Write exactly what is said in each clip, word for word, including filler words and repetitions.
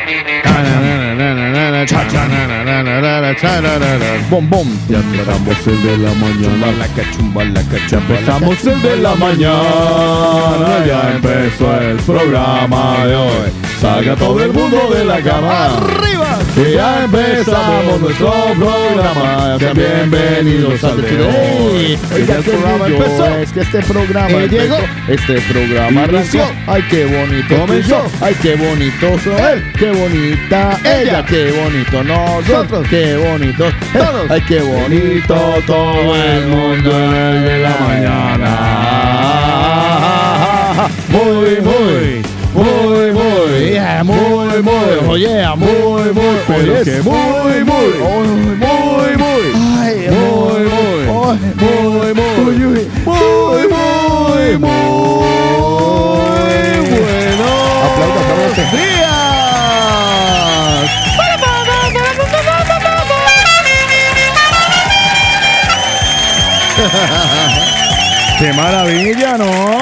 Bom, bom. Ya empezamos el de la mañana. La cachumba, la cachumba. Empezamos el de la mañana. Ya empezó el programa de hoy. Salga todo el mundo de la cama. ¡Arriba! Y ya empezamos nuestro programa. Sean bienvenidos al de hoy. Ya el programa empezó. Es que este programa llegó. Este programa arranció. Ay, qué bonito comenzó. Ay, qué bonito soy él. Qué bonita ella. Qué bonito nosotros. Qué bonito todos. Ay, qué bonito todo el mundo de la mañana. Muy, muy. Muy, muy, yeah, muy, muy, oye, muy, muy, pero que muy, muy, muy, muy, muy, ay, muy, muy, muy, muy, muy, muy, muy, muy, bueno. Aplausos, aplausos, días. ¡Qué maravilla, no!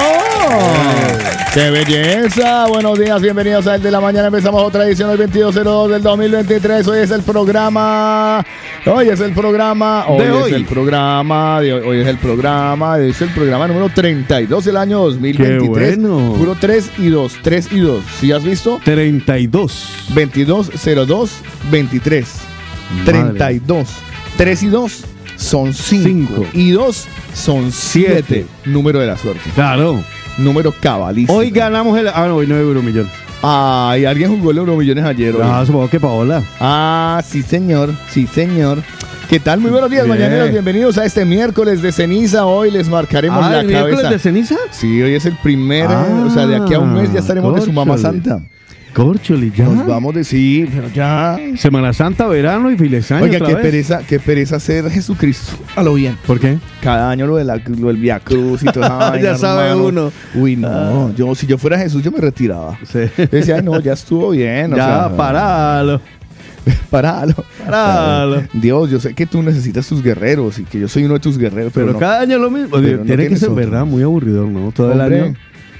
¡Qué belleza! Buenos días, bienvenidos a El de la Mañana. Empezamos otra edición el veintidós cero dos del dos mil veintitrés. Hoy es el programa... Hoy es el programa... Hoy de es hoy. el programa... De hoy, hoy es el programa... Hoy es el programa número treinta y dos del año dos mil veintitrés. ¡Qué bueno! Puro tres y dos. tres y dos. ¿Sí has visto? treinta y dos. veintidós cero dos veintitrés. treinta y dos. tres y dos son cinco. Y dos son siete. Número de la suerte. Claro. Número cabalístico. Hoy ganamos el... Ah, no, hoy no hay Euromillón. Ay, alguien jugó el Euromillones ayer. Hoy. Ah, supongo que Paola. Ah, sí, señor. Sí, señor. ¿Qué tal? Muy buenos días, Bien. mañaneros. Bienvenidos a este miércoles de ceniza. Hoy les marcaremos ah, la ¿el cabeza. miércoles de ceniza? Sí, hoy es el primer... Ah, o sea, de aquí a un mes ya estaremos de su mamá santa. Córcholi, ya. Nos vamos de sí, pero ya. Semana Santa, verano y feliz año. Oiga, otra qué vez. pereza, qué pereza ser Jesucristo. A lo bien. ¿Por qué? Cada año lo, de la, lo del Via Cruz y todo. Ay, ya sabe hermano. uno. Uy, no. Ah. Yo, si yo fuera Jesús, yo me retiraba. Sí. Decía, ay, no, ya estuvo bien. O ya, sea, paralo. Paralo. Paralo. Dios, yo sé que tú necesitas tus guerreros y que yo soy uno de tus guerreros. Pero, Pero, no, cada año lo mismo. pero no Tiene que tienes ser, otro. ¿verdad? Muy aburridor, ¿no? Todo Hombre. el año.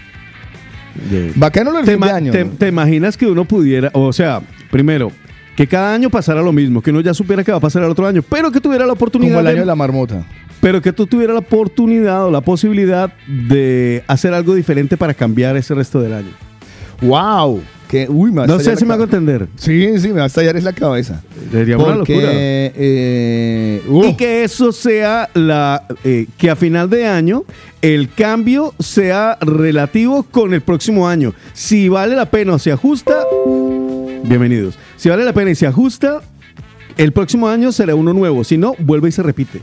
De- Bacano lo del ¿Te, fin de ma- año. te- ¿no? te imaginas que uno pudiera, o sea, primero, que cada año pasara lo mismo, que uno ya supiera que va a pasar el otro año, pero que tuviera la oportunidad, Como el año de, de la marmota. pero que tú tuvieras la oportunidad o la posibilidad de hacer algo diferente para cambiar ese resto del año? ¡Wow! Que, uy, me va a No estallar sé si la me hago cabeza. entender. Sí, sí, me va a estallar es la cabeza. Sería una Porque, locura. eh, uh, Y que eso sea la eh, que a final de año el cambio sea relativo con el próximo año. Si vale la pena o se ajusta, bienvenidos. Si vale la pena y se ajusta, el próximo año será uno nuevo. Si no, vuelve y se repite.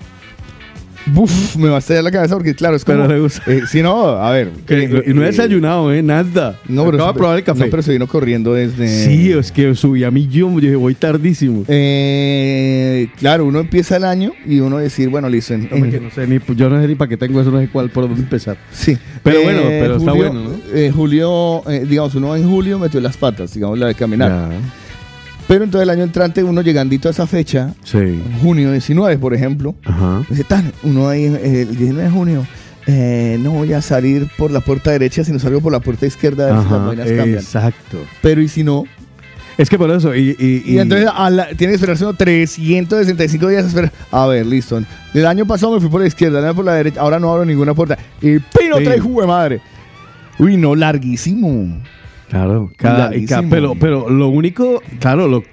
Uf, me va a estallar la cabeza porque, claro, es como... Pero le gusta. Eh, si no, a ver. Que- y no he eh, desayunado, ¿eh? Nada. No, pero, Acabo de probar el café. No, pero se vino corriendo desde... Sí, es que subí a millón. Yo dije, voy tardísimo. Eh, claro, uno empieza el año y uno decir, bueno, listo. en- Hombre, que en- no sé ni, yo no sé ni para qué tengo eso, no sé cuál, por dónde empezar. sí. Pero bueno, pero está Julio- bueno, ¿no? eh, Julio, eh, digamos, uno en julio metió las patas, digamos, la de caminar. Ya. Pero entonces el año entrante, uno llegandito a esa fecha, Sí. junio diecinueve, por ejemplo, Ajá. dice, tan, uno ahí, eh, el diecinueve de junio, eh, no voy a salir por la puerta derecha, sino salgo por la puerta izquierda a ver si las Ajá, vainas cambian. exacto. Pero y si no, Es que por eso, y, y, y, entonces a la- tiene que esperarse unos trescientos sesenta y cinco días a esperar. A ver, listo. El año pasado me fui por la izquierda, el año por la derecha, ahora no abro ninguna puerta. Y pino Sí. trae jugo de madre. Uy, no, larguísimo. claro, cada, y cada- Larguísimo. pero, pero lo único, claro, lo,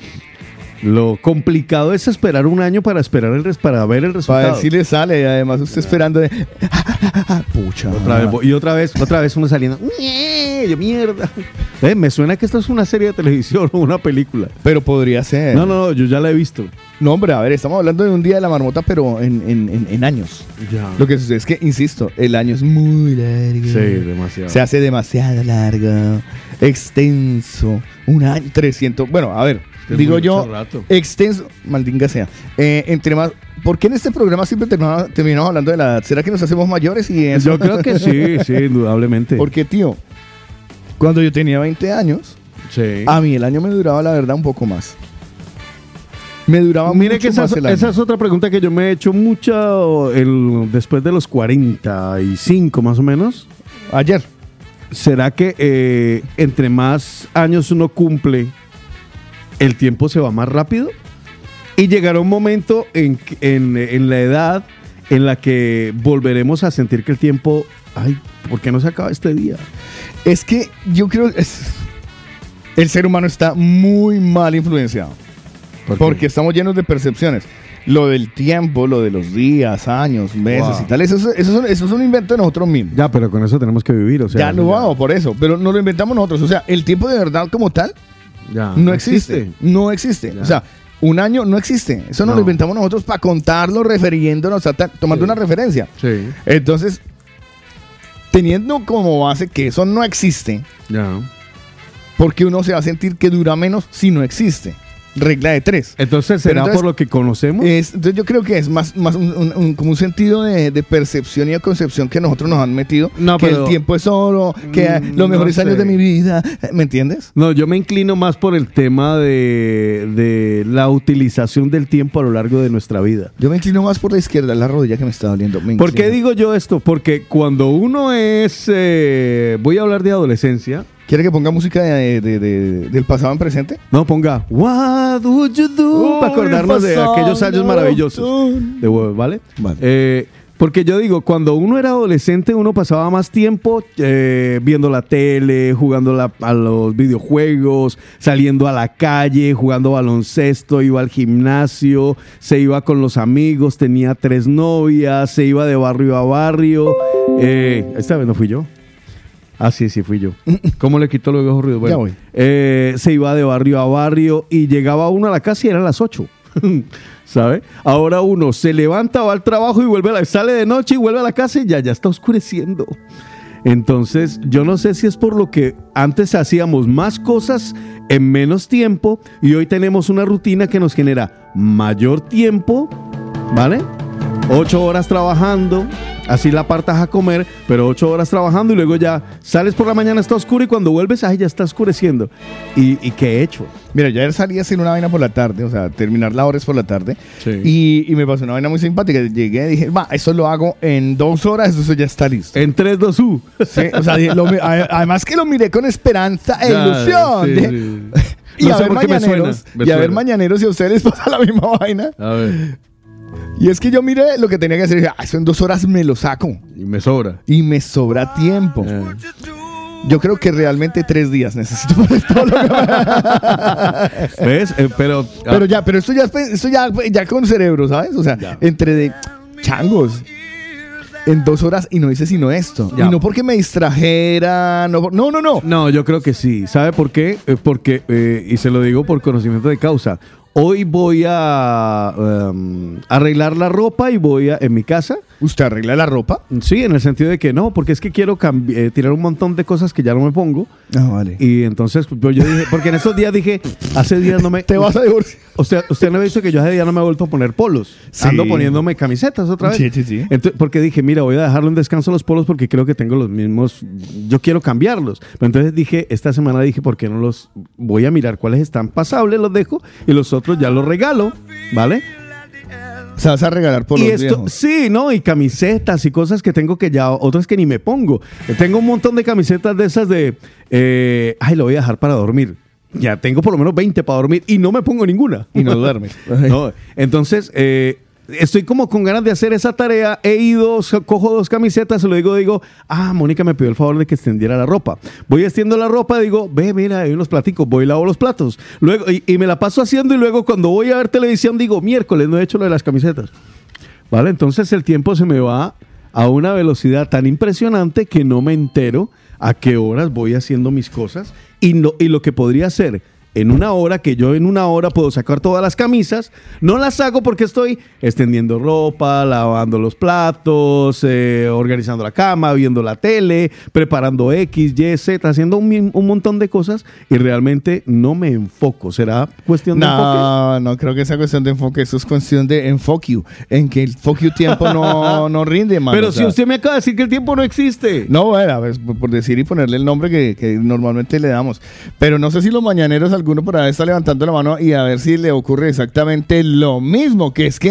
lo complicado es esperar un año para esperar el res- para ver el Para resultado. ver si le sale. Y además usted esperando de... Pucha. Otra vez, y otra vez, otra vez uno saliendo. "Ñe", yo, mierda. Eh, me suena que esto es una serie de televisión o una película. Pero podría ser. No, no, no, yo ya la he visto. No, hombre, a ver, estamos hablando de un día de la marmota, pero en, en, en, en años. Ya. Lo que sucede es que, insisto, el año es muy largo. Sí, demasiado. Se hace demasiado largo, extenso, un año, trescientos, bueno, a ver, Es que es digo mucho yo, rato. extenso, maldinga sea, eh, entre más, ¿por qué en este programa siempre terminamos, terminamos hablando de la edad? ¿Será que nos hacemos mayores y eso? Yo creo que sí, sí, indudablemente. Porque, tío, cuando yo tenía veinte años, Sí. a mí el año me duraba, la verdad, un poco más. Me duraba Mire mucho que esa, más es- el año. esa es otra pregunta que yo me he hecho mucho el, después de los cuarenta y cinco más o menos. Ayer. ¿será que eh, entre más años uno cumple, el tiempo se va más rápido? Y llegará un momento en, en, en la edad en la que volveremos a sentir que el tiempo, ay, ¿por qué no se acaba este día? Es que yo creo que el ser humano está muy mal influenciado. ¿Por porque estamos llenos de percepciones. Lo del tiempo, lo de los días, años, meses wow. y tal, eso, eso, eso, eso es un invento de nosotros mismos. Ya, pero con eso tenemos que vivir, o sea. Ya, no vamos, por eso, pero no lo inventamos nosotros. O sea, el tiempo de verdad como tal ya, no, no existe. existe. No existe. Ya. O sea, un año no existe. Eso no, no lo inventamos nosotros para contarlo, refiriéndonos, a ta- tomando sí. una referencia. Sí. Entonces, teniendo como base que eso no existe, ya. porque uno se va a sentir que dura menos si no existe. Regla de tres. Entonces, ¿será entonces, por lo que conocemos? Es, entonces yo creo que es más, más un, un, un, como un sentido de, de percepción y de concepción que nosotros nos han metido. No, que pero, el tiempo es oro, que mm, los mejores no años de mi vida. ¿Me entiendes? No, yo me inclino más por el tema de, de la utilización del tiempo a lo largo de nuestra vida. Yo me inclino más por la izquierda, la rodilla que me está doliendo. Me ¿Por qué digo yo esto? Porque cuando uno es... Eh, voy a hablar de adolescencia... ¿Quiere que ponga música de, de, de, del pasado en presente? No, ponga What would you do oh, para acordarnos de aquellos años maravillosos. De, ¿vale? vale. Eh, porque yo digo, cuando uno era adolescente, uno pasaba más tiempo eh, viendo la tele, jugando la, a los videojuegos, saliendo a la calle, jugando baloncesto, iba al gimnasio, se iba con los amigos, tenía tres novias, se iba de barrio a barrio. Eh, esta vez no fui yo. Ah, sí, sí, fui yo. ¿Cómo le quitó los viejos ruidos? Bueno, ya voy. Eh, se iba de barrio a barrio y llegaba uno a la casa y eran las ocho. ¿Sabe? Ahora uno se levanta, va al trabajo y vuelve a la, sale de noche y vuelve a la casa y ya, ya está oscureciendo. Entonces, yo no sé si es por lo que antes hacíamos más cosas en menos tiempo y hoy tenemos una rutina que nos genera mayor tiempo, ¿vale? Ocho horas trabajando, así la apartas a comer, pero ocho horas trabajando y luego ya sales por la mañana, está oscuro y cuando vuelves, ay, ya está oscureciendo. ¿Y, y qué he hecho? Mira, yo ayer salí a hacer una vaina por la tarde, o sea, terminar la hora es por la tarde, sí. y, y me pasó una vaina muy simpática. Llegué y dije, va, eso lo hago en dos horas, eso ya está listo. En tres, dos, u. Sí, o sea, lo, además que lo miré con esperanza e ya, ilusión. Sí, de, sí. Y, no a sé ver por qué me suena, mañaneros, me y a suena. ver mañaneros si a ustedes les pasa la misma vaina. A ver. Y es que yo miré lo que tenía que hacer y dije, ah, eso en dos horas me lo saco. Y me sobra. Y me sobra tiempo. Eh. Yo creo que realmente tres días necesito para todo lo que... ¿Ves? Eh, pero, pero ya, pero esto ya, esto ya, ya con cerebro, ¿sabes? O sea, ya. Entre de changos. En dos horas y no hice sino esto. Ya. Y no porque me distrajera. No, no, no, no. No, yo creo que sí. ¿Sabe por qué? Eh, porque, eh, y se lo digo por conocimiento de causa, hoy voy a um, arreglar la ropa y voy a, en mi casa. ¿Usted arregla la ropa? Sí, en el sentido de que no, porque es que quiero cambi- eh, tirar un montón de cosas que ya no me pongo. Ah, vale. Y entonces yo, yo dije, porque en estos días dije, hace días no me... Te vas a divorciar. Usted, usted no ha visto que yo hace días no me he vuelto a poner polos. Sí. Ando poniéndome camisetas otra vez. Sí, sí, sí. Entonces, porque dije, mira, voy a dejarlo en descanso los polos porque creo que tengo los mismos, yo quiero cambiarlos. Pero entonces dije, esta semana dije, ¿por qué no los voy a mirar cuáles están pasables? Los dejo y los otros ya los regalo, ¿vale? O sea, vas a regalar por y los esto, viejos. Sí, ¿no? Y camisetas y cosas que tengo que ya, otras que ni me pongo. Tengo un montón de camisetas de esas de, eh, ay, lo voy a dejar para dormir. Ya tengo por lo menos veinte para dormir y no me pongo ninguna. Y no duermes. No, entonces, eh, estoy como con ganas de hacer esa tarea. He ido, cojo dos camisetas, se lo digo, digo, ah, Mónica me pidió el favor de que extendiera la ropa. Voy extiendo la ropa, digo, ve, mira, hay unos platicos, voy y lavo los platos. Luego, y, y me la paso haciendo y luego cuando voy a ver televisión digo, miércoles no he hecho lo de las camisetas. ¿Vale? Entonces el tiempo se me va a una velocidad tan impresionante que no me entero a qué horas voy haciendo mis cosas y, no, y lo que podría hacer en una hora, que yo en una hora puedo sacar todas las camisas, no las hago porque estoy extendiendo ropa, lavando los platos, eh, organizando la cama, viendo la tele, preparando X, Y, Z, haciendo un, un montón de cosas y realmente no me enfoco. ¿Será cuestión de no, enfoque? No, no creo que sea cuestión de enfoque, eso es cuestión de enfoque, en que el enfoque tiempo no, no rinde, man. Pero o si sea, usted me acaba de decir que el tiempo no existe. No, bueno, pues, por decir y ponerle el nombre que, que normalmente le damos. Pero no sé si los mañaneros, alguno por ahí está levantando la mano y a ver si le ocurre exactamente lo mismo, que es que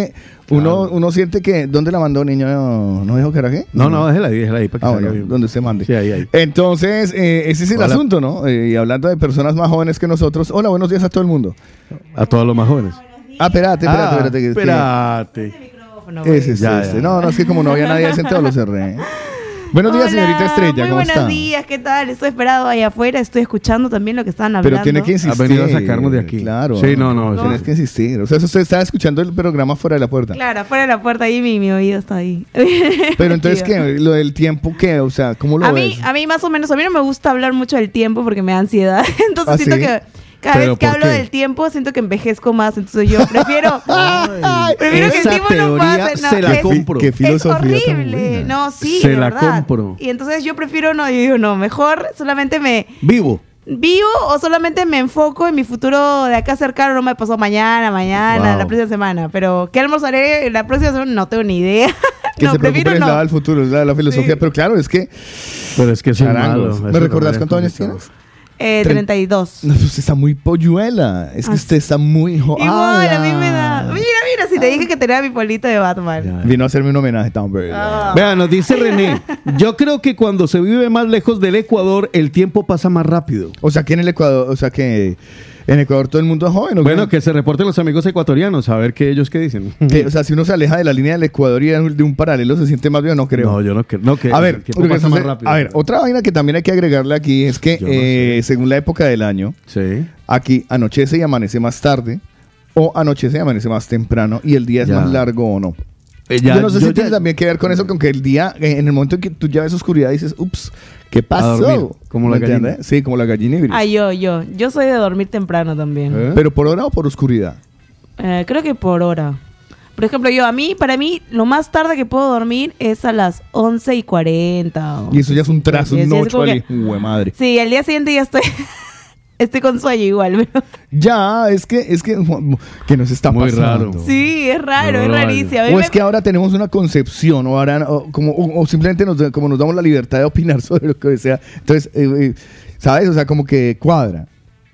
Uno, Claro. uno siente que... ¿Dónde la mandó, niño? ¿No dijo que era qué? No, no, déjela ahí, déjela ahí para que Ah, salga bueno, bien. donde usted mande. Sí, ahí, ahí. Entonces, eh, ese es el Hola. asunto, ¿no? Eh, y hablando de personas más jóvenes que nosotros. Hola, buenos días a todo el mundo. A todos los más jóvenes. Ah, espérate, espérate, Ah, espérate. que- espérate. que- Ese es Ya, este. ya. No, no, es que como no había nadie sentado, lo cerré. Buenos días, Hola, señorita Estrella, muy ¿cómo buenos está? días, ¿qué tal? Estoy esperado ahí afuera, estoy escuchando también lo que estaban hablando. Pero tiene que insistir. Ha venido a sacarnos de aquí. Claro. Sí, no, no, Tienes sí. que insistir. O sea, usted estaba escuchando el programa fuera de la puerta. Claro, afuera de la puerta ahí mi, mi oído está ahí. Pero entonces, ¿qué? Lo del tiempo, ¿qué? O sea, ¿cómo lo A ves? mí, a mí más o menos, a mí no me gusta hablar mucho del tiempo porque me da ansiedad. Entonces ¿Ah, siento sí? que cada ¿Pero vez que por hablo qué? del tiempo siento que envejezco más. Entonces yo prefiero, Ay, prefiero que el esa tiempo no teoría pase. No, se la es- compro. Qué Es filosofía tan horrible. buena. No, sí, Se de la verdad. compro. Y entonces yo prefiero no, yo digo, no, mejor solamente me Vivo. vivo o solamente me enfoco en mi futuro de acá cercano. No me pasó mañana, mañana, Wow. la próxima semana. Pero ¿qué almorzaré la próxima semana? No tengo ni idea. Que no, se preocupe prefiero es no. la del futuro, es la de la filosofía. Sí. Pero claro, es que... Pero es que eso es malo. Charangos. Eso ¿Me recordás también es cuántos años complicado. tienes? Eh, Tre- treinta y dos. No, pues usted está muy polluela. Es que Ah, usted está muy... jo- Igual, a mí me ¡Hala! da. Mira, mira, si te dije que tenía mi polito de Batman. Ya. Vino a hacerme un homenaje tan bello. Ah. Vea, nos dice René, yo creo que cuando se vive más lejos del Ecuador, el tiempo pasa más rápido. O sea, que en el Ecuador... O sea, que en Ecuador todo el mundo es joven. ¿o qué? Bueno, que se reporten los amigos ecuatorianos, a ver qué ellos qué dicen. Que, o sea, si uno se aleja de la línea del Ecuador y de un paralelo, se siente más bien, no creo. No, yo no creo. No, que A ver, el tiempo lo que pasa más sucede- rápido. a ver, otra vaina que también hay que agregarle aquí es que Yo no eh, sé. según la época del año, Sí. aquí anochece y amanece más tarde o anochece y amanece más temprano y el día es Ya. más largo o no. Eh, ya- yo no sé yo si tiene ya- también que ver con eso, con que el día, eh, en el momento en que tú ya ves oscuridad, dices, ups, ¿qué pasó? dormir, como la ¿Me entiendes? gallina. Sí, como la gallina ibris. Ah, yo, yo. Yo soy de dormir temprano también. ¿Eh? ¿Pero por hora o por oscuridad? Eh, creo que por hora. Por ejemplo, yo, a mí, para mí, lo más tarde que puedo dormir es a las once y cuarenta. o- Y eso ya es un trazo, Sí, un sí, es ocho, como ali- que- Hue madre. Sí, al día siguiente ya estoy... estoy con sueño igual. Pero... Ya, es que, es que, que nos está Muy pasando. raro. Sí, es raro, No, es no, rarísimo. A mí O me- es que ahora tenemos una concepción, o, ahora, o, como, o, o simplemente nos, como nos damos la libertad de opinar sobre lo que sea. Entonces, eh, eh, ¿sabes? O sea, como que cuadra.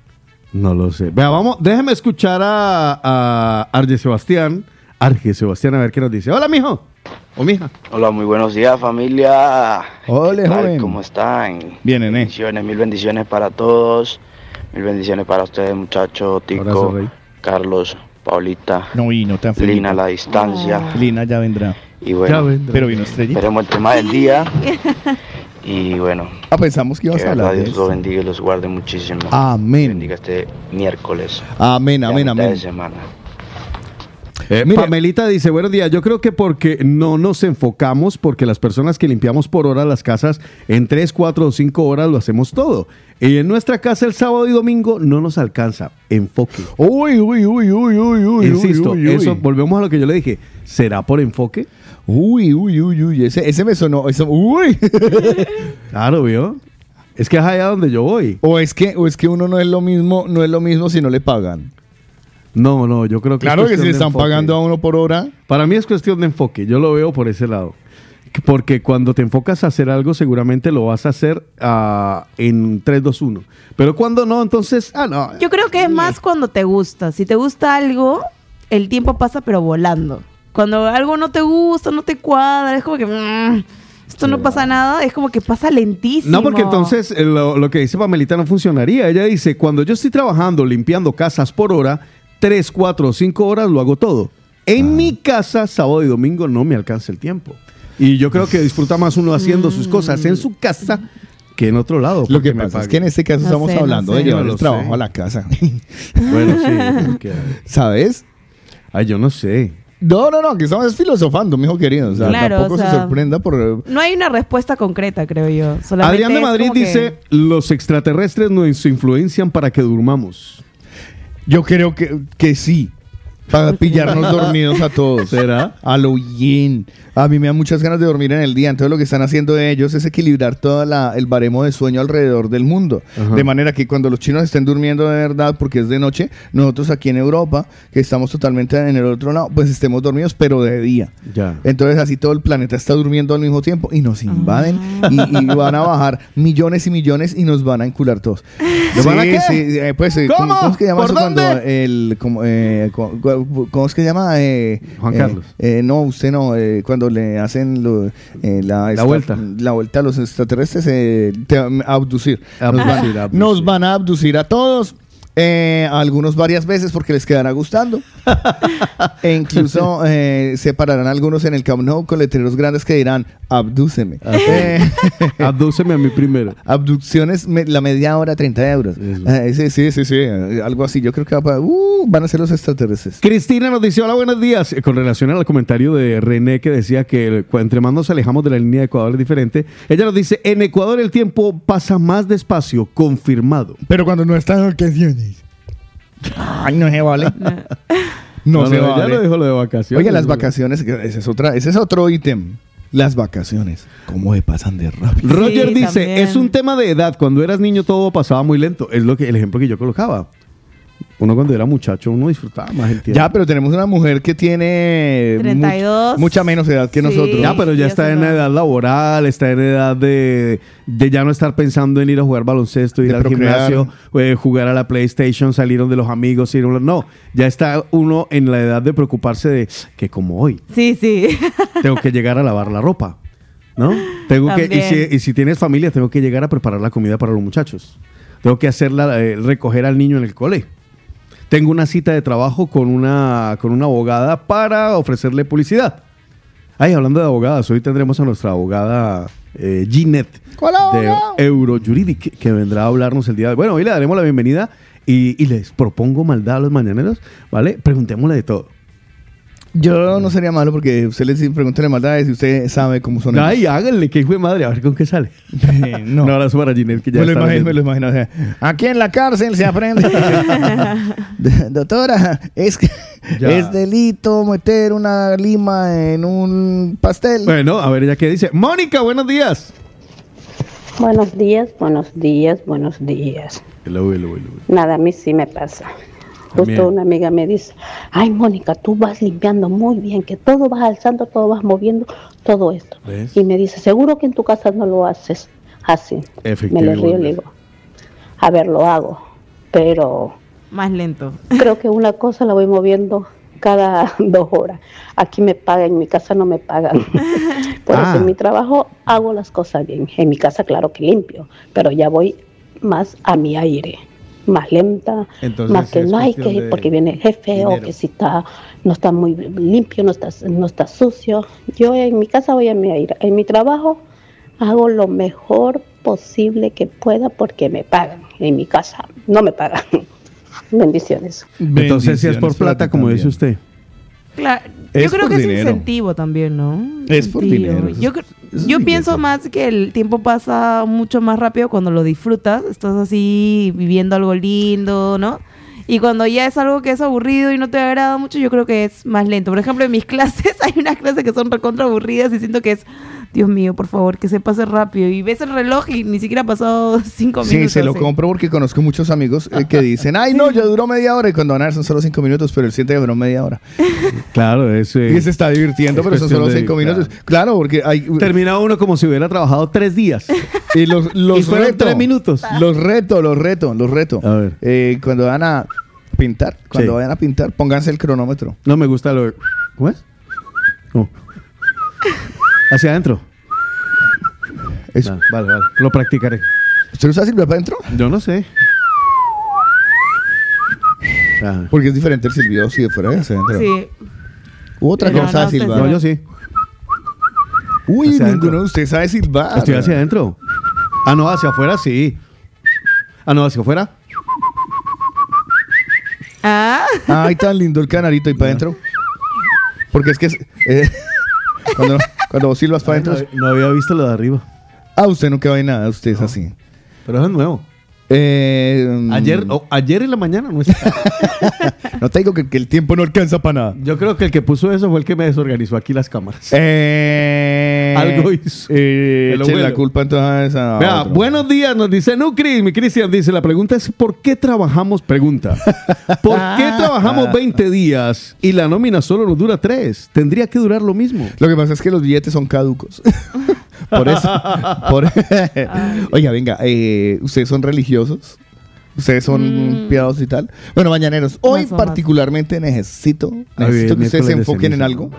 No lo sé. Vea, vamos, déjeme escuchar a, a Arge Sebastián. Arge Sebastián, a ver qué nos dice. Hola, mijo. O mija. Hola, muy buenos días, familia. Hola, ¿Qué tal? joven. ¿Cómo están? Bien, nene. Bendiciones, mil bendiciones para todos. Mil bendiciones para ustedes, muchachos. Abrazo, Tico, rey. Carlos, Paulita, No, y no tan Lina a la distancia. Lina ya vendrá. Y Ya bueno, vendrá. Pero vino estrellita. veremos el tema del día. Y bueno, Ah, pensamos que que ibas a verdad hablar de Dios los eso. bendiga y los guarde muchísimo. Amén. Bendiga este miércoles. Amén, ya amén, mitad amén. de semana. Eh, Mire. Pamelita dice, buenos días, yo creo que porque no nos enfocamos, porque las personas que limpiamos por hora las casas, en tres, cuatro o cinco horas lo hacemos todo. Y en nuestra casa el sábado y domingo no nos alcanza. Enfoque. Uy, uy, uy, uy, uy, uy. Insisto, uy, uy, eso, uy. volvemos a lo que yo le dije. ¿Será por enfoque? Uy, uy, uy, uy. Ese, ese me sonó. Eso, uy. Claro, ¿vio? Es que es allá donde yo voy. o, es que, o es que uno no es lo mismo, no es lo mismo si no le pagan. No, no, yo creo que Claro es que si cuestión le de están enfoque. pagando a uno por hora. Para mí es cuestión de enfoque, yo lo veo por ese lado. Que- Porque cuando te enfocas a hacer algo, seguramente lo vas a hacer ah, en tres, dos, uno. Pero cuando no, entonces, ah, no. Yo creo que es más cuando te gusta. Si te gusta algo, el tiempo pasa pero volando. Cuando algo no te gusta, no te cuadra, es como que... mm, esto no pasa nada, es como que pasa lentísimo. No, porque entonces eh, lo, lo que dice Pamelita no funcionaría. Ella dice, cuando yo estoy trabajando limpiando casas por hora, tres, cuatro o cinco horas lo hago todo. En mi casa, sábado y domingo no me alcanza el tiempo. Y yo creo que disfruta más uno haciendo sus cosas en su casa que en otro lado. Lo que porque me pasa es pague. que en este caso No estamos sé, no hablando sé. de llevar No lo el trabajo sé. a la casa. Bueno, sí. porque- ¿Sabes? Ay, yo no sé. No, no, no, que estamos filosofando, mijo querido. O sea, Claro, tampoco o se sea, sorprenda por... No hay una respuesta concreta, creo yo. Solamente Adrián de es Madrid como que- dice, los extraterrestres nos influencian para que durmamos. Yo creo que, que sí. Para pillarnos dormidos a todos. ¿Será? A lo bien. A mí me dan muchas ganas de dormir en el día. Entonces lo que están haciendo ellos es equilibrar todo el baremo de sueño alrededor del mundo. Ajá. De manera que cuando los chinos estén durmiendo de verdad, porque es de noche, nosotros aquí en Europa, que estamos totalmente en el otro lado, pues estemos dormidos, pero de día. Ya. Entonces así todo el planeta está durmiendo al mismo tiempo y nos invaden y, y van a bajar millones y millones y nos van a encular todos. ¿Nos van a Sí, qué? sí, eh, pues, eh, ¿Cómo? ¿cómo es que llama ¿Por eso cuando dónde? el, como, eh, cu- cu- ¿cómo es que se llama? Eh, Juan eh, Carlos. eh, no, usted no. eh, cuando le hacen lo- eh, la, esta- vuelta. la vuelta a los extraterrestres, eh, te- abducir. Nos van, Abducir, abducir. nos van a abducir a todos. Eh, a algunos varias veces porque les quedará gustando. E incluso eh, se pararán algunos en el Camp Nou con letreros grandes que dirán abdúceme. Eh, Abdúceme a mí primero. abducciones, me- la media hora, treinta euros. Eso. Eh, sí, sí, sí, sí, eh, algo así. Yo creo que va para- uh, van a ser los extraterrestres. Cristina nos dice, hola, buenos días. Eh, Con relación al comentario de René que decía que cu- entre más nos alejamos de la línea de Ecuador es diferente. Ella nos dice, en Ecuador el tiempo pasa más despacio, confirmado. Pero cuando no están en vacaciones. Ay, no se vale. No, se Ya vale. lo dijo lo de vacaciones. Oye, las vacaciones, que ese es, otra, ese es otro ítem. Las vacaciones. ¿Cómo se pasan de rápido? Roger Sí, dice, también. es un tema de edad. Cuando eras niño todo pasaba muy lento. Es lo que el ejemplo que yo colocaba. Uno cuando era muchacho, uno disfrutaba más el tiempo. Ya, pero tenemos una mujer que tiene treinta y dos. much- mucha menos edad que Sí. nosotros. Ya, pero ya Ya está se en va. edad laboral, está en edad de, de ya no estar pensando en ir a jugar baloncesto, ir De al procrear. gimnasio, eh, jugar a la PlayStation, salir donde los amigos, ir a un- no, ya está uno en la edad de preocuparse de que como hoy Sí, sí. tengo que llegar a lavar la ropa, ¿no? Tengo que, y También. si, y si tienes familia, tengo que llegar a preparar la comida para los muchachos. Tengo que hacerla, eh, recoger al niño en el cole. Tengo una cita de trabajo con una, con una abogada para ofrecerle publicidad. Ay, hablando de abogadas, hoy tendremos a nuestra abogada eh, Ginette ¿Cuál de abogado? Eurojuridic que vendrá a hablarnos el día de hoy. Bueno, hoy le daremos la bienvenida y, y les propongo maldad a los mañaneros, ¿vale? Preguntémosle de todo. Yo no sería malo porque usted le pregunta maldades y usted sabe cómo son. Ay, háganle, que hijo de madre, a ver con qué sale. Eh, no. Un abrazo para Ginette, que ya me lo está imagino, viendo. me lo imagino. O sea, aquí en la cárcel se aprende. D- Doctora, es que Ya. es delito meter una lima en un pastel. Bueno, a ver, ella qué dice. Mónica, buenos días. Buenos días, buenos días, buenos días. Hello, hello, hello. Nada, a mí sí me pasa. También. Justo una amiga me dice, ay Mónica, tú vas limpiando muy bien, que todo vas alzando, todo vas moviendo, todo esto. ¿Ves? Y me dice, seguro que en tu casa no lo haces así. Me le Efectivamente. río y le digo, a ver, lo hago, pero Más lento. creo que una cosa la voy moviendo cada dos horas. Aquí me pagan, en mi casa no me pagan. Por Ah. eso en mi trabajo hago las cosas bien. En mi casa claro que limpio, pero ya voy más a mi aire, más lenta, Entonces, más que es no hay cuestión que de porque viene el jefe o dinero. que si está no está muy limpio, no está no está sucio. Yo en mi casa voy a mi aire. En mi trabajo hago lo mejor posible que pueda porque me pagan. En mi casa no me pagan. Bendiciones. Entonces, si es por Bendiciones para plata, ti como también. dice usted. Claro. Es Yo creo por que dinero. es incentivo también, ¿no? Es por Incentivo. dinero, eso Yo, es- cre- eso es yo billete. pienso más que el tiempo pasa mucho más rápido cuando lo disfrutas. Estás así viviendo algo lindo, ¿no? Y cuando ya es algo que es aburrido y no te agrada mucho, yo creo que es más lento. Por ejemplo, en mis clases hay unas clases que son recontra aburridas y siento que es, Dios mío, por favor, que se pase rápido. Y ves el reloj y ni siquiera ha pasado cinco Sí, minutos. se lo sí. compro porque conozco muchos amigos eh, que dicen, ay, no, ya duró media hora. Y cuando van a ver son solo cinco minutos, pero él siente que duró media hora. Claro, es. eh, Y se está divirtiendo, es pero son cuestión solo de- cinco claro. minutos. Claro, porque hay... Termina uno como si hubiera trabajado tres días. Y los, los Y fueron reto. tres minutos. Los reto, los reto, los reto. A ver. Eh, cuando van a pintar, cuando Sí. vayan a pintar, pónganse el cronómetro. No me gusta lo de... ¿Cómo es? No. Hacia adentro. Eso. Ah, vale, vale. Lo practicaré. ¿Usted usa silbar para adentro? Yo no sé. Ah. Porque es diferente el silbido si de fuera y hacia adentro. Sí. U otra No, cosa no de sé silbar. No, yo sí. Uy, Hacia ninguno adentro. de ustedes sabe silbar. Estoy hacia adentro. Ah, no, hacia afuera sí. Ah, no, hacia afuera. Ah, Ay, tan lindo el canarito ahí para adentro. Porque es que es, eh, cuando, cuando vos silbas para No, adentro. no había visto lo de arriba. Ah, usted no queda en nada, usted es así. Pero eso es nuevo. Eh, Ayer, mm, o ayer en la mañana no está. no te digo que, que el tiempo no alcanza para nada. Yo creo que el que puso eso fue el que me desorganizó aquí las cámaras. Eh, Algo hizo. Eh, El eche abuelo. la culpa entonces a Vea, otro. buenos días, nos dice Nucri, mi Cristian dice, la pregunta es ¿por qué trabajamos? Pregunta. ¿Por qué trabajamos veinte días y la nómina solo nos dura tres? Tendría que durar lo mismo. Lo que pasa es que los billetes son caducos. Por eso. por- Oiga, venga, eh, ¿ustedes son religiosos? Ustedes son Mm. piadosos y tal. Bueno, mañaneros, hoy Más o más. particularmente necesito, Ay, necesito que miércoles ustedes se de enfoquen en ceniza. algo.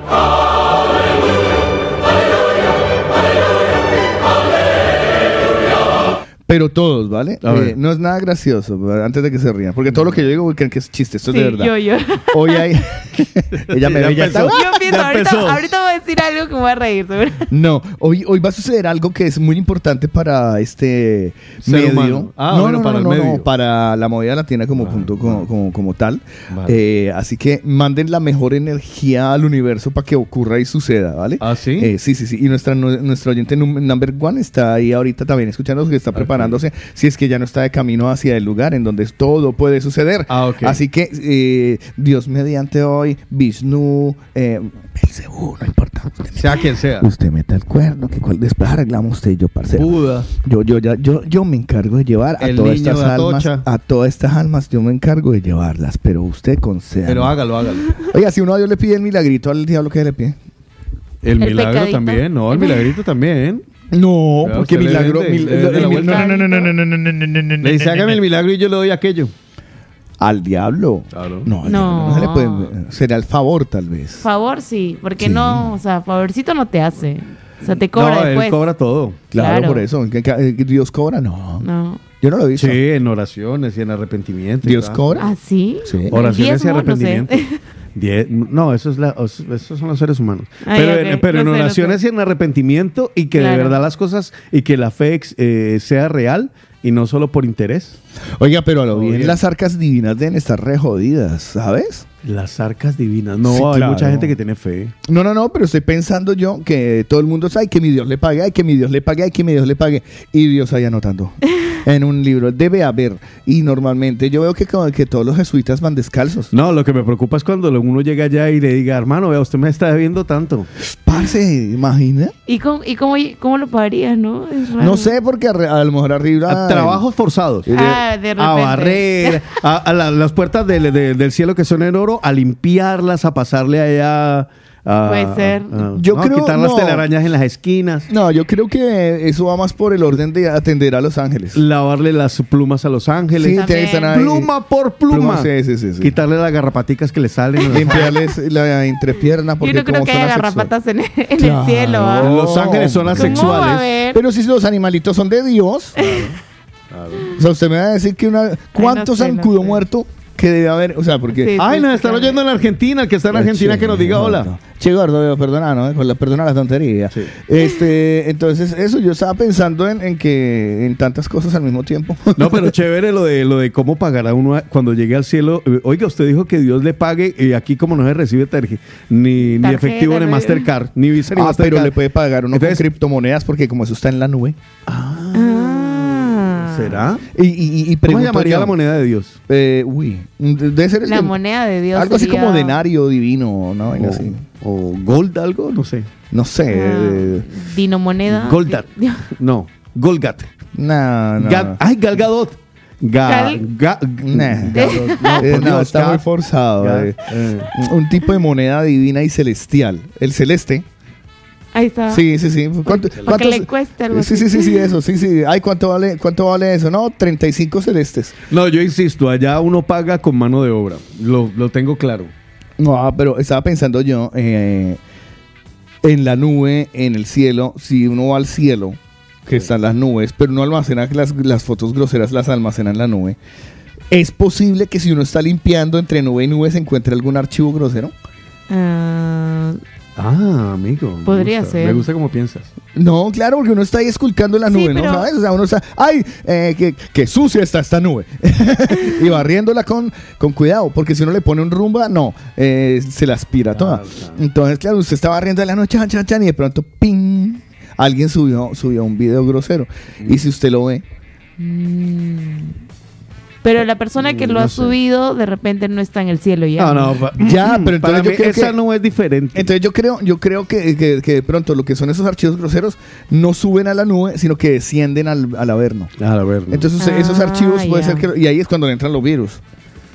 Pero todos, ¿vale? A ver. Eh, no es nada gracioso, ¿verdad? Antes de que se rían. Porque todo lo que yo digo creen que es chiste. Esto es Sí, de verdad. yo, yo. Hoy hay... Ella me Ya ve, ya empezó. está- Yo pienso, Ya ahorita, empezó. ahorita voy a decir algo que me voy a reír, seguro. No, hoy, hoy va a suceder algo que es muy importante para este Ser medio. humano. Ah, no, bueno, no, para no, el no, medio. no, para la movida latina como Vale, punto, como, vale. como, como tal. Vale. Eh, así que manden la mejor energía al universo para que ocurra y suceda, ¿vale? ¿Ah, sí? Eh, sí, sí, sí. Y nuestra, nu- nuestra oyente num- number one está ahí ahorita también escuchándonos, que está preparándose, si es que ya no está de camino hacia el lugar en donde todo puede suceder. Ah, ok. Así que eh, Dios mediante hoy, Vishnu, eh, Belcebú, no importa. Usted meta, Sea quien sea. usted meta el cuerno, que cuál después arreglamos usted y yo, parcero. Buda. Yo, yo, ya, yo, yo me encargo de llevar a El todas niño estas de almas, Atocha. a todas estas almas, yo me encargo de llevarlas, pero usted conceda. Pero hágalo, hágalo. Oiga, si uno a Dios le pide el milagrito, al diablo que le pide. El, El milagro pecadito. también, no, el milagrito también. No, Pero porque usted le milagro. vende, mil- le vende la el- vuelta. no, no, no, no, no, no, no, no, no, no, Le dice, no, hágame no. el milagro y yo le doy aquello. Al diablo. Claro. No, al No. diablo no se le puede. Será el favor, tal vez. Favor, sí, porque Sí. no, o sea, favorcito no te hace. O sea, te cobra no, después. él cobra todo. Claro, Claro. por eso. ¿Que- que- que ¿Dios cobra? No. No. Yo no lo he visto. Sí, en oraciones y en arrepentimiento. y ¿Dios tal. cobra? ¿Ah, sí? Sí. El Oraciones y diezmo, no sé. arrepentimiento. Die- no, eso es la, os- esos son los seres humanos. Ay, pero ok, en, pero en lo sé, lo oraciones sé. y en arrepentimiento y que de Claro. verdad las cosas y que la fe ex- eh, sea real y no solo por interés. Oiga, pero a lo Todo bien bien. las arcas divinas deben estar re jodidas, ¿sabes? Las arcas divinas. No, Sí, hay claro. mucha gente que tiene fe. No, no, no, pero estoy pensando yo que todo el mundo sabe que mi Dios le pague, ay, que mi Dios le pague, ay, que mi Dios le pague. Y Dios ahí anotando en un libro. Debe haber. Y normalmente yo veo que, como que todos los jesuitas van descalzos. No, lo que me preocupa es cuando uno llega allá y le diga, hermano, vea, usted me está debiendo tanto. Parce, imagina. ¿Y cómo, y cómo, cómo lo pagarías, no? Es raro. No sé, porque a, re- a lo mejor arriba. A trabajos forzados. Ah, de repente. A barrer, a, a la- las puertas del, de- del cielo que son en oro, a limpiarlas, a pasarle allá. A, Puede ser. a- Yo no, a creo- quitar las no. telarañas en las esquinas. No, yo creo que eso va más por el orden de atender a los ángeles. Lavarle las plumas a los ángeles. Sí, También. tiene que estar ahí. Pluma por pluma. Pluma, sí, sí, sí, sí. Quitarle las garrapaticas que le salen. Limpiarles la entrepierna Yo porque no creo como que son haya asexuales. garrapatas en, en Claro. el cielo. ¿ah? Los ángeles son ¿Cómo ¿Cómo va a asexuales. haber? Pero si los animalitos son de Dios, o sea, usted me va a decir que una ¿cuántos sé, no zancudo sé. muerto que debe haber? O sea, porque Sí. Ay, nos están oyendo en Argentina. El que está en Argentina que nos diga hola. Che gordo, perdona, ¿no? Con la, perdona la tontería. Sí. Este, entonces, eso, yo estaba pensando en, en que en tantas cosas al mismo tiempo. No, pero chévere lo de lo de cómo pagará uno a- cuando llegue al cielo. Eh, Oiga, usted dijo que Dios le pague y aquí como no se recibe tarje, ni, ni Tarjeta, efectivo ni ¿no? Mastercard, ni Visa ni Ah, Mastercard. pero le puede pagar uno Entonces- con criptomonedas porque como eso está en la nube. Ah. ¿Será? Y, y, y ¿Cómo se pregunto llamaría yo, la moneda de Dios? eh, uy, debe ser el La que- moneda de Dios. algo así sería- como denario divino, ¿no? Algo así. O gold algo, no sé. No sé. eh, Ah, Dinomoneda. Goldat. No, Golgat. no, no. Gat- Ay, Gal Gadot. Ga- Gal- ga- Nah. Gadot. No, Eh, por no, Dios, está Ga- muy forzado. Ga- eh. eh. Un tipo de moneda divina y celestial. El celeste. Ahí está. Sí, sí, sí. ¿Cuánto, Para que cuántos- le cueste algo sí, así. sí, sí, sí, eso. Sí, sí. Ay, ¿cuánto vale, cuánto vale eso? No, treinta y cinco celestes. No, yo insisto, allá uno paga con mano de obra. Lo, lo tengo claro. No, pero estaba pensando yo eh, en la nube, en el cielo. Si uno va al cielo, que están las nubes, pero no almacena las, las fotos groseras, las almacena en la nube. ¿Es posible que si uno está limpiando entre nube y nube se encuentre algún archivo grosero? Ah, Ah, amigo. me Podría gusta. ser. Me gusta cómo piensas. No, claro, porque uno está ahí esculcando en la Sí, nube, ¿no? pero- ¿Sabes? O sea, uno está, ¡ay! Eh, que, que sucia está esta nube. Y barriéndola con, con cuidado, porque si uno le pone un rumba, no, eh, se la aspira toda. Claro, claro. Entonces, claro, usted está barriendo de la noche, chan, chan, chan, y de pronto, ¡ping! Alguien subió, subió un video grosero. Y si usted lo ve, mm. Pero la persona que lo No ha sé. subido de repente no está en el cielo ya. No, no. pa- ya, pero Para entonces yo mí creo esa que... no es diferente. Entonces yo creo, yo creo que, que- que de pronto lo que son esos archivos groseros no suben a la nube, sino que descienden al, al averno. Ah, a ver. no. Entonces Ah, esos archivos puede ya. ser que... Y ahí es cuando le entran los virus.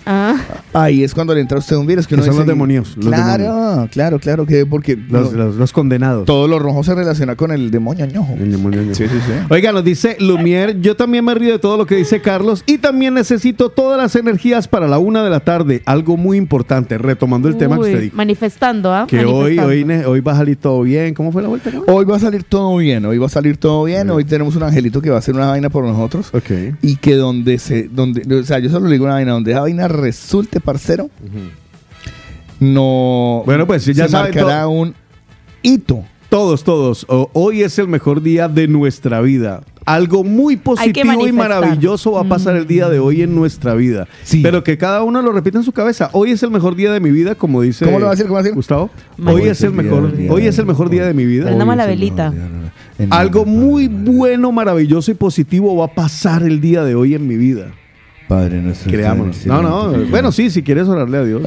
Ah. Ahí es cuando le entra a usted un virus. Que, Que uno son dice, los demonios, los Claro, demonios. claro, claro, que porque Los, no, los, los condenados. todo lo rojo se relaciona con el demonio añojo. El demonio, el Sí, sí, sí. Oiga, nos dice Lumier, yo también me río de todo lo que dice Carlos y también necesito todas las energías para la una de la tarde. Algo muy importante, retomando el tema que Uy, usted dijo. manifestando, ¿ah? Que hoy, Manifestando. hoy, ne- hoy va a salir todo bien. ¿Cómo fue la vuelta? ¿No? Hoy va a salir todo bien, hoy va a salir todo bien. Hoy tenemos un angelito que va a hacer una vaina por nosotros. Ok. Y que donde se, donde, o sea, yo solo le digo una vaina, donde esa vaina resulte, parcero, no Bueno, pues, ya se saben marcará todo. un hito. Todos, todos. O- hoy es el mejor día de nuestra vida. Algo muy Hay que positivo y manifestar. maravilloso va a pasar el día de hoy en nuestra vida. Sí. Pero que cada uno lo repita en su cabeza. Hoy es el mejor día de mi vida, como dice ¿Cómo lo va a decir? ¿Cómo va a decir? Gustavo. Hoy Hoy es es el el día mejor, del día hoy de- es el mejor día de mi vida. Prendamos Hoy la es el velita. En- Algo muy bueno, maravilloso y positivo va a pasar el día de hoy en mi vida. Padre nuestro. Creámonos. No, no. Bueno, sí, si quieres orarle a Dios.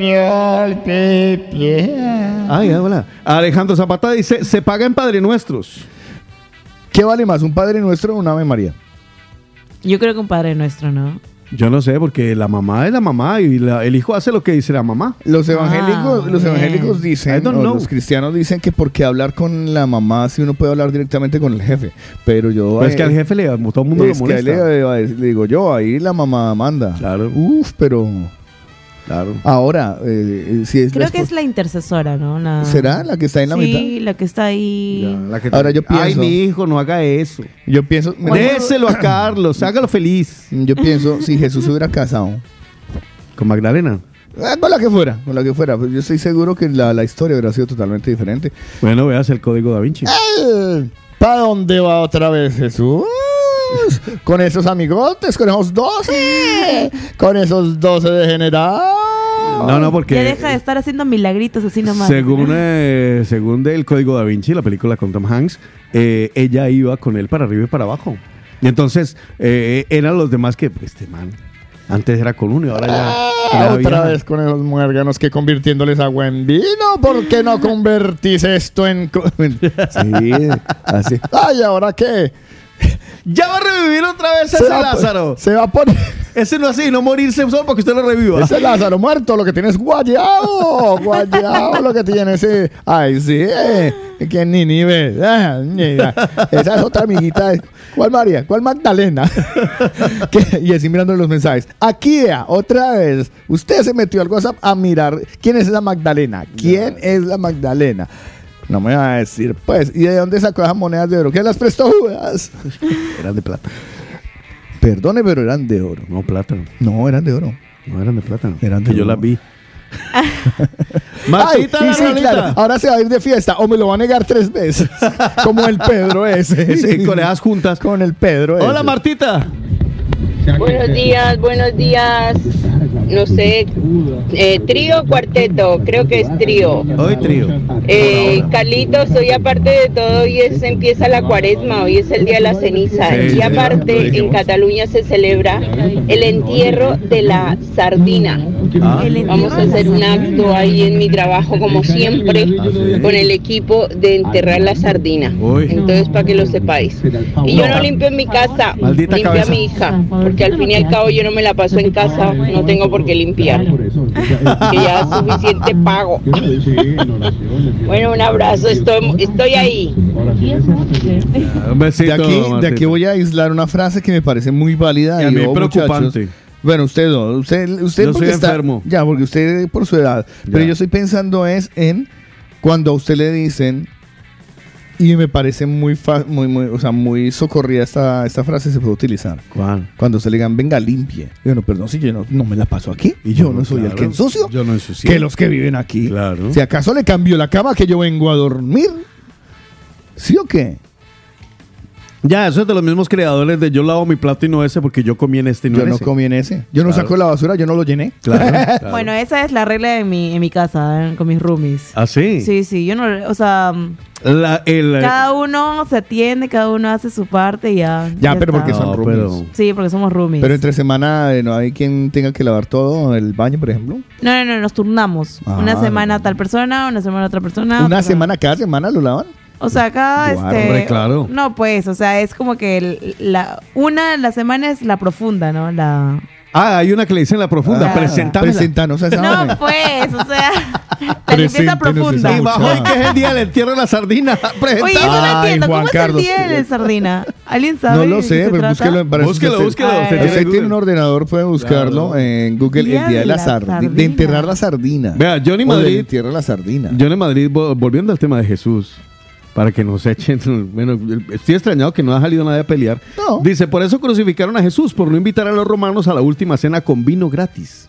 Ay, hola. Alejandro Zapata dice, se paga en Padre Nuestros. ¿Qué vale más, un Padre Nuestro o un Ave María? Yo creo que un Padre Nuestro, ¿no? Yo no sé, porque la mamá es la mamá y la- el hijo hace lo que dice la mamá. Los evangélicos, Ah, los bien. evangélicos I dicen, don't o know. los cristianos dicen que porque hablar con la mamá si uno puede hablar directamente con el jefe. Pero yo... Pues es eh, que al jefe le, todo el mundo es lo que a él molesta. le, le digo yo, ahí la mamá manda. Claro. Uf, pero Claro. ahora, eh, si es Creo la que es esposa- la intercesora, ¿no? La... ¿Será la que está en la mitad? Sí, la que está ahí. Ya, la que Ahora yo Ay, pienso- mi hijo, no haga eso. Yo pienso, Déselo a Carlos, hágalo feliz. yo pienso, si Jesús se hubiera casado, Con Magdalena. eh, con la que fuera, con la que fuera, pues yo estoy seguro que la, la historia hubiera sido totalmente diferente. Bueno, veas el código da Vinci. ¿Para dónde va otra vez Jesús? Con esos amigotes, con esos doce, con esos doce degenerados. No, no, porque Ya deja de estar haciendo milagritos así nomás. según, eh, según el código da Vinci, la película con Tom Hanks, eh, ella iba con él para arriba y para abajo. Y entonces eh, eran los demás que, pues, este man, antes era con uno y ahora ya... Ah, ya otra vieja. vez con esos muérganos que convirtiéndoles agua en vino. ¿Por qué no convertís esto en...? co- sí, así. Ay, ¿ahora qué? Ya va a revivir otra vez ese va a- Lázaro. Se va a poner... Ese no así, no morirse solo porque usted lo reviva. Ese Lázaro muerto, lo que tiene es guayao. Guayao, lo que tiene, sí. Ay, sí. eh, que ni ni ve. Ah, mira. Esa es otra amiguita. de- ¿Cuál María? ¿Cuál Magdalena? Que- y así mirando los mensajes. Aquí, vea, otra vez. Usted se metió al WhatsApp a mirar quién es la Magdalena. ¿Quién es la Magdalena? No me va a decir, pues. ¿Y de dónde sacó esas monedas de oro? ¿Quién las prestó Judas? Eran de plata. Perdone, pero eran de oro. No, plata. No, eran de oro. No eran de plata. Eran de que yo oro. las vi. Ay, Martita, y la sí, Rolita. claro, ahora se va a ir de fiesta o me lo va a negar tres veces. Como el Pedro ese. Sí, con esas juntas. Con el Pedro ese. Hola, Martita. Buenos días, buenos días. No sé, eh, trío o cuarteto, creo que es trío. Hoy trío. Eh, Carlitos, hoy aparte de todo, hoy es, empieza la cuaresma, hoy es el día de la ceniza. Sí, y sí, aparte, en Cataluña se celebra el entierro de la sardina. Ah, El Vamos a hacer un acto ahí en mi trabajo, como siempre, con el equipo de enterrar la sardina. Uy. Entonces, para que lo sepáis. Y yo no limpio en mi casa, Maldita limpio cabeza. a mi hija, porque al fin y al cabo yo no me la paso en casa, no tengo por qué limpiar, que ya es suficiente pago. Bueno, un abrazo, estoy, estoy ahí. un besito. De aquí, de Martita. aquí voy a aislar una frase que me parece muy válida. Y a mí yo, preocupante. muchachos, bueno, usted no. Usted, usted Yo porque soy está- enfermo. Ya, porque usted por su edad. Pero Ya. yo estoy pensando es en cuando a usted le dicen, y me parece muy, fa- muy, muy, o sea, muy socorrida esta, esta frase, se puede utilizar. ¿Cuál? Cuando se le digan, venga, limpie. Y bueno, perdón, si yo no, no me la paso aquí. Y yo no soy el Claro. que ensucio. Yo no ensucio. Que los que viven aquí. Claro. Si acaso le cambio la cama que yo vengo a dormir. ¿Sí o qué? Ya, eso es de los mismos creadores de yo lavo mi plato y no ese porque yo comí en este y no Yo en no ese. comí en ese. Yo no Claro. saco la basura, yo no lo llené. Claro, claro. Bueno, esa es la regla en mi, en mi casa, ¿eh? Con mis roomies. ¿Ah, sí? Sí, sí, yo no, o sea, La, el, cada uno se atiende, cada uno hace su parte y ya. Ya, pero está. porque son No, roomies. pero- Sí, porque somos roomies. Pero entre semana eh, no hay quien tenga que lavar todo, el baño, por ejemplo. No, no, no, nos turnamos. Ah, una semana no. tal persona, una semana otra persona. Una o sea, semana, cada semana lo lavan. O sea, acá, Guau, este... hombre, claro. No, pues, o sea, es como que el- la, una, la semana es la profunda, ¿no? La... Ah, hay una que le dicen la profunda. Ah, Preséntamela. Preséntanos a esa No, vaina. pues, o sea, la limpieza Preséntenos profunda. esa Y bajo hoy que es el día del entierro de la sardina. Oye, eso Preséntame. no Ay, entiendo. Juan ¿Cómo Carlos. es el día de la sardina? ¿Alguien sabe? No lo de sé, qué se pero trata? búsquelo. para eso Búsquelo, usted- búsquelo. Ay. Usted Usted tiene tiene un Google. ordenador, puede buscarlo Claro. en Google, Día el día de de la la sardina. sardina. De enterrar la sardina. Vea, Johnny O del Madrid. entierro de la sardina. Johnny Madrid, vo- volviendo al tema de Jesús, para que nos echen. Bueno, estoy extrañado que no ha salido nadie a pelear. No. Dice: por eso crucificaron a Jesús, por no invitar a los romanos a la última cena con vino gratis.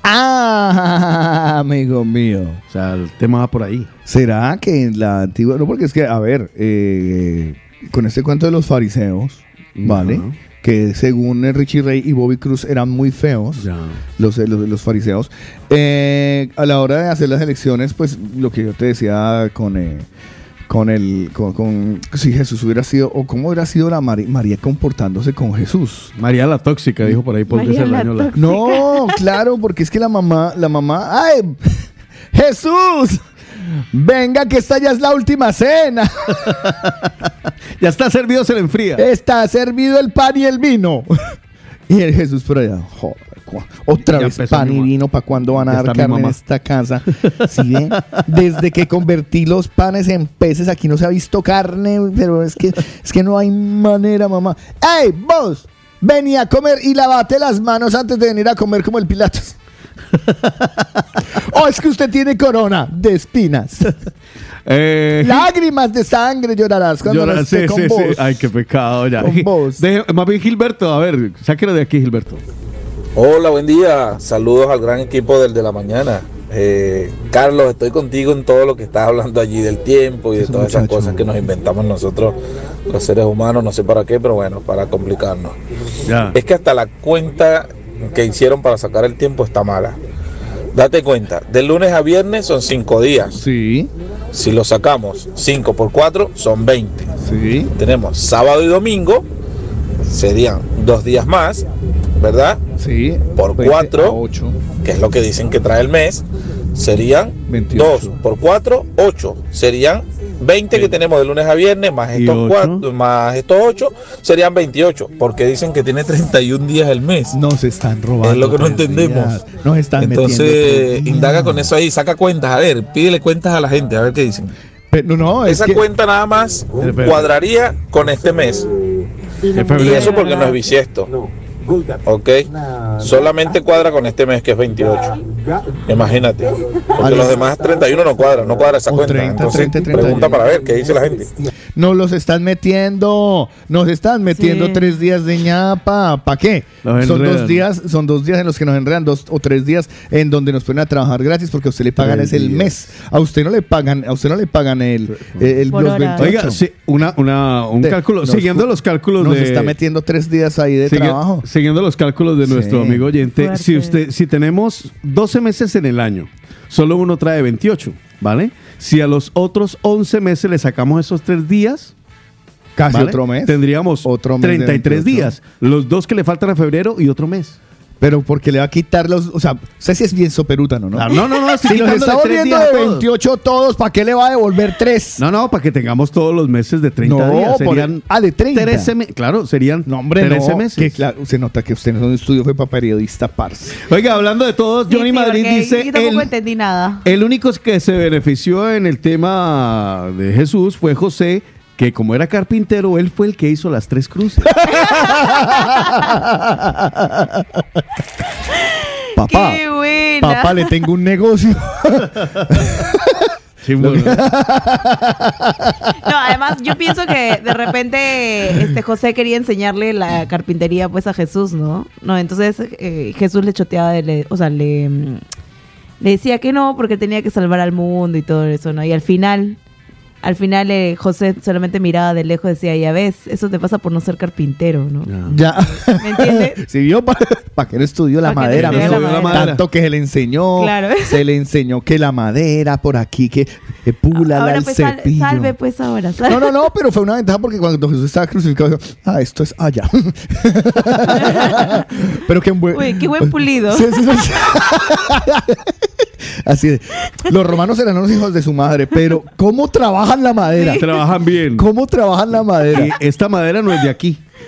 Ah, amigo mío. O sea, el tema va por ahí. ¿Será que en la antigua... No, porque es que, a ver, eh, con este cuento de los fariseos, ¿vale? Ajá. Que según Richie Ray y Bobby Cruz eran muy feos, Ya. los, los, los fariseos. Eh, a la hora de hacer las elecciones, pues lo que yo te decía con... Eh, con el con, con- si Jesús hubiera sido o cómo hubiera sido la Mari- María comportándose con Jesús. María la tóxica, dijo por ahí Paul de María la Cerdañola. tóxica. No, claro, porque es que la mamá, la mamá, ¡ay! ¡Jesús! Venga, que esta ya es la última cena. Ya está servido, se le enfría. Está servido el pan y el vino. Y el Jesús por allá, joder, cu- otra Ya vez empezó pan mi y mamá. vino, ¿para cuándo van a Ya dar está mi carne en mamá. esta casa? ¿Sí ven? Desde que convertí los panes en peces, aquí no se ha visto carne, pero es que, es que no hay manera, mamá. ¡Ey, vos! Vení a comer y lavate las manos antes de venir a comer como el Pilatos. ¿O es que usted tiene corona de espinas? Eh, Lágrimas de sangre llorarás cuando llora- no esté sí, con sí, vos. sí. Ay, qué pecado ya. Con vos. Deje- más bien Gilberto, a ver, sáquelo de aquí, Gilberto. Hola, buen día. Saludos al gran equipo del de la mañana. Eh, Carlos, estoy contigo en todo lo que estás hablando allí del tiempo y de Ese todas esas muchacho. cosas que nos inventamos nosotros, los seres humanos, no sé para qué, pero bueno, para complicarnos. Ya. Es que hasta la cuenta que hicieron para sacar el tiempo está mala. Date cuenta, de lunes a viernes son cinco días. Sí, Si lo sacamos cinco por cuatro son veinte. sí. Tenemos sábado y domingo, serían dos días más, ¿verdad? Sí. Por veinte cuatro. a ocho. Que es lo que dicen que trae el mes, serían veintiocho. dos por cuatro, ocho. Serían veinte que tenemos de lunes a viernes, más ¿Y estos ocho? cuatro, más estos ocho, serían veintiocho. Porque dicen que tiene treinta y un días el mes. Nos están robando. Es lo que no tres entendemos. días. Nos están Entonces, metiendo. tres indaga días. con eso ahí, saca cuentas, a ver, pídele cuentas a la gente, a ver qué dicen. Pero no, es Esa que cuenta nada más Espera. cuadraría con este mes. En Y febrero. eso porque no es bisiesto. ¿Ok? Solamente cuadra con este mes que es veintiocho. Imagínate. Porque los demás treinta y uno no cuadra, no cuadra esa O cuenta. treinta, Entonces, treinta, treinta y uno. pregunta para ver qué dice la gente. nos los están metiendo. Nos están metiendo Sí. tres días de ñapa. ¿Para qué? Los Son enredan. dos días, son dos días en los que nos enredan, dos o tres días en donde nos ponen a trabajar gratis porque a usted le pagan Tres es el días. mes. A usted no le pagan, a usted no le pagan el, el, Por los hora. veintiocho. Oiga, sí, una, una, un De- cálculo, nos- siguiendo los cálculos nos de... está metiendo tres días ahí de sigue- trabajo. Siguiendo los cálculos de nuestro Sí. amigo oyente, Fuerte. si usted, si tenemos doce meses en el año, solo uno trae veintiocho, ¿vale? Si a los otros once meses le sacamos esos tres días, Casi ¿vale? otro mes. Tendríamos Otro mes de treinta y tres veintiocho. días, los dos que le faltan a febrero y otro mes. Pero porque le va a quitar los. O sea, usted sí es bien soperútano, ¿no? Ah, no, no, no, estoy Si nos quitándole está tres volviendo días a de todos. veintiocho todos, ¿para qué le va a devolver tres? No, no, para que tengamos todos los meses de treinta No, días. por- Serían ah, de treinta. trece me- claro, serían No, hombre, trece no. meses. Que claro, se nota que usted no es un estudio, fue para periodista, parce. Oiga, hablando de todos, Sí, Johnny sí, Madrid porque dice... Yo tampoco el- entendí nada. El único que se benefició en el tema de Jesús fue José, que como era carpintero, él fue el que hizo las tres cruces. Papá, ¡Qué buena! papá, le tengo un negocio. Sí, bueno. No, además yo pienso que de repente este José quería enseñarle la carpintería pues a Jesús, ¿no? No, entonces eh, Jesús le choteaba, de le- o sea, le, mm, le decía que no porque tenía que salvar al mundo y todo eso, ¿no? Y al final, al final eh, José solamente miraba de lejos y decía, ya ves, eso te pasa por no ser carpintero, ¿no? Ya. ¿Me entiendes? ¿Sí vio? ¿Para qué no estudió la Pa' que no madera? estudió mijo? la madera. Tanto que se le enseñó. Claro. Se le enseñó que la madera por aquí, que eh, púlala Ahora el pues sal- cepillo. salve pues ahora. salve. No, no, no, pero fue una ventaja porque cuando Jesús estaba crucificado, dijo, ah, esto es allá. Pero qué buen... Uy, qué buen pulido. Sí, sí, sí. Así de, los romanos eran unos hijos de su madre, pero ¿cómo trabajan la madera? Trabajan bien. ¿Cómo trabajan la madera? Y esta madera no es de aquí.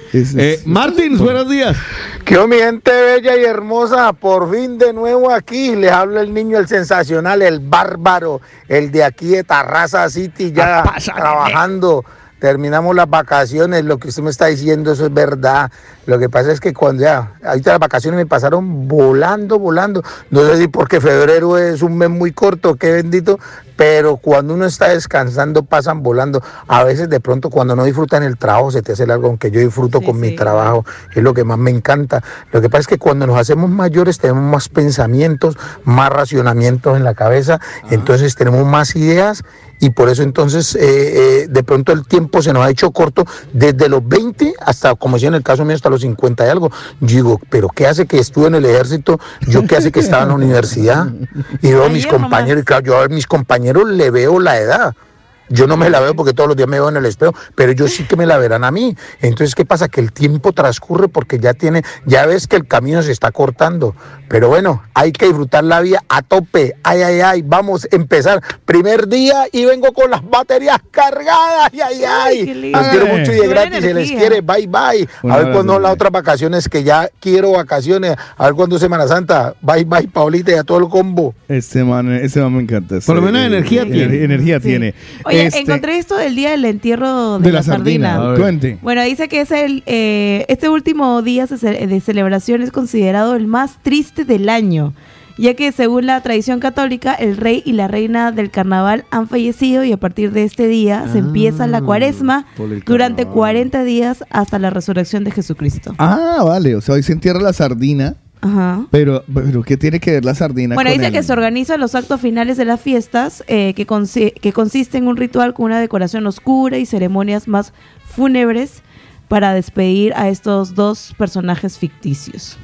Es- Eh, es- Martins, buenos días. Que mi gente bella y hermosa, por fin de nuevo aquí, les habla el niño, el sensacional, el bárbaro, el de aquí de Tarraza City, ya trabajando. Terminamos las vacaciones, lo que usted me está diciendo, eso es verdad. Lo que pasa es que cuando ya, ahorita las vacaciones me pasaron volando, volando. No sé si porque febrero es un mes muy corto, qué bendito, pero cuando uno está descansando pasan volando. A veces de pronto cuando no disfrutan el trabajo se te hace largo, aunque yo disfruto Sí, con sí. mi trabajo, es lo que más me encanta. Lo que pasa es que cuando nos hacemos mayores tenemos más pensamientos, más racionamientos en la cabeza, entonces tenemos más ideas. Y por eso entonces eh, eh, de pronto el tiempo se nos ha hecho corto desde los veinte hasta, como decía en el caso mío, hasta los cincuenta y algo. Yo digo, pero ¿qué hace que estuve en el ejército? ¿Yo qué hace que estaba en la universidad? Y veo a mis Ayer compañeros, nomás. y claro, yo a mis compañeros le veo la edad. Yo no me la veo porque todos los días me veo en el espejo, pero ellos sí que me la verán a mí. Entonces, ¿qué pasa? Que el tiempo transcurre porque ya tiene, ya ves que el camino se está cortando. Pero bueno, hay que disfrutar la vida a tope. Ay, ay, ay, vamos a empezar. Primer día y vengo con las baterías cargadas. Ay, ay, Ay, qué ay. lindo. Los quiero mucho y de Buena gratis se les energía. quiere. Bye, bye. Un A ver abrazo, cuándo las bye. otras vacaciones que ya quiero vacaciones. A ver cuándo es Semana Santa. Bye, bye, Paulita y a todo el combo. Este man, este man me encanta. Por lo menos Eh, energía eh, tiene. Energía Sí. tiene. Oye, Este, encontré esto del día del entierro de, de la sardina. A ver. Cuente. Bueno, dice que es el eh, este último día se- de celebración es considerado el más triste del año, ya que según la tradición católica, el rey y la reina del carnaval han fallecido y a partir de este día se Ah, empieza la cuaresma por el durante carnaval. cuarenta días hasta la resurrección de Jesucristo. Ah, vale. O sea, hoy se entierra la sardina. Ajá. Pero, pero ¿qué tiene que ver la sardina Bueno, con dice el- que se organizan los actos finales de las fiestas, eh, que, consi- que consiste en un ritual con una decoración oscura y ceremonias más fúnebres para despedir a estos dos personajes ficticios.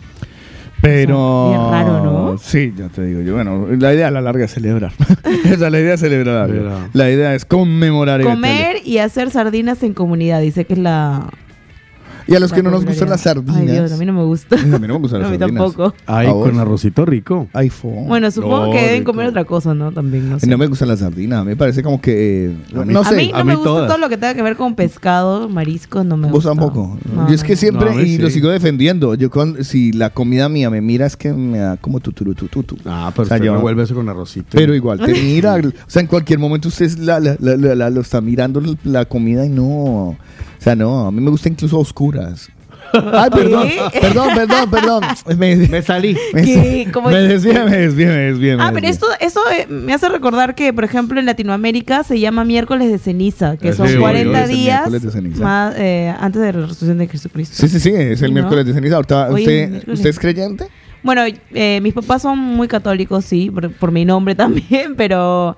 Pero... Bien raro, ¿no? Sí, ya te digo yo. Bueno, la idea a la larga es celebrar. Esa es la idea, es celebrar. Celebrar. La idea es conmemorar. Comer y hacer sardinas en comunidad, dice que es la... Y a los la que no nos gustan las popularidad. sardinas. Ay, Dios, a mí no me gusta. A mí no me gustan las A mí sardinas. tampoco. Ay, ¿A vos? con arrocito rico. Ay, fo. Bueno, supongo No, que deben rico. comer otra cosa, ¿no? También, no sé. No me gustan las sardinas. Me parece como que... eh, A mí- no a sé. mí no a me mí gusta todas. todo lo que tenga que ver con pescado, mariscos, no me Vos gusta. tampoco. No, yo es no, que no. siempre, No, a mí y lo sí. sigo defendiendo. Yo con, si la comida mía me mira, es que me da como tuturutututu. Ah, pero O sea, usted yo- no vuelve eso con arrocito. Pero igual te mira. O sea, en cualquier momento usted es la, la- la- la- la- lo está mirando la comida y no. O sea, no. A mí me gusta incluso a oscuras. Ay, perdón. ¿Qué? Perdón, perdón, perdón. Me, Me salí. me- ¿Qué? ¿Cómo me es? desvía, me desvía, me desvía. me Ah, pero desvía. esto, esto eh, me hace recordar que, por ejemplo, en Latinoamérica se llama miércoles de ceniza, que Eh, son sí, cuarenta obvio, es el días miércoles de ceniza. más, eh, antes de la resurrección de Jesucristo. Sí, sí, sí. Es el ¿No? miércoles de ceniza. Ahorita, Hoy es ¿usted, miércoles. ¿usted es creyente? Bueno, eh, mis papás son muy católicos, sí, por, por mi nombre también, pero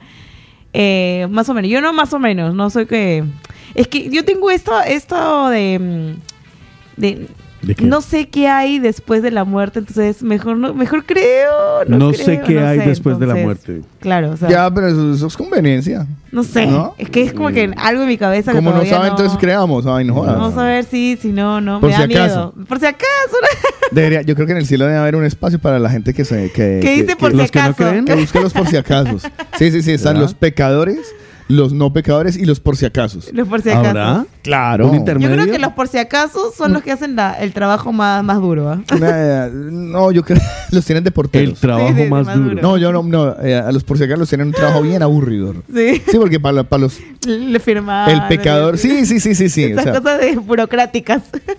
eh, más o menos. Yo no más o menos, no soy que... Es que yo tengo esto, esto de... mm, de ¿De qué? no sé qué hay después de la muerte, entonces mejor no, mejor creo. No, No creo, sé qué no hay sé, después de la entonces, muerte. Claro, o sea, Ya, pero eso, eso es conveniencia. no sé. ¿No? Es que es como que algo en mi cabeza que Como no todavía saben, entonces creamos. Ay, no jodas. Vamos a ver si, si no, no, Por me si da acaso. miedo. Por si acaso. Debería, yo creo que en el cielo debe haber un espacio para la gente que se que, ¿Qué dice por si los que no acaso? creen. que busque los por si acasos. Sí, sí, sí, están ¿Ya? los pecadores, los no pecadores y los por si acasos. Los por si acaso. ¿Habrá? Claro. ¿Un Yo intermedio? creo que los por si acaso son los que hacen la- el trabajo más, más duro. ¿ah? Una, eh, no, yo creo los tienen de El porteros. trabajo Sí, sí, más más duro. duro. No, yo no, no, eh, a los por si acaso los tienen un trabajo bien aburrido. Sí. Sí, porque para, para los Le firmaban. el pecador, sí, sí, sí, sí, sí, o Esas sea, cosas de burocráticas.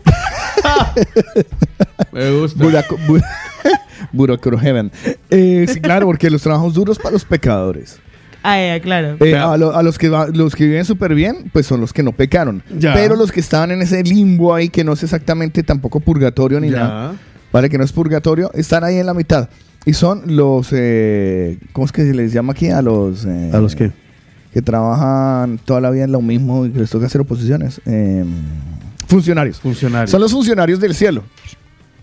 Me gusta. buraco- bu- Burocro heaven. Eh, sí, claro, porque los trabajos duros para los pecadores. Ah, ya, claro. Eh, Pero- a, lo- a los que va- los que viven súper bien, pues son los que no pecaron. Ya. Pero los que estaban en ese limbo ahí, que no es exactamente tampoco purgatorio ni Ya. nada, vale, que no es purgatorio, están ahí en la mitad. Y son los, eh, ¿cómo es que se les llama aquí? A los... eh, ¿A los qué? Que trabajan toda la vida en lo mismo y que les toca hacer oposiciones. Eh, funcionarios. Funcionarios. Son los funcionarios del cielo.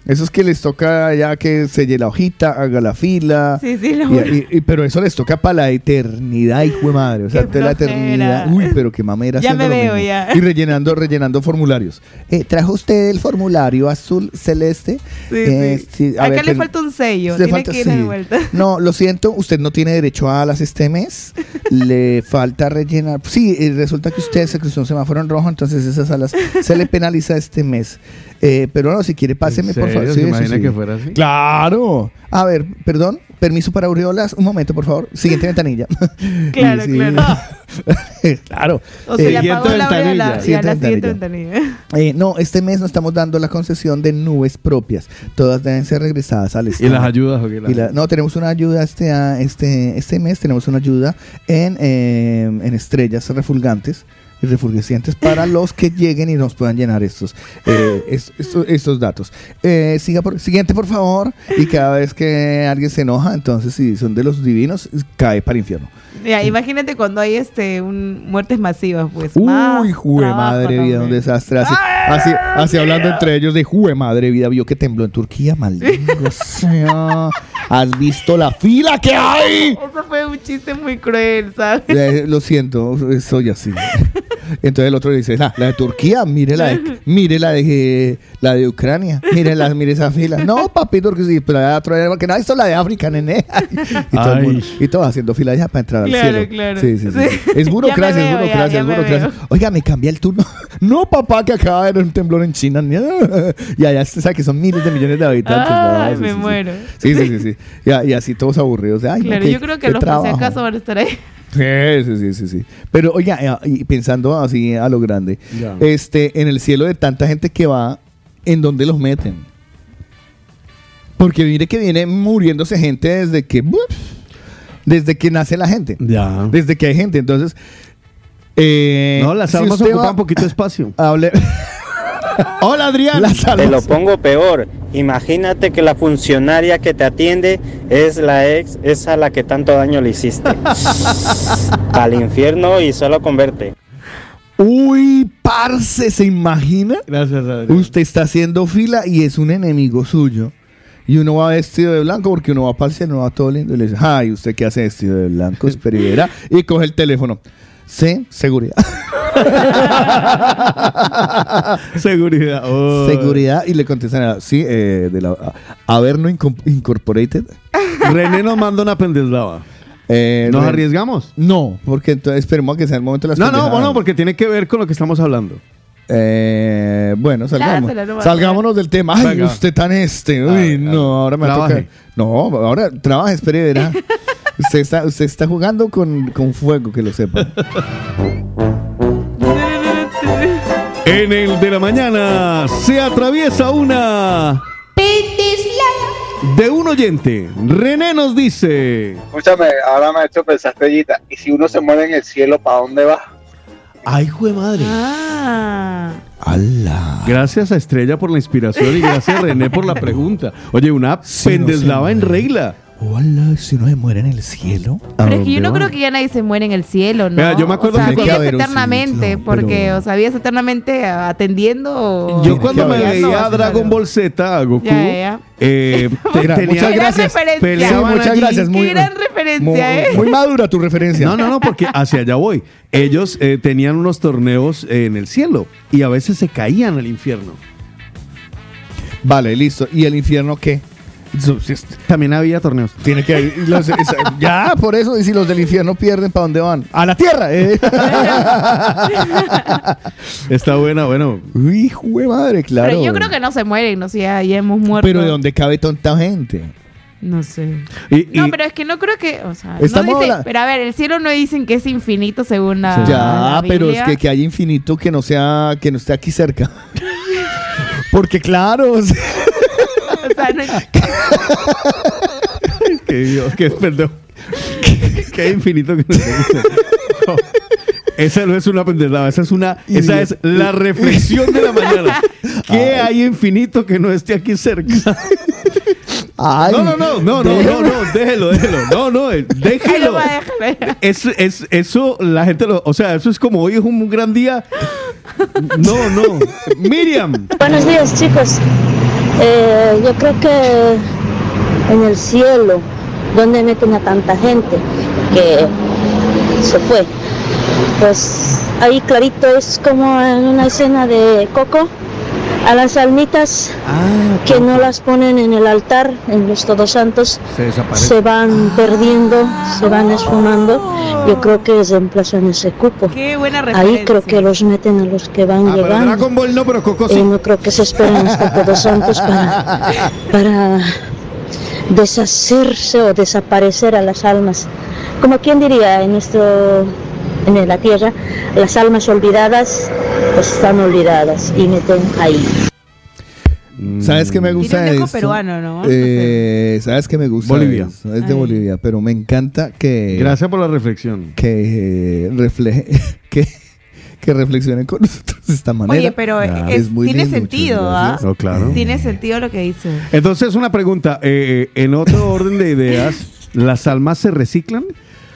Esos que les toca ya que selle la hojita, haga la fila. Sí, sí, lo y, y- y- pero eso les toca para la eternidad, hijo de madre. O sea, Qué toda la flojera. eternidad. Uy, pero qué mamera. Ya haciendo me lo veo, mismo. ya. Y rellenando, rellenando formularios. Eh, ¿Trajo usted el formulario azul celeste? Sí, Eh, sí. sí, a Acá ver, le ten- falta un sello. le Tiene falta- que ir de sí. vuelta. No, lo siento, usted no tiene derecho a alas este mes. Le falta rellenar. Sí, eh, resulta que usted se cruzó un semáforo en rojo, entonces esas alas se le penaliza este mes. Eh, pero no, si quiere, páseme, ¿En por favor. serio? Sí, ¿Se sí, imagina sí. que fuera así? Claro. A ver, perdón, permiso para aureolas. Un momento, por favor. Siguiente ventanilla. Claro, Sí. claro. Claro. O se Eh, le apagó la ventanilla. aureola y a la Siguiente siguiente ventanilla. ventanilla. Eh, no, este mes no estamos dando la concesión de nubes propias. Todas deben ser regresadas al ¿Y Estado. las ayudas o qué? Y la- no, tenemos una ayuda este, a- este, este mes, tenemos una ayuda en, eh, en estrellas refulgantes y refulgecientes para los que lleguen y nos puedan llenar estos, eh, es- estos, estos datos. Eh, siga por, siguiente, por favor. Y cada vez que alguien se enoja, entonces si son de los divinos, cae para el infierno. Ya, imagínate cuando hay este un muertes masivas, pues. más Uy, jue trabajo madre vida, un también. desastre. Así, así, así hablando entre ellos de jue madre vida, vio que tembló en Turquía, maldito sea. ¿Has visto la fila que hay? Eso fue un chiste muy cruel, ¿sabes? Eh, lo siento, soy así. Entonces el otro le dice, "Ah, la de Turquía, mire la de, mire la de la de Ucrania, mire, la, mire esa fila. No, papi, porque sí, pero la otra era que no, esto es la de África, nene. Y todo el Ay. mundo, y todos haciendo fila ya para entrar Claro, al cielo. claro. Sí, sí, sí. Sí. Es burocracia, Ya me es veo, burocracia, ya, ya es me burocracia. veo. Oiga, me cambié el turno. No, papá, que acaba de haber un temblor en China. Y allá se sabe que son miles de millones de habitantes. Ay, No, sí, me sí, sí. muero. Sí, sí, sí, sí. Y, y así todos aburridos. Ay, no, Claro, qué- yo creo que qué los por si trabajo. acaso van a estar ahí. Sí, sí, sí, sí, sí. Pero oiga, eh, y pensando así a lo grande, Ya. este, en el cielo de tanta gente que va, ¿en dónde los meten? Porque mire que viene muriéndose gente desde que, ¡buf! Desde que nace la gente, Ya. desde que hay gente. Entonces, eh, No, las si almas usted ocupan va- poquito espacio. hable- Hola, Adrián. Las Te lo almas. pongo peor. Imagínate que la funcionaria que te atiende es la ex, es a la que tanto daño le hiciste. Al infierno y solo converte. Uy, parce, ¿se imagina? Gracias, Adrián. Usted está haciendo fila y es un enemigo suyo. Y uno va vestido de blanco porque uno va para el cielo, uno va todo lindo y le dice, ay, ¿usted qué hace vestido de blanco? Espera y verá. Y coge el teléfono. Sí, seguridad. Seguridad. Oh. Seguridad. Y le contestan, sí, eh, de la a- Averno Incom- Incorporated. René nos manda una pendeslava. Eh, ¿Nos Ren- arriesgamos? No, porque entonces esperemos a que sea el momento de las No, no, pendejadas. bueno, porque tiene que ver con lo que estamos hablando. Eh, bueno, salgamos. Lánzala, no va a Salgámonos del tema. Ay, Venga. usted tan este. Uy, Ah, no, ahora me trabaje. toca. No, ahora trabaje, espere, y verá. usted, está, usted está jugando con, con fuego, que lo sepa. En el de la mañana se atraviesa una de un oyente. René nos dice: Escúchame, ahora me ha hecho pensar, Estrellita, y si uno se muere en el cielo, ¿para dónde va? ¡Ay, jue madre! Ah. ¡Hala! Gracias a Estrella por la inspiración y gracias a René por la pregunta. Oye, una Si no pendeslava se en muere. regla. Hola, si uno se muere en el cielo. ¿A Pero es que yo dónde no va? creo que ya nadie se muere en el cielo, ¿no? Mira, yo me acuerdo o sea, que cuando- vives Tiene que haber un eternamente, ciclo, porque, pero- o sea, vives eternamente atendiendo. Yo cuando me que haber. veía a Dragon Ball Z, a Goku, Ya, ya. eh, te- Mira, tenía- muchas Qué gran gracias. referencia. Peleaban Sí, muchas allí. gracias. Muy, Qué gran muy, referencia, ¿eh? muy madura tu referencia. No, no, no, porque hacia allá voy. Ellos eh, tenían unos torneos eh, en el cielo y a veces se caían al infierno. Vale, listo. ¿Y el infierno qué? Eso, sí, es- También había torneos. Tiene que haber- los- esa- ya, por eso. Y si los del infierno pierden, ¿para dónde van? ¡A la tierra! eh. Está buena, bueno. Uy, jue madre, claro. Pero yo creo que no se mueren, no sé, ya, ya hemos muerto. Pero ¿de dónde cabe tanta gente? No sé. Y, No, y- pero es que no creo que, o sea, no Estamos dice, habla- pero a ver, el cielo no dicen que es infinito según la, ya, la pero es Biblia. que, que haya infinito que no sea, que no esté aquí cerca. Porque claro, o sea, O sea, no- que Dios, que perdón. Qué infinito que nos dice. No, esa no es una pendejada, esa es una, esa es la reflexión de la mañana. ¿Qué hay infinito que no esté aquí cerca? ay, No, no, no, no, no, no, no, déjelo, déjelo. No, no, eh, Ay, déjelo. no va a dejar. Es, es, eso la gente lo, o sea, eso es como hoy es un gran día. No, no. Miriam. Buenos días, chicos. Eh, yo creo que en el cielo, donde meten a tanta gente que se fue, pues ahí clarito es como en una escena de Coco, a las almitas Ah, que no las ponen en el altar, en los Todos Santos, se desaparece. se van perdiendo, se van esfumando. Yo creo que reemplazan ese cupo. Qué buena referencia. Ahí creo que los meten a los que van Ah, pero llegando. Dragon Ball no, pero Coco sí. Eh, no creo que se esperen hasta Todos Santos para, para deshacerse o desaparecer a las almas. Como quien diría en nuestro, en la tierra, las almas olvidadas pues están olvidadas y meten ahí. ¿Sabes qué me gusta Tiene un de eco esto? peruano, ¿no? Eh, ¿Sabes qué me gusta? Bolivia. de eso? Es de Ay. Bolivia, pero me encanta que Gracias por la reflexión. que eh, refleje que que reflexionen con nosotros de esta manera. Oye, pero Ah, es- es muy tiene lindo, sentido, muchas ¿ah? gracias. No, claro. Tiene sentido lo que dice. Entonces, una pregunta. eh, eh, en otro orden de ideas, ¿las almas se reciclan?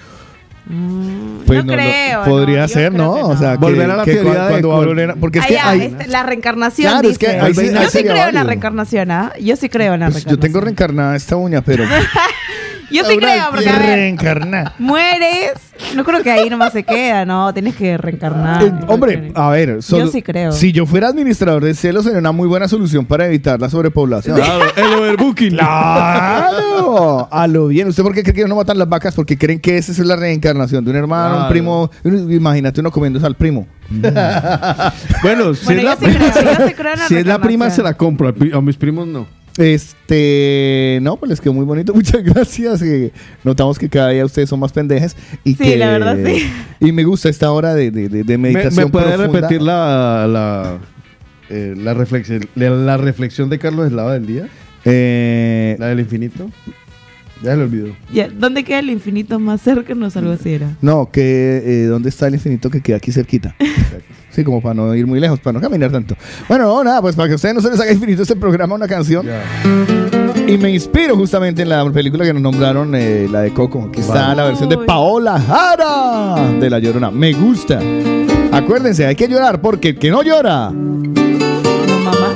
Pues no, no, no, creo. podría no, yo ser, creo ¿no? que O sea, que- Volver a la que teoría cua- de cuando Col- hablo- porque es Ah, que ya, hay, este, la reencarnación, Claro, es dice. que ahí sí- ahí Yo sí sería creo en la válido. reencarnación, ¿ah? Yo sí creo en la pues, yo reencarnación. tengo reencarnada esta uña, pero Yo sí creo, porque a ver, reencarnada. mueres, no creo que ahí nomás se queda, no, tienes que reencarnar. Eh, hombre, a ver, solo- Yo sí creo. si yo fuera administrador de celos sería una muy buena solución para evitar la sobrepoblación. Claro, el overbooking. ¡Claro! A lo bien. ¿Usted por qué cree que no matan las vacas? Porque creen que esa es la reencarnación de un hermano, un Claro. primo. Imagínate uno comiéndose al primo. Bueno, si Bueno, es la yo sí creo, yo sí creo en la si es la prima, reencarnación. se la compro. A pi- A mis primos no. Este, no, pues les quedó muy bonito. Muchas gracias. eh, notamos que cada día ustedes son más pendejes. Y Sí, que, la verdad, sí. Y me gusta esta hora de, de, de- de ¿Me, meditación. me puede profunda. repetir la, la, eh, la, reflexión, la, la reflexión de Carlos Eslava del día? Eh, La del infinito. Ya se lo olvidó. Ya, ¿dónde queda el infinito más cercano? Algo así era. No, que eh, ¿dónde está el infinito que queda aquí cerquita? Sí, como para no ir muy lejos, para no caminar tanto. Bueno, no, nada, pues para que a ustedes no se les haga infinito este programa, una canción. Y me inspiro justamente en la película que nos nombraron, eh, la de Coco. Aquí está la versión de Paola Jara de La Llorona. Me gusta. Acuérdense, hay que llorar porque el que no llora. No, mamá.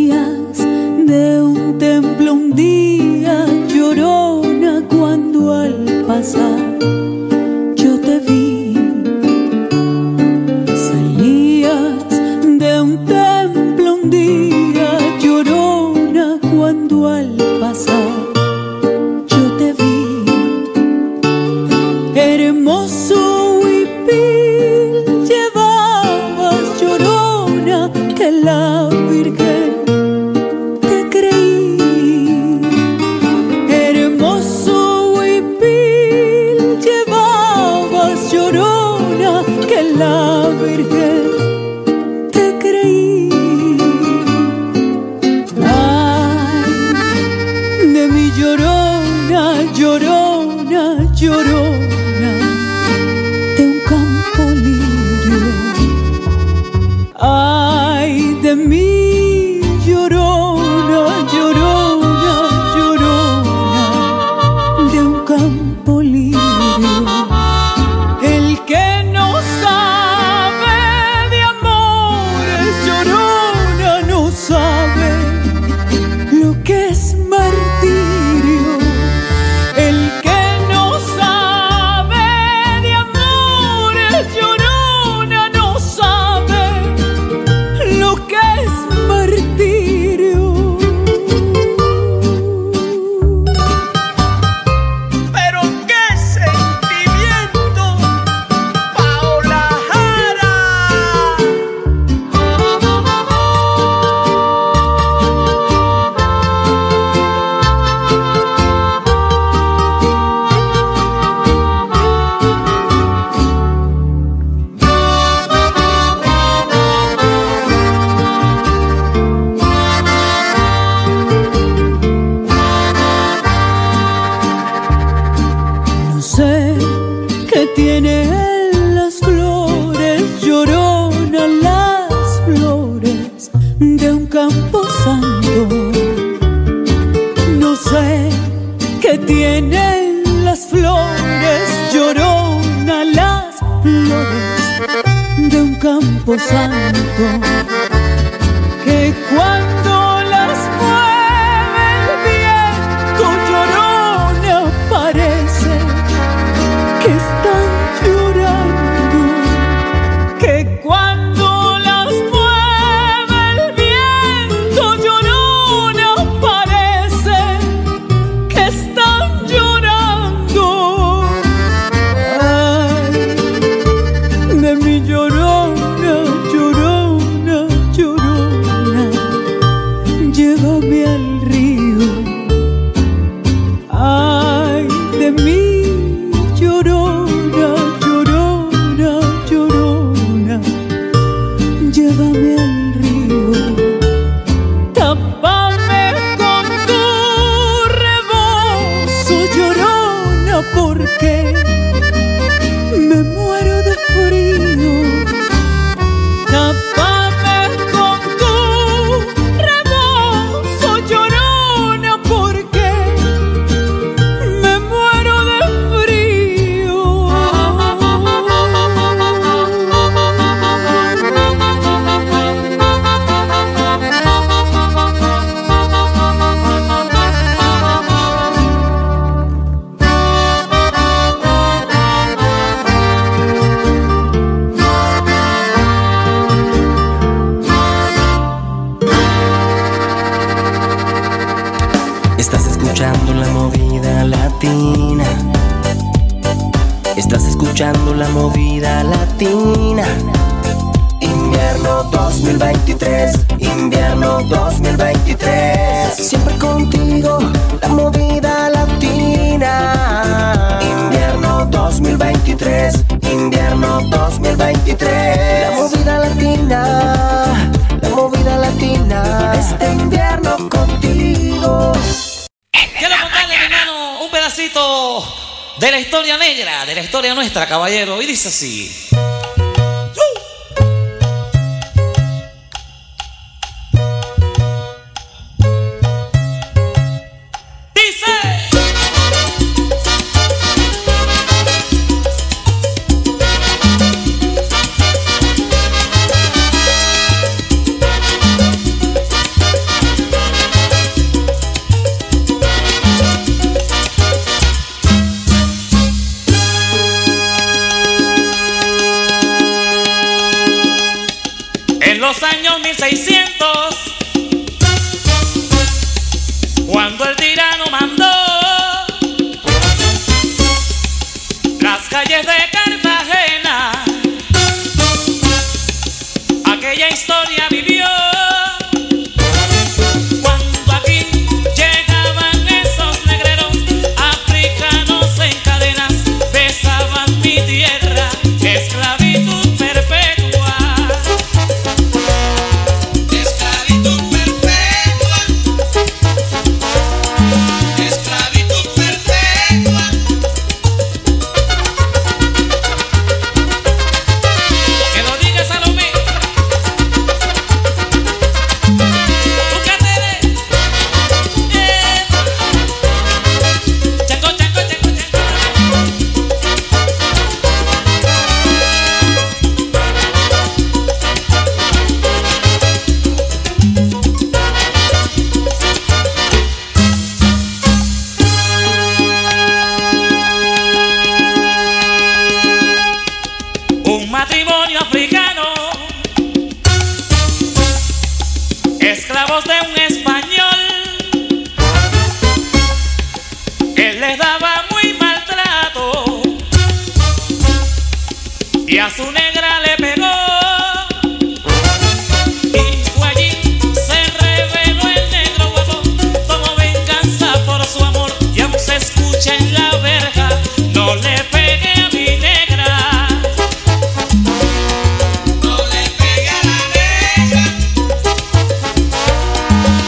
Salías de un templo un día, llorona, cuando al camposanto. No sé qué tienen las flores, llorona las flores de un camposanto, que cuando las mueve el viento llorona parece que están llorando, que cuando las mueve el viento llorona parece que están llorando. Ay, de mi llorona, llorona, llorona, llévame al río. Ay, de mi llorona, llorona, llorona, llévame al río. Tápame con tu rebozo, llorona, porque me muero de frío. Tápame con tu rebozo, llorona, porque me muero de frío. Estás escuchando la movida latina. Estás escuchando la movida latina. Invierno dos mil veintitrés. Invierno dos mil veintitrés. Siempre contigo, la movida latina. Invierno dos mil veintitrés. Invierno dos mil veintitrés. La movida latina. La movida latina. Este invierno contigo. Quiero contarle, mi hermano, un pedacito de la historia negra, de la historia nuestra, caballero. Y dice así. En los años mil seiscientos, cuando el tirano mandó las calles de Cartagena, aquella historia vivió. Cuando aquí llegaban esos negreros africanos en cadenas, besaban mi tierra, esclavitud perpetua. Esclavitud perpetua. Esclavitud perpetua. Que lo diga Salomé. ¿Tú qué te ves? Eh. Chango, chango, chango, chango. Un matrimonio africano, esclavos de un español. Él les daba muy maltrato y a su negra le pegó. Y fue allí, se reveló el negro guapo, como venganza por su amor. Y aún se escucha en la verja: no le pegue a mi negra. No le pegue a la negra.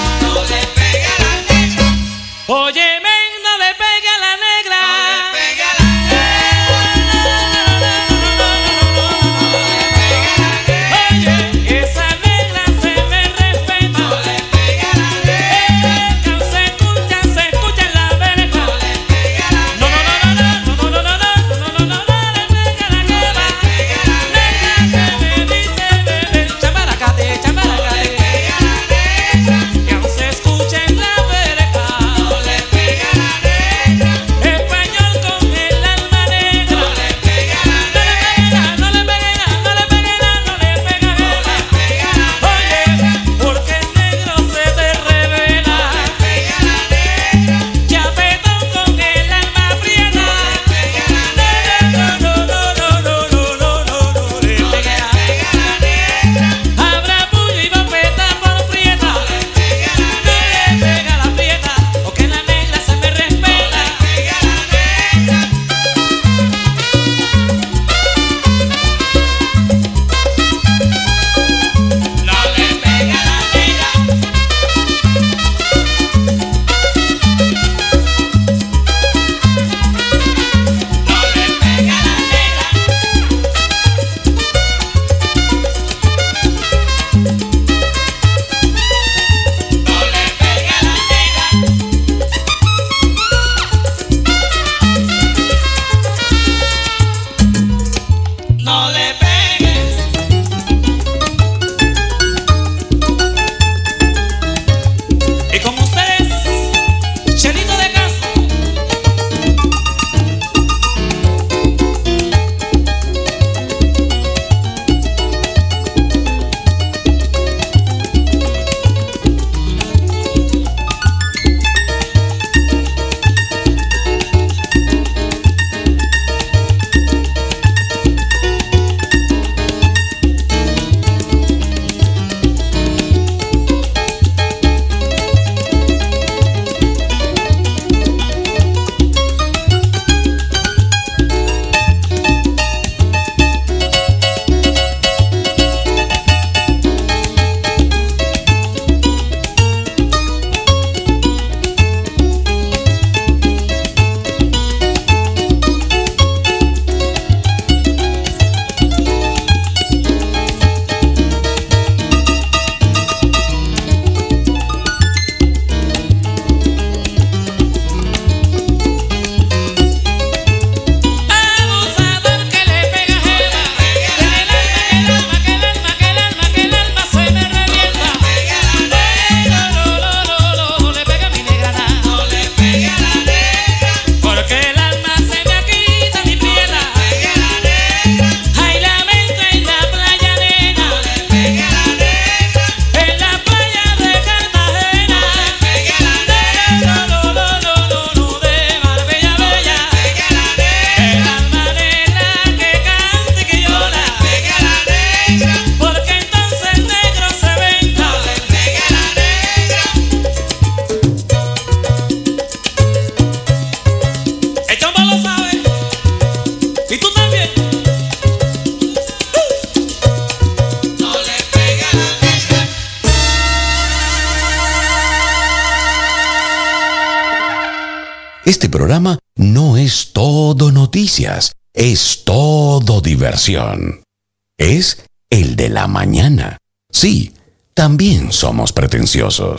Este programa no es todo noticias, es todo diversión. Es el de la mañana. Sí, también somos pretenciosos.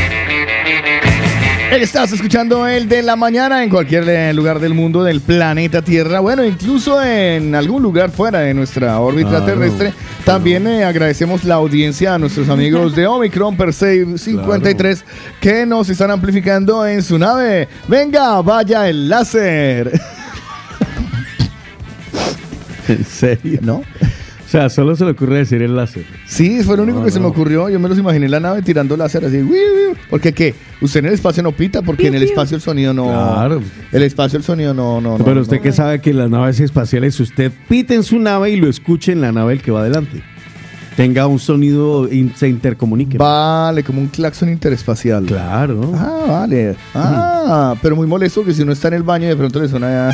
Estás escuchando el de la mañana en cualquier eh, lugar del mundo, del planeta Tierra. Bueno, incluso en algún lugar fuera de nuestra órbita Claro, terrestre. También eh, agradecemos la audiencia a nuestros amigos de Omicron Persei cincuenta y tres que nos están amplificando en su nave. Venga, vaya el láser. ¿En serio? ¿No? O sea, solo se le ocurre decir el láser. Sí, fue lo único No, que se me no. ocurrió. Yo me los imaginé en la nave tirando láser así. ¡wiu, wiu! Porque ¿qué? Usted en el espacio no pita, porque en el espacio el sonido no... Claro. El espacio el sonido no... no, no Pero usted no. que sabe que en las naves espaciales usted pite en su nave y lo escuche en la nave el que va adelante. Tenga un sonido y se intercomunique. Vale, como un claxon interespacial. Claro. Ah, vale. Ah, pero muy molesto que si uno está en el baño y de pronto le suena...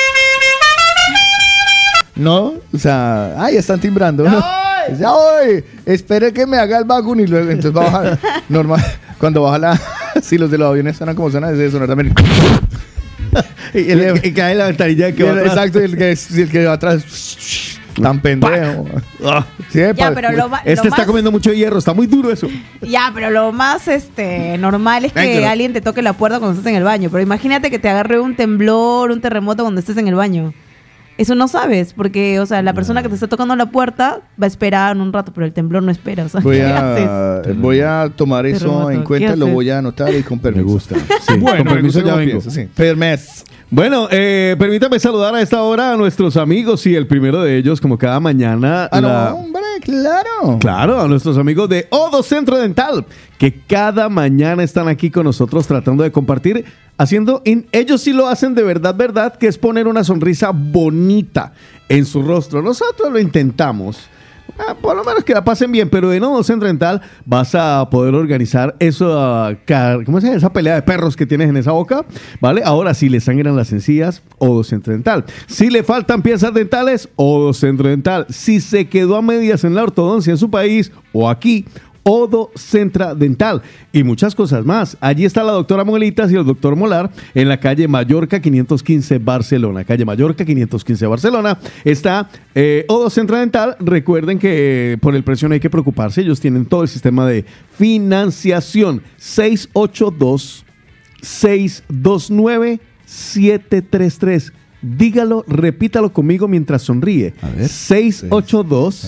No, o sea, ay, están timbrando. Ya voy, espere que me haga el vagón y luego entonces va a bajar. Normal, cuando baja la. Si los de los aviones suenan como suena, debe sonar también. y, el, y cae la ventanilla de que Y va el- atrás. Exacto, y el que, y el que va atrás. Tan pendejo. Sí, Ya, pa- pero lo, ma- Este lo está más, comiendo mucho hierro, está muy duro eso. ya, pero lo más este normal es que Venga. alguien te toque la puerta cuando estés en el baño. Pero imagínate que te agarre un temblor, un terremoto cuando estés en el baño. Eso no sabes, porque, o sea, la persona que te está tocando la puerta va a esperar un rato, pero el temblor no espera. O sea, Voy ¿qué haces? a, voy a tomar eso Terremoto, en ¿qué cuenta, lo haces? voy a anotar y con permiso. Me gusta. Sí, Bueno, con permiso me gusta ya cómo vengo. piensa, sí. Permiso. Bueno, eh, permítame saludar a esta hora a nuestros amigos y el primero de ellos, como cada mañana. Ah, la- no, hombre, claro. Claro, a nuestros amigos de Odo Centro Dental, que cada mañana están aquí con nosotros tratando de compartir, haciendo, en, ellos sí lo hacen de verdad, verdad, que es poner una sonrisa bonita en su rostro. Nosotros lo intentamos. Ah, por lo menos que la pasen bien, pero en Odo Centro Dental vas a poder organizar eso, ah, car- ¿cómo se llama? Esa pelea de perros que tienes en esa boca, ¿vale? Ahora, si le sangran las encías, Odo Centro Dental. Si le faltan piezas dentales, Odo Centro Dental. Si se quedó a medias en la ortodoncia en su país o aquí, Odo Centra Dental y muchas cosas más. Allí está la doctora Molitas y el doctor Molar en la calle Mallorca quinientos quince Barcelona. Calle Mallorca quinientos quince Barcelona. Está eh, Odo Centra Dental. Recuerden que eh, por el precio no hay que preocuparse. Ellos tienen todo el sistema de financiación. seis ocho dos, seis dos nueve, siete tres tres. Dígalo, repítalo conmigo mientras sonríe. seis ocho dos,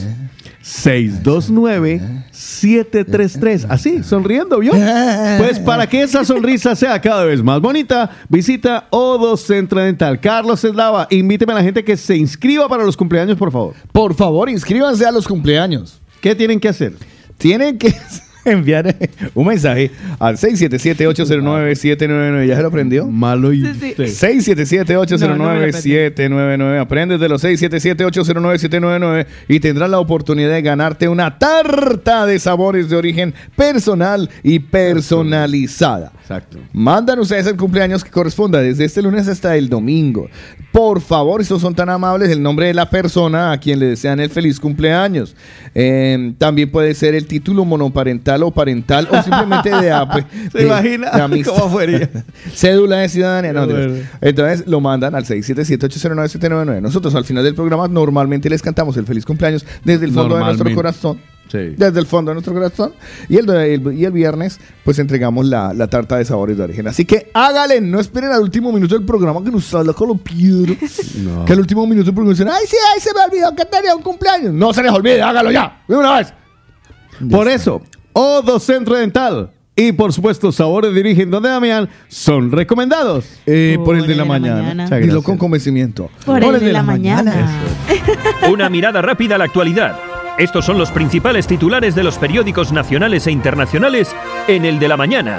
seis dos nueve, siete tres tres. Así, sonriendo, ¿vio? Pues para que esa sonrisa sea cada vez más bonita, visita Odo Centro Dental. Carlos Eslava, invíteme a la gente que se inscriba para los cumpleaños, por favor. Por favor, inscríbanse a los cumpleaños. ¿Qué tienen que hacer? Tienen que enviar un mensaje al seis siete siete, ocho cero nueve, siete nueve nueve. ¿Ya se lo aprendió? Malo y Sí, sí. seis siete siete, ocho cero nueve, siete nueve nueve. Aprende de los seis siete siete, ocho cero nueve, siete nueve nueve y tendrás la oportunidad de ganarte una tarta de sabores de origen personal y personalizada. Exacto. Mandan ustedes el cumpleaños que corresponda desde este lunes hasta el domingo. Por favor, estos son tan amables, el nombre de la persona a quien le desean el feliz cumpleaños. Eh, también puede ser el título monoparental o parental o simplemente de, ap- ¿Se de- imagina de amistad. cómo fuera? Cédula de ciudadanía. No, Qué mentiras. bueno. Entonces lo mandan al seis siete siete, ocho cero nueve, siete nueve nueve. Nosotros al final del programa normalmente les cantamos el feliz cumpleaños desde el fondo de nuestro Normalmente. corazón. Sí. Desde el fondo de nuestro corazón. Y el, el- y el viernes, pues entregamos la, la tarta de sabores de origen. Así que hágale, no esperen al último minuto del programa que nos habla con los piedros. No. Que al último minuto del programa dicen, ay, sí, ay, se me olvidó que tenía un cumpleaños. No se les olvide, hágalo ya, de una vez. Por eso, Odo Centro Dental y por supuesto Sabores de Origen donde Damián son recomendados. Eh, por el de la mañana. Muchas Dilo gracias. con convencimiento. Por, el de, la, mañana. Una mirada rápida a la actualidad. Estos son los principales titulares de los periódicos nacionales e internacionales en el de la mañana.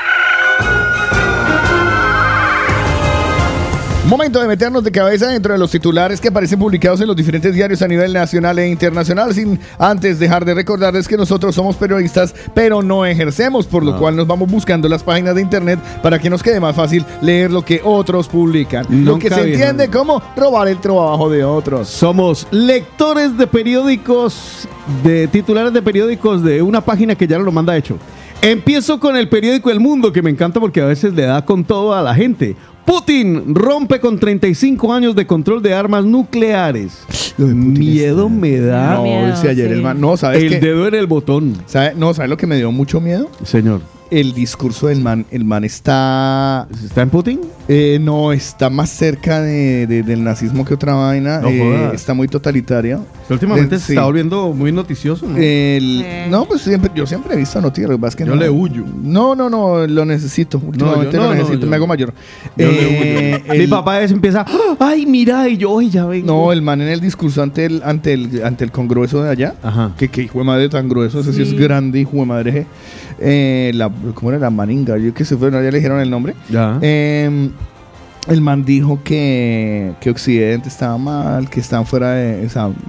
Momento de meternos de cabeza dentro de los titulares que aparecen publicados en los diferentes diarios a nivel nacional e internacional, sin antes dejar de recordarles que nosotros somos periodistas, pero no ejercemos, por lo No. cual nos vamos buscando las páginas de internet para que nos quede más fácil leer lo que otros publican. lo Nunca que se bien. entiende como robar el trabajo de otros. Somos lectores de periódicos, de titulares de periódicos de una página que ya nos lo manda hecho. Empiezo con el periódico El Mundo, que me encanta porque a veces le da con todo a la gente. Putin rompe con treinta y cinco años de control de armas nucleares. Miedo me da. No, Miedo, ese ayer sí. el man. No, ¿sabes El qué? dedo en el botón. ¿Sabe? No, ¿sabes lo que me dio mucho miedo? Señor. El discurso del man. El man está. ¿Está en Putin? Eh, no, está más cerca de, de- del nazismo que otra vaina. No Eh, jodas. está muy totalitario. Últimamente Eh, se sí. está volviendo muy noticioso, ¿no? El- Sí. No, pues siempre, yo siempre he visto noticias. Lo que pasa es que Yo no- le huyo. No, no, no, lo necesito. Últimamente yo- lo no, no, necesito, yo- me hago mayor. Yo le Eh, huyo. Mi el- papá es empieza, ay, mira, y yo, y ya vengo. No, el man en el discurso ante el, ante el, ante el congreso de allá, Ajá. que, que hijo de madre tan grueso, ese sí, Sí. es grande, hijo de madre. Eh, la, ¿Cómo era la maninga? Yo que se fue, ya le dijeron el nombre. Ya. Eh, el man dijo que, que Occidente estaba mal, que estaban fuera de... O sea,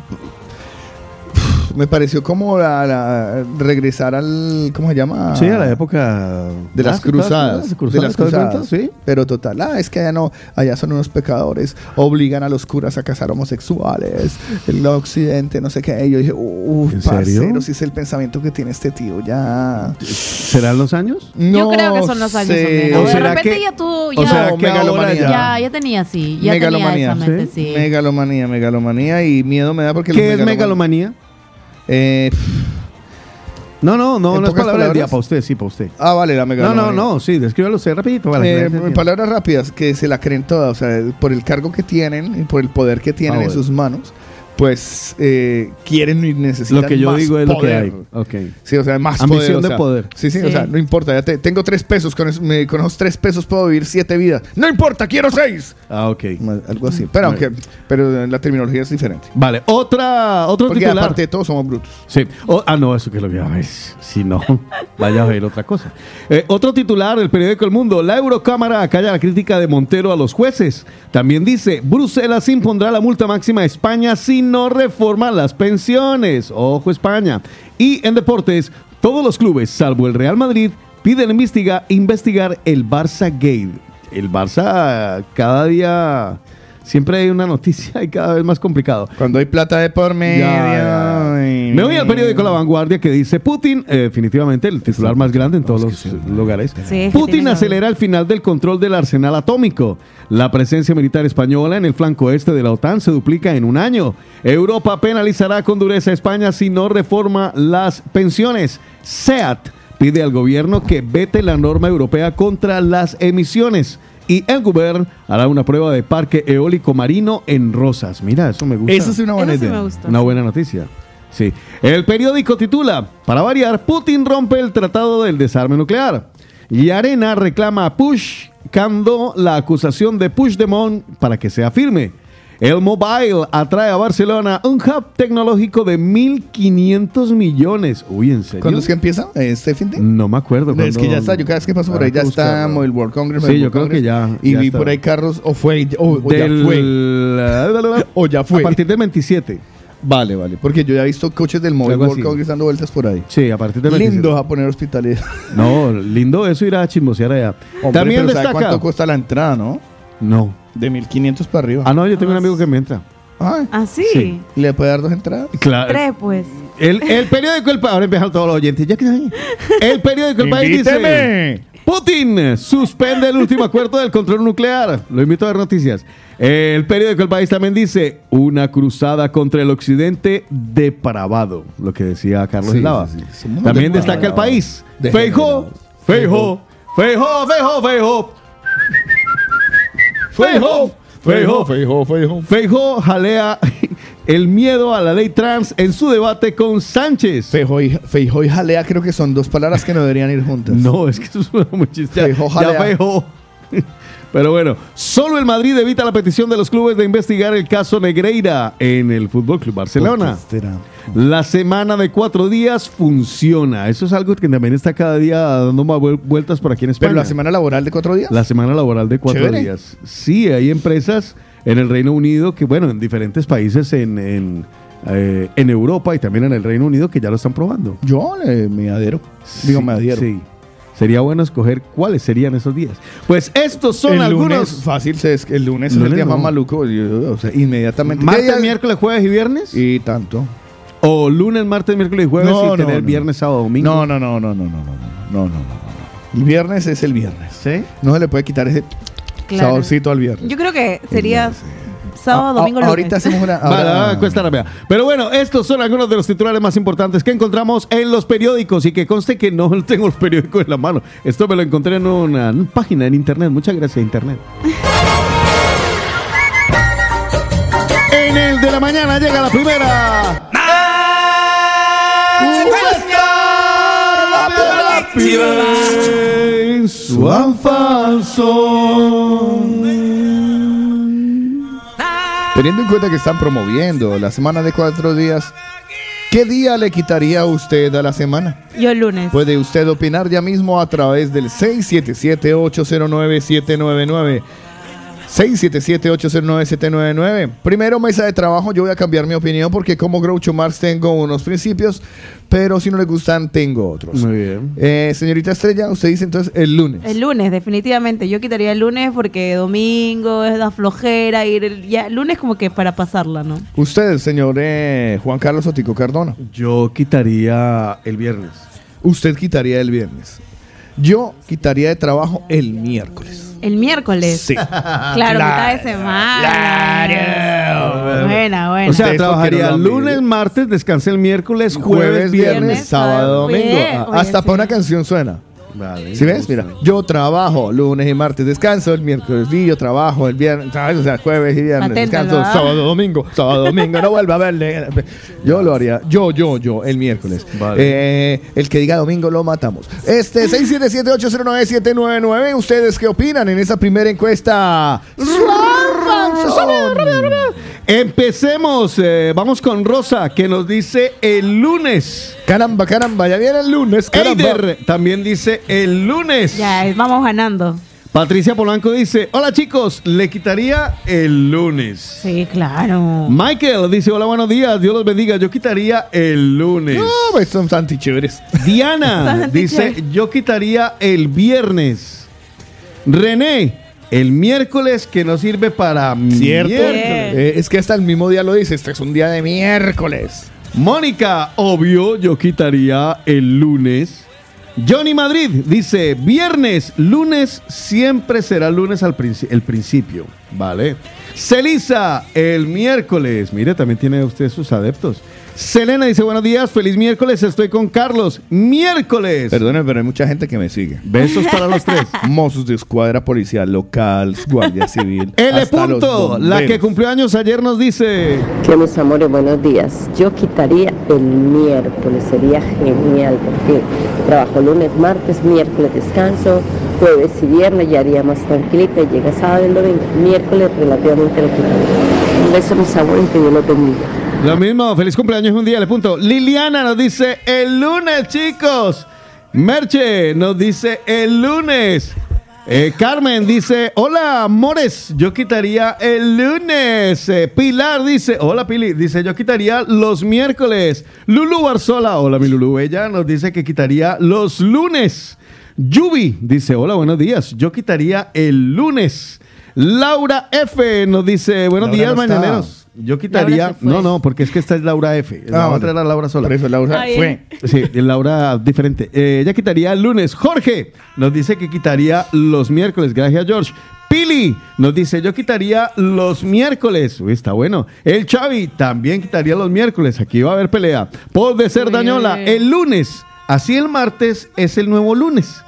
me pareció como la, la- regresar al... ¿Cómo se llama? Sí, a la época De las Ah, cruzadas, cruzadas, de las cruzadas, cruzadas, sí. Pero total, ah, es que allá no, allá son unos pecadores, obligan a los curas a casar homosexuales, el occidente, no sé qué. Y yo dije, uff, ¿En serio? parcero, si es el pensamiento que tiene este tío, ya. ¿Serán los años? Yo creo que son los años sé. también. ¿no? ¿O De será repente que- ya tú o ya, será que ahora megalomanía. ya, ya tenía así, ya Megalomanía, tenía esa mente, ¿sí? sí. Megalomanía, megalomanía y miedo me da porque... ¿Qué los es megaloman- megalomanía? Eh, No, no, no, ¿En no es pocas palabra del día palabras? para usted, sí, para usted. ah, vale, la No, megalomanía. no, no, sí, descríbalo usted rapidito. Para que la Eh, gente en entienda. palabras rápidas, que se la creen toda, o sea, por el cargo que tienen y por el poder que tienen Ah, en bueno. sus manos, pues eh, quieren y necesitan Lo que yo más digo es lo que poder. hay. Ok. Sí, o sea, más Ambición poder. o de sea, poder. Sí, sí, Sí. o sea, no importa, ya te- tengo tres pesos, con, eso- me- con esos tres pesos puedo vivir siete vidas. No importa, quiero seis. Ah, ok. Algo así, pero, aunque, pero la terminología es diferente. Vale, otra, otro Porque titular. aparte de todo somos brutos. Sí. O- ah, no, eso que lo que a ver. Si no, vaya a ver otra cosa. Eh, otro titular del periódico El Mundo. La Eurocámara acalla la crítica de Montero a los jueces. También dice, Bruselas impondrá la multa máxima a España si no reforma las pensiones. Ojo, España. Y en deportes, todos los clubes, salvo el Real Madrid, piden investiga, investigar el Barça Gate. El Barça cada día... Siempre hay una noticia y cada vez más complicado. Cuando hay plata de por medio. Ya, ya. y- Me voy al periódico La Vanguardia que dice Putin, eh, definitivamente el titular más grande en todos los lugares. Sí, que Putin tiene acelera el final del control del arsenal atómico. La presencia militar española en el flanco este de la OTAN se duplica en un año. Europa penalizará con dureza a España si no reforma las pensiones. SEAT pide al gobierno que vete la norma europea contra las emisiones. Y el gobierno hará una prueba de parque eólico marino en Rosas. Mira, eso me gusta. Eso es una buena Eso sí idea. me gustó. Una buena noticia. Sí. El periódico titula, para variar, Putin rompe el tratado del desarme nuclear. Y Arena reclama a Puigdemont la acusación de Puigdemont para que sea firme. El Mobile atrae a Barcelona un hub tecnológico de mil quinientos millones. Uy, ¿en serio? ¿Cuándo es que empieza? ¿Este fin de? No me acuerdo. Es cuándo- que ya está, yo cada vez que paso por ahí Habrá ya que está buscarlo. Mobile World Congress. Sí, Mobile yo World creo que Congress, ya- Y ya vi está. por ahí carros, o fue, o, o ya Del- fue. O ya fue. A partir del veintisiete. Vale, vale. Porque yo ya he visto coches del Mobile Algo World así. Congress dando vueltas por ahí. Sí, a partir del veintisiete. Lindo a poner hospitales. No, lindo eso ir a chismosear allá. Hombre, También pero ¿sabe destaca. cuánto cuesta la entrada, no? No. De mil quinientos para arriba. Ah, no, yo tengo un amigo que me entra. Ay, ¿Ah, sí? Sí. ¿le puede dar dos entradas? Claro. Tres, pues. El, el periódico El País. Ahora empiezan todos los oyentes. Ya que el periódico El País dice: ¡Invíteme! Putin suspende el último acuerdo del control nuclear. Lo invito a ver noticias. El periódico El País también dice: una cruzada contra el occidente depravado. Lo que decía Carlos Sí, Eslava. sí, sí. Somos También depravados. destaca El País. Degenerados. Feijó, Feijó, Feijó, Feijó, Feijó. Feijó, Feijó, Feijó, Feijó. Feijó jalea el miedo a la ley trans en su debate con Sánchez. Feijó y, Feijó y jalea creo que son dos palabras que no deberían ir juntas. No, es que eso suena muy chiste. Feijó, Ya jalea. Feijó. Pero bueno, solo el Madrid evita la petición de los clubes de investigar el caso Negreira en el Fútbol Club Barcelona. ¿Por qué será? La semana de cuatro días funciona. Eso es algo que también está cada día dando más vuel- vueltas por aquí en España. Pero la semana laboral de cuatro días. La semana laboral de cuatro Chévere. días. Sí, hay empresas en el Reino Unido que, bueno, en diferentes países en, en, eh, en Europa y también en el Reino Unido que ya lo están probando. Yo eh, me adhiero. Digo, Sí, me adhiero. Sí. Sería bueno escoger cuáles serían esos días. Pues estos son el algunos. lunes, fácil, se es- el lunes es Lunes el día no. más maluco. yo- O sea, inmediatamente. ¿Qué Martes, día es? miércoles, jueves y viernes. Y tanto. O lunes, martes, miércoles y jueves No, y tener no, viernes, sábado, domingo. No, no, no, no, no, no, no, no, no, no, no, no. El viernes es el viernes. ¿Sí? No se le puede quitar ese. Claro. Saborcito al viernes. Yo creo que sería sábado, A- domingo, a- lunes. ahorita hacemos una... Vale, ahora- ah, encuesta rápida. Pero bueno, estos son algunos de los titulares más importantes que encontramos en los periódicos y que conste que no tengo los periódicos en la mano. Esto me lo encontré en una, una página en internet. Muchas gracias, internet. En el de la mañana llega la primera. Suan falso. Teniendo en cuenta que están promoviendo la semana de cuatro días, ¿qué día le quitaría a usted a la semana? Yo el lunes. Puede usted opinar ya mismo a través del seis siete siete, ocho cero nueve, siete nueve nueve. seis siete siete, ocho cero nueve, siete nueve nueve. Primero, mesa de trabajo. Yo voy a cambiar mi opinión porque como Groucho Marx tengo unos principios, pero si no le gustan, tengo otros. Muy bien. Eh, señorita Estrella, usted dice entonces el lunes. El lunes, definitivamente. Yo quitaría el lunes porque domingo es la flojera. Ir el, ya, el lunes como que para pasarla, ¿no? Usted, señor eh, Juan Carlos Otico Cardona. Yo quitaría el viernes. Usted quitaría el viernes. Yo quitaría de trabajo el miércoles. El miércoles. Sí. Claro, mitad de semana. Claro. Buena, buena. O sea, Ustedes, trabajaría ¿por qué no lo lunes, martes, descansé el miércoles, jueves, Jueves, viernes, viernes. sábado, domingo. Bien, Ah, oye, Hasta sí. para una canción suena. Vale, ¿Sí ves? Mira, yo trabajo lunes y martes, descanso el miércoles, y yo trabajo el viernes, ¿sabes? O sea, jueves y viernes, Aténtalo, descanso ¿ah? sábado, domingo, sábado, domingo, no vuelva a verle. Yo lo haría, yo, yo, yo, el miércoles. Vale. Eh, el que diga domingo lo matamos. Este, seis siete siete, ocho cero nueve, siete nueve nueve. ¿Ustedes qué opinan en esa primera encuesta? Empecemos. eh, vamos con Rosa, que nos dice el lunes. Caramba, caramba, ya viene el lunes, caramba. Eider también dice el lunes. Ya, vamos ganando. Patricia Polanco dice, hola chicos, le quitaría el lunes. Sí, claro. Michael dice, hola, buenos días, Dios los bendiga, yo quitaría el lunes. No, pues son antichéveres. Diana Son dice, antichéveres. yo quitaría el viernes. René, el miércoles que no sirve para Cierto. miércoles. Eh, es que hasta el mismo día lo dice, este es un día de miércoles. Mónica, obvio, yo quitaría el lunes. Johnny Madrid dice, viernes, lunes, siempre será lunes al princi- el principio, ¿vale? Celisa, el miércoles, mire, también tiene usted sus adeptos. Selena dice, buenos días, feliz miércoles, estoy con Carlos, miércoles. Perdone, pero hay mucha gente que me sigue. Besos para los tres. Mozos de escuadra policial local, guardia civil. L. hasta los Punto, la bomberos. que cumplió años ayer nos dice, Que mis amores, buenos días. Yo quitaría el miércoles, sería genial porque trabajo lunes, martes, miércoles descanso, jueves y viernes ya haría más tranquilita y llega sábado y el domingo. Miércoles relativamente lo quitaría. Un beso a mis amores, que Dios los bendiga. lo mismo, feliz cumpleaños un día, L. Punto. Liliana nos dice, el lunes, chicos. Merche nos dice, el lunes. Eh, Carmen dice, hola, amores, yo quitaría el lunes. Eh, Pilar dice, hola, Pili, dice, yo quitaría los miércoles. Lulu Barzola, hola, mi Lulu, ella nos dice que quitaría los lunes. Yubi dice, hola, buenos días, yo quitaría el lunes. Laura F nos dice, buenos Laura días, no está. mañaneros. Yo quitaría, Laura se fue. no, no, porque es que esta es Laura F. La Ah, otra vale. era Laura sola. Por eso Laura Ay, fue. Sí, Laura diferente. Eh, ella quitaría el lunes. Jorge nos dice que quitaría los miércoles. Gracias, George. Pili nos dice, yo quitaría los miércoles. Uy, está bueno. El Chavi también quitaría los miércoles. Aquí va a haber pelea. Paul de Cerdañola, Bien. el lunes. Así el martes es el nuevo lunes.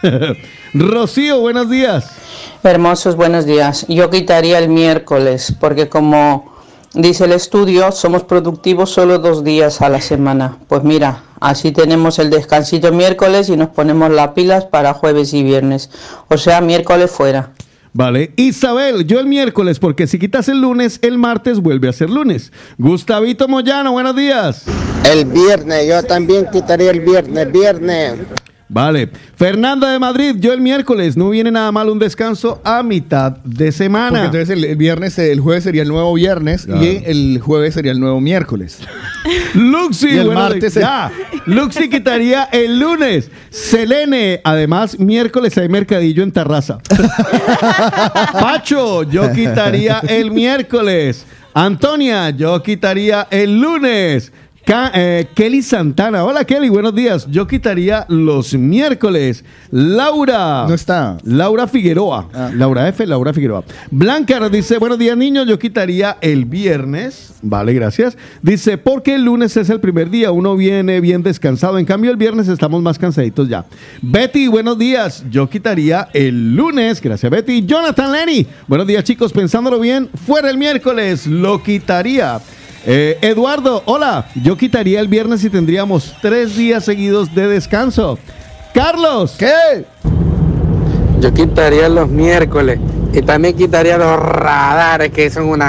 Rocío, buenos días. Hermosos, buenos días. Yo quitaría el miércoles porque como dice el estudio, somos productivos solo dos días a la semana. Pues mira, así tenemos el descansito miércoles y nos ponemos las pilas para jueves y viernes. O sea, miércoles fuera. Vale, Isabel, yo el miércoles, porque si quitas el lunes, el martes vuelve a ser lunes. Gustavito Moyano, buenos días. El viernes, yo también quitaría el viernes, viernes. Vale, Fernanda de Madrid, yo el miércoles, no viene nada mal un descanso a mitad de Porque semana. entonces el, el viernes, el jueves sería el nuevo viernes Claro. y el jueves sería el nuevo miércoles. Luxi, Y el bueno, martes- ya. Luxi quitaría el lunes. Selene, además, miércoles hay mercadillo en Tarraza. Pacho, yo quitaría el miércoles. Antonia, yo quitaría el lunes. Ca- eh, Kelly Santana. Hola Kelly, buenos días. Yo quitaría los miércoles. Laura. No está. Laura Figueroa. Ah. Laura F, Laura Figueroa. Blanca nos dice, buenos días niños, yo quitaría el viernes. Vale, gracias. Dice, porque el lunes es el primer día, uno viene bien descansado. En cambio el viernes estamos más cansaditos ya. Betty, buenos días. Yo quitaría el lunes. Gracias Betty. Jonathan Lenny. Buenos días chicos, pensándolo bien, fuera el miércoles. Lo quitaría. Eh, Eduardo, hola. Yo quitaría el viernes y tendríamos tres días seguidos de descanso. Carlos. ¿Qué? Yo quitaría los miércoles y también quitaría los radares que son una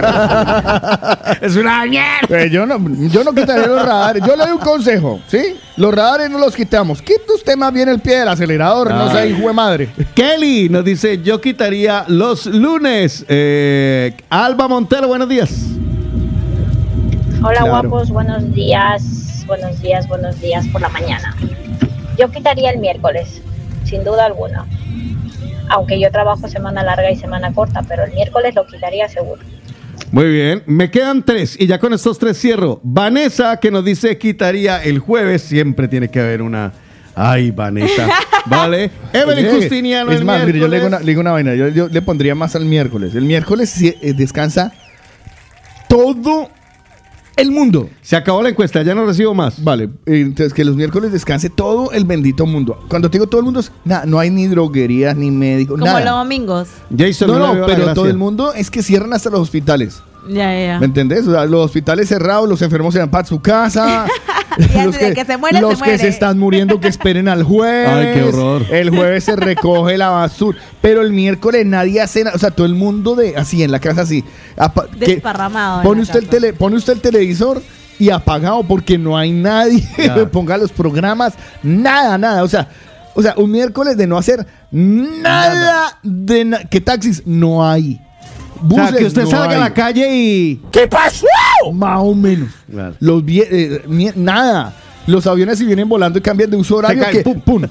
mierda. Es una mierda. Eh, yo, no, yo no quitaría los radares. Yo le doy un consejo, ¿sí? Los radares no los quitamos. Quita usted más bien el pie del acelerador, no sea hijo de madre. Kelly nos dice, yo quitaría los lunes. Eh, Alba Montero, buenos días. Hola Claro. guapos, buenos días, buenos días, buenos días por la mañana. Yo quitaría el miércoles, sin duda alguna. Aunque yo trabajo semana larga y semana corta, pero el miércoles lo quitaría seguro. Muy bien, me quedan tres y ya con estos tres cierro. Vanessa que nos dice quitaría el jueves, siempre tiene que haber una... Ay, Vanessa, ¿vale? Evelyn Oye, Justiniano es el más, mire, yo le digo, miércoles. una, le digo una vaina, yo, yo le pondría más al miércoles. El miércoles sí, eh, descansa todo el mundo. Se acabó la encuesta, ya no recibo más. Vale, eh, entonces que los miércoles descanse todo el bendito mundo. Cuando te digo todo el mundo, es, na- no hay ni droguerías, ni médicos, Como nada. los domingos. Jason, no, no le no, veo la pero gracia. todo el mundo es que cierran hasta los hospitales. Ya, ya. ¿Me entendés? O sea, los hospitales cerrados, los enfermos se van para su casa. Y los antes de que se muere, los se que muere. se están muriendo, que esperen al jueves. Ay, qué horror. El jueves se recoge la basura. Pero el miércoles nadie hace nada. O sea, todo el mundo de así, en la casa así. apa- que Desparramado. en pone, la usted el casa. tele, pone usted el televisor y apagado porque no hay nadie Ya. que ponga los programas. Nada, nada. O sea, o sea, un miércoles de no hacer nada, de na- que taxis no hay. O sea, Buses que usted no salga hay. a la calle y... ¿Qué pasó? Más o menos. Claro. Los vie- eh, mie- nada. Los aviones si vienen volando y cambian de uso horario, caen, que pum, pum.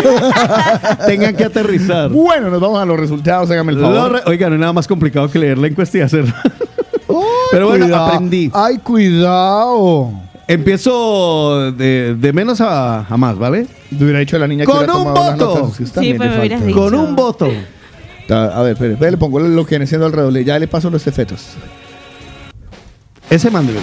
tengan que aterrizar. Bueno, nos vamos a los resultados, hágame el Lo favor. re- Oiga, no es nada más complicado que leer la encuesta y hacerla. Ay, Pero bueno, cuidado. aprendí. Ay, cuidado. Empiezo de, de menos a, a más, ¿vale? Te hubiera dicho a la niña Con que hubiera un tomado las voto. notas, que Sí, también pues le me hubieras falta. dicho. Con un voto. A a ver, espere, espere, le pongo lo que viene siendo el redoble. Ya le paso los efectos. Ese mándemelo.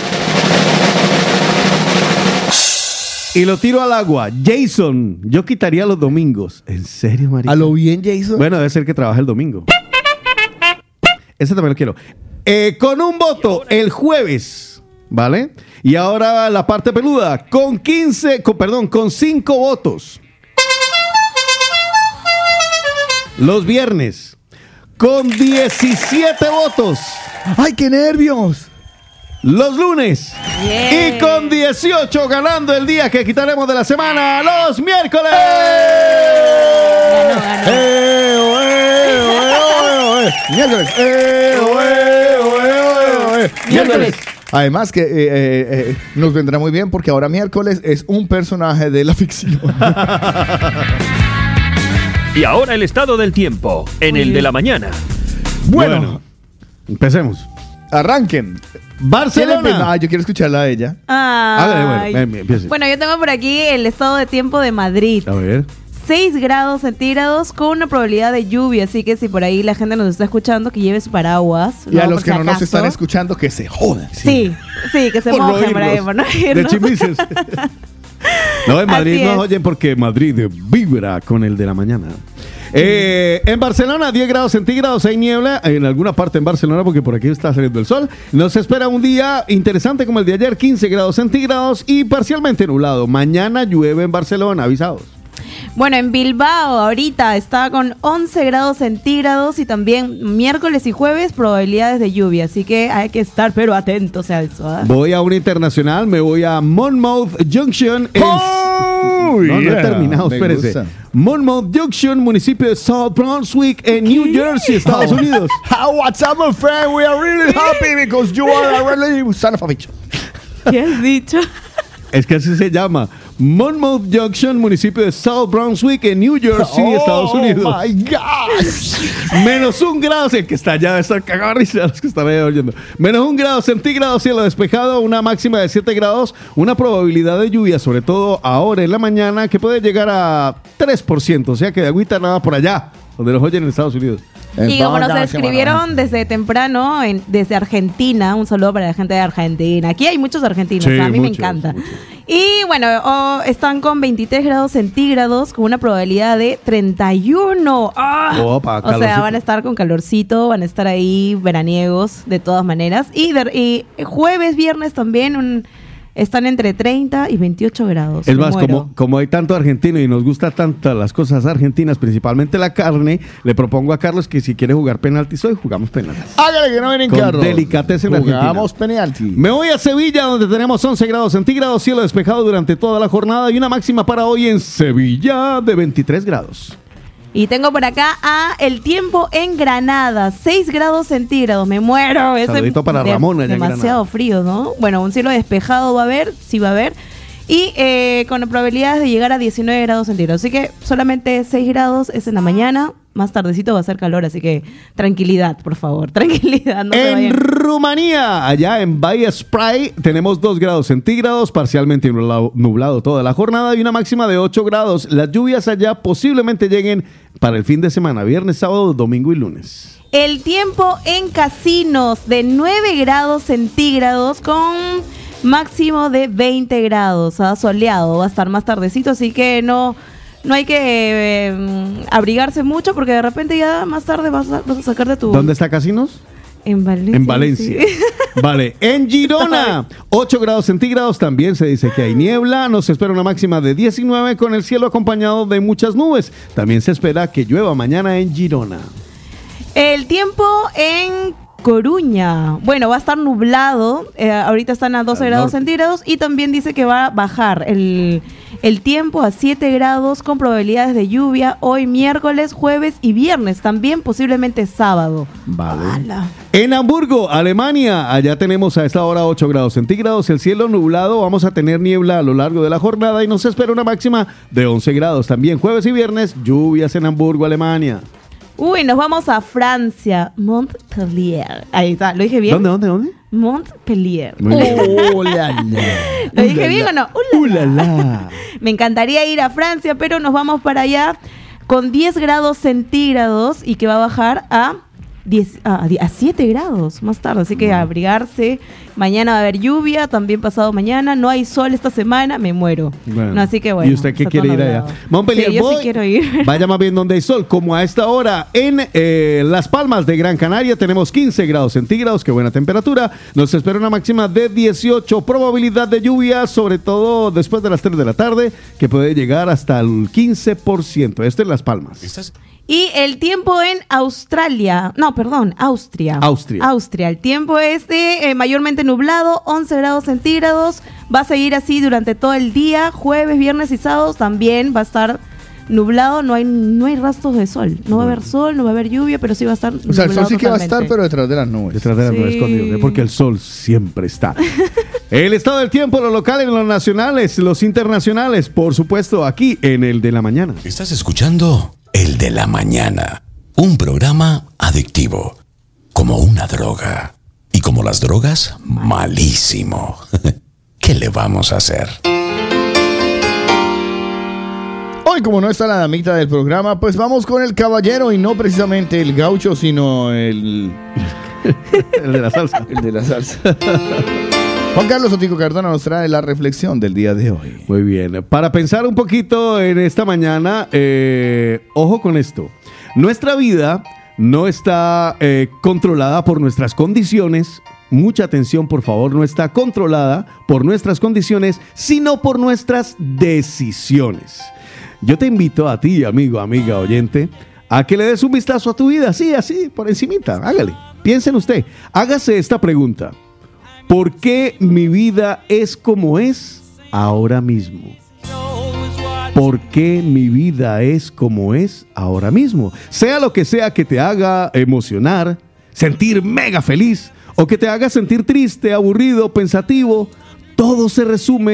Y lo tiro al agua. Jason, yo quitaría los domingos. ¿En serio, María? A lo bien, Jason. Bueno, debe ser que trabaja el domingo. Ese también lo quiero. Eh, con un voto, el jueves, ¿vale? Y ahora la parte peluda, con quince, con, perdón, con cinco votos. Los viernes, con diecisiete votos. ¡Ay, qué nervios! Los lunes. Yeah. Y con dieciocho ganando el día que quitaremos de la semana, los miércoles. Ganó, ganó. ¡Eh, oh, eh, oh, eh, oh, eh! Miércoles. ¡Eh, oh, eh, oh, eh, oh, eh! Miércoles. Además que eh, eh, eh, nos vendrá muy bien porque ahora miércoles es un personaje de la ficción. Y ahora el estado del tiempo, en el de la mañana. Bueno, Bueno, empecemos. arranquen. Barcelona. Ah, yo quiero escucharla a ella. Hágale, bueno, Ay. ven, empiece. Bueno, yo tengo por aquí el estado de tiempo de Madrid. A ver. seis grados centígrados con una probabilidad de lluvia. Así que si por ahí la gente nos está escuchando, que lleve su paraguas. Y a por los que si no nos acaso. están escuchando, que se jodan. Sí, sí, que se Por no mojen por ahí, oírnos. por no De oírnos. chimises. No, en Madrid Así nos es. oyen porque Madrid vibra con el de la mañana. Eh, en Barcelona, diez grados centígrados, hay niebla en alguna parte en Barcelona porque por aquí está saliendo el sol. Nos espera un día interesante como el de ayer, quince grados centígrados y parcialmente nublado. Mañana llueve en Barcelona, avisados. Bueno, en Bilbao ahorita está con once grados centígrados y también miércoles y jueves probabilidades de lluvia. Así que hay que estar pero atentos a eso. ¿ah? Voy a una internacional, me voy a Monmouth Junction. En... Oh, no, no he yeah, terminado, me espérese. gusta. Monmouth Junction, municipio de South Brunswick, en New Jersey, Estados Unidos. How, what's up, my friend? We are really happy because you are a really son of a bitch. ¿Qué has dicho? Es que así se llama. Monmouth Junction, municipio de South Brunswick, en New Jersey, Oh, Estados Unidos. my God. Menos un grado, el que está allá está cagado risa, los que están ahí oyendo. Menos un grado centígrado, cielo despejado, una máxima de siete grados, una probabilidad de lluvia, sobre todo ahora en la mañana, que puede llegar a tres por ciento, o sea que de agüita nada por allá, donde los oyen en Estados Unidos. Y como nos escribieron desde temprano, en- desde Argentina, un saludo para la gente de Argentina. Aquí hay muchos argentinos, Sí, a mí me muchos, encanta. Y bueno, oh, están con veintitrés grados centígrados, con una probabilidad de treinta y uno. ¡Ah! Opa, o sea, calorcito. van a estar con calorcito, van a estar ahí veraniegos de todas maneras. Y, de- y jueves, viernes también un- están entre treinta y veintiocho grados. Es Me más, muero. como, como hay tanto argentino y nos gusta tanto las cosas argentinas, principalmente la carne, le propongo a Carlos que si quiere jugar penaltis hoy, jugamos penaltis. Hágale que no vienen Con carros. delicatez en Jugamos Argentina. penalti. Me voy a Sevilla, donde tenemos once grados centígrados, cielo despejado durante toda la jornada y una máxima para hoy en Sevilla de veintitrés grados. Y tengo por acá a el tiempo en Granada, seis grados centígrados, me muero. Es Saludito para Ramón allá en demasiado Granada. frío, ¿no? Bueno, un cielo despejado va a haber, sí va a haber. Y eh, con probabilidades de llegar a diecinueve grados centígrados. Así que solamente seis grados es en la mañana, más tardecito va a ser calor, así que tranquilidad, por favor, tranquilidad. No se En vayan. Rumanía, allá en Bahía Spray, tenemos dos grados centígrados, parcialmente nublado, nublado toda la jornada y una máxima de ocho grados. Las lluvias allá posiblemente lleguen para el fin de semana, viernes, sábado, domingo y lunes. El tiempo en Casinos de nueve grados centígrados con máximo de veinte grados, ¿ah? Soleado, va a estar más tardecito, así que no, no hay que eh, abrigarse mucho porque de repente ya más tarde vas a, vas a sacar de tu... ¿Dónde está Casinos? En Valencia. En Valencia. sí. Vale, en Girona, ocho grados centígrados, también se dice que hay niebla, nos espera una máxima de diecinueve con el cielo acompañado de muchas nubes. También se espera que llueva mañana en Girona. El tiempo en Coruña, bueno, va a estar nublado, eh, ahorita están a doce Al grados norte. centígrados y también dice que va a bajar el, el tiempo a siete grados con probabilidades de lluvia hoy miércoles, jueves y viernes, también posiblemente sábado. Vale. ¡Hala! En Hamburgo, Alemania, allá tenemos a esta hora ocho grados centígrados, el cielo nublado, vamos a tener niebla a lo largo de la jornada y nos espera una máxima de once grados. También jueves y viernes, lluvias en Hamburgo, Alemania. Uy, nos vamos a Francia, Montpellier. Ahí está, ¿lo dije bien? ¿Dónde, dónde, dónde? Montpellier. Muy bien. Oh, la, la. ¿Lo dije bien o no? ¡Ulala! ¡Ulala! Me encantaría ir a Francia, pero nos vamos para allá con diez grados centígrados y que va a bajar a diez, a, a siete grados más tarde. Así que abrigarse. Mañana va a haber lluvia, también pasado mañana. No hay sol esta semana, me muero. Bueno. No, así que bueno. ¿Y usted qué está quiere todo ir allá? nublado. Montpellier, Sí, yo voy. sí quiero ir. Vaya más bien donde hay sol, como a esta hora en eh, Las Palmas de Gran Canaria tenemos quince grados centígrados, qué buena temperatura. Nos espera una máxima de dieciocho, probabilidad de lluvia, sobre todo después de las tres de la tarde, que puede llegar hasta el quince por ciento. Esto en Las Palmas. Y el tiempo en Australia, no, perdón, Austria. Austria. Austria. El tiempo es de eh, mayormente nublado, once grados centígrados. Va a seguir así durante todo el día, jueves, viernes y sábados también va a estar nublado. No hay, no hay rastros de sol. No va a haber sol, no va a haber lluvia, pero sí va a estar nublado. O sea, el sol sí que va a estar, totalmente. pero detrás de las nubes. Detrás de las Sí. nubes escondido, ¿eh? Porque el sol siempre está. El estado del tiempo, lo local, en los nacionales, los internacionales, por supuesto, aquí en el de la mañana. Estás escuchando El de la Mañana, un programa adictivo, como una droga. Y como las drogas, malísimo. ¿Qué le vamos a hacer? Hoy, como no está la damita del programa, pues vamos con el caballero y no precisamente el gaucho, sino el... El de la salsa. El de la salsa. Juan Carlos Otico Cardona nos trae la reflexión del día de hoy. Muy bien. Para pensar un poquito en esta mañana, eh, ojo con esto. Nuestra vida no está eh, controlada por nuestras condiciones. Mucha atención, por favor. No está controlada por nuestras condiciones, sino por nuestras decisiones. Yo te invito a ti, amigo, amiga, oyente, a que le des un vistazo a tu vida. Así, así, por encimita. Hágale. Piense en usted. Hágase esta pregunta. ¿Por qué mi vida es como es ahora mismo? ¿Por qué mi vida es como es ahora mismo? Sea lo que sea que te haga emocionar, sentir mega feliz o que te haga sentir triste, aburrido, pensativo, todo se resume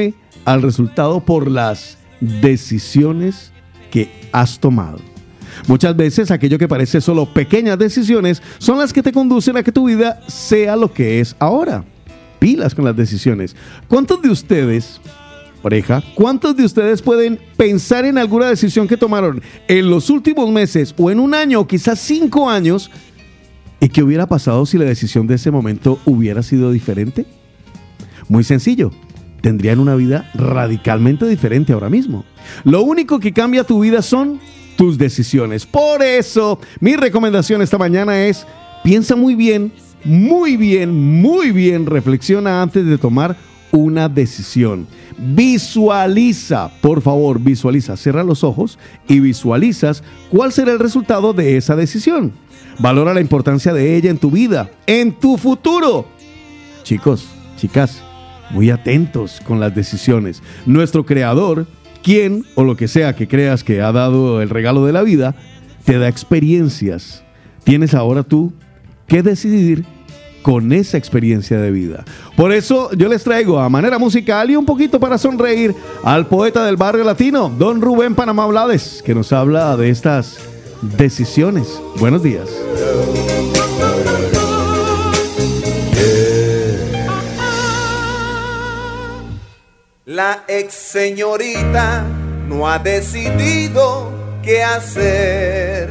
al resultado por las decisiones que has tomado. Muchas veces aquello que parece solo pequeñas decisiones son las que te conducen a que tu vida sea lo que es ahora. Pilas con las decisiones. ¿Cuántos de ustedes, pareja, cuántos de ustedes pueden pensar en alguna decisión que tomaron en los últimos meses o en un año o quizás cinco años y qué hubiera pasado si la decisión de ese momento hubiera sido diferente? Muy sencillo. Tendrían una vida radicalmente diferente ahora mismo. Lo único que cambia tu vida son tus decisiones. Por eso, mi recomendación esta mañana es: piensa muy bien, muy bien, muy bien, reflexiona antes de tomar una decisión. Visualiza, por favor, visualiza, cierra los ojos y visualizas cuál será el resultado de esa decisión. Valora la importancia de ella en tu vida, en tu futuro. Chicos, chicas, muy atentos con las decisiones. Nuestro creador, quien o lo que sea que creas que ha dado el regalo de la vida, te da experiencias. Tienes ahora tú que decidir con esa experiencia de vida. Por eso yo les traigo a manera musical y un poquito para sonreír al poeta del barrio latino, don Rubén Panamá Blades, que nos habla de estas decisiones. Buenos días. La ex señorita no ha decidido qué hacer.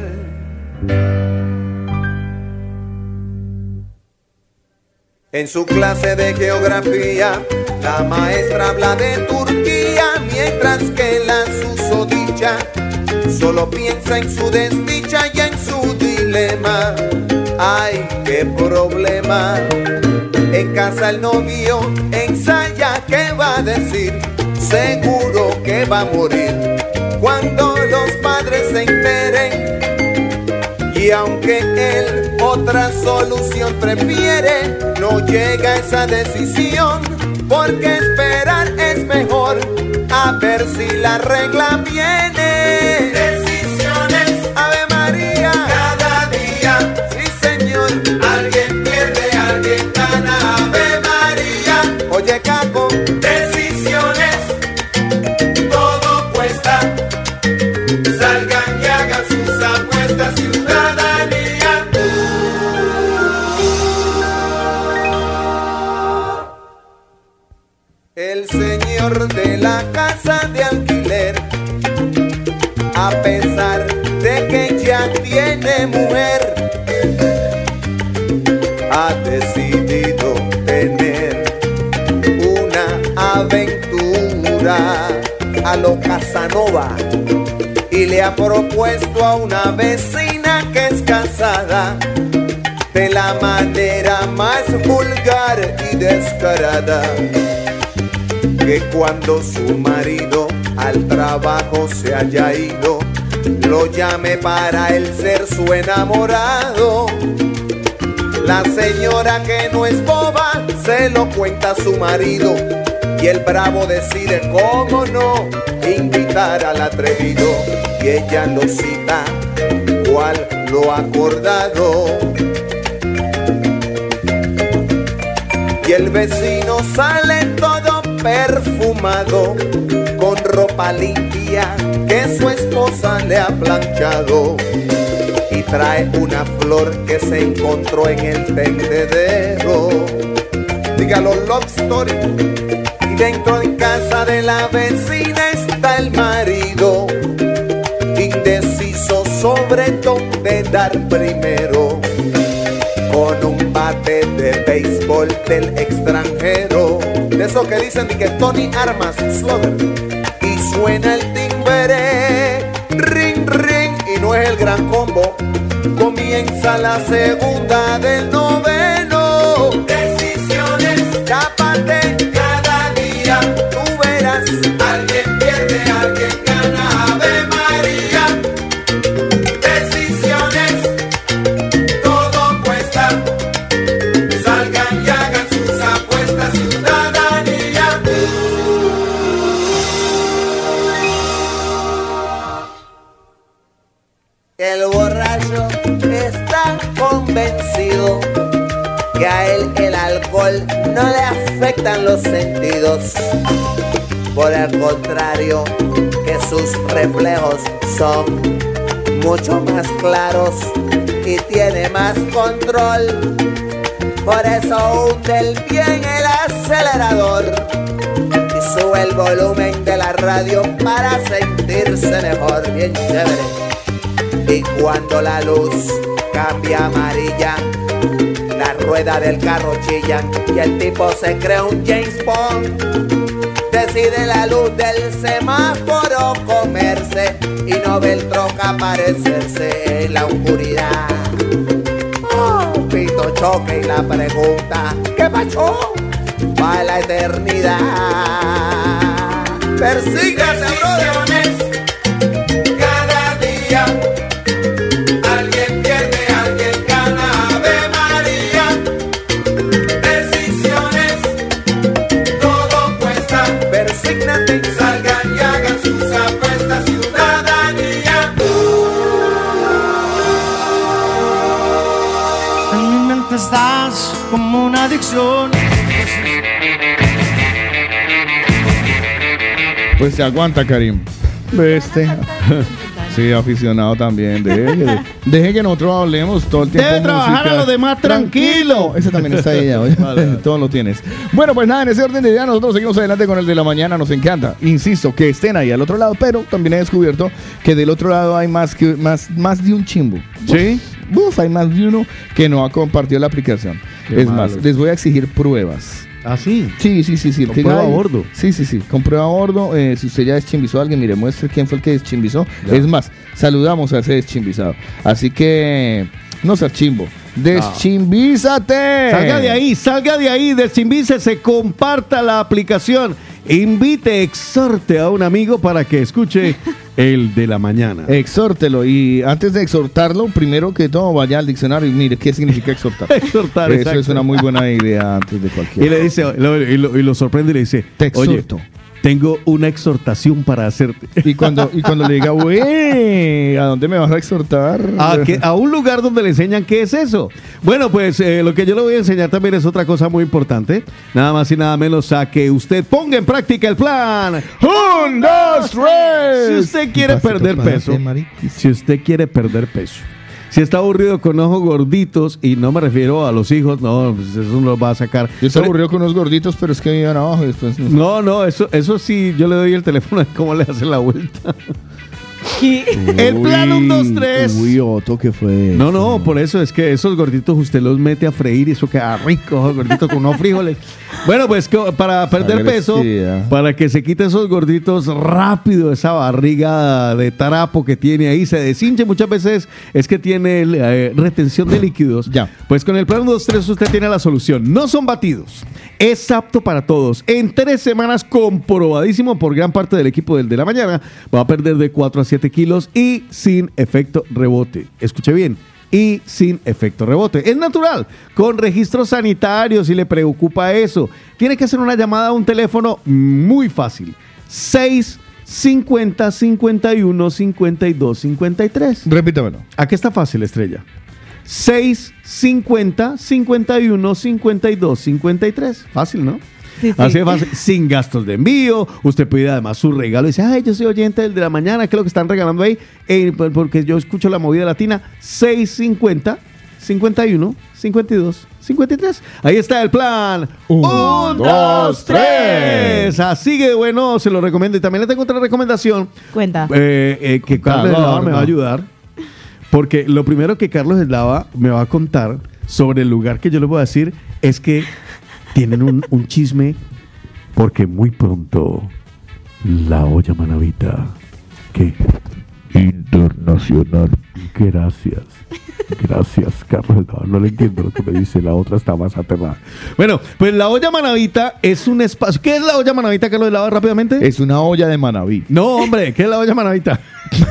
En su clase de geografía, la maestra habla de Turquía, mientras que la susodicha solo piensa en su desdicha y en su dilema. ¡Ay, qué problema! En casa el novio ensaya qué va a decir, seguro que va a morir cuando los padres se enteren. Y aunque él otra solución prefiere, no llega a esa decisión, porque esperar es mejor, a ver si la regla viene. Decisiones, Ave María, cada día, sí señor, alguien pierde, alguien gana, Ave María. Oye Caco, decisiones, todo cuesta, salgan y hagan sus apuestas, ciudadanía. El señor de la casa de alquiler, a pesar de que ya tiene mujer, ha decidido tener una aventura a lo Casanova y le ha propuesto a una vecina que es casada de la manera más vulgar y descarada, que cuando su marido al trabajo se haya ido, lo llame para él ser su enamorado. La señora, que no es boba, se lo cuenta a su marido y el bravo decide, cómo no, invitar al atrevido, y ella lo cita, cual lo acordado. Y el vecino sale todo perfumado, con ropa limpia que su esposa le ha planchado, y trae una flor que se encontró en el tendedero. Dígalo, love story. Y dentro de casa de la vecina está el marido, indeciso sobre dónde dar primero, con un bate de béisbol del extranjero, de eso que dicen de que Tony Armas, Slugger, y suena el timbre, ring ring, y no es el gran combo, comienza la segunda del noveno. Decisiones, tápate cada día, tú verás, alguien pierde, alguien gana, Ave María. Decisiones, todo cuesta, salgan y hagan sus apuestas, ciudadanía. El borracho está convencido que a él el alcohol no le afectan los sentidos, Por el contrario, que sus reflejos son mucho más claros y tiene más control. Por eso hunde bien el acelerador y sube el volumen de la radio para sentirse mejor, bien chévere. Y cuando la luz cambia amarilla, la rueda del carro chilla y el tipo se cree un James Bond. Decide la luz del semáforo comerse y no ve el troca aparecerse en la oscuridad. Oh, pito choque y la pregunta, ¿qué pasó? Va la eternidad. Persíguese, brother. Cada día alguien pierde, alguien gana. Ave María. Decisiones, todo cuesta. Persígnate, salgan y hagan sus apuestas, ciudadanía. En mi mente estás como una adicción. Pues se aguanta, Karim. Este. Sí, aficionado también. Deje, deje que nosotros hablemos todo el tiempo. Debe trabajar música. a los demás tranquilo. Ese también está ahí ya, oye. Vale, vale. Todo lo tienes. Bueno, pues nada, en ese orden de ideas nosotros seguimos adelante con el de la mañana. Nos encanta. Insisto, que estén ahí al otro lado, pero también he descubierto que del otro lado hay más, que, más, más de un chimbo. ¿Sí? Uf, hay más de uno que no ha compartido la aplicación. Qué es malo. más, les voy a exigir pruebas. ¿Ah, sí? Sí, sí, sí, sí. Con prueba a bordo. Sí, sí, sí. Con prueba a bordo. Eh, si usted ya deschimbizó a alguien, mire, muestre quién fue el que deschimbizó. Ya. Es más, saludamos a ese deschimbizado. Así que, no seas chimbo. ¡Deschimbízate! Salga de ahí, salga de ahí, desinvícese, comparta la aplicación, invite, exhorte a un amigo para que escuche el de la mañana. Exhórtelo. Y antes de exhortarlo, primero que todo, vaya al diccionario y mire qué significa exhortar. Exhortar, Eso exacto. es una muy buena idea antes de cualquier. Y le dice, lo- y lo, y lo sorprende y le dice, Te oye, exhorto. tengo una exhortación para hacerte. Y cuando, y cuando le diga, güey, ¿a dónde me vas a exhortar? ¿A, qué- a un lugar donde le enseñan qué es eso. Bueno, pues eh, lo que yo le voy a enseñar también es otra cosa muy importante. Nada más y nada menos a que usted ponga en práctica el plan. ¡Un, dos, tres! Si usted quiere Pasito perder para peso, adelante, mariquis. si usted quiere perder peso, si está aburrido con ojos gorditos, y no me refiero a los hijos, no, pues eso no lo va a sacar. Yo estoy Pero- aburrido con unos gorditos, pero es que vivían abajo y después... No, no, eso, eso sí, yo le doy el teléfono de cómo le hace la vuelta. El plan un, dos, tres. Uy, Otto, ¿qué fue? No, no, por eso es que esos gorditos usted los mete a freír y eso queda rico, esos gorditos con unos frijoles. Bueno, pues co- para perder peso, Agresividad. para que se quite esos gorditos rápido, esa barriga de tarapo que tiene ahí, se deshinche muchas veces, es que tiene eh, retención de líquidos. Ya. Pues con el plan uno, dos, tres usted tiene la solución. No son batidos, es apto para todos. En tres semanas, comprobadísimo por gran parte del equipo del de la mañana, va a perder de cuatro a siete kilos y sin efecto rebote. Escuche bien. Y sin efecto rebote. Es natural, con registros sanitarios, si le preocupa eso. Tiene que hacer una llamada a un teléfono muy fácil. seis cincuenta, cincuenta y uno, cincuenta y dos, cincuenta y tres. Repítamelo. Aquí está fácil, Estrella. seis cincuenta, cincuenta y uno, cincuenta y dos, cincuenta y tres. Fácil, ¿no? Sí, sí. Así de fácil, sin gastos de envío. Usted pide además su regalo y dice, ay, yo soy oyente del de la mañana, ¿qué es lo que están regalando ahí? Eh, por- porque yo escucho la movida latina. seis cincuenta, cincuenta y uno, cincuenta y dos, cincuenta y tres. Ahí está el plan. Un, dos, tres. Así que bueno, se lo recomiendo. Y también le tengo otra recomendación. Cuenta. eh, eh, que Carlos Gordo. Eslava me va a ayudar. Porque lo primero que Carlos Eslava me va a contar sobre el lugar que yo le voy a decir es que tienen un, un chisme, porque muy pronto la olla manavita, que internacional. Gracias. Gracias, Carlos. No, no le entiendo lo que me dice. La otra está más aterrada. Bueno, pues la olla manavita es un espacio. ¿Qué es la olla manavita, Carlos Eslava, rápidamente? Es una olla de Manaví. No, hombre, ¿qué es la olla manavita?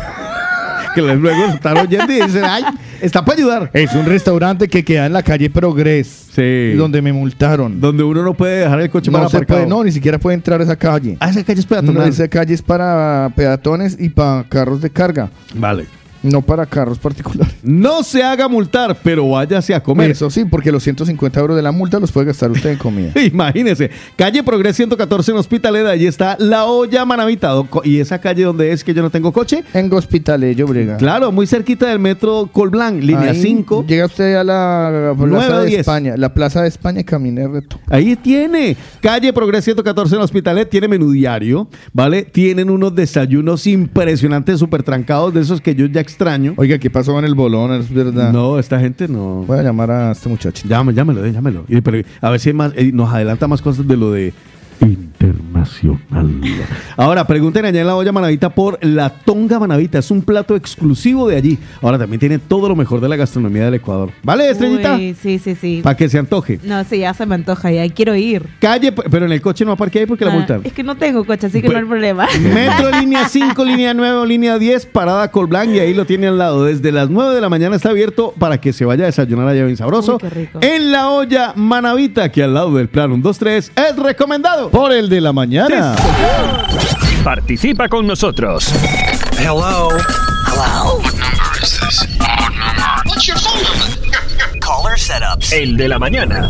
Que luego están oyendo y dicen, ay, está para ayudar. Es un restaurante que queda en la calle Progress. Sí. Donde me multaron. Donde uno no puede dejar el coche No para se aparcado. puede, no, ni siquiera puede entrar a esa calle. Ah, esa calle es No, peatonal. esa calle es para peatones y para carros de carga. Vale. No para carros particulares. No se haga multar, pero váyase a comer. Eso sí, porque los ciento cincuenta euros de la multa los puede gastar usted en comida. Imagínese, calle Progreso ciento catorce en Hospitalet, allí está La Olla Manavita. ¿Y esa calle donde es que yo no tengo coche? En Hospitalet, yo brega. Claro, muy cerquita del metro Colblanc, línea Ahí cinco. Llega usted a la Plaza de España, la Plaza de España y camine recto. Ahí tiene, calle Progreso ciento catorce en Hospitalet, tiene menú diario, ¿vale? Tienen unos desayunos impresionantes, súper trancados, de esos que yo ya extraño. Oiga, ¿qué pasó en el bolón? Es verdad. No, esta gente no. Voy a llamar a este muchacho. Llámelo, llámelo, eh, llámelo. Y, pero, a ver si hay más, eh, nos adelanta más cosas de lo de internacional. Ahora, pregunten allá en La Olla Manavita por la tonga manavita. Es un plato exclusivo de allí. Ahora también tiene todo lo mejor de la gastronomía del Ecuador. ¿Vale, Estrellita? Uy, sí, sí, sí. Para que se antoje. No, sí, ya se me antoja, ya quiero ir. Calle, pero en el coche no aparqué ahí porque Ah, la multan. es que no tengo coche, así que no hay problema. Metro, línea cinco, línea nueve o línea diez, parada Colblanc, y ahí lo tiene al lado. Desde las nueve de la mañana está abierto para que se vaya a desayunar allá bien sabroso. Uy, qué rico. En La Olla Manavita, que al lado del plan uno dos tres es recomendado por el de la mañana. Participa con nosotros. Hello. Hello. What number is this? What number? What's your phone number? Caller setups. El de la mañana.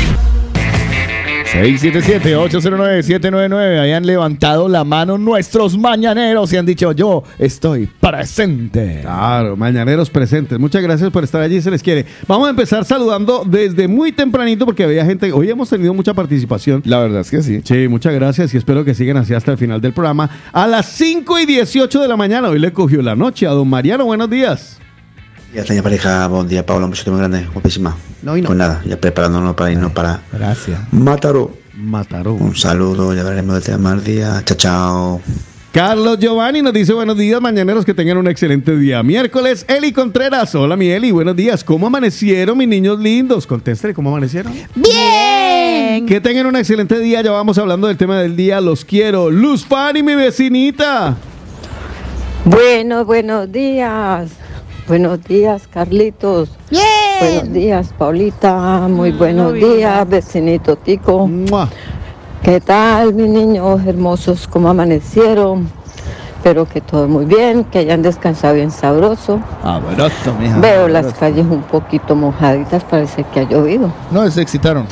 seis siete siete, ocho cero nueve, siete nueve nueve. Ahí han levantado la mano nuestros mañaneros y han dicho: yo estoy presente. Claro, mañaneros presentes. Muchas gracias por estar allí, se les quiere. Vamos a empezar saludando desde muy tempranito porque había gente. Hoy hemos tenido mucha participación. La verdad es que sí. Sí, muchas gracias y espero que sigan así hasta el final del programa. A las cinco y dieciocho de la mañana, hoy le cogió la noche a don Mariano. Buenos días. Ya tenía pareja, buen día, Paula, un besote muy grande, guapísima. No, y no. Pues nada, ya preparándonos para irnos para Gracias. Mataró. Mataró. Un saludo, ya veremos del tema del día. Chao, chao. Carlos Giovanni nos dice buenos días, mañaneros, que tengan un excelente día. Miércoles, Eli Contreras. Hola, mi Eli, buenos días. ¿Cómo amanecieron, mis niños lindos? Contéstale, ¿cómo amanecieron? ¡Bien! Que tengan un excelente día. Ya vamos hablando del tema del día. Los quiero. Luz Fanny, mi vecinita. Bueno, buenos días. Buenos días, Carlitos. Bien. Buenos días, Paulita. Muy buenos muy bien. días, vecinito Tico. ¡Mua! ¿Qué tal, mis niños hermosos? ¿Cómo amanecieron? Espero que todo muy bien, que hayan descansado bien sabroso. Abrazo, mija. Veo las calles un poquito mojaditas, parece que ha llovido. No, se excitaron.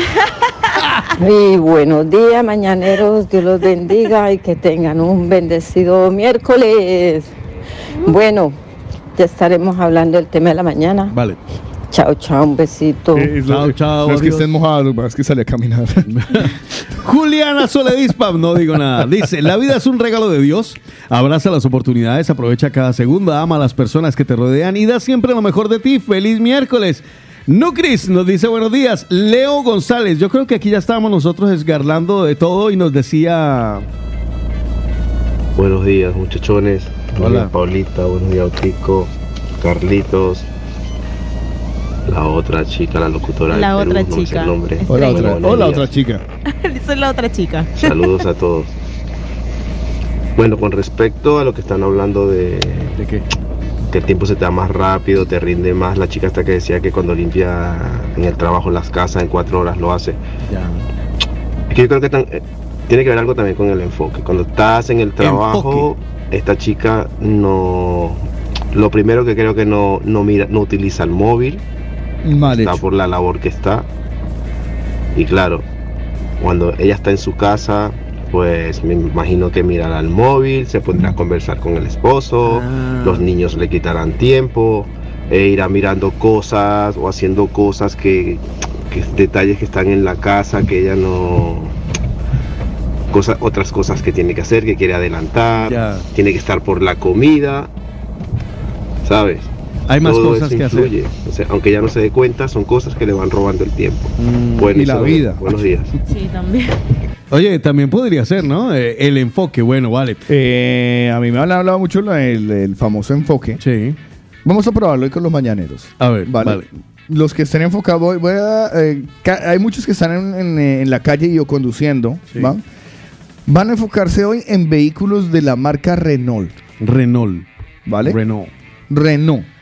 Y buenos días, mañaneros. Dios los bendiga y que tengan un bendecido miércoles. Bueno, ya estaremos hablando del tema de la mañana. Vale. Chao, chao, un besito. Eh, Chao, chao, No es que adiós. estén mojados, es que sale a caminar. Juliana Soledispa, no digo nada. Dice, la vida es un regalo de Dios. Abraza las oportunidades, aprovecha cada segundo, ama a las personas que te rodean y da siempre lo mejor de ti. Feliz miércoles. Nucris nos dice buenos días. Leo González, yo creo que aquí ya estábamos nosotros esgarlando de todo y nos decía... Buenos días, muchachones. Hola. Buenos días, Paulita. Buenos días, Tico, Carlitos. La otra chica, la locutora La del otra Perú, no me sé chica. el nombre. Hola, Estrella. otra, Buenos hola, días. otra chica. Soy la otra chica. Saludos a todos. Bueno, con respecto a lo que están hablando de, ¿De qué? que el tiempo se te da más rápido, te rinde más. La chica hasta que decía que cuando limpia en el trabajo las casas en cuatro horas lo hace. Ya. Es que yo creo que tan- eh, tiene que ver algo también con el enfoque. Cuando estás en el trabajo, esta chica no... Lo primero que creo que no, no mira, no utiliza el móvil. Mal Está hecho. por la labor que está. Y claro, cuando ella está en su casa, pues me imagino que mirará el móvil, se pondrá a conversar con el esposo, Ah. los niños le quitarán tiempo, e irá mirando cosas o haciendo cosas que, que detalles que están en la casa que ella no... Cosa, otras cosas que tiene que hacer, que quiere adelantar, Ya. tiene que estar por la comida, ¿sabes? Hay más Todo cosas eso que influye. hacer. O sea, aunque ya no se dé cuenta, son cosas que le van robando el tiempo. Mm, Bueno, y eso la es- vida. Buenos días. Sí, también. Oye, también podría ser, ¿no? Eh, el enfoque, bueno, vale. Eh, a mí me han hablado mucho la- el, el famoso enfoque. Sí. Vamos a probarlo hoy con los mañaneros. A ver, Vale. vale. Los que estén enfocados, voy, voy a, eh, ca- hay muchos que están en, en, eh, en la calle y o conduciendo. Sí. ¿va? Van a enfocarse hoy en vehículos de la marca Renault. Renault. ¿Vale? Renault. Renault.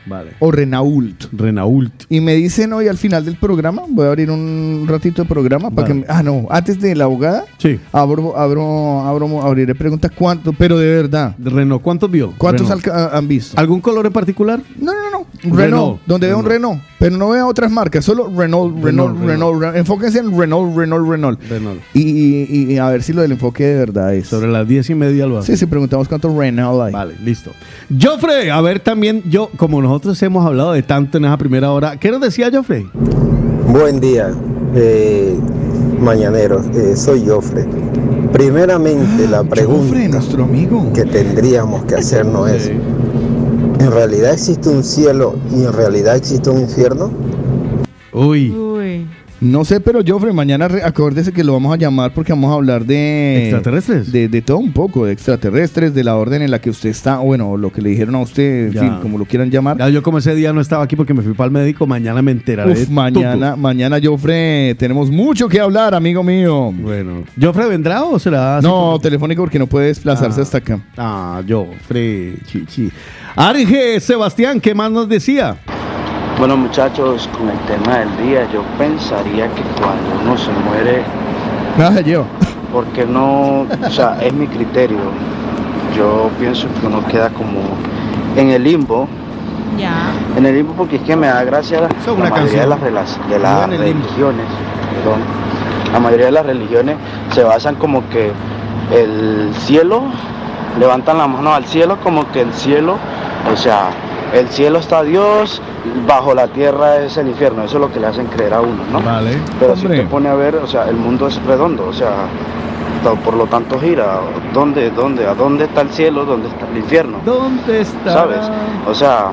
Vale. o Renault. Renault. Y me dicen hoy al final del programa, voy a abrir un ratito de programa para Vale. que me- ah no, antes de la abogada, Sí. abro, abro, abro, abriré pregunta cuánto, pero de verdad, Renault, ¿cuántos vio? ¿cuántos Renault. alca- han visto? ¿Algún color en particular? No, no, no, un Renault. Renault, donde vea un Renault, pero no vea otras marcas, solo Renault, Renault, Renault, Renault, Renault. Renault. Enfóquense en Renault, Renault, Renault. Renault. Y, y- y a ver si lo del enfoque de verdad es. Sobre las diez y media lo hace. Sí, sí, preguntamos cuántos Renault hay. Vale, listo. Joffrey, a ver también, yo, como nosotros hemos hablado de tanto en esa primera hora, ¿qué nos decía Joffrey? Buen día, eh, mañaneros. Eh, soy Joffre. Primeramente, la pregunta Joffre, nuestro amigo. que tendríamos que hacernos es: ¿en realidad existe un cielo y en realidad existe un infierno? Uy. Uy. No sé, pero Joffrey, mañana re- acuérdese que lo vamos a llamar porque vamos a hablar de... ¿Extraterrestres? De, de todo un poco, de extraterrestres, de la orden en la que usted está, o bueno, lo que le dijeron a usted, en Ya. fin, como lo quieran llamar. Ya, yo como ese día no estaba aquí porque me fui para el médico, mañana me enteraré. Uf, de mañana, todo. mañana, Joffrey, tenemos mucho que hablar, amigo mío. Bueno, ¿Joffrey vendrá o será así No, como- telefónico porque no puede desplazarse Ah. hasta acá. Ah, Joffrey, chichi. Arge, Sebastián, ¿qué más nos decía? Bueno, muchachos, con el tema del día, yo pensaría que cuando uno se muere, Nada, yo. porque no, o sea, es mi criterio, yo pienso que uno queda como en el limbo, Ya. en el limbo porque es que me da gracia la, Eso es la una mayoría de las, canción. relas- de Viva las en el limbo. religiones, perdón, la mayoría de las religiones se basan como que el cielo, levantan la mano al cielo como que el cielo, o sea, el cielo está Dios, bajo la tierra es el infierno, eso es lo que le hacen creer a uno, ¿no? Vale. Pero si Hombre. te pone a ver, o sea, el mundo es redondo, o sea, to- por lo tanto gira. ¿Dónde, dónde, a dónde está el cielo, dónde está el infierno? ¿Dónde está? ¿Sabes? O sea,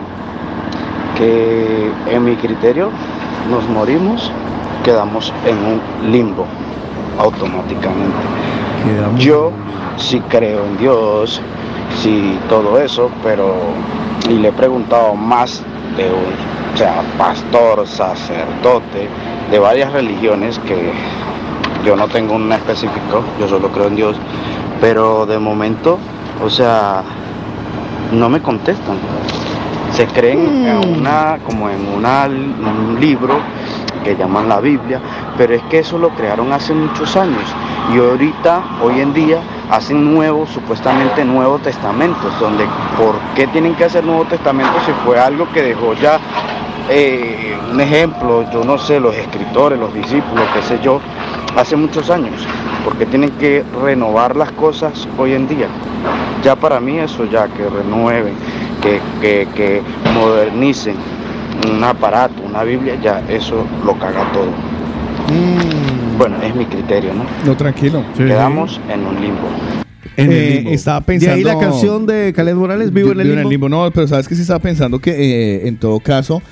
que en mi criterio nos morimos, quedamos en un limbo automáticamente. Quedamos- Yo sí creo en Dios, sí todo eso, pero y le he preguntado más de un, o sea, pastor, sacerdote, de varias religiones que yo no tengo un específico, yo solo creo en Dios, pero de momento, o sea, no me contestan. Se creen en una, como en una, en un libro que llaman la Biblia, pero es que eso lo crearon hace muchos años y ahorita, hoy en día, hacen nuevos, supuestamente nuevos testamentos, donde ¿por qué tienen que hacer nuevos testamentos si fue algo que dejó ya eh, un ejemplo, yo no sé, los escritores, los discípulos, qué sé yo, hace muchos años? Porque tienen que renovar las cosas hoy en día. Ya para mí eso ya, que renueven, que, que, que modernicen un aparato, una Biblia, ya eso lo caga todo. Bueno, es mi criterio, ¿no? No, tranquilo. Quedamos en un limbo. En el Eh, limbo. estaba pensando... De ahí la canción de Caled Morales, Vivo, en el limbo. No, pero sabes que sí estaba pensando que eh, en todo caso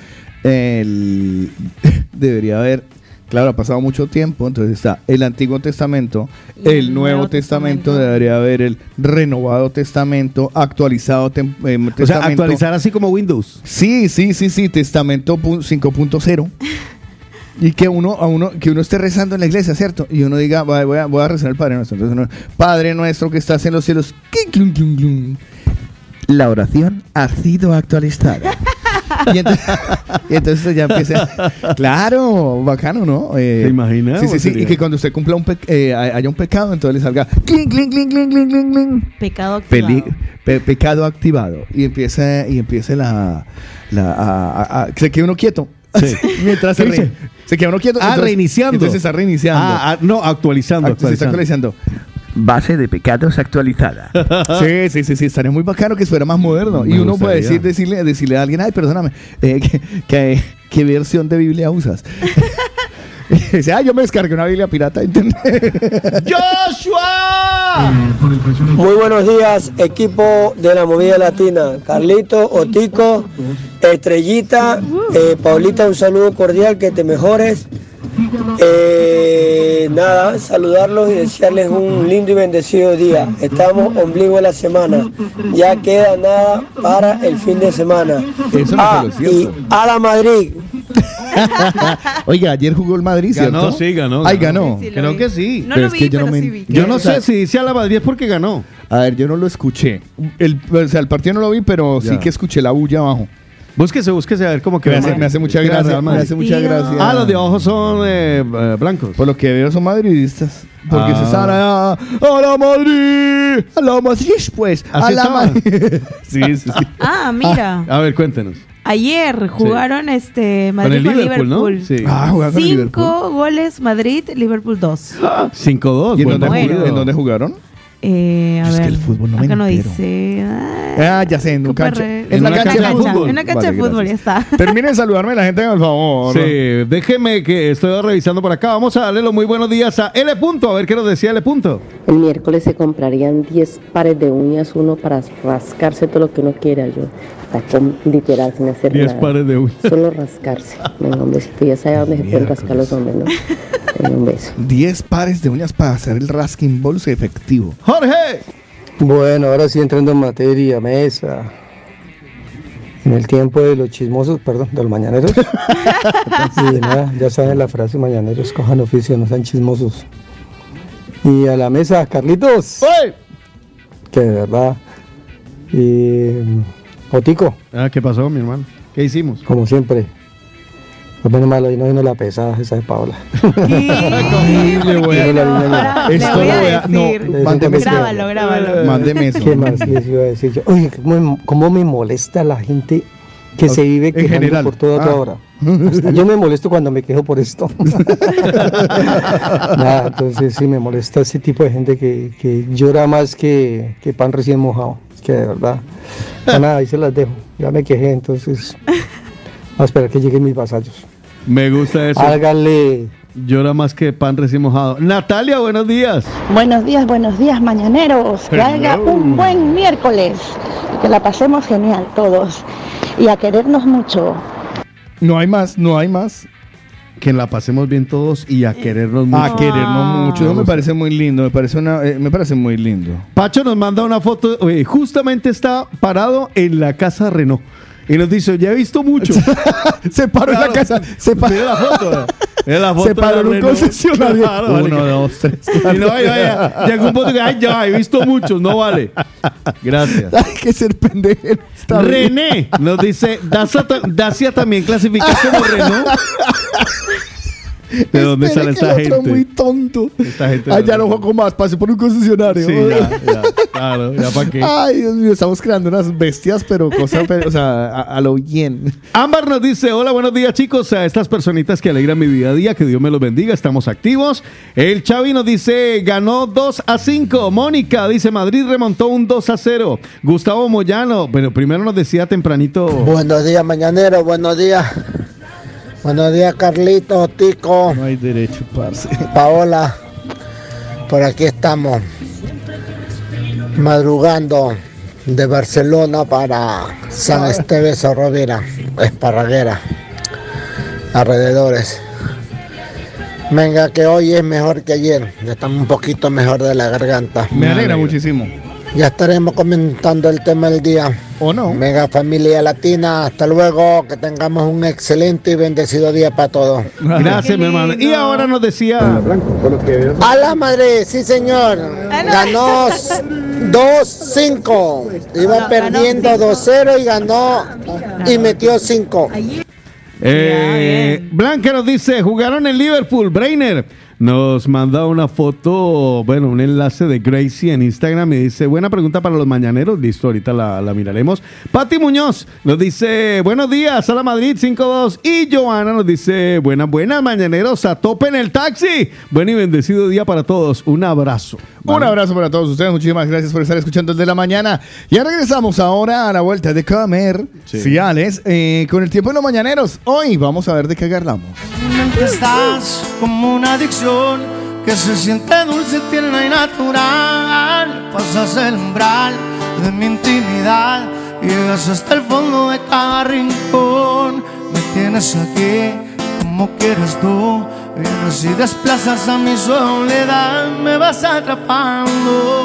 el debería haber, claro, ha pasado mucho tiempo, entonces está el Antiguo Testamento, el Nuevo Testamento, debería haber el Renovado Testamento, actualizado tem- eh, O sea, Testamento. actualizar así como Windows. Sí, sí, sí, sí, Testamento pu- cinco punto cero. Y que uno, a uno, que uno esté rezando en la iglesia, ¿cierto? Y uno diga, voy a, voy a, voy a rezar el Padre Nuestro. Entonces uno, Padre Nuestro que estás en los cielos. ¡Cling, clung, clung, clung! La oración ha sido actualizada. y, entonces, y entonces ya empieza. Claro, bacano, ¿no? Eh, ¿Te imaginas? Sí, sí, sí. Sería- Y que cuando usted cumpla un pe- eh, haya un pecado, entonces le salga. ¡Cling, cling, cling, cling, cling, cling, cling! Pecado activado. Peli- pe- pecado activado. Y empieza, y empieza la. la a- a- a- se queda uno quieto. Sí. Mientras se, ¿Qué re- dice? se queda uno quieto. Ah, entonces- reiniciando. Entonces está reiniciando. Ah, ah, no, actualizando. Act- se está actualizando. Base de pecados actualizada. sí, sí, sí, sí. Estaría muy bacano que fuera más moderno. Me y uno puede gustaría. decir, decirle, decirle a alguien, ay, perdóname, eh, ¿qué, qué, qué versión de Biblia usas? Y dice, ah, yo me descargué una Biblia pirata. ¿entendés? ¡Joshua! Muy buenos días, equipo de la Movida Latina. Carlito, Otico, Estrellita, eh, Paulita, un saludo cordial, que te mejores. Eh, nada, saludarlos y desearles un lindo y bendecido día. Estamos ombligo de la semana. Ya queda nada para el fin de semana. Eso no Ah, se lo y siento. a la Madrid. Oiga, ayer jugó el Madrid, ¿cierto? Ganó, sí, ganó. Ay, ganó. Sí, sí, lo Creo vi. que sí. No Pero lo es vi, que yo pero no me- sí vi. Yo no O sea, sé si dice a la Madrid es porque ganó. A ver, yo no lo escuché. El, o sea, el partido no lo vi, pero sí Ya. que escuché la bulla abajo. Búsquese, búsquese a ver cómo que me hace, me hace mucha gracia. Me hace mucha gracia. Ah, los de abajo son eh, eh, blancos. Por lo que veo son madridistas. Porque Ah. se están a, a la Madrid, a la Madrid, pues. A ¿Así la estaban? Madrid. Sí, sí, sí. Ah, mira. A ver, cuéntenos. Ayer jugaron este Con el Madrid con Liverpool, Liverpool. ¿no? Sí. Ah, jugaron con el Cinco goles Madrid, Liverpool dos. cinco dos. ¿Y en buen dónde, partido. jugaron? ¿En dónde jugaron? Eh, a Yo es ver, que el fútbol no me acá no entero. dice. Ah, Ah, ya sé, en un Copa cancha. Re- En la cancha de fútbol. En una cancha Vale, de fútbol, ya gracias. está. Terminen de saludarme la gente, por favor. Sí, déjeme que estoy revisando por acá. Vamos a darle los muy buenos días a L. Punto, a ver qué nos decía L. Punto. El miércoles se comprarían diez pares de uñas, uno para rascarse todo lo que uno quiera. Yo, está con, literal, sin hacer diez nada. pares de uñas. Solo rascarse. Venga, un besito. Ya sabe dónde se pueden rascar los hombres, ¿no? Venga, un beso. diez pares de uñas para hacer el rasking balls efectivo. ¡Jorge! Bueno, ahora sí entrando en materia, mesa. En el tiempo de los chismosos, perdón, de los mañaneros. Y nada, ya saben la frase, mañaneros, cojan oficio, no sean chismosos. Y a la mesa, Carlitos. Que de verdad. Y Otico. Ah, ¿qué pasó, mi hermano? ¿Qué hicimos? Como siempre. Pues menos mal, hoy no vino la pesada, esa de Paola. Le voy a- Vino la niña- Le Esto voy lo a voy a- no, decir. mándeme eso. Grábalo, grábalo. Mándeme eso. ¿Qué más les iba a decir yo? Oye, ¿cómo, cómo me molesta la gente que se vive En quejando general. por todo a toda Ah. hora? Hasta yo me molesto cuando me quejo por esto. Nada, entonces sí me molesta ese tipo de gente que, que llora más que, que pan recién mojado. Es que de verdad. Ya nada, ahí se las dejo. Ya me quejé, entonces. A esperar que lleguen mis vasallos. Me gusta eso. Hágale. Llora más que pan recién mojado. Natalia, buenos días. Buenos días, buenos días, mañaneros. Que haya Hello. un buen miércoles. Que la pasemos genial todos. Y a querernos mucho. No hay más, no hay más. Que la pasemos bien todos y a querernos mucho. A querernos mucho. No, me parece muy lindo. Me parece, una, eh, me parece muy lindo. Pacho nos manda una foto. Oye, justamente está parado en la casa Renault. Y nos dice, ya he visto mucho. Se paró en la casa. Se paró. Mira la foto. Mira la foto Se paró de en un Renault. concesionario. Claro, Uno, marica. dos, tres, Y no, vaya, vaya. Llegó un punto que, ay, ya, he visto muchos, no vale. Gracias. Hay que ser pendejo. Está bien. René nos dice, Dacia, ta- Dacia también clasifica como Renault. ¿De dónde Espere sale que esta el otro gente? muy tonto. Esta gente. Allá no juego más. Pase por un concesionario. Sí, ya, ya, claro, ya para qué. Ay, Dios mío, estamos creando unas bestias, pero cosas, pero, o sea, a, a lo bien. Ámbar nos dice, hola, buenos días chicos, a estas personitas que alegran mi día a día, que Dios me los bendiga, estamos activos. El Chavi nos dice, ganó dos a cinco. Mónica dice, Madrid remontó un dos a cero. Gustavo Moyano, bueno, primero nos decía tempranito. Buenos días, mañanero, buenos días. Buenos días, Carlitos, Tico. No hay derecho, parce. Paola, por aquí estamos, madrugando de Barcelona para San Esteves o Rovira, Esparraguera, alrededores. Venga, que hoy es mejor que ayer, ya estamos un poquito mejor de la garganta. Me alegra muchísimo. Ya estaremos comentando el tema del día. ¿O no? Venga, familia latina, hasta luego, que tengamos un excelente y bendecido día para todos. Gracias, mi hermano. Y ahora nos decía... A la madre, sí señor. Ganó dos cinco. Iba perdiendo dos cero y ganó y metió cinco. Eh, Blanca nos dice, jugaron en Liverpool, Brainer. Nos manda una foto, bueno, un enlace de Gracie en Instagram y dice, buena pregunta para los mañaneros. Listo, ahorita la, la miraremos. Pati Muñoz nos dice, buenos días, a la Madrid cinco dos. Y Joana nos dice, buenas, buenas mañaneros, a tope en el taxi. Buen y bendecido día para todos. Un abrazo. Un abrazo para todos ustedes. Muchísimas gracias por estar escuchando el de la mañana. Ya regresamos ahora a la vuelta de comer. Sí. Sí, Alex, eh, con el tiempo de los mañaneros. Hoy vamos a ver de qué agarramos. Mente estás como una adicción que se siente dulce, tierna y natural. Pasas el umbral de mi intimidad, llegas hasta el fondo de cada rincón. Me tienes aquí como quieres tú, vienes y desplazas a mi soledad, me vas atrapando.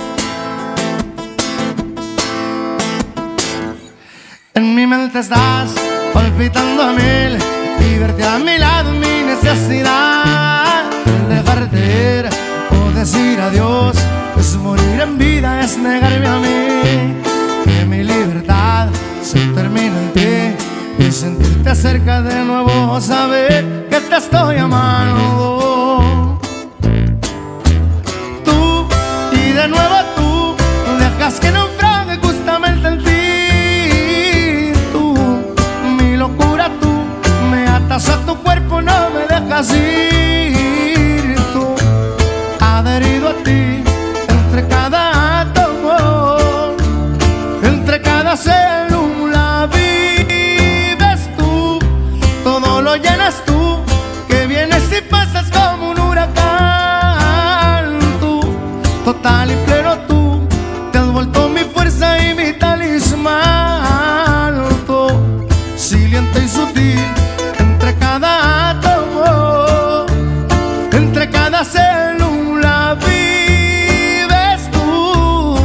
En mi mente estás palpitando a mil y verte a mi lado es mi necesidad. El dejarte ir o decir adiós es morir en vida, es negarme a mí. Que mi libertad se termina en ti cómo saber que te estoy amando. Tú, y de nuevo tú, dejas que naufrague justamente en ti. Tú, mi locura tú, me atas a tu cuerpo, no me dejas ir. Tú, adherido a ti, entre cada átomo, entre cada célula vives tú, todo lo llenas tú, que vienes y pasas como un huracán. Tú, total y pleno tú, te has vuelto mi fuerza y mi talismán. Tú, silente y sutil, entre cada átomo, entre cada célula vives tú.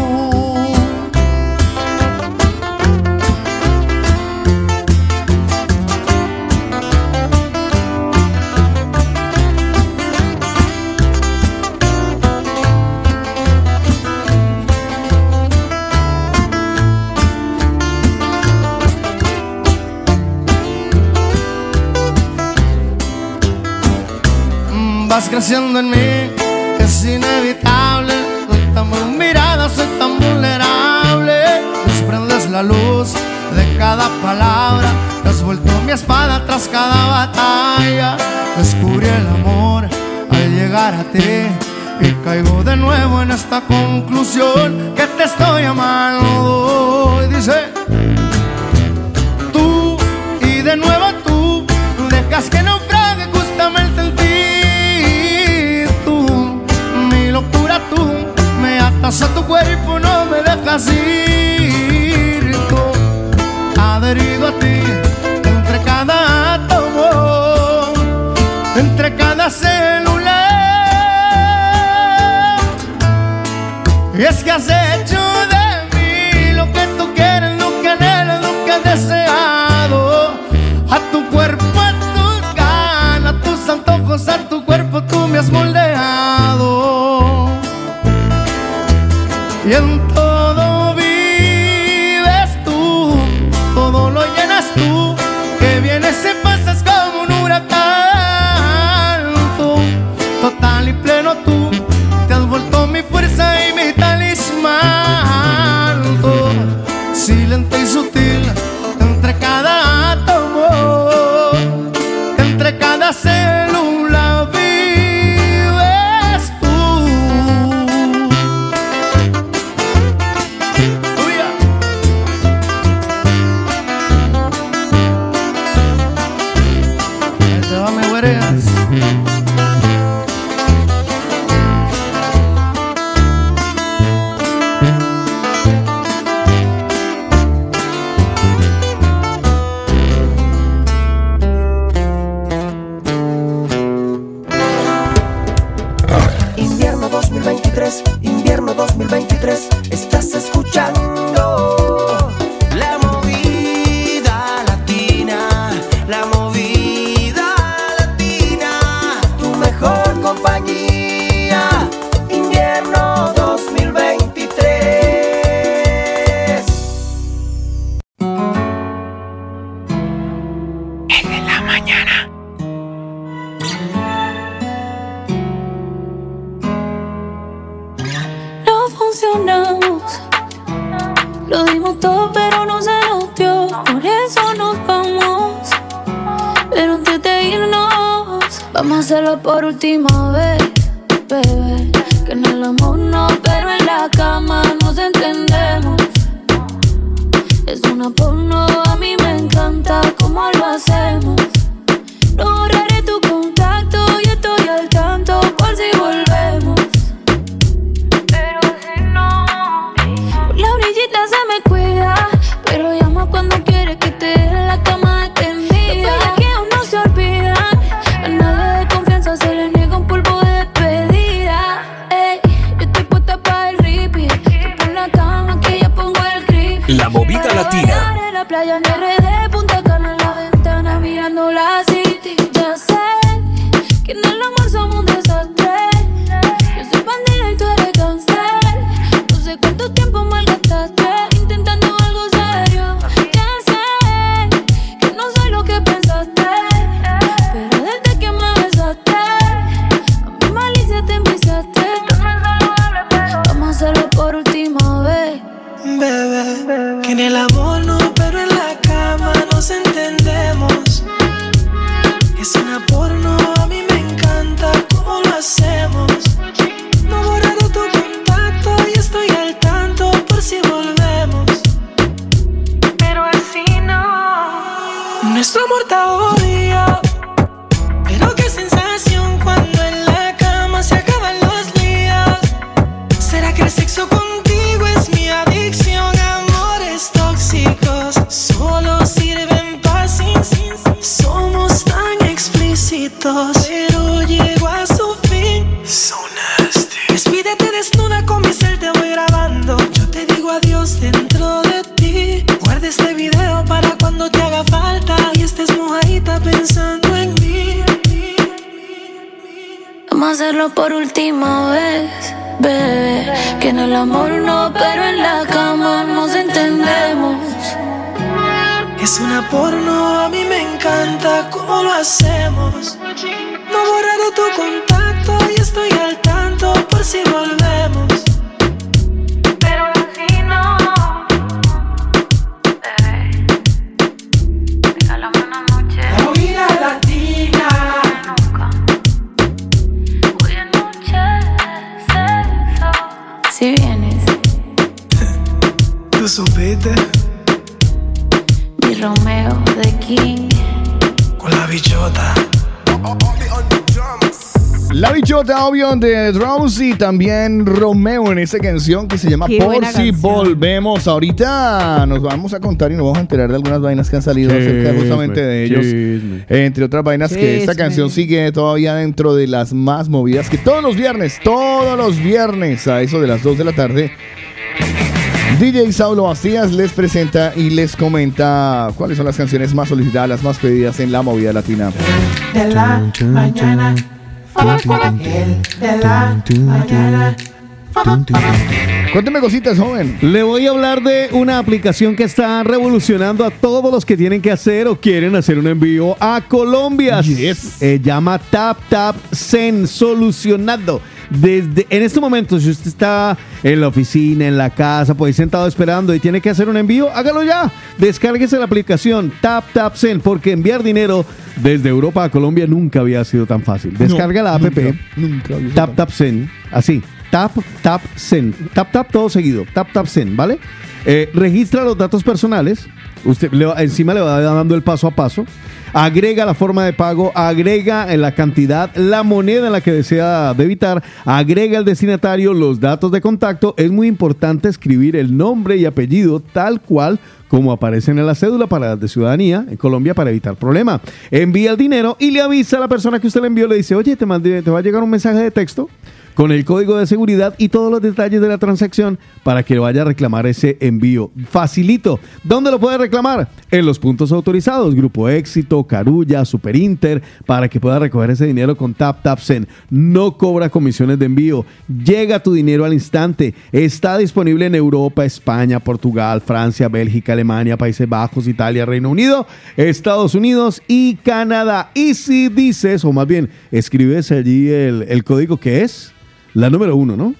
Vas creciendo en mí, es inevitable. Soy tan muy mirada, soy tan vulnerable. Desprendes la luz de cada palabra, te has vuelto mi espada tras cada batalla. Descubrí el amor al llegar a ti y caigo de nuevo en esta conclusión que te estoy amando. Y dice, tú, y de nuevo tú, dejas que naufrague justamente en ti. Locura tú, me atas a tu cuerpo, no me dejas ir. Tú, adherido a ti, entre cada átomo, entre cada célula. Y es que has hecho de mí lo que tú quieres, lo que anhelas, lo que has deseado. A tu cuerpo, a tus ganas, a tus antojos, a tu cuerpo tú me has moldeado. Y en todo vives tú, todo lo llenas tú, que vienes y pasas como un huracán. Tú, total y pleno tú, te has vuelto mi fuerza y mi talismán. Tú, silente y sutil, entre cada átomo, entre cada célula vives tú. Invierno dos mil veintitrés, invierno dos mil veintitrés, estás escuchando la movida latina, la movida latina, tu mejor compañía, invierno dos mil veintitrés. En de la mañana. Funcionamos, lo dimos todo pero no se nos dio, por eso nos vamos. Pero antes de irnos, vamos a hacerlo por última vez, bebé. Que en el amor no, pero en la cama nos entendemos. Es una porno, a mí me encanta cómo lo hacemos. No borraré tu contacto y estoy al tanto por si volvemos. La orillita se me cuida, pero llama cuando quiere que te dé en la cama extendida. Los bellaqueos no se olvidan, a nadie de confianza se le niega un polvo de despedida. Ey, yo estoy puesta para el repeat, tú pon la cama que ya pongo el grip. La movida latina. En la playa en R D, Punta Cana en la ventana mirando la city. Ya sé que en el amor somos un desastre. Yo soy bandida y tú eres cáncer. No sé cuánto tiempo malgastaste intentando algo serio. Ya sé que no soy lo que pensaste. amor no, pero en la cama nos entendemos. Es una porno, a mí me encanta cómo lo hacemos. No he borrado tu contacto y estoy al tanto por si volvemos. Pero así no. Nuestro amor está odio. Pero qué sensación cuando en la cama se acaban los días. ¿Será que el sexo contigo es mi adicción? Amores tóxicos solo sirven para sin, sin, sin. Somos tan explícitos, pero llego a su fin. So nasty. Despídete desnuda con mi cel, te voy grabando. Yo te digo adiós dentro de ti. Guarda este video para cuando te haga falta y estés mojadita pensando en mí. Vamos a hacerlo por última vez, bebé. Que en el amor no, pero en la cama nos entendemos. Es una porno, a mí me encanta cómo lo hacemos. No he borrado tu contacto y estoy al tanto por si volvemos. Pero así no. Bebé, regálame una noche. La movida latina. Nunca. Hoy es noche de sexo. Si vienes, ¿tú supiste? mi Romeo de King. Con la bichota. La bichota, obvio, de Drums y también Romeo en esta canción que se llama Qué Por buena si canción. volvemos. Ahorita nos vamos a contar y nos vamos a enterar de algunas vainas que han salido acerca justamente de ellos. Chisme. Entre otras vainas que esta Chisme. canción sigue todavía dentro de las más movidas que todos los viernes, todos los viernes a eso de las dos de la tarde. D J Saulo Bastías les presenta y les comenta cuáles son las canciones más solicitadas, las más pedidas en la movida latina. De la mañana. El de la mañana. Cuénteme cositas, joven. Le voy a hablar de una aplicación que está revolucionando a todos los que tienen que hacer o quieren hacer un envío a Colombia. Yes. Eh, llama Tap Tap Send, solucionado. Desde en este momento, si usted está en la oficina, en la casa, pues sentado esperando y tiene que hacer un envío, hágalo ya. Descárguese la aplicación Tap Tap Send, porque enviar dinero desde Europa a Colombia nunca había sido tan fácil. Descarga No, la app nunca, nunca había sido Tap tan Tap Send, así. Tap Tap Send. Tap Tap todo seguido. Tap Tap Send, ¿vale? Eh, registra los datos personales. Usted le va- encima le va dando el paso a paso. Agrega la forma de pago, agrega en la cantidad, la moneda en la que desea debitar, agrega el destinatario, los datos de contacto. Es muy importante escribir el nombre y apellido tal cual como aparecen en la cédula para de ciudadanía en Colombia para evitar problema. Envía el dinero y le avisa a la persona que usted le envió, le dice, oye, te, mandé, te va a llegar un mensaje de texto con el código de seguridad y todos los detalles de la transacción para que vaya a reclamar ese envío. Facilito. ¿Dónde lo puede reclamar? En los puntos autorizados. Grupo Éxito, Carulla, Super Inter, para que pueda recoger ese dinero con Tap Tap Send. No cobra comisiones de envío. Llega tu dinero al instante. Está disponible en Europa, España, Portugal, Francia, Bélgica, Alemania, Países Bajos, Italia, Reino Unido, Estados Unidos y Canadá. Y si dices, o más bien, escribes allí el, el código que es la número uno, ¿no?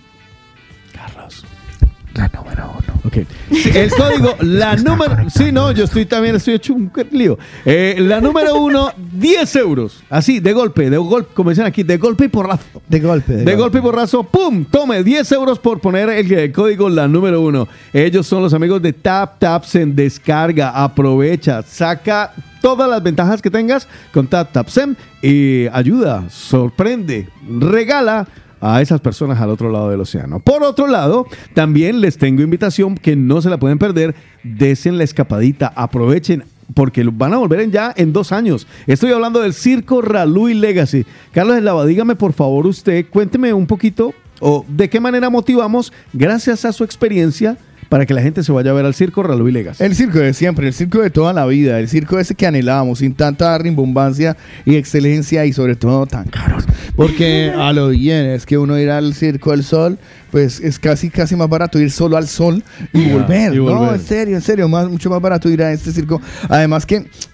Carlos. La número uno. Ok. Sí, el código, la número... Sí, no, yo estoy también, estoy hecho un lío. Eh, la número uno, diez euros. Así, de golpe, de golpe, como dicen aquí, de golpe y porrazo. De golpe. De golpe y porrazo, ¡pum! Tome, diez euros por poner el, el código, la número uno. Ellos son los amigos de Tap Tap Send. Descarga, aprovecha, saca todas las ventajas que tengas con Tap Tap Send y ayuda, sorprende, regala a esas personas al otro lado del océano. Por otro lado, también les tengo invitación que no se la pueden perder. Desen la escapadita, aprovechen, porque van a volver en ya en dos años. Estoy hablando del Circo Ralui Legacy. Carlos Eslava, dígame por favor usted, cuénteme un poquito o de qué manera motivamos, gracias a su experiencia, para que la gente se vaya a ver al Circo Ralui Legacy. El circo de siempre, el circo de toda la vida, el circo ese que anhelábamos, sin tanta rimbombancia y excelencia y sobre todo tan caros. Porque a lo bien es que uno ir al Circo del Sol, pues es casi casi más barato ir solo al Sol y Ya, volver. y volver. No, en serio, en serio, más, mucho más barato ir a este circo. Además que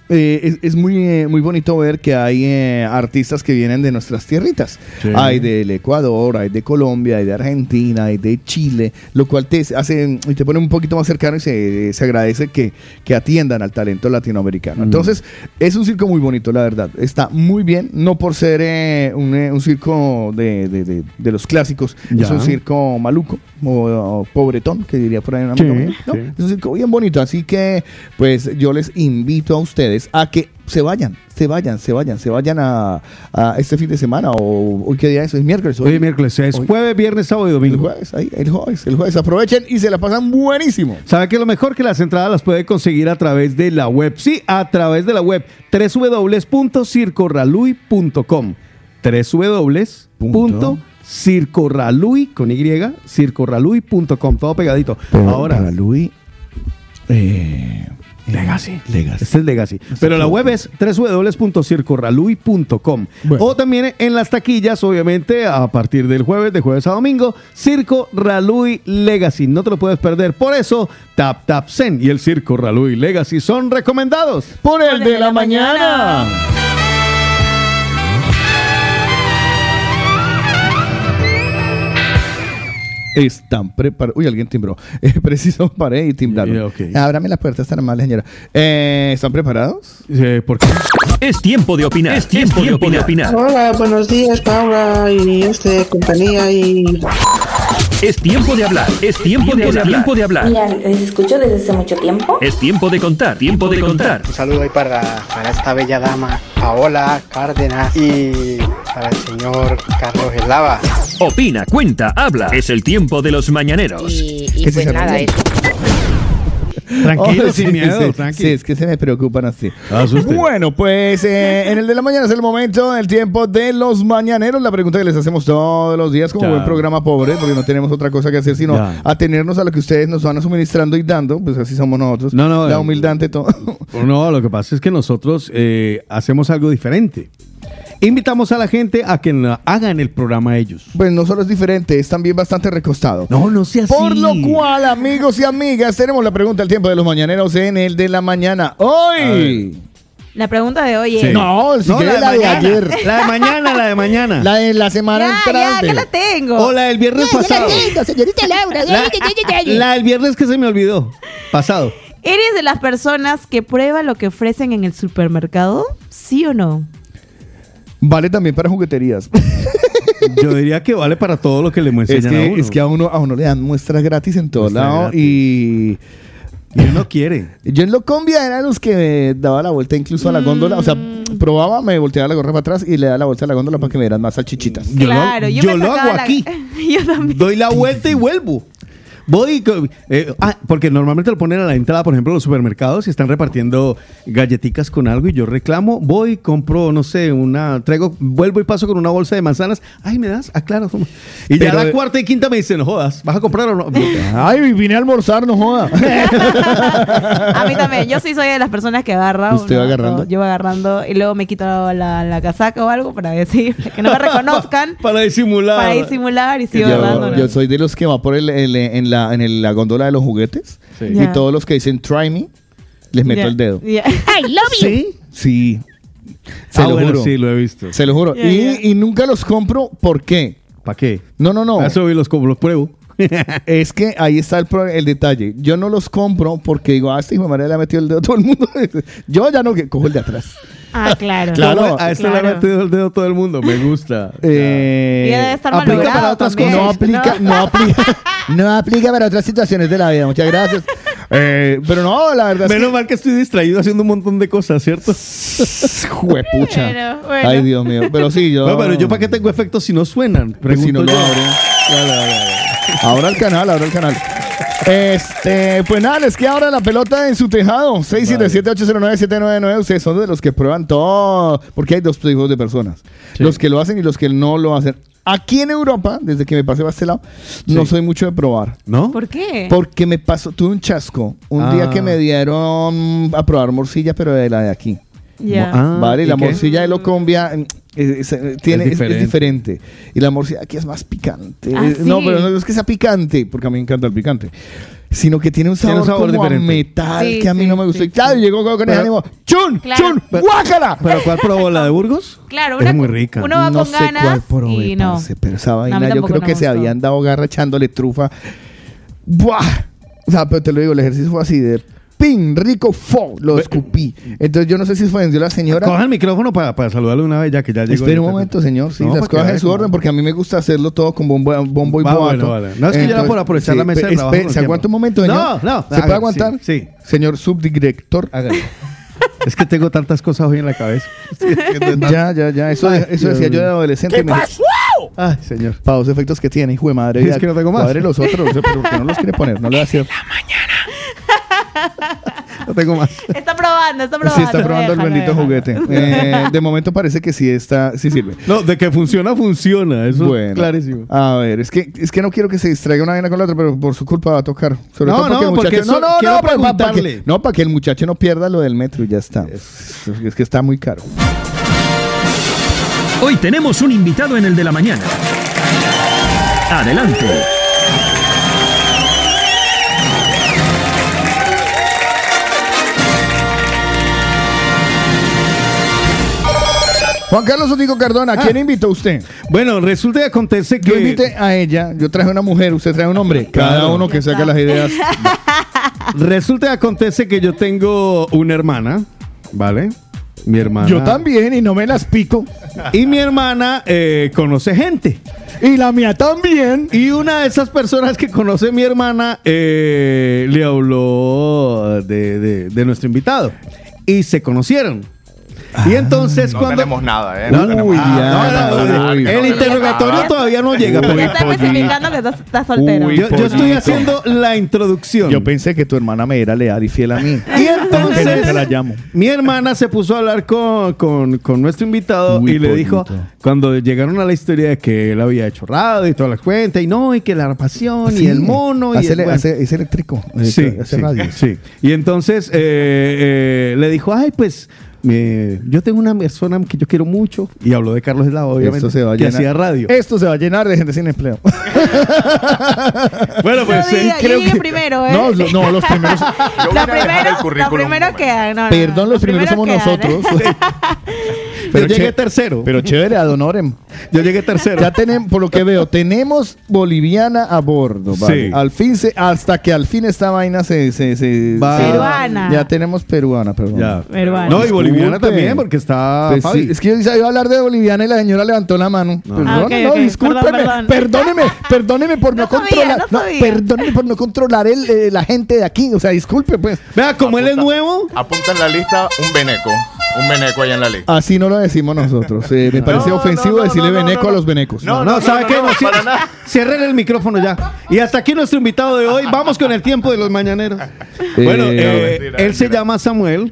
eh, es, es muy, eh, muy bonito ver que hay eh, artistas que vienen de nuestras tierritas. Sí. Hay del Ecuador, hay de Colombia, hay de Argentina, hay de Chile, lo cual te hace y te pone un poquito más cercano y se, se agradece que, que atiendan al talento latinoamericano. Mm. Entonces, es un circo muy bonito, la verdad. Está muy bien, no por ser eh, un, eh, un circo de, de, de, de los clásicos, ya. Es un circo maluco o, o pobretón, que diría por ahí una sí, ¿no? sí. Es un circo bien bonito, así que pues yo les invito a ustedes a que se vayan, se vayan, se vayan, se vayan a, a este fin de semana o hoy qué día es, hoy es miércoles. Hoy es miércoles, es hoy, jueves, viernes, sábado y domingo. El jueves, ahí, el jueves, el jueves, aprovechen y se la pasan buenísimo. ¿Sabe que lo mejor que las entradas las puede conseguir a través de la web? Sí, a través de la web doble u doble u doble u punto circo raluy punto com doble u doble u doble u punto circo raluy con Y, circo raluy punto com, todo pegadito. Pero ahora, Raluy eh, Legacy. Legacy. Este es Legacy. Pero la web es doble u doble u doble u punto circo raluy punto com. Bueno. O también en las taquillas, obviamente, a partir del jueves, de jueves a domingo, Circo Raluy Legacy. No te lo puedes perder. Por eso, Tap Tap Zen y el Circo Raluy Legacy son recomendados por el de, de la, la mañana. mañana. Están preparados. Uy, alguien timbró. Eh, preciso paré y timbraron. Yeah, okay. Ábrame la puerta, está mal, señora. Eh, ¿Están preparados? Eh, ¿Por qué? Es tiempo de opinar. Es tiempo, es tiempo de, opinar. de opinar. Hola, buenos días, Paula y este compañía y. Es tiempo de hablar. Es tiempo, tiempo de, de hablar. Tiempo de hablar. Mira, les escucho desde hace mucho tiempo. Es tiempo de contar. Tiempo de contar. Un saludo ahí para, para esta bella dama, Paola Cárdenas, y para el señor Carlos Eslava. Opina, cuenta, habla. Es el tiempo de los mañaneros. Y, y pues nada, eso. Tranquilo, oh, sin sí, miedo, sí, tranquilo. Sí, es que se me preocupan así. Asuste. Bueno, pues eh, en el de la mañana es el momento del tiempo de los mañaneros. La pregunta que les hacemos todos los días como ya. Buen programa pobre, porque no tenemos otra cosa que hacer sino ya. Atenernos a lo que ustedes nos van a suministrando y dando. Pues así somos nosotros. No, no, la humildad ante todo. No, lo que pasa es que nosotros eh, hacemos algo diferente. Invitamos a la gente a que hagan el programa ellos. Pues no solo es diferente, es también bastante recostado. No, no sea así. Por lo cual, amigos y amigas, tenemos la pregunta del tiempo de los mañaneros en el de la mañana. Hoy. La pregunta de hoy es... Sí. No, si no la, de, la de ayer. La de mañana, la de mañana. La de la semana ya, entrante. Ya, ya la tengo. O la del viernes ya, pasado. Ya la tengo, señorita Laura. La, la del viernes que se me olvidó. Pasado. ¿Eres de las personas que prueba lo que ofrecen en el supermercado? ¿Sí o no? Vale también para jugueterías. Yo diría que vale para todo lo que le muestran es que, a uno. Es que a uno, a uno le dan muestras gratis en todos lados y... Y él no quiere. Yo en Locombia era los que daba la vuelta incluso a la góndola. O sea, probaba, me volteaba la gorra para atrás y le daba la vuelta a la góndola para que me dieran más salchichitas. Claro, yo, yo, yo lo hago la... aquí. Yo también. Doy la vuelta y vuelvo. Voy, eh, ah, porque normalmente lo ponen a la entrada, por ejemplo, los supermercados y están repartiendo galletitas con algo y yo reclamo, voy, compro, no sé, una, traigo, vuelvo y paso con una bolsa de manzanas. Ay, ¿me das? Ah, claro. Toma. Y Pero, ya la cuarta y quinta me dicen, no jodas, ¿vas a comprar o no? Ay, vine a almorzar, no jodas. A mí también, yo sí soy de las personas que agarra. ¿Usted va agarrando? Yo voy agarrando y luego me quito la, la casaca o algo para decir, que no me reconozcan. Para disimular. Para disimular y sigo yo, agarrando. Yo ¿no? soy de los que va por el, el en la en el, la góndola de los juguetes sí. yeah. y todos los que dicen try me les meto yeah. el dedo. Yeah. I love you. Sí, sí. Se ah, lo bueno, juro. Sí, lo he visto. Se lo juro. Yeah, y, yeah. y nunca los compro. ¿Por qué? ¿Para qué? No, no, no. Eso los compro, los pruebo. Es que ahí está el, pro, el detalle. Yo no los compro porque digo, ah, este hijo de madre le ha metido el dedo a todo el mundo. Yo ya no cojo el de atrás. Ah, claro. Claro, a este claro. le ha metido el dedo a todo el mundo. Me gusta. Eh, y debe estar aplica para otras también. cosas. No aplica, no. no aplica, no aplica para otras situaciones de la vida. Muchas gracias. Eh, pero no, la verdad. Menos es que... mal que estoy distraído haciendo un montón de cosas, ¿cierto? Juepucha. Bueno, bueno. Ay, Dios mío. Pero sí, yo. No, pero yo para qué tengo efectos si no suenan. Pregunto si no lo abren. Claro, claro, claro. Ahora el canal, ahora el canal. Este, pues nada, les queda ahora la pelota en su tejado. seis siete siete, ocho cero nueve, siete nueve nueve. Ustedes son de los que prueban todo. Porque hay dos tipos de personas. Sí. Los que lo hacen y los que no lo hacen. Aquí en Europa, desde que me pasé a este lado, sí. no soy mucho de probar. ¿No? ¿Por qué? Porque me pasó, tuve un chasco. Un ah. día que me dieron a probar morcilla, pero de la de aquí. Yeah. Ah, vale, y la qué? morcilla de Locombia es, es, tiene, es, diferente. Es, es diferente. Y la morcilla aquí es más picante. ¿Ah, es, sí? No, pero no es que sea picante, porque a mí me encanta el picante. sino que tiene un sabor, Tiene un sabor como a diferente. metal Sí, que a mí sí, no me gustó. sí, y claro, sí. llegó con Pero- el ánimo, ¡chun! Claro. ¡chun! Pero- ¡Guácala! ¿Pero cuál probó? ¿La de Burgos? Claro, Es una, muy rica. uno va no con sé cuál ganas probé, y no. parce, pero esa No, a vaina mí yo tampoco creo no que me se gustó. habían dado garra echándole trufa. ¡Buah! O sea, pero te lo digo, el ejercicio fue así de ¡pin! Rico, ¡fo! Lo escupí. Entonces yo no sé si se ofendió la señora. Coja el micrófono para, para saludarle una vez ya que ya llegó. Espera un ahorita. momento, señor. Sí, No, las para que cosas en vea su cómo- orden, porque a mí me gusta hacerlo todo con bombo, bombo y Va, boato. bueno, vale. No, es que yo era por aprovechar la mesa de pe- trabajo espe- con ¿Se tiempo. aguanta un momento, señor? No, no. ¿Se hágale, puede aguantar? Sí. sí. Señor subdirector. Hágale. Es que tengo tantas cosas hoy en la cabeza. Ya, ya, ya. Eso, Ay, eso decía Dios yo de mío. adolescente. ¿Qué Me- pasó? Ay, señor. Para los efectos que tiene, hijo de madre. Es que no tengo más. Padre los otros, pero ¿por qué no los quiere poner? No le va a hacer. No tengo más. Está probando, está probando. Sí, está probando el déjalo, bendito déjalo. juguete. Eh, de momento parece que sí está, sí sirve. No, de que funciona, funciona. Eso Bueno, es clarísimo. A ver, es que, es que no quiero que se distraiga una vaina con la otra, pero por su culpa va a tocar. Sobre No, todo porque no, el porque muchacho. eso No, no, quiero no, para, para que, preguntarle. no, para que el muchacho no pierda lo del metro y ya está. Es, es que está muy caro. Hoy tenemos un invitado en el de la mañana. Adelante. Juan Carlos Otico Cardona, ¿a quién invitó usted? Bueno, resulta y acontece que. Yo invité a ella, yo traje una mujer, usted trae un hombre. Cada Claro. uno que saque las ideas. Resulta y acontece que yo tengo una hermana, ¿vale? Mi hermana. Yo también, y no me las pico. Y mi hermana eh, conoce gente. Y la mía también. Y una de esas personas que conoce mi hermana eh, le habló de, de- de nuestro invitado. Y se conocieron. Y entonces No cuando... tenemos nada, ¿eh? No, No tenemos uy, nada. ya, No, no, no, el no, no, interrogatorio no. todavía no llega. Te pero- está especificando que estás, estás soltero. Uy, yo, yo estoy pollito. haciendo la introducción. Yo pensé que tu hermana me era leal y fiel a mí. Y entonces Aunque nunca la llamo. mi hermana se puso a hablar con, con- con nuestro invitado Uy, y le pollito. dijo, cuando llegaron a la historia de que él había hecho radio y todas las cuentas, y no, y que la pasión, y Sí. el mono, y Hace, el, bueno. hace- es eléctrico. eh, Sí, hace sí, radio. sí. Y entonces eh, eh, le dijo, ay, pues me- yo tengo una persona que yo quiero mucho. Y habló de Carlos Eslavo, obviamente, Esto se va a que llenar. hacía radio. Esto se va a llenar de gente sin empleo. Bueno, pues No eh, diga, creo yo llegué que... primero, ¿eh? No, lo- no, los primeros. Yo Lo vine a dejar el primero, lo currículum. primero que hagan. No, no, Perdón, no, los lo primeros somos primero que hagan, nosotros. Yo Pero llegué che- tercero. Pero chévere, ad honorem. Yo llegué tercero. Ya tenemos, por lo que veo, tenemos boliviana a bordo. ¿Vale? Sí. Al fin se, hasta que al fin esta vaina se, se, se- Va. se- Peruana. Ya tenemos peruana, perdón. Ya. Peruana. No, y boliviana Disculpe. también, porque está Pues Fabi. sí, es que yo iba a hablar de boliviana y la señora levantó la mano. No. Perdón, Ah, ok, no, ok. discúlpeme, Perdón, perdón. perdóneme, perdóneme por no, No sabía, controlar, no no, sabía. perdóneme por no controlar el, eh, la gente de aquí, o sea, disculpe, pues. Vea, como él es nuevo, Apunta en la lista un veneco. Un veneco allá en la lista. Así no lo decimos nosotros. Eh, me parece No, ofensivo no, no, decirle no, no, veneco no, a no. los venecos. no, No, no, ¿sabe no, qué? no, No, para cier- nada. Cierren el micrófono ya. Y hasta aquí nuestro invitado de hoy. Vamos con el tiempo de los mañaneros. Bueno, Eh, eh, mentira, él se mentira. llama Samuel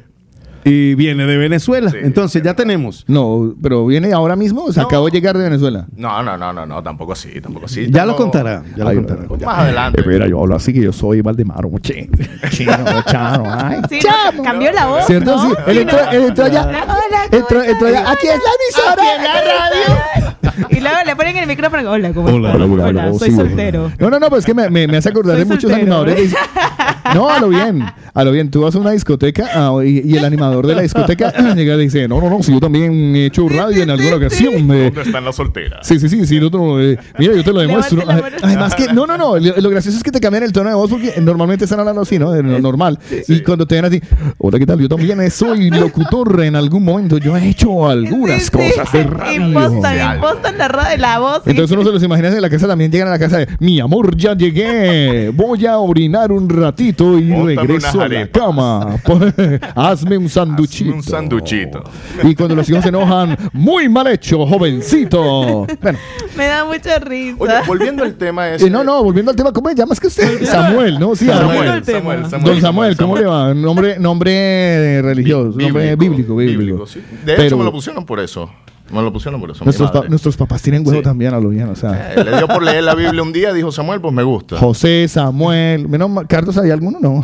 y viene de Venezuela. Sí, Entonces ya tenemos. No, pero viene ahora mismo, o sea, No. acabó de llegar de Venezuela. No, no, no, no, no, tampoco así, tampoco así. Ya lo Tengo- contará. Ya lo Ay, contará. ya. Más adelante. Mira, yo hablo así que yo soy Valdemaro, moche. Chino, chano, ay. Sí, no, cambió la voz. ¿Cierto? ¿no? Sí. Él Sí, entró, ¿no? él entró allá. Hola, ¿cómo Entró, estás? entró allá. Aquí es la emisora. Aquí en la radio. Y luego le ponen el micrófono. Hola, ¿cómo Hola, estás? hola, Hola, hola, soy sí, soltero. No, no, no, pues es que me, me, me hace acordar Soy de muchos soltero, animadores. ¿eh? de dis- No, a lo bien, a lo bien. Tú vas a una discoteca ah, y, y el animador de la discoteca llega y dice, no, no, no, si yo también he hecho radio en alguna ocasión. eh, ¿Dónde están las solteras? Sí, sí, sí, sí, no, no, eh, mira, yo te lo demuestro. Levante la mano. Además que, no, no, no, lo, lo gracioso es que te cambian el tono de voz porque normalmente están hablando así, ¿no? De lo normal. Y cuando te ven así, hola, ¿qué tal? Yo también soy locutor en algún momento. Yo he hecho algunas Sí, sí. cosas de radio. Impostan, impostan la, ra- la voz. y- Entonces uno se los imagina en la casa, también llegan a la casa de, mi amor, ya llegué, voy a orinar un ratito y Móntame regreso una a la arepa. cama. Hazme un sanduchito. Hazme un sanduchito. Y cuando los hijos se enojan, muy mal hecho, jovencito. Bueno, Me da mucha risa. Oye, volviendo al tema ese. eh, no, no, volviendo al tema, ¿cómo se llama? Es que usted, Samuel, ¿no? Sí, Samuel, Samuel. Samuel, Samuel, Don Samuel, ¿cómo le va? Nombre, nombre religioso, nombre bíblico, bíblico. sí. De hecho, Pero me lo pusieron por eso. Me lo pusieron por eso. mi nuestros, pa- madre. nuestros papás tienen huevo Sí. también, a lo bien, o sea. Eh, le dio por leer la Biblia un día, dijo Samuel, pues me gusta. José, Samuel, menos mal, ¿Carlos hay alguno? No.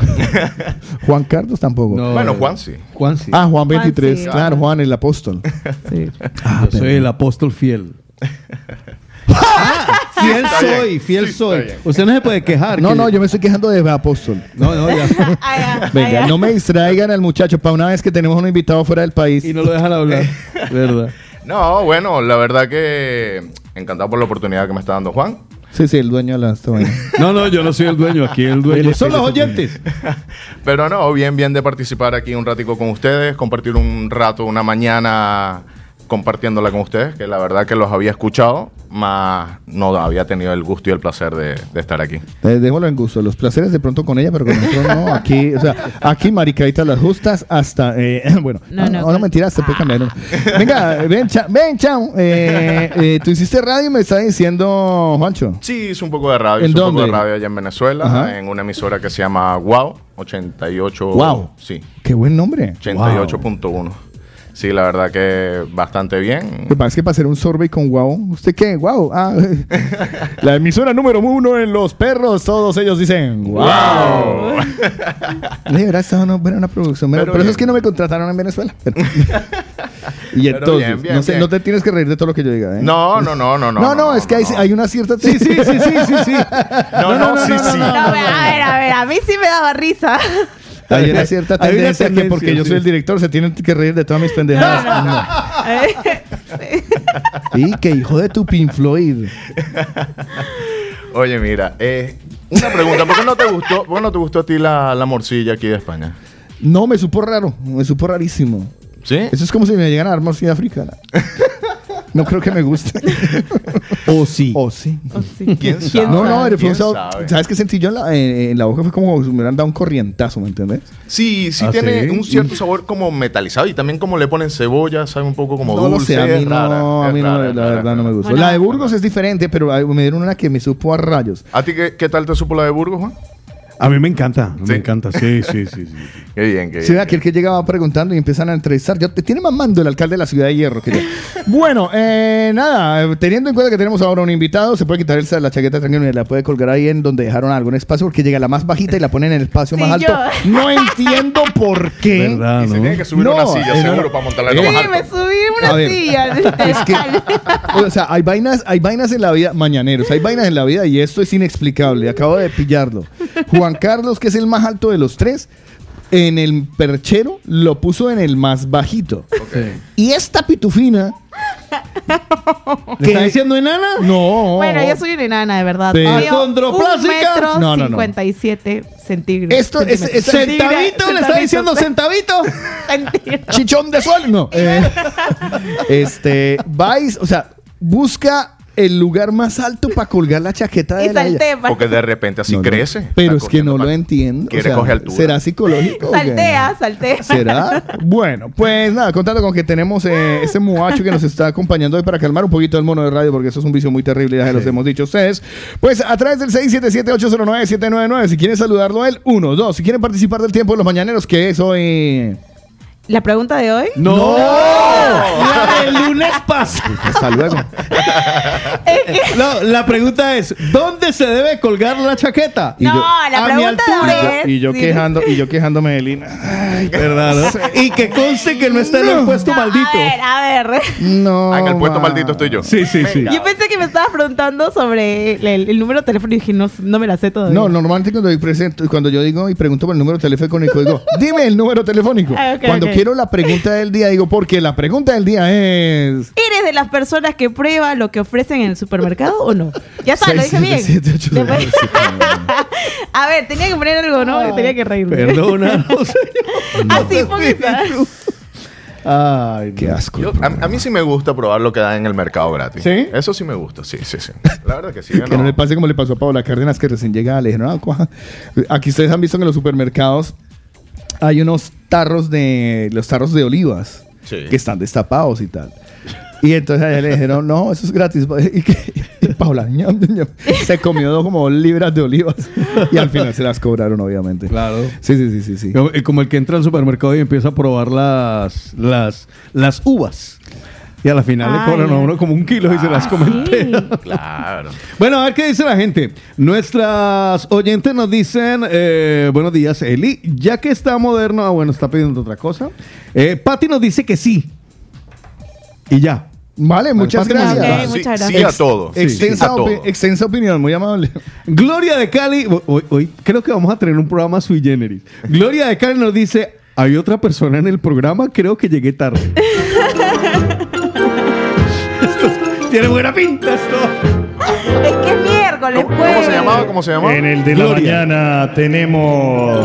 Juan Carlos tampoco. No, Bueno, Juan sí. Juan sí. Ah, Juan veintitrés, sí. claro, Juan el apóstol. Sí. Ah, Yo soy el apóstol fiel. Fiel soy, fiel Sí, soy. está bien. Usted no se puede quejar. No, que- no, yo me estoy quejando de Apóstol. No, no, ya. Venga, no me distraigan al muchacho para una vez que tenemos un invitado fuera del país. Y no lo dejan hablar. ¿Verdad? No, bueno, la verdad que encantado por la oportunidad que me está dando Juan. Sí, sí, el dueño de la esta vaina. No, no, yo no soy el dueño. Aquí el dueño son los oyentes. Pero no, bien, bien de participar aquí un ratico con ustedes, compartir un rato, una mañana compartiéndola con ustedes, que la verdad que los había escuchado, más no había tenido el gusto y el placer de, de estar aquí. Eh, déjalo en gusto. Los placeres de pronto con ella, pero con nosotros no. Aquí, o sea, aquí maricaditas las justas hasta... Eh, bueno, No, no, no, no, no mentiras, se puede cambiar. ¿no? Venga, ven, cha, ven, chao. Eh, eh, Tú hiciste radio y me está diciendo, Juancho. Sí, hice un poco de radio, ¿En hice un poco de dónde? radio allá en Venezuela, Ajá. en una emisora que se llama Wow, ochenta y ocho. Wow. Sí, Qué buen nombre. ochenta y ocho punto uno. Sí, la verdad que bastante bien. Lo que pasa es que para hacer un survey con Wow, ¿usted qué? Wow. Ah, la emisora número uno en los perros, todos ellos dicen Wow. Wow. De verdad, esta no era una producción. Pero, Pero por eso bien. es que no me contrataron en Venezuela. Pero- y Pero entonces, bien, bien, no, sé, bien. no te tienes que reír de todo lo que yo diga. ¿eh? No, no, no, no, no. No, no, es que hay, no. hay una cierta... Sí, sí, sí, sí, sí, sí. No, no, sí, sí. No, a ver, a ver, a mí sí me daba risa. Hay una cierta Hay una tendencia que tendencia, porque yo sí. soy el director se tienen que reír de todas mis pendejadas. No. Y que hijo de tu Pink Floyd. Oye, mira, eh, una pregunta, ¿por qué no te gustó, por qué no te gustó a ti la, la morcilla aquí de España? No, me supo raro, me supo rarísimo. ¿Sí? Eso es como si me llegan a dar morcilla africana. No creo que me guste. O sí. O sí. ¿Quién sabe? No, no, fue un ¿Quién sabor- sabe? ¿sabes qué sentí yo en la, eh, en la boca? Fue como si me hubieran dado un corrientazo, ¿me entiendes? Sí, sí ¿Ah, tiene sí? un cierto sabor como metalizado y también como le ponen cebolla, sabe un poco como No lo dulce. sé, a mí es rara, no, a es mí no, rara, la es rara, verdad es no me rara. gustó. Bueno. La de Burgos es diferente, pero hay- me dieron una que me supo a rayos. ¿A ti qué, qué tal te supo la de Burgos, Juan? A mí me encanta. Sí. Me encanta. Sí, sí, sí. sí. Qué bien, qué Sí, bien. aquel que llegaba preguntando y empiezan a entrevistar. Ya te tiene mamando el alcalde de la ciudad de Hierro. Que yo. Bueno, eh, nada, teniendo en cuenta que tenemos ahora un invitado, se puede quitar el- la chaqueta tranquilo y la puede colgar ahí en donde dejaron algún espacio porque llega la más bajita y la ponen en el espacio Sí, más alto. yo. No entiendo por qué. ¿Verdad, Y se no? tiene que subir No, una silla, eh, seguro, no. para montarla Eh, en lo Sí, más alto. me subí A una ver, silla. Es que, o sea, hay vainas, hay vainas en la vida, mañaneros, hay vainas en la vida y esto es inexplicable. Acabo de pillarlo. Juan Carlos, que es el más alto de los tres, en el perchero lo puso en el más bajito. Y esta pitufina. ¿Le está diciendo enana? No. Bueno, yo soy una enana, de verdad. Pero- Mido ¿Acondroplásica? Un metro No, no, no. cincuenta y siete centígrados. Esto es- es- ¿Centavito? ¿Le está diciendo centavito? centígrados. Chichón de sol. No. Eh, este, vais, o sea, busca el lugar más alto para colgar la chaqueta de Y la ella. salté. pa- Porque de repente así No, no. crece. Pero Está es que no cogiendo lo pa- entiendo. Quiere coger altura. ¿Será psicológico? o qué? Saltea, saltea. ¿Será? Bueno, pues nada, contando con que tenemos eh, este muchacho que nos está acompañando hoy para calmar un poquito el mono de radio, porque eso es un vicio muy terrible, ya se los hemos dicho a ustedes. Pues a través del seis siete siete, ocho cero nueve, siete nueve nueve, si quieren saludarlo a él, uno, dos. Si quieren participar del tiempo de los mañaneros, que es hoy. La pregunta de hoy. ¡No! La del lunes pasado. Hasta luego. No, la pregunta es: ¿dónde se debe colgar la chaqueta? Y No, yo- la a mi pregunta altura. de hoy es. Y yo sí. quejando, y yo quejándome de Lina. Ay, ¿Verdad, no? Y que conste que no está en el puesto No, maldito. A ver, a ver. no. Ah, en el puesto ma. maldito estoy yo. Sí, sí, sí. Yo pensé que me estabas preguntando sobre el, el- el número de teléfono y dije, no, no me la sé todavía. No, normalmente cuando yo, presento, cuando yo digo y pregunto por el número telefónico, digo, dime el número telefónico. Ah, ok, cuando ok. quiero la pregunta del día, digo, porque la pregunta del día es... ¿Eres de las personas que prueba lo que ofrecen en el supermercado o no? Ya está, lo dije bien. seis, siete, ocho, nueve, Después- siete, nueve. A ver, tenía que poner algo, ¿no? Tenía que reírme. Perdona, no señor. Ah, sí, pon esa. Ay, Qué asco. Yo- a, a mí sí me gusta probar lo que dan en el mercado gratis. ¿Sí? Eso sí me gusta, sí, sí, sí. La verdad que sí. yo Que no no- le pase como le pasó a Paola Cárdenas, que recién llegaba, le dijeron, ah, cuá. Aquí ustedes han visto que en los supermercados hay unos tarros de, los tarros de olivas, Sí. que están destapados y tal. Y entonces a ella le dijeron, no, eso es gratis. Y, que, y Paola ñam, ñam, se comió dos como libras de olivas y al final se las cobraron, obviamente. Claro. Sí, sí, sí, sí, sí. Como, eh, como el que entra al supermercado y empieza a probar las, las, las uvas. Y a la final Ay, le cobran a ay. uno como un kilo y se las come enteras. Claro. Bueno, a ver qué dice la gente. Nuestras oyentes nos dicen, eh, buenos días, Eli. Ya que está moderno, ah, bueno, está pidiendo otra cosa. Eh, Patti nos dice que sí. Y ya. Vale, muchas Patreon. gracias. Ok, muchas Sí, gracias. sí a todo. Extensa, Sí, a todo. opi- extensa opinión, muy amable. Gloria de Cali, hoy, hoy creo que vamos a tener un programa sui generis. Gloria de Cali nos dice, hay otra persona en el programa, creo que llegué tarde. Esto tiene buena pinta esto. Es que es miércoles, ¿Cómo, pues. cómo se llamaba? ¿Cómo se llamaba? En el de Gloria. la mañana tenemos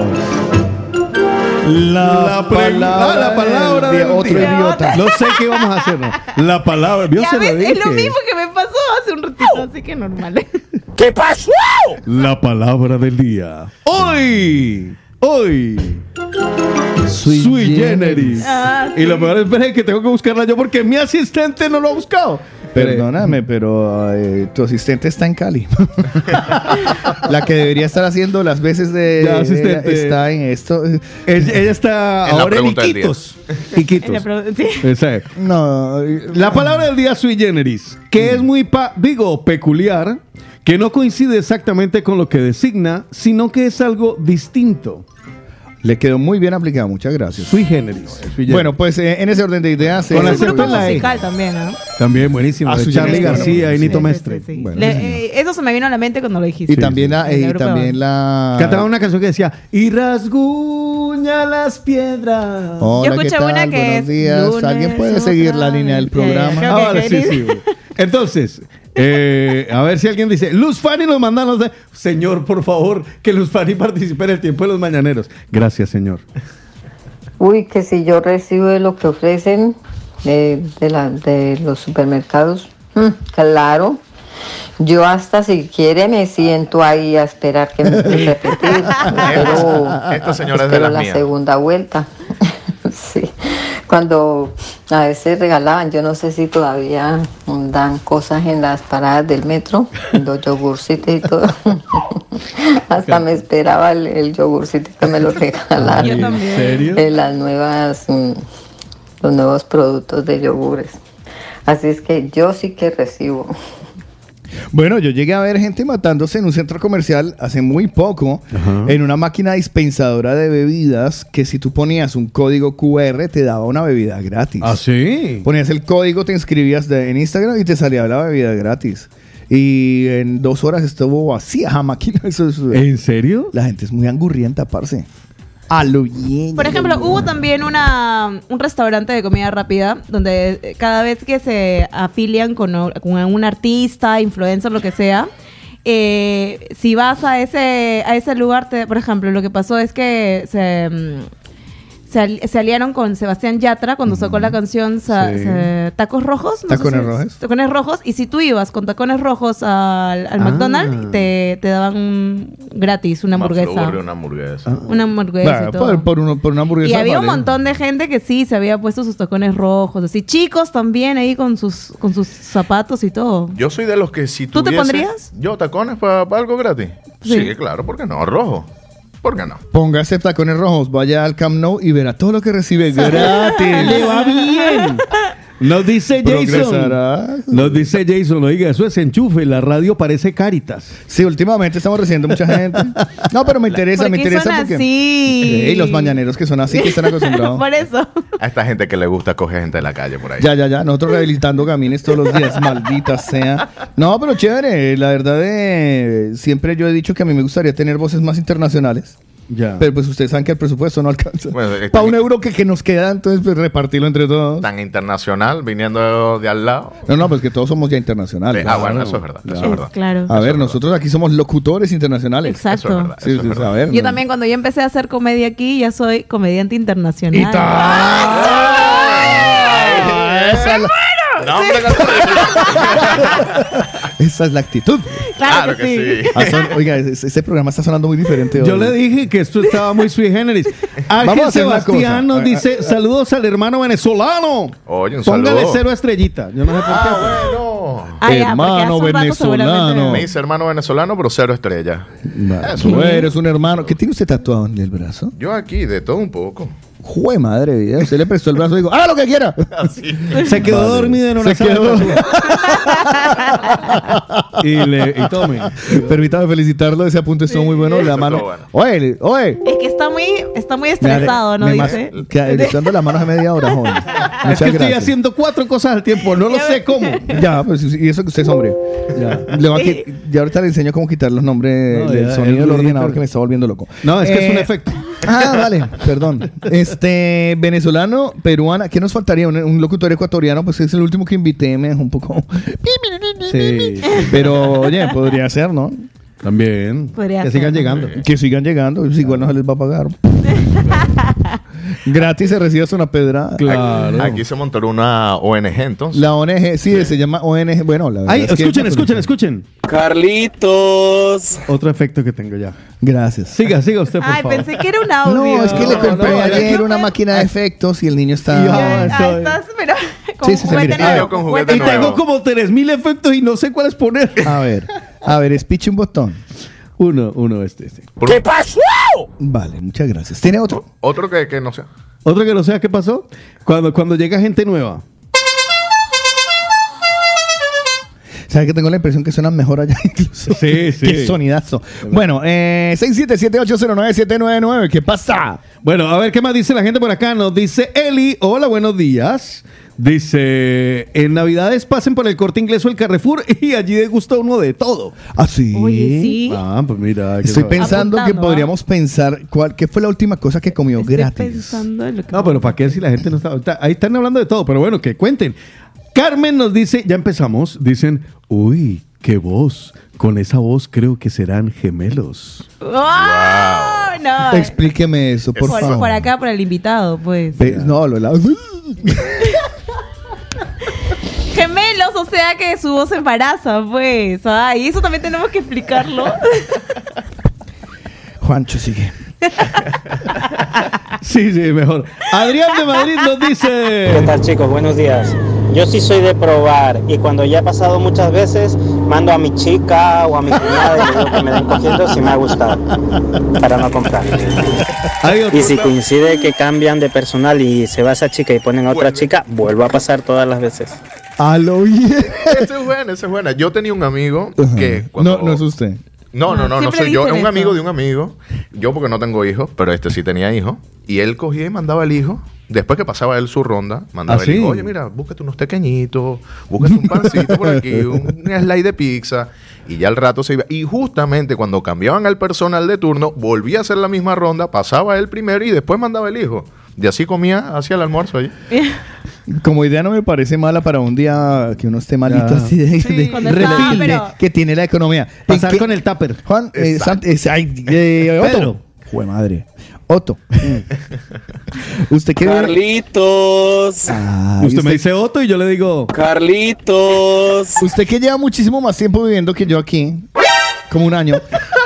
la, La, pre- palabra, ah, la palabra del del día. Otro día. idiota. No sé qué vamos a hacer. ¿no? La palabra, yo Ya se lo ves, dije. es lo mismo que me pasó hace un ratito, así que normal. ¿Qué pasó? La palabra del día. Hoy, hoy, Sui sui generis. generis. Ah, Y lo peor es que tengo que buscarla yo porque mi asistente no lo ha buscado. Perdóname, pero eh, tu asistente está en Cali. La que debería estar haciendo las veces de Ya, asistente. ella está en esto. Ella, ella está En la ahora en pregunta del Iquitos. Iquitos. La pro- sí. Exacto. No, La palabra del día sui generis, que es muy, pa- digo, peculiar, que no coincide exactamente con lo que designa, sino que es algo distinto. le quedó muy bien aplicada, muchas gracias. Sui generis. Sui generis. Bueno, pues eh, en ese orden de ideas. Con eh, la Es un grupo en la E. musical también, ¿no? También buenísimo. Ah, de Sui Charlie generis, García bueno, y Nito Sí, Mestre. sí, sí, sí. Bueno, Le- sí. eh, eso se me vino a la mente cuando lo dijiste. Y también, la, El y grupo de también la. Cantaba una canción que decía y rasguña las piedras. Hola, Yo ¿qué escuché tal? una que Buenos es días. lunes ¿Alguien puede otra seguir la vez? línea del Ya, programa? ya, Ah, Ok, vale, ok, sí, listo. sí. güey. Entonces, eh, a ver si alguien dice, Luz Fanny nos manda, no sé, señor, por favor, que Luz Fanny participe en el tiempo de los mañaneros. Gracias, señor. Uy, que si yo recibo de lo que ofrecen de, de, la, de los supermercados, mm, claro. Yo hasta si quiere me siento ahí a esperar que me esté repetir. Pero Esta señora es de espero las la mías. segunda vuelta. Sí. Cuando a veces regalaban, yo no sé si todavía dan cosas en las paradas del metro, los yogurcitos y todo. Hasta me esperaba el, el yogurcito que me lo regalaran. Yo también. ¿En serio? En las nuevas, mm, los nuevos productos de yogures. Así es que yo sí que recibo. Bueno, yo llegué a ver gente matándose en un centro comercial hace muy poco, Ajá. en una máquina dispensadora de bebidas, que si tú ponías un código cu erre te daba una bebida gratis. ¿Ah, sí? Ponías el código, te inscribías de- en Instagram y te salía la bebida gratis. Y en dos horas estuvo vacía la máquina. Eso es- ¿En serio? La gente es muy angurrienta, parce. A lo bien. Por ejemplo, hubo también una, un restaurante de comida rápida donde eh, cada vez que se afilian con, o- con un artista, influencer, lo que sea, eh, si vas a ese, a ese lugar, te- por ejemplo, lo que pasó es que se, mm, se, al- se aliaron con Sebastián Yatra cuando sacó la canción Sa- Sí. Sa- Tacos Rojos. no sé Tacones si- Rojos. Tacones Rojos. Y si tú ibas con tacones rojos al, al Ah. McDonald's, te, te daban gratis una hamburguesa. McFlurry, una hamburguesa. Una hamburguesa Bueno, y todo. por, por uno- por una hamburguesa. Y había un vale. montón de gente que sí se había puesto sus tacones rojos, así chicos también ahí con sus con sus zapatos y todo. Yo soy de los que si ¿Tú te tuviese- pondrías? Yo, tacones para algo gratis. Sí. Sí. claro, ¿por qué no? Rojo. ¿Por qué no? Póngase tacones rojos, vaya al Camp Nou y verá todo lo que recibe gratis. Le va bien. Nos dice Jason. Progresará. Nos dice Jason, oiga, eso es enchufe, la radio parece Caritas. Sí, últimamente estamos recibiendo mucha gente. No, pero me interesa, ¿Por me qué interesa son porque. así? Ey, los mañaneros que son así, que están acostumbrados. Por eso. A esta gente que le gusta coger gente de la calle por ahí. Ya, ya, ya. Nosotros rehabilitando gamines todos los días, maldita sea. No, pero chévere. La verdad, eh, siempre yo he dicho que a mí me gustaría tener voces más internacionales. Ya. Pero pues ustedes saben que el presupuesto no alcanza. Bueno, es Para tan- un euro que, que nos queda, entonces pues repartirlo entre todos. Tan internacional, viniendo de al lado. No, no, pues que todos somos ya internacionales. Ah, bueno, eso es verdad. Eso es verdad. Claro. A ver, nosotros aquí somos locutores internacionales. Exacto. Eso es verdad. Sí, eso es sí, verdad. a ver. Yo no. también cuando ya empecé a hacer comedia aquí, ya soy comediante internacional. Y ta- Ah, esa, es la, No, hombre, esa es la actitud. Claro, que sí. Ah, son- oiga, ese, ese programa está sonando muy diferente hoy. Yo le dije que esto estaba muy sui generis. Vamos a Ángel hacer una Sebastián cosa. nos dice, saludos al hermano venezolano. Oye, un Póngale saludo. cero estrellita. Yo no sé por qué. Ah, bueno. Ah, ya, porque Hermano hace un rato venezolano. seguramente- Me dice hermano venezolano, pero cero estrella. Va, Eso. tú eres un hermano. ¿Qué tiene usted tatuado en el brazo? Yo aquí, de todo un poco. Jue madre, vida. Usted le prestó el brazo y dijo, haga lo que quiera. Así. Se quedó Vale. dormido en una Se sala de quedó. basura. y, le, y tome. Permítame felicitarlo. Ese apunte estuvo muy bueno. La Eso mano. estuvo bueno. Oye, oye. Es que está muy Está muy estresado, ¿no? Me Dice. mas- que- Le estoy dando las manos a media hora, joven. Es Muchas que estoy gracias. haciendo cuatro cosas al tiempo, no lo sé cómo. Ya, pues y eso que usted es hombre. Ya, le voy a Sí. qui- ya ahorita le enseño cómo quitar los nombres No, del ya, sonido el del ruidito. ordenador que me está volviendo loco. No, es que es un Eh, efecto. Ah, vale, perdón. Este, venezolano, peruana, ¿qué nos faltaría? Un, un locutor ecuatoriano, pues es el último que invité, me dejó un poco. Sí. Pero, oye, podría ser, ¿no? También. Podría que ser. sigan llegando. Que sigan llegando, pues igual no se les va a pagar. Gratis se recibe hasta una pedrada. Claro. Aquí se montó una O N G entonces. La O N G, sí, se llama O N G. Bueno, la verdad Ay, es que- escuchen, escuchen, escuchen. Carlitos. Otro efecto que tengo ya. Gracias. Siga, siga usted, por Ay, favor. pensé que era un audio. No, es que le compré no, ayer no, una máquina de efectos y el niño está. Ya, Ah, estoy- estás, pero con Sí, sí, sí, juguete mire. nuevo, Ah, con juguete juguete Y nuevo. tengo como tres mil efectos y no sé cuáles poner. A ver, a ver, espiche un botón. Uno, uno, este, este. Por- ¿Qué pasó? Vale, muchas gracias. ¿Tiene otro? Otro que, que no sé. Otro que no sea qué pasó. Cuando, cuando llega gente nueva. ¿Sabes que tengo la impresión que suenan mejor allá incluso? Sí, sí. Qué sonidazo. Bueno, eh, seis siete siete ocho cero nueve siete nueve nueve. ¿Qué pasa? Bueno, a ver qué más dice la gente por acá. Nos dice Eli, hola, buenos días. Dice, en Navidades pasen por el Corte Inglés o el Carrefour y allí degusta uno de todo. ¿Ah, sí? Oye, sí. Ah, pues mira. qué Estoy sabe. pensando Apuntando, que podríamos pensar cuál, qué fue la última cosa que comió Estoy gratis. pensando en lo que No, pero ¿para qué si la gente no está, está- ahí están hablando de todo, pero bueno, que cuenten. Carmen nos dice, ya empezamos, dicen, uy, qué voz. Con esa voz creo que serán gemelos. ¡Oh! No. Explíqueme eso, por, por, favor. por acá, por el invitado, pues. Ve- no, lo helado. Gemelos, o sea que su voz embaraza, pues. Ay, eso también tenemos que explicarlo. Juancho sigue. Sí, sí, mejor. Adrián de Madrid nos ¿Qué dice... tal, chicos? Buenos días. Yo sí soy de probar y cuando ya ha pasado muchas veces mando a mi chica o a mi cuñada y le digo que me den cogiendo si me ha gustado para no comprar. Hay otro- Y si coincide que cambian de personal y se va esa chica y ponen a otra chica, vuelvo a pasar todas las veces. A lo bien. Esa es buena, esa es buena. Yo tenía un amigo Ajá. que cuando... No, no es usted. No, no, no, no Siempre soy yo. Es dicen un amigo eso. de un amigo. Yo porque no tengo hijos, pero este sí tenía hijos. Y él cogía y mandaba el hijo. Después que pasaba él su ronda, mandaba ¿Ah, el hijo. sí? Oye, mira, búscate unos pequeñitos, búscate un pancito por aquí, un slide de pizza. Y ya al rato se iba. Y justamente cuando cambiaban al personal de turno, volvía a hacer la misma ronda, pasaba él primero y después mandaba el hijo. Y así comía, hacía el almuerzo ahí. Como idea no me parece mala para un día que uno esté malito Ya. así de, Sí, de cuando está, refil de- pero- que tiene la economía. Pasar ¿En qué- con el tupper. Juan, eh, Exacto. Sant- es- ay, eh, Pedro. Otto. Jue madre. Otto. ¿Usted qué? Carlitos. Ay, Usted me dice Otto y yo le digo... Carlitos. Usted que lleva muchísimo más tiempo viviendo que yo aquí, como un año.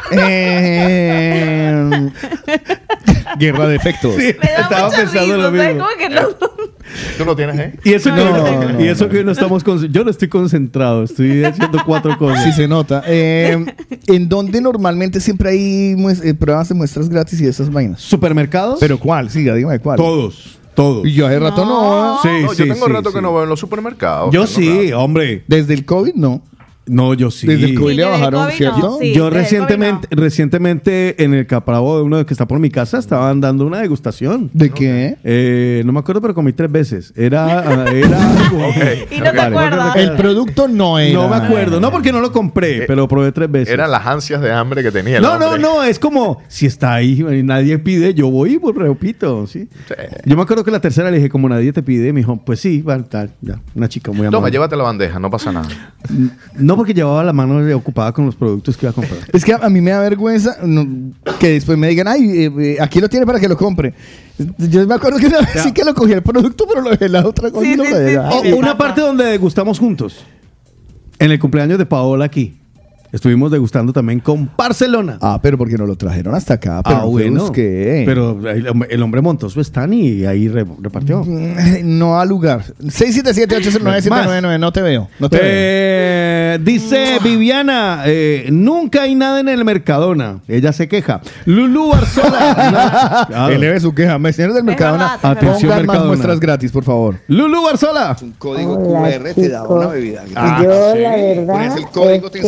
Eh, guerra de efectos. Sí, Me da estaba mucha pensando risa, lo ¿sabes? mismo. Como que no. ¿Tú lo tienes ahí? Y eso, que, No, no, no, y eso no. que no estamos... con- yo no estoy concentrado, estoy haciendo cuatro cosas. Sí se nota. Eh, ¿En dónde normalmente siempre hay mues- eh, pruebas de muestras gratis y esas vainas? ¿Supermercados? ¿Pero cuál? Siga, dígame cuál. Todos, todos. Y yo hace rato no. Sí, No, sí, yo tengo sí, rato sí. que no veo en los supermercados. Yo Tengo sí, rato. hombre. Desde el COVID no. No, yo sí. Desde el COVID Sí, le desde el bajaron, COVID ¿cierto? no, sí. yo desde el recientemente, COVID recientemente en el capravo de uno que está por mi casa estaban dando una degustación. ¿De qué? Eh, no me acuerdo, pero comí tres veces. Era, ah, era algo. Y no te Vale. acuerdas. El producto no era. No me acuerdo, no porque no lo compré, pero probé tres veces. Eran las ansias de hambre que tenía el No, no, hombre. no, es como si está ahí y nadie pide, yo voy y pues repito, ¿sí? Sí. Yo me acuerdo que la tercera le dije, como nadie te pide, me dijo, pues sí, va, tal, ya, una chica muy amable. Toma, llévate la bandeja, no pasa nada. No porque llevaba la mano ocupada con los productos que iba a comprar. Es que a, a mí me da vergüenza no, que después me digan, ay, eh, eh, aquí lo tiene para que lo compre. Yo me acuerdo que una vez sí que lo cogí el producto, pero lo dejé en la otra cosa. Sí, y lo sí, dejé sí, allá. Oh, sí. una pasa. parte donde degustamos juntos. En el cumpleaños de Paola aquí. Estuvimos degustando también con Barcelona. Ah, pero porque no lo trajeron hasta acá. Pero Ah, no fue bueno. busqué. Pero el, hombre- el hombre montó su stand y ahí re- repartió. No a lugar. seis siete siete ocho cero nueve siete nueve nueve. No te veo. No te veo. Eh, dice Viviana, eh, nunca hay nada en el Mercadona. Ella se queja. Lulú Barzola. Claro. Eleve su queja. Señores del Mercadona, verdad, es Atención, pongan más Mercadona. muestras gratis, por favor. Lulú Barzola. Código Hola, Q R te da una chicos. bebida Yo la verdad Pones el código, es te que inscribes. Tiene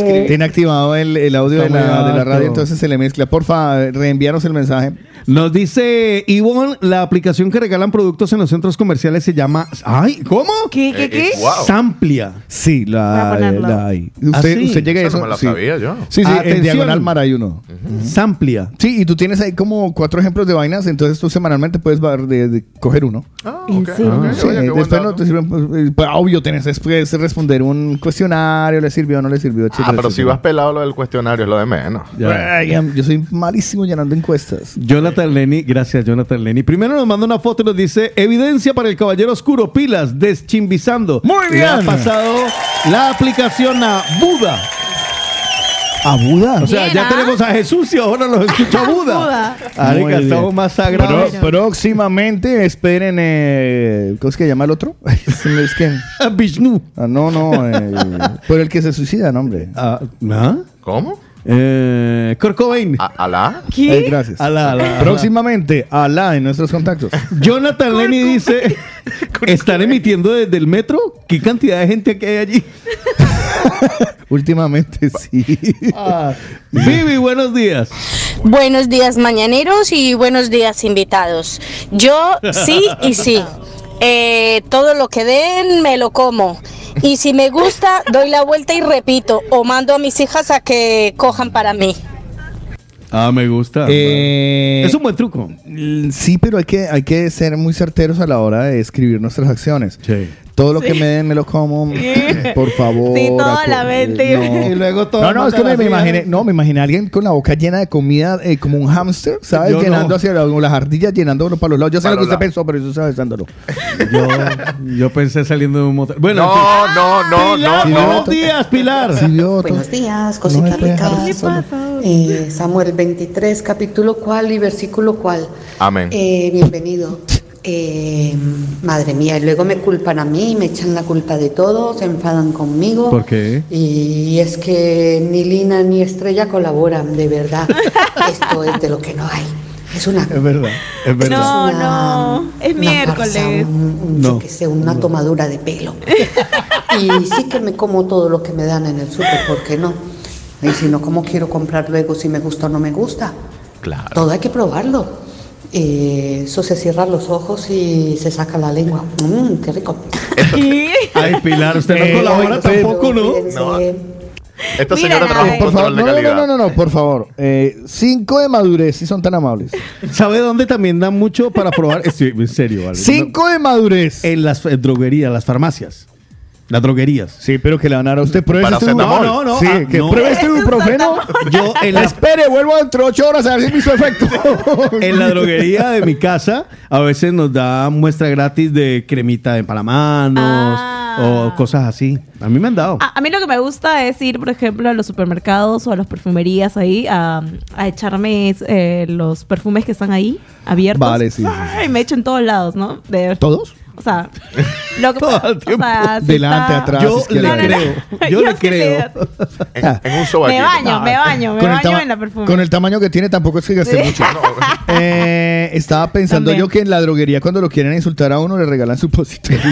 desactivado el, el audio de Está muy la, de la radio, alto. entonces se le mezcla. Porfa, reenvíanos el mensaje. Nos dice Ivonne, la aplicación que regalan productos en los centros comerciales se llama... ¡Ay! ¿Cómo? ¿Qué, qué, qué? Eh, eh, wow. Samplia. Sí, Voy a la, ponerlo. la hay. ¿Ah, Usted, sí? usted llega a Eso eso. no me la sí. sabía yo. Sí, sí, Atención. en Diagonal Mar hay uno. Samplia. Sí, y tú tienes ahí como cuatro ejemplos de vainas, entonces tú semanalmente puedes var- de, de coger uno. Ah, ¿En ok, serio? ok. Sí, Oye, qué buen después no dato. te sirven, pues, eh, pues, obvio, tienes después responder un cuestionario, le sirvió o no le sirvió, etcétera, Ah, pero si etcétera. vas pelado lo del cuestionario es lo de menos. Ya. Ay, am- yo soy malísimo llenando encuestas. Jonathan Lenny, gracias Jonathan Lenny. Primero nos manda una foto y nos dice: evidencia para el caballero oscuro, pilas, deschimbizando. Muy Le ha bien. pasado la aplicación a Buda. ¿A Buda? O sea, Bien, ya ¿ah? tenemos a Jesús y ahora nos escucha Buda. Buda. Arica, Muy bien. estamos más sagrados. Pro- próximamente esperen, eh, ¿cómo es que llama el otro? Es que, Vishnu. ah, no, no, eh, por el que se suicida, no, hombre. Ah, ¿ah? ¿Cómo? Eh, Kurt Cobain. ¿A- ¿Alá? ¿Qué? Eh, gracias. Alá, alá, alá. Próximamente, Alá en nuestros contactos. Jonathan Lenny dice: ¿están emitiendo desde el metro? ¿Qué cantidad de gente que hay allí? Últimamente, sí. Ah. Vivi, buenos días. Buenos días mañaneros y buenos días invitados. Yo sí y sí. Eh, todo lo que den me lo como. Y si me gusta, doy la vuelta y repito. O mando a mis hijas a que cojan para mí. Ah, me gusta. Eh, Es un buen truco. l- Sí, pero hay que, hay que ser muy certeros a la hora de escribir nuestras acciones. Sí. Todo lo Sí. que me den me lo como. Por favor. Sí, toda acu- la mente. No. Y luego todo. No, no, es que me, me manda la imaginé, vida. no, me imaginé a alguien con la boca llena de comida, eh, como un hámster, ¿sabes? Yo llenando no. hacia la- las ardillas, llenándolo para los lados. Yo sé Para lo que los usted lados. pensó, pero eso sabe besándolo. Yo, yo pensé saliendo de un motel. Bueno, No, no, no, Pilar, no, no. buenos días, Pilar. Sí, vio, Buenos días, No cositas me puede dejar ricas. ¿Qué pasa? Eh, Samuel veintitrés, capítulo cual y versículo cual. Amén. Eh, bienvenido. Eh, madre mía, y luego me culpan a mí, me echan la culpa de todo, se enfadan conmigo. ¿Por qué? Y es que ni Lina ni Estrella colaboran, de verdad. Esto es de lo que no hay. Es una... Es verdad, es verdad. No, una- no, es una miércoles. farsa, un- un, No. yo qué sé, una tomadura de pelo. Y sí que me como todo lo que me dan en el súper, ¿por qué no? Y si no, ¿cómo quiero comprar luego si me gusta o no me gusta? Claro. Todo hay que probarlo. Eh, eso se cierran los ojos y se saca la lengua. Mmm, qué rico. ¿Qué? Ay, Pilar, usted no Eh, colabora oye, pero- tampoco, ¿no? Cuídense. No. Esta Mira, señora trabaja Nay. un Por favor, control de no, no, calidad. no, no, no, no, por favor. Eh, cinco de madurez, si son tan amables. ¿Sabe dónde también dan mucho para probar? Estoy en serio, ¿vale? Cinco de madurez. En las eh, droguerías, las farmacias. Las droguerías. Sí, pero que le van a dar a usted. Pruebe este Paracetamol. No, no, no. Sí, Ah, que no. pruebe este ibuprofeno. Yo en la, Espere, vuelvo dentro de ocho horas a ver si me hizo efecto. en la droguería de mi casa a veces nos da muestra gratis de cremita de empalamanos Ah. o cosas así. A mí me han dado. A, a mí lo que me gusta es ir, por ejemplo, a los supermercados o a las perfumerías ahí a, a echarme eh, los perfumes que están ahí abiertos. Vale, sí, sí, sí. Ay, me echo en todos lados, ¿no? De- ¿Todos? O sea, lo que Todo el tiempo. o sea, si Delante, está- atrás, Yo izquierda, le derecha. creo. Yo le sí le- creo. En, en un sobaquito. Me baño, me baño, me Con el, baño tama- en la perfume. con el tamaño que tiene tampoco es que gaste Sí. mucho. Eh, estaba pensando También. yo que en la droguería cuando lo quieren insultar a uno le regalan supositorios.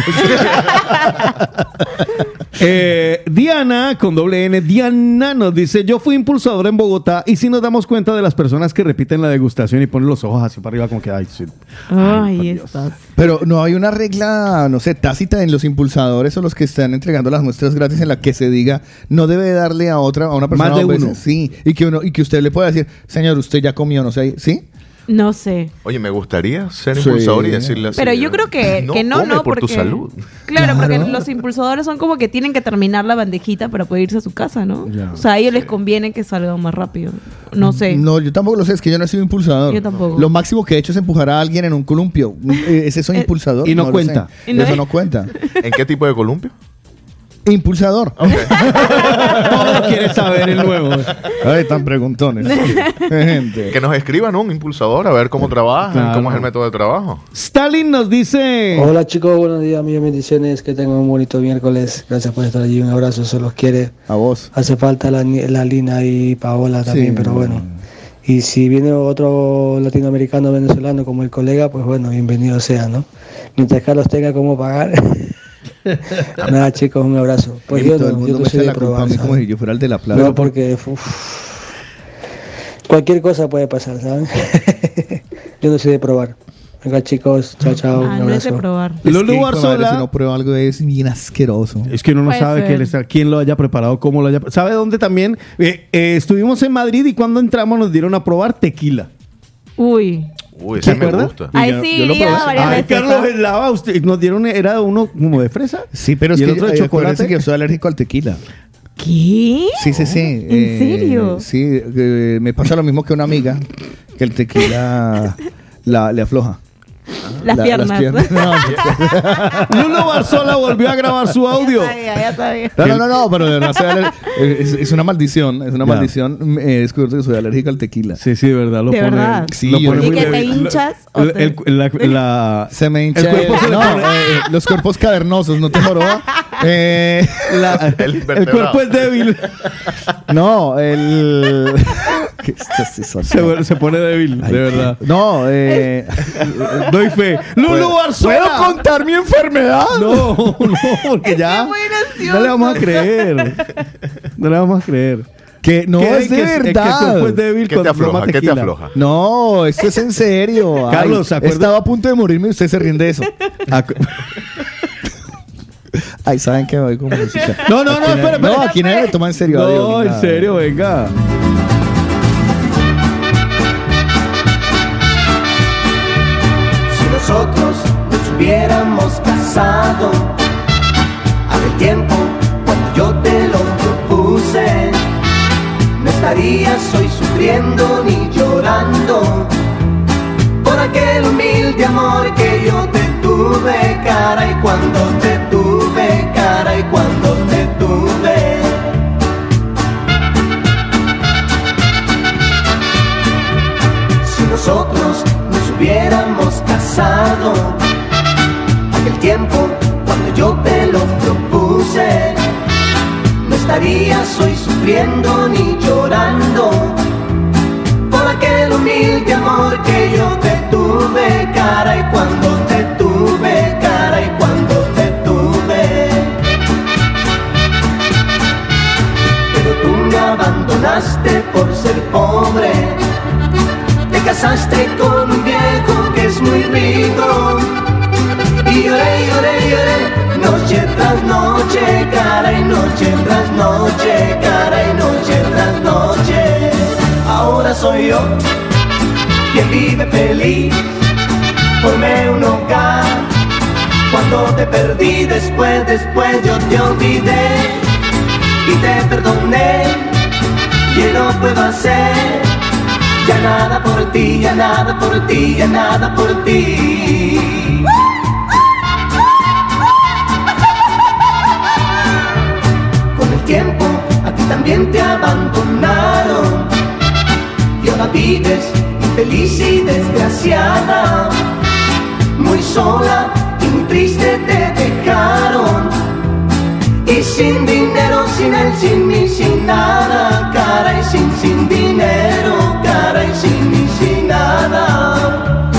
Eh, Diana, con doble N, Diana nos dice: yo fui impulsadora en Bogotá y si nos damos cuenta de las personas que repiten la degustación y ponen los ojos así para arriba como que, ay, sí. Ay, por Dios. estas. Pero no hay una regla, no sé, tácita en los impulsadores o los que están entregando las muestras gratis en la que se diga no debe darle a otra, a una persona Más de dos veces. uno. Sí, y que uno y que usted le pueda decir, señor, usted ya comió, no sé, ¿sí? No sé. Oye, me gustaría ser Sí. impulsador y decirle así. Pero yo creo que no, que no, come no, por porque... tu salud. Claro, Claro. porque los impulsadores son como que tienen que terminar la bandejita para poder irse a su casa, ¿no? Ya. O sea, a ellos les conviene que salgan más rápido. No sé. No, yo tampoco lo sé, es que yo no he sido impulsador. Yo tampoco. Lo máximo que he hecho es empujar a alguien en un columpio. Eh, ¿Es eso Eh, impulsador? y no lo cuenta. sé. ¿Y no Eso es? no cuenta. ¿En qué tipo de columpio? Impulsador. Todo quiere saber el nuevo. Ay, tan preguntones. Gente. Que nos escriban un impulsador a ver cómo trabajan, Claro. cómo es el método de trabajo. Stalin nos dice: Hola chicos, buenos días, mil bendiciones, que tengan un bonito miércoles, gracias por estar allí, un abrazo, se los quiere. A vos. Hace falta la, ni- la Lina y Paola también, Sí. pero bueno. Y si viene otro latinoamericano venezolano como el colega, pues bueno, bienvenido sea, ¿no? Mientras Carlos tenga cómo pagar. Nada, chicos, un abrazo. Pues Y yo todo el no, mundo yo me no soy echa de la culpa a probar, mí como ¿sabes? si yo fuera el de la plata. No, porque uf, cualquier cosa puede pasar, ¿sabes? Yo no soy de probar. Venga, chicos, chao, chao. Ah, un no es de abrazo. probar. Lolo hijo de madre, Barzola- si no prueba algo es bien asqueroso. Es que uno no Puede sabe ser. quién, está- quién lo haya preparado, cómo lo haya... ¿Sabe dónde también? Eh, eh, estuvimos en Madrid y cuando entramos nos dieron a probar tequila. Uy. Uy, ¿Se ese me acuerda? gusta. Ahí yo- sí, yo lo iría probé. varias Ay, veces, Carlos ¿ah? helaba, usted, nos dieron, era uno como de fresa. Sí, pero es ¿Y que el otro de eh, chocolate? acuérdense que yo soy alérgico al tequila. ¿Qué? Sí, sí, sí. ¿En serio? Sí, eh, me pasa lo mismo que una amiga, que el tequila la, le afloja. Las La- piernas. No, Lolo Barzola volvió a grabar su audio. Ya sabía, ya sabía. no, no, no, no, pero de verdad soy aler- es, es una maldición, es una Ya. maldición. He descubierto que soy alérgico al tequila. Sí, sí, de verdad. Lo ¿De pone, verdad? Sí, lo yo- pone ¿Y muy que te débil. hinchas o El- te- el- la- la- Se me hincha El cuerpo se le no, pone- eh, los cuerpos cavernosos, ¿no te joroba? Eh, la- El el invertebrado. cuerpo es débil. no, el... ¿Qué estás eso? Se, vuelve- se pone débil, de verdad. No, eh... Doy fe. Lolo Barzola. ¿Puedo contar mi enfermedad? No, no, porque ya muy gracioso. no le vamos a creer. No le vamos a creer. Que no Que- es de que- que el verdad. cuerpo es débil ¿Qué te cuando toma afloja? ¿Qué te tequila. afloja? No, esto es en serio. Ay, Carlos, ¿se acuerda? estaba a punto de morirme y usted se ríe de eso. Acu- Ay, ¿saben qué? Voy con música. No, no, no, Aquí espera, No, espera. aquí nadie me toma en serio. adiós, No, ni en nada. serio, venga. Si nosotros nos hubiéramos casado, aquel tiempo cuando yo te lo propuse, no estarías hoy sufriendo ni llorando por aquel humilde amor que yo te tuve, cara, y cuando te tuve, cara, y cuando te tuve. Si nosotros nos hubiéramos casado, aquel tiempo cuando yo te lo propuse, no estarías hoy sufriendo ni llorando por aquel humilde amor que yo te tuve, cara, y cuando te tuve, cara, y cuando te tuve. Pero tú me abandonaste por ser pobre, te casaste con un viejo que es muy rico, y lloré, lloré, lloré, noche tras noche, cara, y noche tras noche, cara, y noche tras noche. Ahora soy yo quien vive feliz, formé un hogar. Cuando te perdí, después, después yo te olvidé y te perdoné, y no puedo hacer ya nada por ti, ya nada por ti, ya nada por ti. Con el tiempo a ti también te abandonaron, y ahora vives infeliz y desgraciada, muy sola y muy triste te dejaron, y sin dinero, sin él, sin mí, sin nada, cara, y sin, sin dinero, cara, y sin mí, sin nada.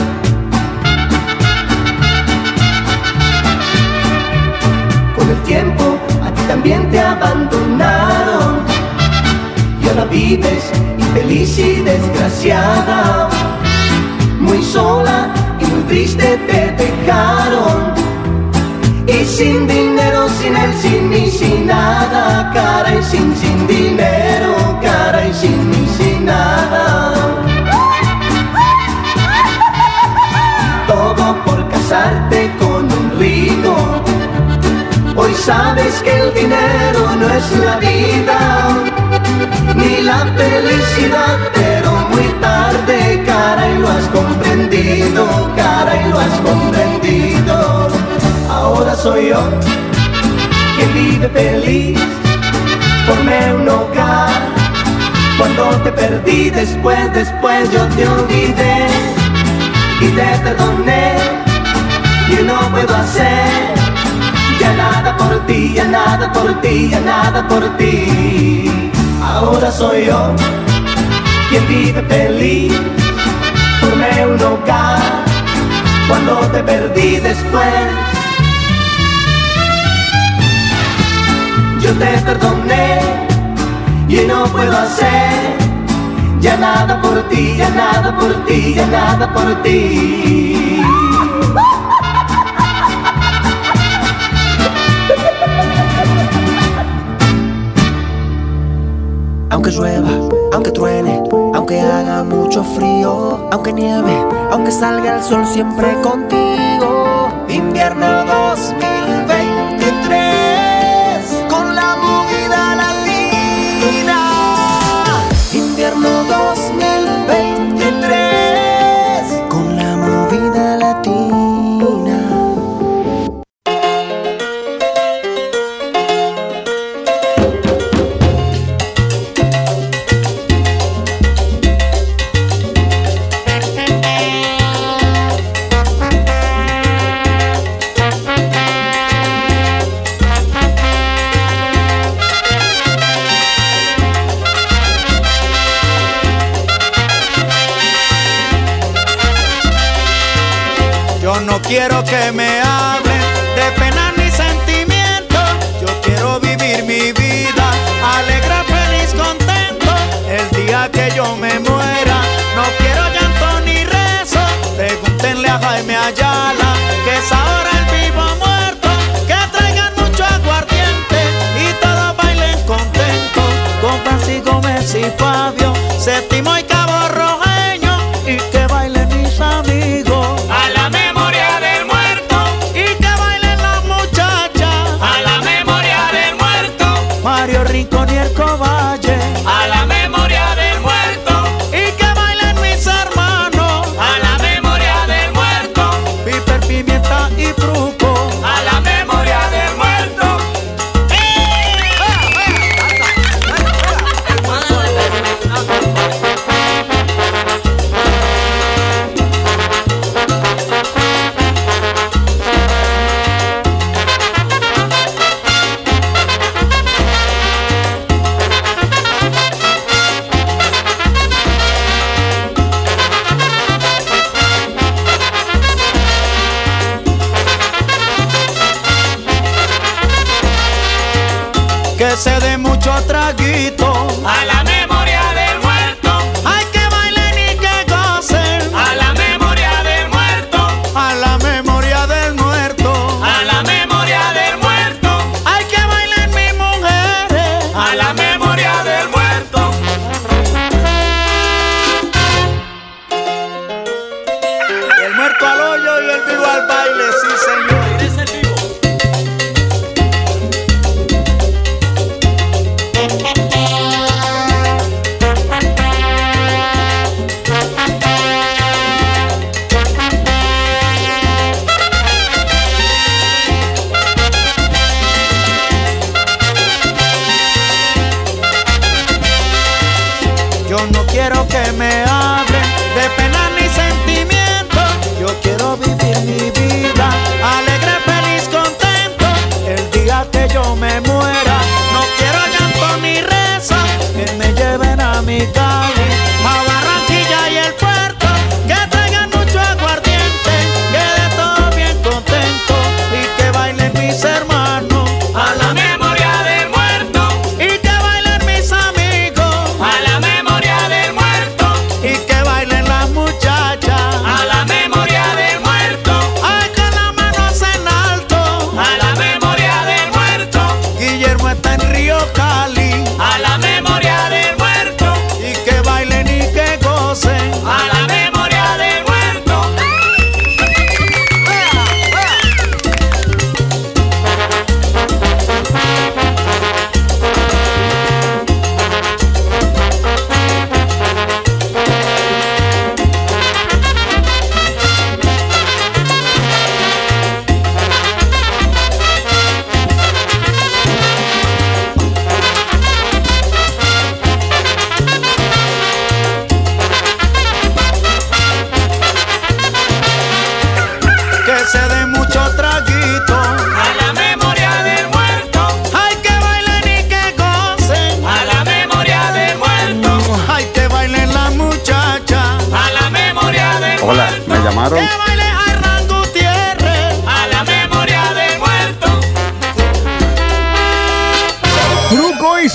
Con el tiempo a ti también te abandonaron, y ahora vives infeliz y desgraciada, muy sola y muy triste te dejaron, y sin dinero, sin él, sin mí, sin nada, cara, y sin, sin dinero, cara, y sin mí, sin nada. Todo por casarte con un rico. Hoy sabes que el dinero no es la vida, ni la felicidad, pero muy tarde, cara, y lo has comprendido, cara, y lo has comprendido. Ahora soy yo quien vive feliz, formé un hogar. Cuando te perdí, después, después yo te olvidé y te perdoné, y no puedo hacer ya nada por ti, ya nada por ti, ya nada por ti. Ahora soy yo quien vive feliz, formé un hogar. Cuando te perdí después, te perdoné y no puedo hacer ya nada por ti, ya nada por ti, ya nada por ti. Aunque llueva, aunque truene, aunque haga mucho frío, aunque nieve, aunque salga el sol, siempre contigo. Invierno dos mil veintitrés con la movida latina. Invierno dos mil veintitrés con la movida latina. No quiero que me hablen de pena ni sentimiento. Yo quiero vivir mi vida alegre, feliz, contento. El día que yo me muera, no quiero llanto ni rezo. Pregúntenle a Jaime Ayala, que es ahora el vivo muerto. Que traigan mucho aguardiente y todos bailen contentos. Con Francisco Gómez y Fabio, Séptimo y Cabo Rojeño. Y que bailen mis amigos a la memoria del muerto. Y que bailen las muchachas a la memoria del muerto. Mario Rincón y el Covalle a la memoria del muerto. Y que bailen mis hermanos a la memoria del muerto. Piper, Pimienta y Fruco a la memoria del muerto. Que se dé mucho traguito a la memoria del muerto. Hay que bailen y que gocen a la memoria del muerto. A la memoria del muerto. A la memoria del muerto. Hay que bailen mis mujeres a la memoria del muerto. El muerto al hoyo y el vivo al baile, sí señor. Thank you.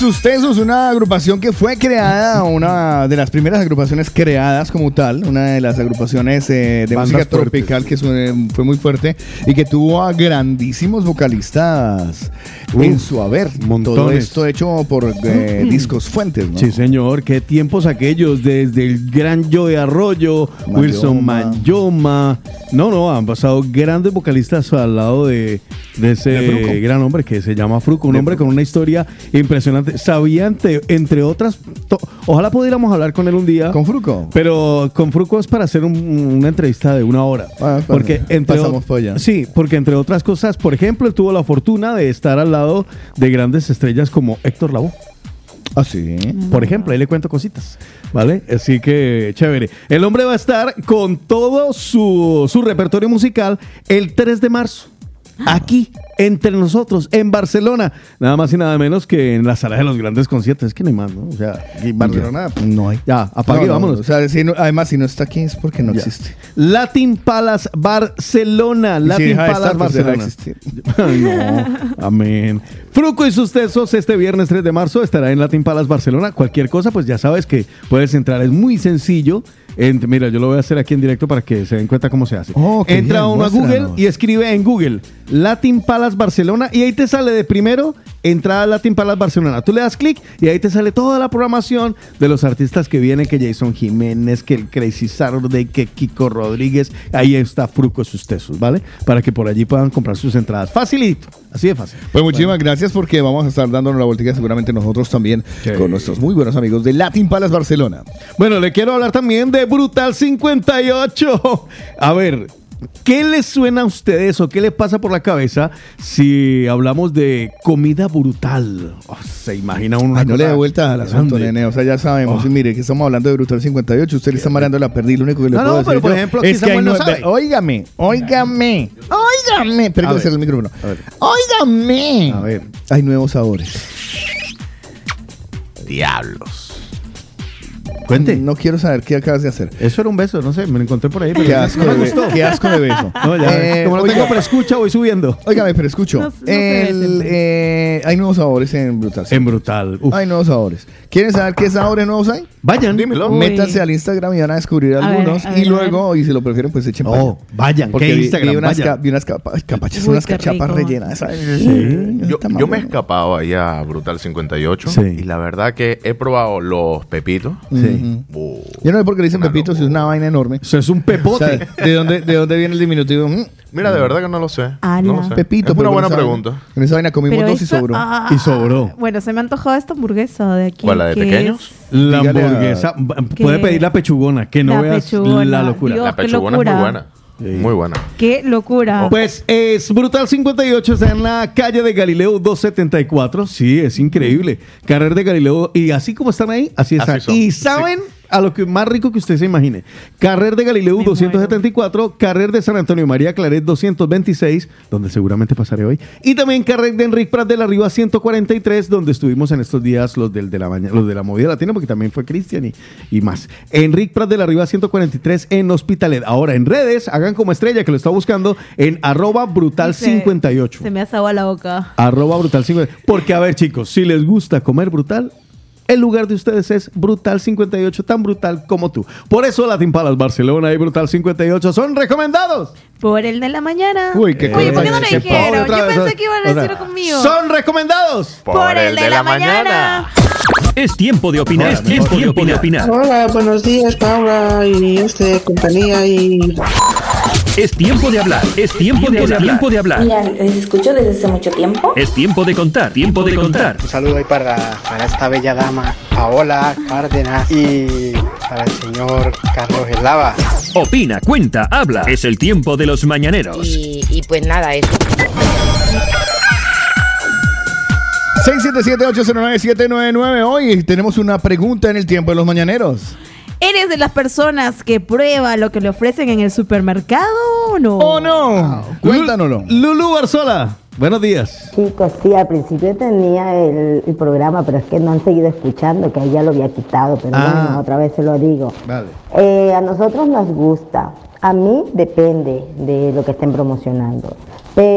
sus Tesos, una agrupación que fue creada, una de las primeras agrupaciones creadas como tal, una de las agrupaciones eh, de Bandas música fuertes. tropical que su- fue muy fuerte y que tuvo a grandísimos vocalistas Uf, en su haber. Todo montones. esto hecho por eh, Discos Fuentes, ¿no? Sí, señor, qué tiempos aquellos, desde el gran Joe Arroyo, Mayoma. Wilson Mayoma. No, no, han pasado grandes vocalistas al lado de, de ese De Fruco. gran hombre que se llama Fruco, un De hombre Fruco. con una historia impresionante. Sabía, entre, entre otras, to- ojalá pudiéramos hablar con él un día. ¿Con Fruco? Pero con Fruco es para hacer un- una entrevista de una hora. Ah, porque pasa- entre pasamos o- por allá. Sí, porque entre otras cosas, por ejemplo, él tuvo la fortuna de estar al lado de grandes estrellas como Héctor Lavoe. Ah, sí. Por ejemplo, ahí le cuento cositas, ¿vale? Así que chévere. El hombre va a estar con todo su, su repertorio musical el tres de marzo. Aquí, entre nosotros, en Barcelona. Nada más y nada menos que en la sala de los grandes conciertos. Es que no hay más, ¿no? O sea, aquí en Barcelona no hay. Ya, apague, No, no, vámonos. o sea, si no- además, si no está aquí es porque no Ya. existe. Latin Palace Barcelona. Y si Latin deja de Palace estar, pues deja de Barcelona. Ay, no, amén. Fruco y sus tesos este viernes tres de marzo estará en Latin Palace Barcelona. Cualquier cosa, pues ya sabes que puedes entrar. Es muy sencillo. Ent- mira, yo lo voy a hacer aquí en directo para que se den cuenta cómo se hace. Oh, qué Entra bien, uno a Google muéstranos. y escribe en Google Latin Palace Barcelona y ahí te sale de primero entrada a Latin Palace Barcelona. Tú le das clic y ahí te sale toda la programación de los artistas que vienen, que Jason Jiménez, que el Crazy Saturday, que Kiko Rodríguez. Ahí está Fruco y sus tesos, ¿vale? Para que por allí puedan comprar sus entradas. Facilito, así de fácil. Pues muchísimas gracias porque vamos a estar dándonos la voltica seguramente nosotros también Sí. con nuestros muy buenos amigos de Latin Palace Barcelona. Bueno, le quiero hablar también de Brutal cincuenta y ocho. A ver, ¿qué les suena a ustedes o qué les pasa por la cabeza si hablamos de comida brutal? Oh, se imagina uno una Ay, no le cosa dé vuelta al asunto, grande. nene. O sea, ya sabemos. Oh. Y mire, que estamos hablando de Brutal cincuenta y ocho. Usted le está mareando la perdiz. Lo único que le No, puedo no, decir pero por yo ejemplo, aquí es que hay Samuel no no- sabe. Óigame, óigame, óigame. Pero A que ver. cerrar el micrófono. A ver. Óigame. A ver. Hay nuevos sabores. Diablos. Cuente. No quiero saber qué acabas de hacer. Eso era un beso, no sé, me lo encontré por ahí. Pero Qué asco, no me de, gustó. be- qué asco de beso. No, ya, Eh, como no oiga, tengo preescucha, voy subiendo. Óigame, pero escucho. No- no se ve El, ese. eh, hay nuevos sabores en Brutal. En brutal. Uf. Hay nuevos sabores. ¿Quieren saber qué sabores nuevos hay? Vayan. Dímelo. Uy. Métanse al Instagram y van a descubrir A ver, algunos. a ver, y a luego, y si lo prefieren, pues echen para Oh, allá. vayan. Porque ¿Qué vi, Instagram? vi unas, Vayan. ca- vi unas capas, capachas, Uy, unas qué cachapas rico. rellenas. ¿sabes? Sí. Yo, Está yo me he malo. escapado ahí a Brutal cincuenta y ocho Sí. y la verdad que he probado los pepitos. Sí. Uh, Yo no sé por qué le dicen Una Pepito si es una vaina enorme. Eso es un O pepote. sea, ¿de dónde, ¿de dónde viene el diminutivo? Mm, Mira, de verdad que no lo sé. Ala. No lo sé. Pepito. Es pero una buena con esa- pregunta. Con esa vaina comimos Pero dos y esto- sobró. ah, Y sobró. Bueno, se me ha antojado esta hamburguesa de aquí. ¿Cuál, la de que pequeños? La Dígale a- hamburguesa. Que- Puede pedir la pechugona, que no La veas pechugona, la locura. Dios. La qué pechugona es locura. muy buena. Muy buena. ¡Qué locura! Pues es Brutal cincuenta y ocho, está en la calle de Galileo doscientos setenta y cuatro. Sí, es increíble. Carrer de Galileo. Y así como están ahí, así están. Así son. Y saben a lo que más rico que usted se imagine. Carrer de Galileo Me doscientos setenta y cuatro, Carrer de San Antonio María Claret doscientos veintiséis, donde seguramente pasaré hoy. Y también Carrer de Enric Prat de la Riva ciento cuarenta y tres, donde estuvimos en estos días los del de la mañana, los de la movida latina, porque también fue Cristian y, y más. Enric Prat de la Riva ciento cuarenta y tres en Hospitalet. Ahora en redes, hagan como Estrella que lo está buscando en arroba brutal cincuenta y ocho. Se me asaba la boca. Arroba brutal cincuenta y ocho. Porque, a ver, chicos, si les gusta comer brutal, el lugar de ustedes es Brutal cincuenta y ocho, tan brutal como tú. Por eso Latin Palace Barcelona y Brutal cincuenta y ocho son recomendados. Por el de la mañana. Uy, qué Oye, ¿por qué no cosa, le qué dijeron? pobre, otra Yo vez, pensé que iban a otra. decirlo conmigo. Son recomendados. Por el de la mañana. Es tiempo de opinar. Es tiempo de opinar. opinar. Hola, buenos días, Paula y este compañía y Es tiempo de hablar. Es tiempo de hablar. Tiempo de hablar. Mira, les escucho desde hace mucho tiempo. Es tiempo de contar. Tiempo de contar. Un saludo ahí para, para esta bella dama, Paola Cárdenas, y para el señor Carlos Eslava. Opina, cuenta, habla. Es el tiempo de los mañaneros. Y, y pues nada, eso. seis siete siete, ocho cero nueve, siete nueve nueve. Hoy tenemos una pregunta en el tiempo de los mañaneros. ¿Eres de las personas que prueba lo que le ofrecen en el supermercado o no? ¡Oh, no! Cuéntanoslo. Lulú Barzola, buenos días. Chicos, sí, al principio tenía el, el programa, pero es que no han seguido escuchando, que ahí ya lo había quitado, pero Ah. bueno, otra vez se lo digo. Vale. Eh, a nosotros nos gusta, a mí depende de lo que estén promocionando, pero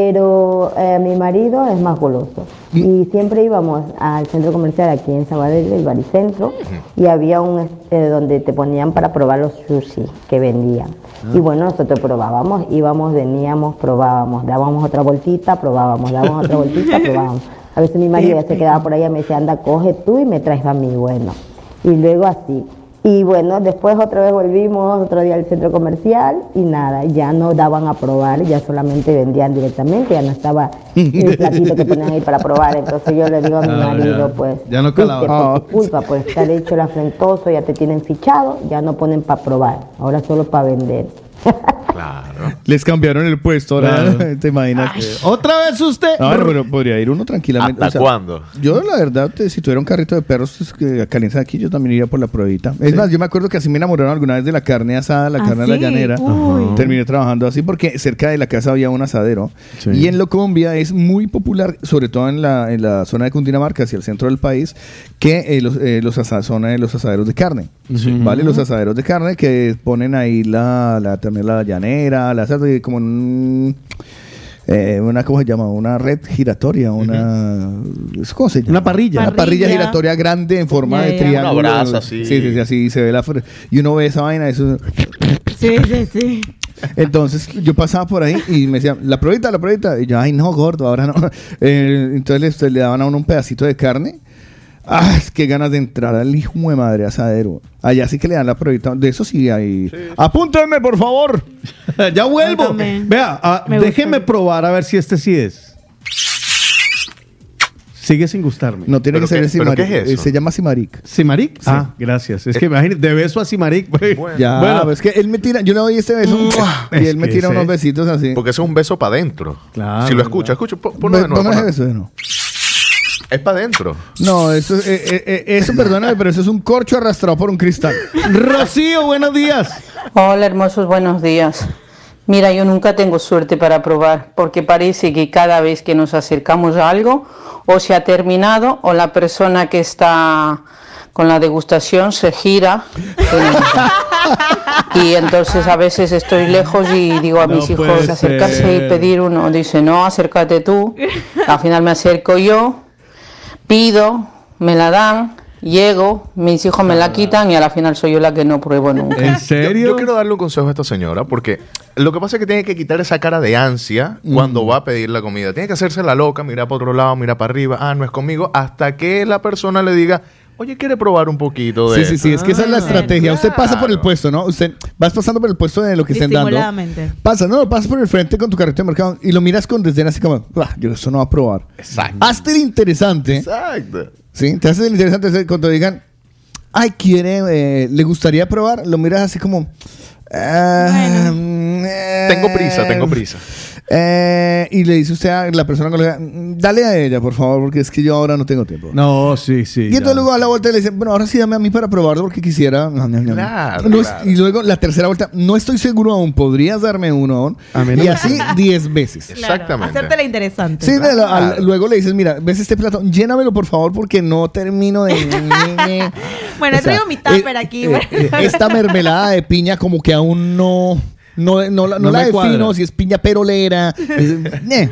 pero eh, mi marido es más goloso. Y siempre íbamos al centro comercial aquí en Sabadell, el Baricentro, y había un eh, donde te ponían para probar los sushi que vendían. Ah. Y bueno, nosotros probábamos, íbamos, veníamos, probábamos, dábamos otra vueltita, probábamos, dábamos otra vueltita, probábamos. A veces mi marido ya se quedaba por ahí y me decía, anda, coge tú y me traes a mí, bueno. Y luego así. Y bueno, después otra vez volvimos otro día al centro comercial y nada, ya no daban a probar, ya solamente vendían directamente, ya no estaba el platito que ponían ahí para probar. Entonces yo le digo a mi ah, marido, ya. pues, ya no calaba. por oh. tu culpa, pues te han hecho el afrentoso, ya te tienen fichado, ya no ponen para probar, ahora solo para vender. Claro. Les cambiaron el puesto ahora, claro. ¿Te imaginas? Ay, ¿otra vez usted? No, pero podría ir uno tranquilamente. ¿Hasta o sea, cuándo? Yo, la verdad, si tuviera un carrito de perros pues, que calientan aquí, yo también iría por la pruebita. Es ¿Sí? más, yo me acuerdo que así me enamoraron alguna vez de la carne asada, la ¿Ah, carne sí? de la llanera. Uy. Terminé trabajando así porque cerca de la casa había un asadero. Sí. Y en Locombia es muy popular, sobre todo en la, en la zona de Cundinamarca, hacia el centro del país, que eh, los, eh, los asa- zona de los asaderos de carne. Sí. ¿Vale? Los asaderos de carne que ponen ahí la, la, también la llanera, la como un, eh, una, ¿cómo se llama? Una red giratoria, una, uh-huh. ¿cómo se llama? Una parrilla. Una parrilla giratoria grande en forma yeah, de triángulo. Una brasa, sí. Sí, sí, sí, así se ve la, y uno ve esa vaina, eso. Sí, sí, sí. Entonces yo pasaba por ahí y me decían, la pruebita, la pruebita. Y yo, ay, no, gordo, ahora no. Eh, entonces le, le daban a uno un pedacito de carne. Ah, es que ganas de entrar al hijo de madre asadero. Allá sí que le dan la pruebita. De eso sí hay. Sí. Apúntenme, por favor. Ya vuelvo. Vea, ah, déjeme gusta. probar a ver si este sí es. Sigue sin gustarme. No tiene que ser el Simaric. ¿Qué es eso? Se llama Simaric. ¿Simaric? Sí. Ah, gracias. Es que imagínate, de beso a Simaric. Bueno. Ya, bueno, es que él me tira, yo le doy este beso y él me tira unos besitos así. Porque eso es un beso para adentro. Claro. Si lo escucha, escucha, ponlo de nuevo. Ponme ese beso de nuevo. Es para adentro. No, eso, eh, eh, eh, eso perdóname, pero eso es un corcho arrastrado por un cristal. Rocío, buenos días. Hola, hermosos, buenos días. Mira, yo nunca tengo suerte para probar, porque parece que cada vez que nos acercamos a algo, o se ha terminado, o la persona que está con la degustación se gira. Y entonces a veces estoy lejos y digo a no mis hijos acercarse ser. y pedir uno. Dice, no, acércate tú. Al final me acerco yo. Pido, me la dan, llego, mis hijos me la quitan y a la final soy yo la que no pruebo nunca. ¿En serio? Yo, yo quiero darle un consejo a esta señora porque lo que pasa es que tiene que quitar esa cara de ansia mm. cuando va a pedir la comida. Tiene que hacerse la loca, mirar para otro lado, mirar para arriba, ah, no es conmigo, hasta que la persona le diga, oye, ¿quiere probar un poquito de Sí, sí, sí, es que esa es la estrategia. Usted pasa por el puesto, ¿no? Usted vas pasando por el puesto de lo que estén dando. Pasa, no, pasas por el frente con tu carrito de mercado y lo miras con desdén así como, ah, yo eso no va a probar. Exacto. Hazte el interesante. Exacto. Sí, te haces el interesante cuando digan, ay, quiere, eh, le gustaría probar, lo miras así como, eh, bueno. eh, tengo prisa, tengo prisa. Eh, y le dice usted a la persona colega, dale a ella, por favor, porque es que yo ahora no tengo tiempo. No, sí, sí. Y entonces ya. luego a la vuelta le dice, bueno, ahora sí dame a mí para probarlo porque quisiera. Claro, no, claro. Y luego la tercera vuelta, no estoy seguro aún, podrías darme uno aún. Y así diez veces. Claro, exactamente. Hacértela interesante. Sí, claro. a, a, luego le dices, mira, ves este plato, llénamelo por favor porque no termino de... Bueno, he traído mi tupper eh, aquí. Eh, eh, esta mermelada de piña como que aún no... No, no, no, no la defino, si es piña perolera. eh.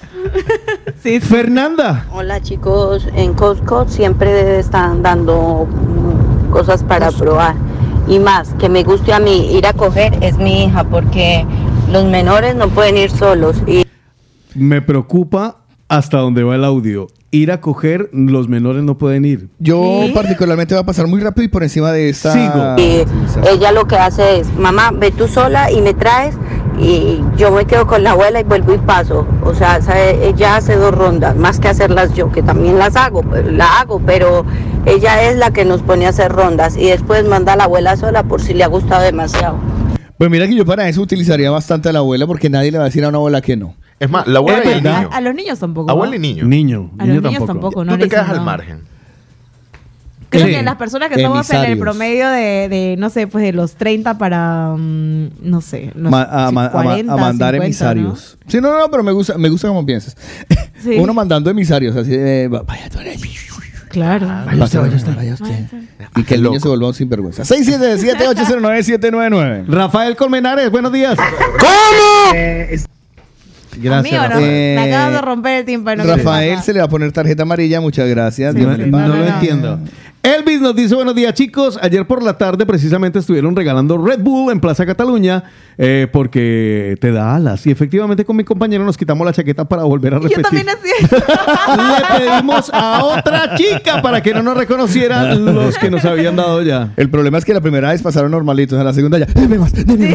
Sí, Fernanda. Hola chicos, en Costco siempre están dando cosas para probar. Y más, que me guste a mí ir a coger es mi hija, porque los menores no pueden ir solos. Y me preocupa hasta dónde va el audio. Ir a coger, los menores no pueden ir. Yo ¿Sí? particularmente va a pasar muy rápido y por encima de esta... Sigo. Y ella lo que hace es, mamá, ve tú sola y me traes y yo me quedo con la abuela y vuelvo y paso. O sea, ella hace dos rondas, más que hacerlas yo, que también las hago, la hago, pero ella es la que nos pone a hacer rondas y después manda a la abuela sola por si le ha gustado demasiado. Pues mira que yo para eso utilizaría bastante a la abuela porque nadie le va a decir a una abuela que no. Es más, la abuela y el niño. A, a los niños tampoco. Abuela y niño. Niño. A los niños tampoco. No Tú te quedas no. al margen. Creo Sí. que las personas que somos en el promedio de, de, no sé, pues de los treinta para, um, no sé, los ma a, ma cuarenta, a, ma a mandar cincuenta, emisarios. ¿No? Sí, no, no, pero me gusta, me gusta como piensas. Sí. Uno mandando emisarios, así de, vaya tú eres. Claro. Ah, vaya usted, vaya usted, vaya usted. Y que el niño se vuelva un sinvergüenza. seis siete siete, ocho cero nueve, siete nueve nueve. Rafael Colmenares, buenos días. ¿Cómo? Eh, Gracias. Amigo, no, Eh, me acabas de romper el tímpano. Rafael se le va a poner tarjeta amarilla, muchas gracias. Sí, Dios sí, le no, pague. no lo entiendo. Elvis nos dice, buenos días chicos, ayer por la tarde precisamente estuvieron regalando Red Bull en Plaza Cataluña eh, porque te da alas. Y efectivamente con mi compañero nos quitamos la chaqueta para volver a repetir. Yo también hacía. Le pedimos a otra chica para que no nos reconocieran los que nos habían dado ya. El problema es que la primera vez pasaron normalitos, a la segunda ya, deme más, deme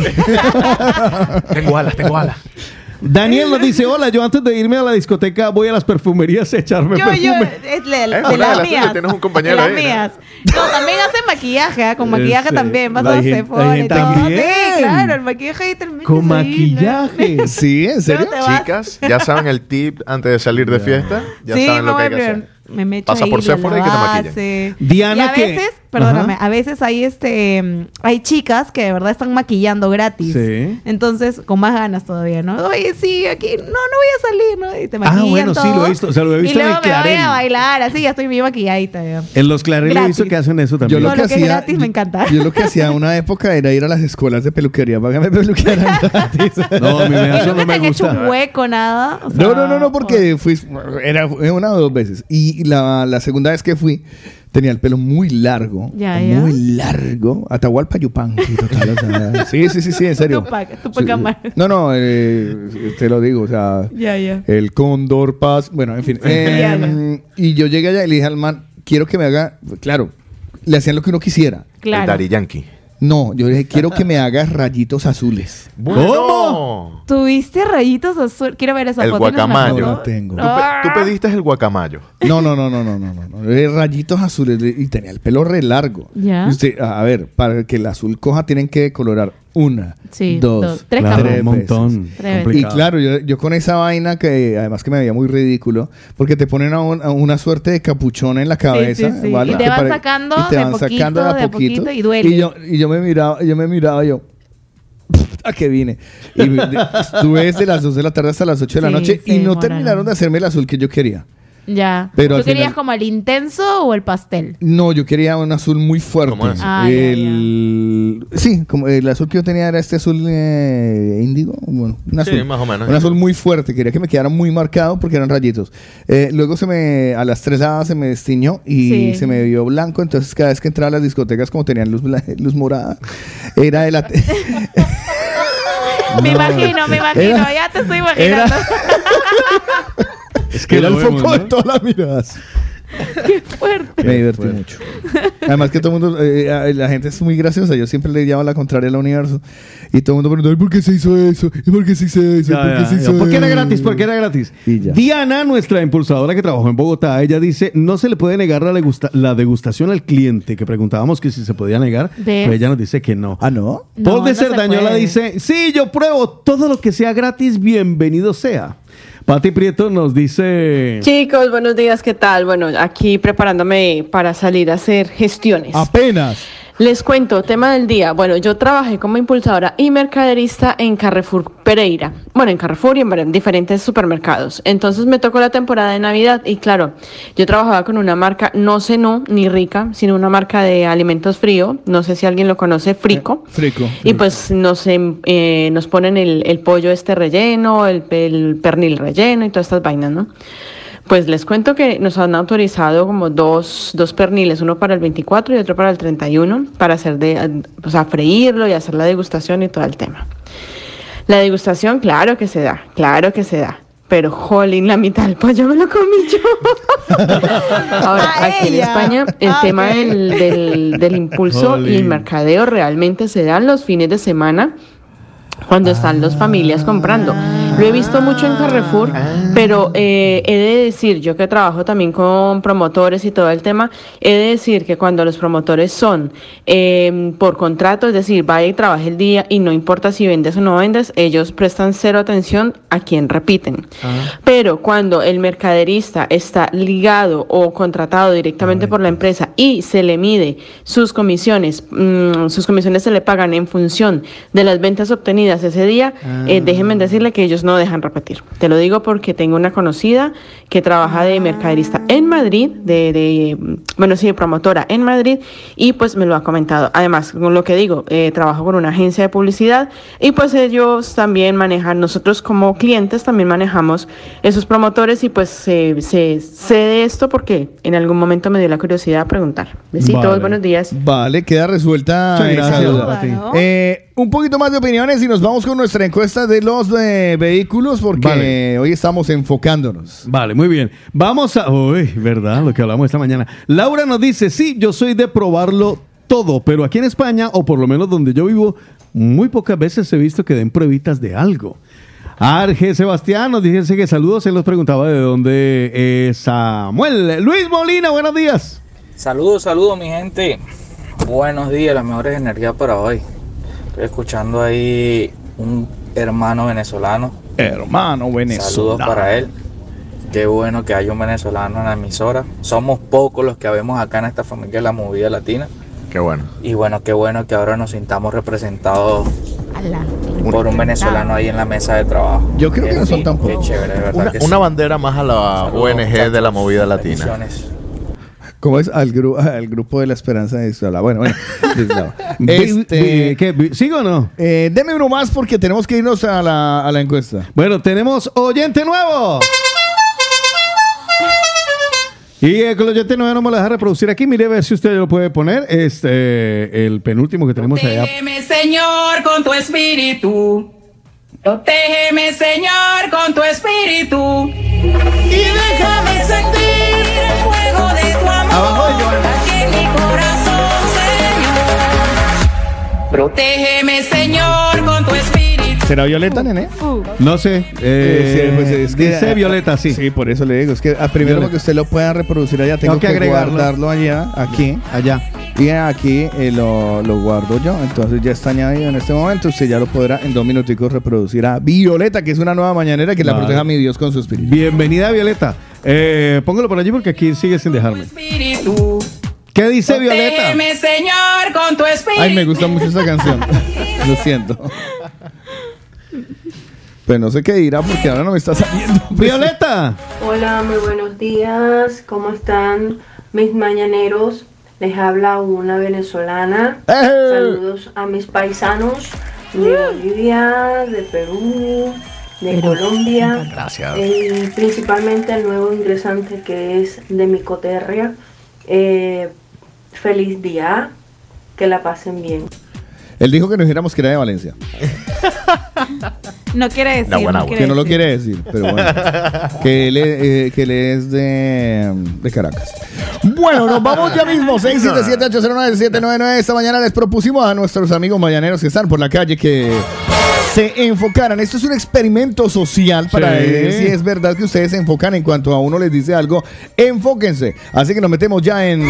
más. Tengo alas, tengo alas. Daniel nos dice, hola, yo antes de irme a la discoteca voy a las perfumerías a echarme Yo, perfume. yo, es de, Eh, de una de las las mías. tuyas, tienes un compañero de las ahí, ¿no? mías. ¿no? también hacen maquillaje, ¿ah? Con maquillaje Ese, también. Vas la a gente- Sephora la y gente todo. también. Sí, claro, el maquillaje ahí termina. Con maquillaje. Sí, ¿en serio? te vas. Chicas, ya saben el tip antes de salir de fiesta. Ya Sí, saben me lo que voy hay que a hacer. me meto Pasa ahí por la Sephora y que te maquillen. base. Diana, y a que- veces, perdóname, Ajá. a veces hay este mm, hay chicas que de verdad están maquillando gratis. Sí. Entonces, con más ganas todavía, ¿no? Oye, sí, aquí no, no voy a salir, ¿no? Y te Ah, maquillan bueno, sí, todo. lo he visto, o sea, lo he visto y en luego el me voy Clarel. a bailar, así ya estoy bien maquilladita. Ya. En los Clarel he Gratis. visto que hacen eso Yo también. lo Todo que lo que es hacía, gratis me encanta. Yo lo que hacía una época era ir a las escuelas de peluquería, págame peluquería gratis. No, a mí me- Y eso no no te me han hecho gusta. un hueco, nada. O sea, No, no, no, no, porque fui, era una o dos veces. Y la, la segunda vez que fui, tenía el pelo muy largo. Ya, ya. Muy largo. Atahualpa Yupanqui, total, o sea, sí, sí, sí, sí, en serio. Tupac, Tupac Sí. Amaru. No, no, eh, te lo digo, o sea, Ya, ya. el cóndor paz, bueno, en fin. Eh, Ya, ya. y yo llegué allá y le dije al man, quiero que me haga, claro, le hacían lo que uno quisiera. Claro. El Daddy Yankee. No, yo le dije, quiero que me hagas rayitos azules. ¿Cómo? ¿Tuviste rayitos azul? Quiero ver esa El foto. ¿tienes una guacamayo. foto? No tengo. Tú, pe- tú pediste el guacamayo. No, no, no, no, no, no, no, no. Eh, Rayitos azules de- y tenía el pelo re largo. Ya. Y usted, a a ver, para que el azul coja tienen que colorar una, Sí, dos, dos, tres Claro, capas. un montón. veces. Tres Y complicado. claro, yo, yo con esa vaina que además que me veía muy ridículo, porque te ponen a, un- a una suerte de capuchón en la cabeza, sí, sí. ¿vale? Y te Que van pare- sacando y te de van poquito, sacando de a poquito y duele. Y yo, y yo me miraba, yo me miraba yo. ¿A qué vine? Y de- estuve desde las dos de la tarde hasta las ocho de la Sí, noche se y no demoraron. terminaron de hacerme el azul que yo quería. Ya. Pero ¿Tú al querías final- como el intenso o el pastel? No, yo quería un azul muy fuerte. ¿Cómo es? Ah, ya, el... Sí, como el azul que yo tenía era este azul eh, índigo. Bueno, un azul, Sí, más o menos. Un azul muy fuerte. Quería que me quedara muy marcado porque eran rayitos. Eh, luego se me, a las tres horas se me destiñó y Sí. se me vio blanco. Entonces cada vez que entraba a las discotecas como tenían luz, bla- luz morada, era de la... Me imagino, me imagino. Era- ya te estoy imaginando. Es que era lo el vemos, foco ¿no? de todas las miradas. Qué fuerte. Me divertí mucho. Además que todo el mundo, eh, la gente es muy graciosa. Yo siempre le llamo la contraria al universo. Y todo el mundo pregunta, "Ay, ¿por qué se hizo eso? ¿Y por qué se hizo eso? Ya, ¿Por qué ya, se ya. hizo ¿Por qué era eso?" gratis? ¿Por qué era gratis? Y ya. Diana, nuestra impulsadora que trabajó en Bogotá, ella dice, no se le puede negar la, degusta- la degustación al cliente, que preguntábamos que si se podía negar, ¿Ves? pero ella nos dice que no. Ah, ¿no? Paul No, de no se Cerdañola puede. dice, sí, yo pruebo todo lo que sea gratis, bienvenido sea. Pati Prieto nos dice... Chicos, buenos días, ¿qué tal? Bueno, aquí preparándome para salir a hacer gestiones. Apenas. Les cuento, tema del día. Bueno, yo trabajé como impulsadora y mercaderista en Carrefour Pereira. Bueno, en Carrefour y en var- diferentes supermercados. Entonces me tocó la temporada de Navidad y claro, yo trabajaba con una marca, no Zenú ni Rica, sino una marca de alimentos frío. No sé si alguien lo conoce, Frico. Frico. Y pues nos, em, eh, nos ponen el, el pollo este relleno, el, el pernil relleno y todas estas vainas, ¿no? Pues les cuento que nos han autorizado como dos, dos perniles, uno para el veinticuatro y otro para el treinta y uno, para hacer de, o sea, freírlo y hacer la degustación y todo el tema. La degustación, claro que se da, claro que se da. Pero, jolín, la mitad del pollo me lo comí yo. Ahora, A aquí en ella. España, el Ah, tema ok. del, del, del impulso y el Jolín. mercadeo realmente se dan los fines de semana cuando están las familias comprando. Lo he visto mucho en Carrefour, pero eh, he de decir, yo que trabajo también con promotores y todo el tema, he de decir que cuando los promotores son eh, por contrato, es decir, vaya y trabaje el día y no importa si vendes o no vendes, ellos prestan cero atención a quien repiten. Pero cuando el mercaderista está ligado o contratado directamente por la empresa y se le mide sus comisiones, mm, sus comisiones se le pagan en función de las ventas obtenidas ese día, eh, déjenme decirle que ellos no dejan repetir. Te lo digo porque tengo una conocida que trabaja de mercaderista en Madrid, de, de bueno, sí, de promotora en Madrid, y pues me lo ha comentado. Además, con lo que digo, eh, trabajo con una agencia de publicidad y pues ellos también manejan, nosotros como clientes también manejamos esos promotores y pues se, se, sé de esto porque en algún momento me dio la curiosidad de preguntar. Besitos, Vale. buenos días. Vale, queda resuelta Muchas esa gracias, duda. Pati. Eh, un poquito más de opiniones y nos vamos con nuestra encuesta de los eh, vehículos porque Vale. hoy estamos enfocándonos. Vale, muy bien. Vamos a... Uy, ¿verdad? Lo que hablamos esta mañana. Laura nos dice, sí, yo soy de probarlo todo, pero aquí en España, o por lo menos donde yo vivo, muy pocas veces he visto que den pruebitas de algo. Arge Sebastián nos dice que saludos. Él nos preguntaba de dónde es Samuel. Luis Molina, buenos días. Saludos, saludos mi gente. Buenos días, las mejores energías para hoy. Estoy escuchando ahí un hermano venezolano. Hermano venezolano. Saludos para él. Qué bueno que haya un venezolano en la emisora. Somos pocos los que habemos acá en esta familia de la movida latina. Qué bueno. Y bueno, qué bueno que ahora nos sintamos representados por un venezolano ahí en la mesa de trabajo. Yo creo Qué que no son lindo, tan qué pocos. chévere, de verdad Una, que una sí. bandera más a la Saludos, O N G de la muchachos. movida latina. Bendiciones. ¿Cómo es? Al, gru al grupo de la esperanza de Isla. Bueno, bueno. Vi- este, vi- ¿qué? Vi- ¿Sigo o no? eh, deme uno más porque tenemos que irnos a la, a la encuesta. Bueno, tenemos oyente nuevo. Y eh, con el oyente nuevo no me lo deja reproducir aquí. Mire a ver si usted lo puede poner. Este, el penúltimo que tenemos allá. Protégeme, Señor, con tu espíritu. Protégeme, Señor, con tu espíritu. Y déjame sentir el fuego de tu amor aquí en mi corazón, Señor. Protégeme, Señor, con tu espíritu. ¿Será Violeta, nene? No sé. Eh, Eh, sí, pues es que- dice Violeta, sí. Sí, por eso le digo. Es que a primero Violeta. para que usted lo pueda reproducir allá, tengo, Tengo que que, agregarlo. guardarlo allá, aquí. Allá. Y aquí eh, lo, lo guardo yo. Entonces ya está añadido en este momento. Usted ya lo podrá en dos minuticos reproducir a Violeta, que es una nueva mañanera que la Vale. proteja mi Dios con su espíritu. Bienvenida, Violeta. Eh, póngalo por allí porque aquí sigue sin dejarme. Espíritu. ¿Qué dice Violeta? Protégeme, Señor, con tu espíritu. Ay, me gusta mucho esta canción. Lo siento. Pues no sé qué dirá porque ahora no me está saliendo. Violeta. Hola, muy buenos días. ¿Cómo están mis mañaneros? Les habla una venezolana. Saludos a mis paisanos de Bolivia, de Perú, de Colombia. Gracias. Y principalmente al nuevo ingresante que es de mi coterria. Eh, feliz día. Que la pasen bien. Él dijo que nos dijéramos que era de Valencia. No quiere decir. No, buena no voz. quiere Que no lo decir. quiere decir, pero bueno. que, él, eh, que él es de, de Caracas. Bueno, nos vamos ya mismo. seis siete siete, ocho cero nueve, siete nueve nueve. Esta mañana les propusimos a nuestros amigos mañaneros que están por la calle que se enfocaran. Esto es un experimento social para Sí. ver si es verdad que ustedes se enfocan en cuanto a uno les dice algo. Enfóquense. Así que nos metemos ya en...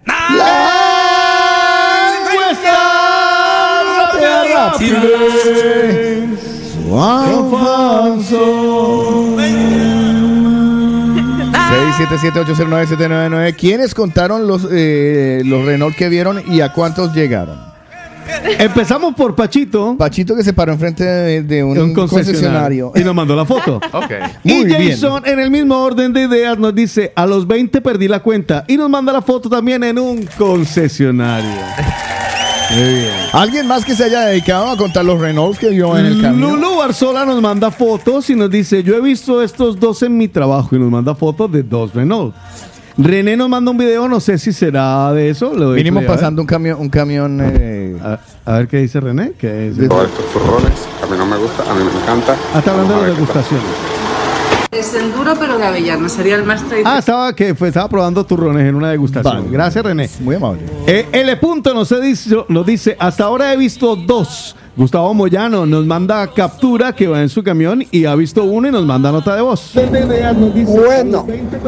seis siete siete, ocho cero nueve, siete nueve nueve. ¿Quiénes contaron los, eh, los Renault que vieron y a cuántos llegaron? Empezamos por Pachito. Pachito que se paró enfrente de, de un, Un concesionario. concesionario. Y nos mandó la foto. Ok. Y Muy bien. Jason, en el mismo orden de ideas, nos dice: a los veinte perdí la cuenta. Y nos manda la foto también en un concesionario. Muy bien. ¿Alguien más que se haya dedicado a contar los Renaults que vio en el camión? Lulu Barzola nos manda fotos y nos dice: yo he visto estos dos en mi trabajo. Y nos manda fotos de dos Renault. René nos manda un video, no sé si será de eso. Le doy Vinimos play, a ver. pasando un camión, un camión eh, A, a ver qué dice René. ¿Qué es? Todos estos turrones, a mí no me gusta, a mí me encanta. Ah, está hablando Vamos a de ver qué tal. degustaciones. Es enduro, pero de avellana. Sería el más tradicional. Ah, estaba, que fue, estaba probando turrones en una degustación. Vale. Gracias, René. Muy amable. Eh, L. Punto nos dice, nos dice: hasta ahora he visto dos. Gustavo Moyano nos manda captura que va en su camión y ha visto uno y nos manda nota de voz. Bueno,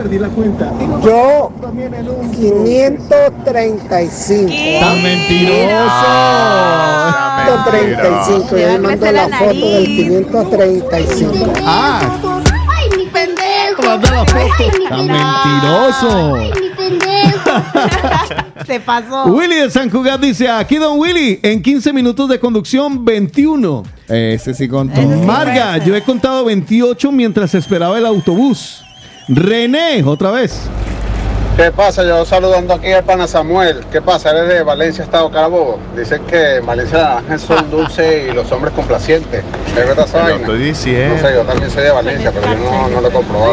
yo quinientos treinta y cinco. ¡Tan mentiroso! quinientos treinta y cinco. Le va Yo a le mando crecer la la foto del nariz. quinientos treinta y cinco. Ah, ¡Ay, mi pendejo! manda la foto. ¡Tan mentiroso! ¡Ay, mi pendejo! Se pasó. Willy de San Cugat dice, aquí don Willy, en quince minutos de conducción, veintiuno. Ese sí contó. Sí Marga, yo he contado veintiocho mientras esperaba el autobús. René, otra vez. ¿Qué pasa? Yo saludando aquí al pana Samuel. ¿Qué pasa? Eres de Valencia, Estado Carabobo. Dicen que en Valencia las son dulces y los hombres complacientes. ¿Es verdad esa vaina? Lo estoy diciendo. No sé, yo también soy de Valencia, pero yo no, no lo he comprobado.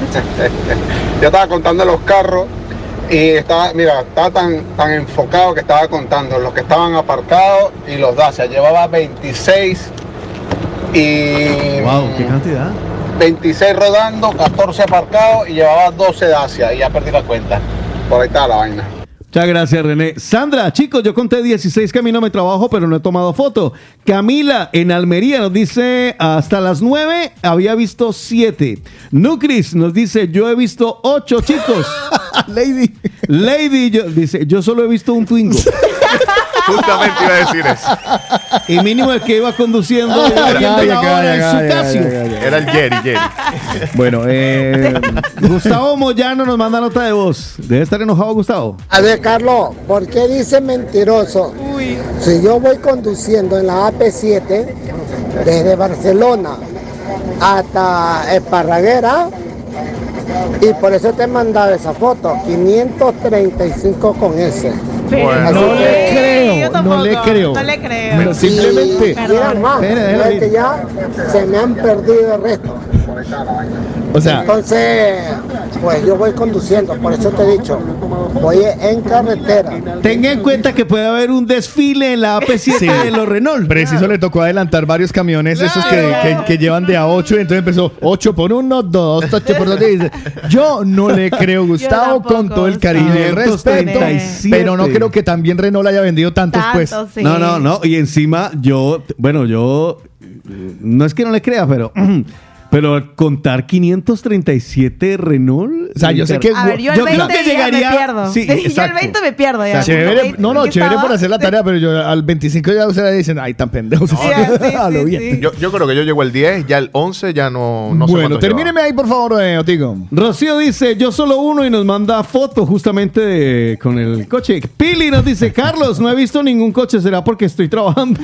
Yo estaba contando los carros y estaba, mira, estaba tan, tan enfocado que estaba contando los que estaban aparcados y los Dacia. Llevaba veintiséis y... Wow, qué cantidad. veintiséis rodando, catorce aparcados y llevaba doce Dacia y ya perdí la cuenta. Por ahí está la vaina. Muchas gracias, René. Sandra, chicos, yo conté dieciséis camino a mi trabajo, pero no he tomado foto. Camila, en Almería, nos dice, hasta las nueve había visto siete. Nucris nos dice, yo he visto ocho, chicos. Lady. Lady yo, dice, yo solo he visto un Twingo. Justamente iba a decir eso. Y mínimo el que iba conduciendo iba viendo la hora en su Casio. Era el Jerry, Jerry. Bueno, eh, Gustavo Moyano nos manda nota de voz. Debe estar enojado Gustavo. A ver, Carlos, ¿por qué dice mentiroso? Uy. Si yo voy conduciendo en la A P siete desde Barcelona hasta Esparraguera, y por eso te he mandado esa foto, quinientos treinta y cinco con ese. Bueno, no le creo, no le creo. No le creo. Pero simplemente. Y mira más, es que ya se me han perdido el resto. O sea, entonces, pues yo voy conduciendo, por eso te he dicho, voy en carretera. Tenga en cuenta que puede haber un desfile en la A P siete sí. de los Renault. Preciso le tocó adelantar varios camiones, claro. esos que, que, que llevan de a ocho, y entonces empezó ocho por uno, dos, ocho por dos. Y dice, yo no le creo, Gustavo, tampoco, con todo el cariño y el respeto, pero no creo que también Renault haya vendido tantos, Tanto, pues. Sí. No, no, no. Y encima, yo, bueno, yo, no es que no le crea, pero... Pero al contar quinientos treinta y siete Renault... O sea, yo sé que... A ver, yo el veinte creo que llegaría, me pierdo. Sí, yo el veinte me pierdo. Ya. O sea, chévere, no, no, chévere por hacer la tarea, pero yo al veinticinco ya ustedes dicen, ay, tan pendejos. No, sí, sí, a lo bien. Sí. Yo, yo creo que yo llego el diez, ya el once ya no, no sé. Bueno, termíneme ahí, por favor, eh, Otigo. Rocío dice, yo solo uno, y nos manda foto justamente de, con el coche. Pili nos dice, Carlos, no he visto ningún coche, ¿será porque estoy trabajando?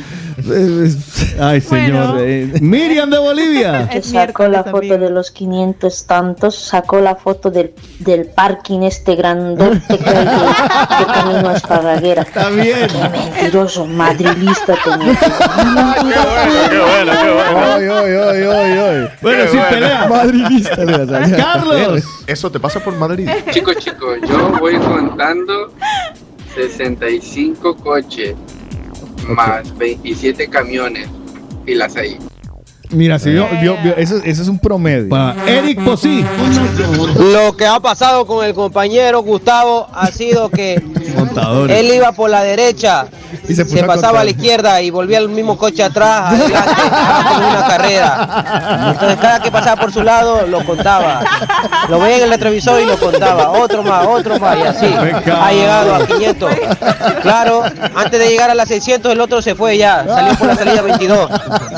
Ay, señor. Bueno. Eh, Miriam de Bolivia. Es sacó la foto de los quinientos tantos, sacó la foto del, del parking este grandote que hay de, de camino a Esparraguera. Está bien. Qué mentiroso, madrilista tenía. Qué bueno, qué bueno. Ay, ay, ay, ay, ay. Bueno, sin bueno. pelea. Madrilista. Carlos. Eso te pasa por Madrid. Chicos, chicos, yo voy contando sesenta y cinco coches, okay, más veintisiete camiones, filas ahí. Mira, si vio, vio, vio, eso, eso es un promedio. Para Eric Posí. Lo que ha pasado con el compañero Gustavo ha sido que Montador. él iba por la derecha, y se, se pasaba a la izquierda y volvía al mismo coche atrás, adelante, como una carrera. Entonces cada que pasaba por su lado lo contaba. Lo veía en el retrovisor y lo contaba. Otro más, otro más y así. Ha llegado a quinientos. Claro, antes de llegar a las seiscientos el otro se fue ya. Salió por la salida veintidós.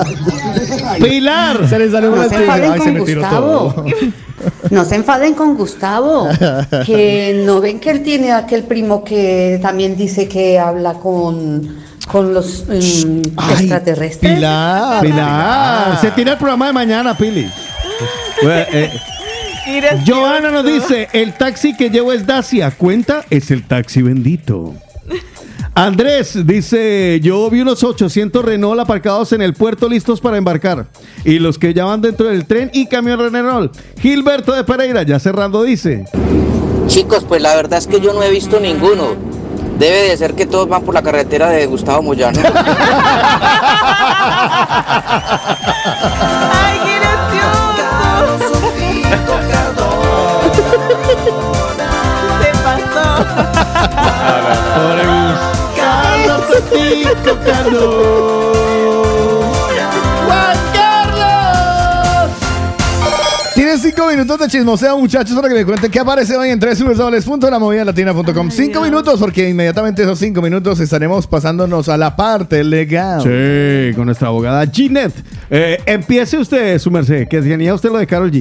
Pilar. Se le salió una no se enfaden con Gustavo. No se enfaden con Gustavo. Que no ven que él tiene aquel primo que también dice que habla con, con los um, Ay, extraterrestres. Pilar, Pilar. Se tira el programa de mañana, Pili. Bueno, eh, Joana nos dice, el taxi que llevo es Dacia. ¿Cuenta? Es el taxi bendito. Andrés dice, yo vi unos ochocientos Renault aparcados en el puerto listos para embarcar, y los que ya van dentro del tren y camión Renault. Gilberto de Pereira, ya cerrando, dice, chicos, pues la verdad es que yo no he visto ninguno. Debe de ser que todos van por la carretera de Gustavo Moyano. ¡Ay, qué gracioso! Se pasó. Carlos Sotico Carlos. Juan Carlos. Tienes cinco minutos de chismoseo, muchachos, para que me cuenten qué aparece hoy en doble u doble u doble u punto la movida latina punto com. Cinco minutos, porque inmediatamente esos cinco minutos estaremos pasándonos a la parte legal. Sí, con nuestra abogada Ginette. Eh, empiece usted, su merced, que tenía usted lo de Karol G.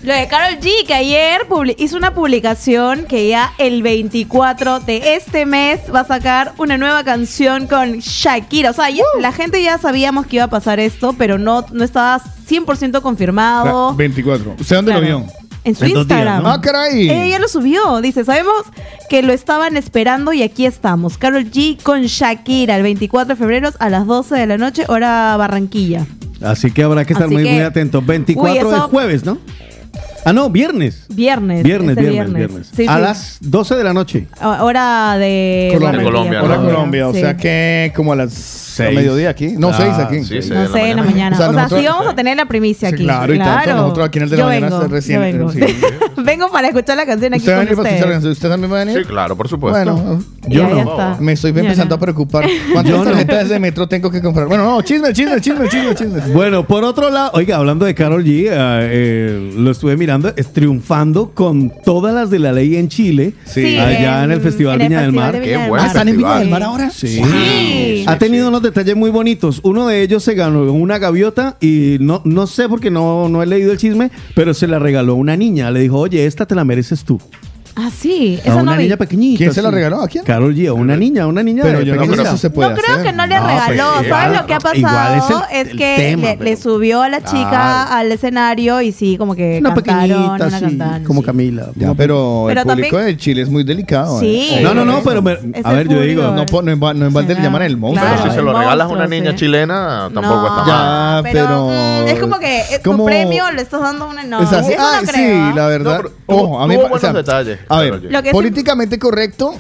Lo de Karol G, que ayer publi- hizo una publicación que ya el veinticuatro de este mes va a sacar una nueva canción con Shakira. O sea, ya- la gente ya sabíamos que iba a pasar esto, pero no, no estaba cien por ciento confirmado. veinticuatro. ¿Usted dónde Claro. lo vio? En su En dos días, Instagram. ¿no? ¡Ah, caray! Ella ya lo subió. Dice, sabemos que lo estaban esperando y aquí estamos. Karol G con Shakira el veinticuatro de febrero a las doce de la noche, hora Barranquilla. Así que habrá que estar Así muy, que- muy atentos. veinticuatro Uy, de eso- jueves, ¿no? Ah, no, viernes. Viernes. Viernes, este viernes, viernes. Sí, a sí. las doce de la noche. A- Hora de Colombia. Barranquilla, Hola, Colombia. O Sí. sea que como a las Seis. a mediodía aquí. No, Ah, seis aquí. sí, seis No sé, en la mañana. O sea, nosotros- sí vamos a tener la primicia Sí, aquí. claro, y tanto. Nosotros aquí en el de la Yo mañana vengo, recién- yo vengo. sí. Vengo para escuchar la canción aquí ¿Usted va a con venir para escuchar la ustedes. canción? ¿Usted también va a venir? Sí, claro, por supuesto. Bueno, Yo Ya, no. ya está. me estoy Ya empezando no. a preocupar. ¿Cuántas Yo no. tarjetas de metro tengo que comprar? Bueno, no, chisme, chisme, chisme, chisme, chisme. Bueno, por otro lado, oiga, hablando de Karol G, eh, eh, lo estuve mirando, es triunfando con todas las de la ley en Chile, Sí. allá en, en- el Festival en el Viña del Festival Mar. de Viña Qué del buen Ah, ¿están en Viña festival. del Mar ahora? Sí. Sí. Ha tenido unos detalles muy bonitos. Uno de ellos se ganó una gaviota y no, no sé porque no, no he leído el chisme, pero se la regaló una niña. Le dijo, oye, esta te la mereces tú. Ah, sí. A Esa no una vi. niña pequeñita. ¿Quién se la sí. regaló? ¿A quién? Karol G, a una niña, a una niña. Pero de yo no creo que pequeñita. eso se puede No creo hacer. que no le No, regaló. pues, ¿Sabes igual- lo que ha pasado? igual es Es, el- el que tema, le, pero- le subió a la chica Claro. al escenario y sí, como que Una cantaron, pequeñita, una sí, cantaron, como sí. Camila. Ya, Como- pero, Pero el público también- de Chile es muy delicado. Sí. ¿eh? No, no, no, pero me- Ese a ver, yo digo, público- No, po- no, en ba- no en balde le llaman el monstruo. Pero Claro, si se el lo regalas a una monstruo, niña sí. chilena, tampoco No, está mal. Ya, pero, pero- mm, es como que eh, como- tu premio le estás dando una no. Es así. Eso Ah, no sí, creo. ¿ah? la verdad. No, pero tuvo- Ojo, a mí tuvo me- o sea, buenos detalles, A Karol ver, G. Lo que sí- políticamente correcto,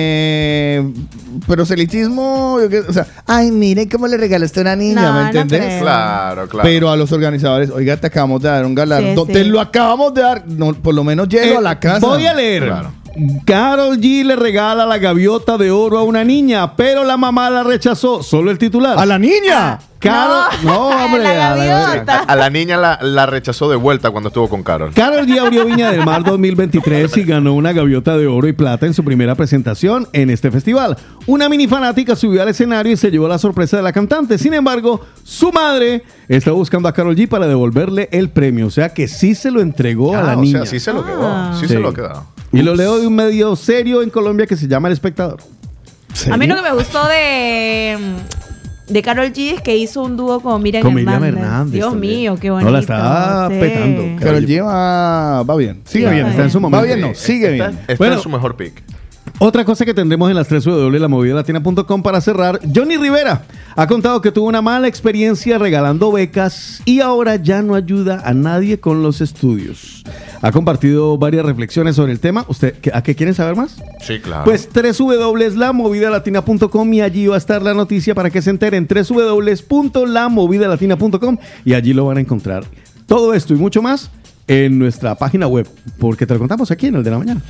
eh, proselitismo, yo qué- o sea, ay, mire cómo le regalaste a una niña, No, ¿me no entendés? creo. Claro, claro. Pero a los organizadores, oiga, te acabamos de dar un galardón. Sí, Te sí. lo acabamos de dar, no, por lo menos llego Eh, a la casa. Voy a leer. Claro. Karol G le regala la gaviota de oro a una niña, pero la mamá la rechazó. Solo el titular. ¡A la niña! Karol, no, a hombre, la a la gaviota. A, a la niña la, la rechazó de vuelta cuando estuvo con Karol. Karol G abrió Viña del Mar dos mil veintitrés y ganó una gaviota de oro y plata en su primera presentación en este festival. Una mini fanática subió al escenario y se llevó la sorpresa de la cantante. Sin embargo, su madre está buscando a Karol G para devolverle el premio. O sea que sí se lo entregó a Ah, la o niña. sea, sí se lo quedó. Ah. Sí, Sí. se lo ha quedado. Y lo leo de un medio serio en Colombia que se llama El Espectador. A mí lo que me gustó de de Karol G es que hizo un dúo con Miriam Con Miriam Hernández. Hernández Dios también. mío, qué bonito. No, la está sí. petando. Pero el lleva, va bien. Sigue Sí, bien. está en su momento. Va bien, no, sigue Está, bien. está Bueno. en su mejor pick. Otra cosa que tendremos en las tres w de la movida latina punto com para cerrar, Johnny Rivera ha contado que tuvo una mala experiencia regalando becas y ahora ya no ayuda a nadie con los estudios. Ha compartido varias reflexiones sobre el tema. ¿Usted a qué quieren saber más? Sí, claro. Pues w w w punto la movida latina punto com y allí va a estar la noticia para que se enteren. w w w punto la movida latina punto com y allí lo van a encontrar. Todo esto y mucho más en nuestra página web, porque te lo contamos aquí en el de la mañana.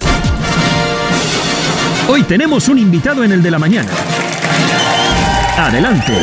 Hoy tenemos un invitado en el de la mañana. Adelante.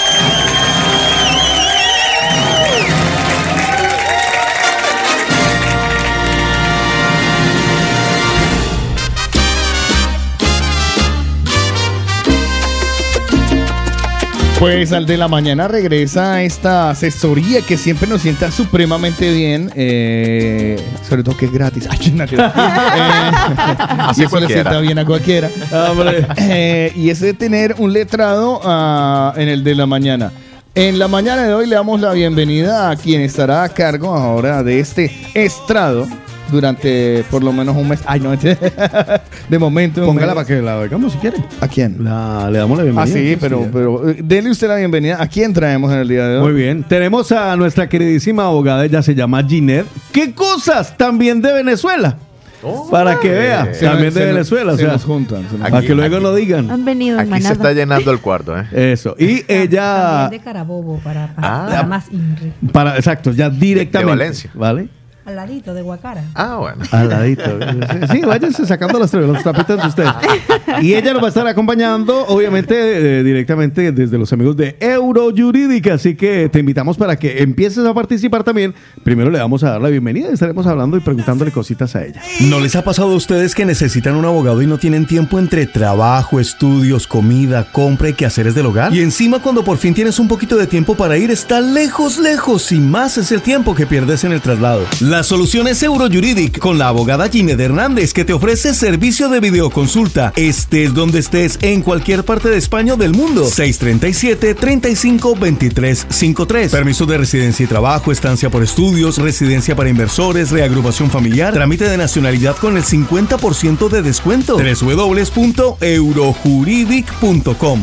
Pues al de la mañana regresa esta asesoría que siempre nos sienta supremamente bien, eh, sobre todo que es gratis. Ay, no, tío. Eh, Así y eso le cualquiera. sienta bien a cualquiera. Eh, y es de tener un letrado ah, en el de la mañana. En la mañana de hoy le damos la bienvenida a quien estará a cargo ahora de este estrado durante por lo menos un mes. Ay, no, de momento. un Póngala mes. para que la oigamos si quiere. ¿A quién? La- le damos la Ah, bienvenida. sí, pero, pero eh, denle usted la bienvenida. ¿A quién traemos en el día de hoy? Muy bien. Tenemos a nuestra queridísima abogada, ella se llama Ginette. ¿Qué cosas? También de Venezuela. Para que vea, Se también nos- de se nos- Venezuela. o se sea, nos juntan, se nos para Aquí- que luego aquí- no digan. Han venido en Aquí se está manada. llenando el cuarto, ¿eh? Eso. Y ella. También de Carabobo para, para, Ah. para más INRI. Para, exacto, ya directamente. De Valencia. ¿Vale? Al ladito de Guacara. Ah, bueno. Al ladito. Sí, váyanse sacando los, los trapitos de ustedes. Y ella nos va a estar acompañando, obviamente, eh, directamente desde los amigos de Eurojurídica. Así que te invitamos para que empieces a participar también. Primero le vamos a dar la bienvenida y estaremos hablando y preguntándole cositas a ella. ¿No les ha pasado a ustedes que necesitan un abogado y no tienen tiempo entre trabajo, estudios, comida, compra y quehaceres del hogar? Y encima cuando por fin tienes un poquito de tiempo para ir, está lejos, lejos y más es el tiempo que pierdes en el traslado. La solución es Eurojuridic, con la abogada Ginette Hernández, que te ofrece servicio de videoconsulta. Estés donde estés, en cualquier parte de España o del mundo. seis tres siete, tres cinco, dos tres cinco tres. Permiso de residencia y trabajo, estancia por estudios, residencia para inversores, reagrupación familiar, trámite de nacionalidad con el cincuenta por ciento de descuento. doble u doble u doble u punto eurojuridic punto com.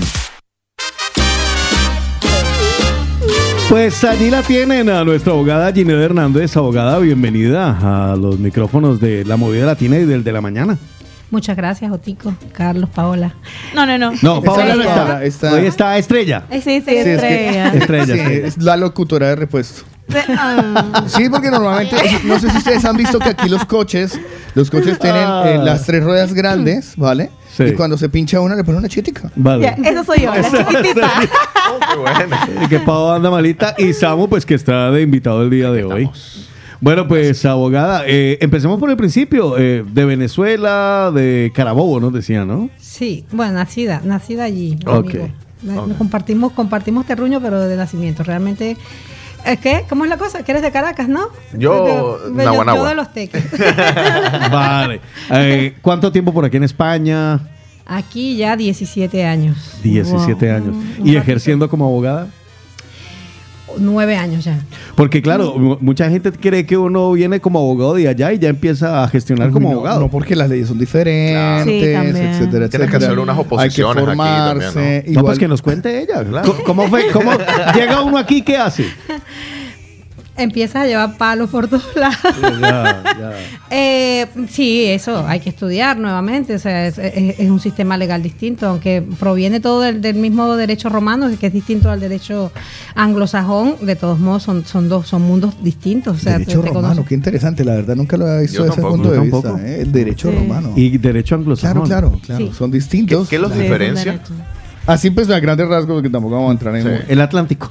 Pues allí la tienen a nuestra abogada Ginette Hernández. Abogada, bienvenida a los micrófonos de La Movida Latina y del de la mañana. Muchas gracias, Otico, Carlos, Paola. No, no, no. No, Paola no está. está- Hoy está Estrella. Sí, sí, Sí, es que- estrella. Estrella, Sí, sí. es la locutora de repuesto. Ah. Sí, porque normalmente, no sé si ustedes han visto que aquí los coches, los coches tienen eh, las tres ruedas grandes, ¿vale? Sí. Y cuando se pincha una le ponen una chitica. Vale. Ya, eso soy yo, la chiquitita. Y que Pau anda malita. Y Samu, pues que está de invitado el día de hoy. Bueno, pues abogada, eh, empecemos por el principio. Eh, de Venezuela, de Carabobo, nos decía, ¿no? Sí, bueno, nacida, nacida allí. Ok. amigo. La- Ok. Compartimos, compartimos terruño, pero de nacimiento. Realmente, ¿es qué? ¿Cómo es la cosa? Que eres de Caracas, ¿no? Yo, yo, Naguanagua. yo de los teques. Vale. Eh, ¿Cuánto tiempo por aquí en España? Aquí ya diecisiete años. diecisiete Wow. años. Un ¿Y ratito. ejerciendo como abogada? Nueve años ya. Porque claro, mu- mucha gente cree que uno viene como abogado de allá y ya empieza a gestionar como no, abogado. No, porque las leyes son diferentes, Sí, también. etcétera, Tienes que etcétera. hacer unas oposiciones Hay que aquí formarse. también, No, igual- pues que nos cuente ella. ¿Cómo, cómo fue? ¿Cómo llega uno aquí? ¿Qué hace? Empiezas a llevar palos por todos lados. Ya, ya. Eh, sí, eso, hay que estudiar nuevamente. O sea, es, es- es un sistema legal distinto, aunque proviene todo del, del mismo derecho romano, que es distinto al derecho anglosajón. De todos modos, son, son dos, son mundos distintos. O sea, Derecho te- te romano, conoces. qué interesante. La verdad nunca lo había visto Yo desde ese tampoco, punto yo de tampoco. vista. ¿eh? El derecho Sí. romano. Y derecho anglosajón. Claro, claro, claro. Sí. Son distintos. ¿Qué los Sí, es un diferencia? derecho. Así pues, a grandes rasgos, porque tampoco vamos a entrar en... Sí. El Atlántico.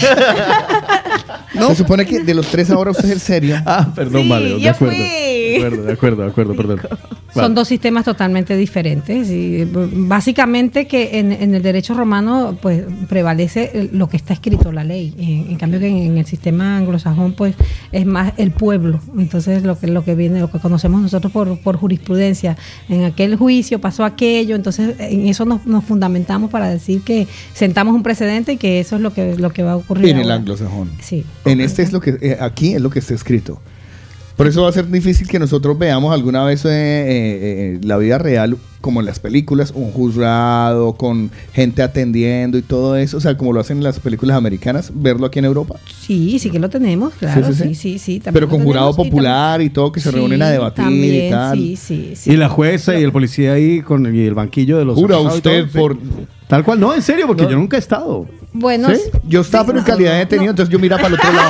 Se supone que de los tres ahora usted es el serio. Ah, perdón, Sí, vale. De yo acuerdo. fui. De acuerdo, de acuerdo, de acuerdo, perdón. Son Vale. dos sistemas totalmente diferentes. Y b- básicamente que en, en el derecho romano pues prevalece lo que está escrito, la ley. En, en cambio que en, en el sistema anglosajón pues es más el pueblo. Entonces lo que lo que viene, lo que conocemos nosotros por, por jurisprudencia. En aquel juicio pasó aquello, entonces en eso nos, nos fundamentamos para decir que sentamos un precedente y que eso es lo que lo que va a ocurrir. En el ahora. anglosajón. Sí. En este es lo que... eh, aquí es lo que está escrito. Por eso va a ser difícil que nosotros veamos alguna vez eh, eh, eh, la vida real, como en las películas, un juzgado con gente atendiendo y todo eso, o sea, como lo hacen en las películas americanas, verlo aquí en Europa. Sí, sí que lo tenemos, claro, sí, sí, sí. también Pero lo con jurado tenemos y popular y todo, que se Sí, reúnen a debatir y también, tal. sí, sí, sí. Y la jueza y el policía ahí con y el banquillo de los Jura acusados y usted todo, por... sí. Tal cual, no, en serio, porque yo nunca he estado. Bueno, ¿Sí? Yo estaba pero en calidad de detenido, entonces yo miraba para el otro lado.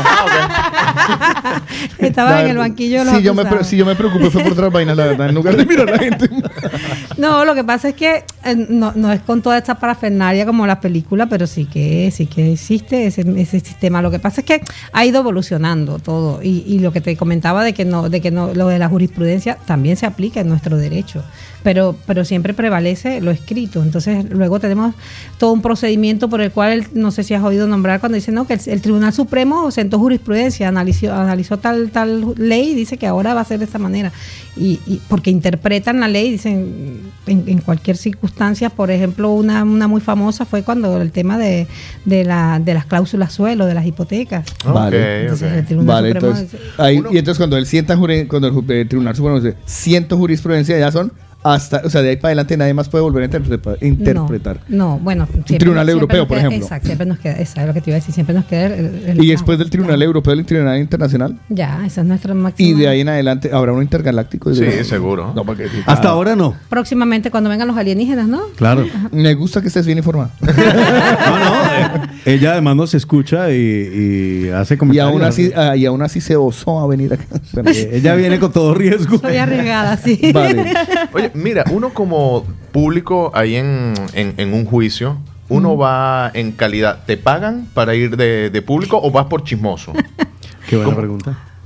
estaba La en el verdad, banquillo de los sí, yo me, pre- acusados. sí, yo me preocupé fue por otras vainas, la verdad, en lugar de mirar a la gente. No, lo que pasa es que eh, no, no es con toda esta parafernalia como la película, pero sí que sí que existe ese, ese sistema. Lo que pasa es que ha ido evolucionando todo y, y lo que te comentaba de que no, de que no, lo de la jurisprudencia también se aplica en nuestro derecho, pero, pero siempre prevalece lo escrito. Entonces luego tenemos todo un procedimiento por el cual el- no sé si has oído nombrar cuando dice no que el, el Tribunal Supremo sentó jurisprudencia, analizó, analizó tal tal ley y dice que ahora va a ser de esta manera y, y porque interpretan la ley, dicen en, en cualquier circunstancia. Por ejemplo, una, una muy famosa fue cuando el tema de, de, la, de las cláusulas suelo, de las hipotecas. Vale, Entonces, el Tribunal Vale, Supremo entonces, dice- ahí- y entonces cuando él sienta juri- cuando el ju- eh, Tribunal Supremo dice siento jurisprudencia, ya son hasta, o sea, de ahí para adelante nadie más puede volver a interpretar. interpretar. No, no, bueno. siempre- Tribunal siempre Europeo, nos por queda- ejemplo. Exacto, siempre nos queda, esa es lo que te iba a decir, siempre nos queda el- el- Y después del Tribunal Europeo, el Tribunal Internacional. Ya, esa es nuestra máxima. Y de ahí en adelante habrá uno intergaláctico. Sí, seguro. No, porque- Hasta ahora no. Próximamente cuando vengan los alienígenas, ¿no? Claro. Me gusta que estés bien informado. No, no. eh, ella además nos escucha y, y hace Y comentarios. aún así, ah, y aún así se osó a venir acá. Bueno, Eh, ella viene con todo riesgo. Soy arriesgada, sí. Vale. Oye, mira, uno como público ahí en, en, en un juicio, uno va en calidad. ¿Te pagan para ir de, de público o vas por chismoso? Qué buena ¿Cómo? pregunta.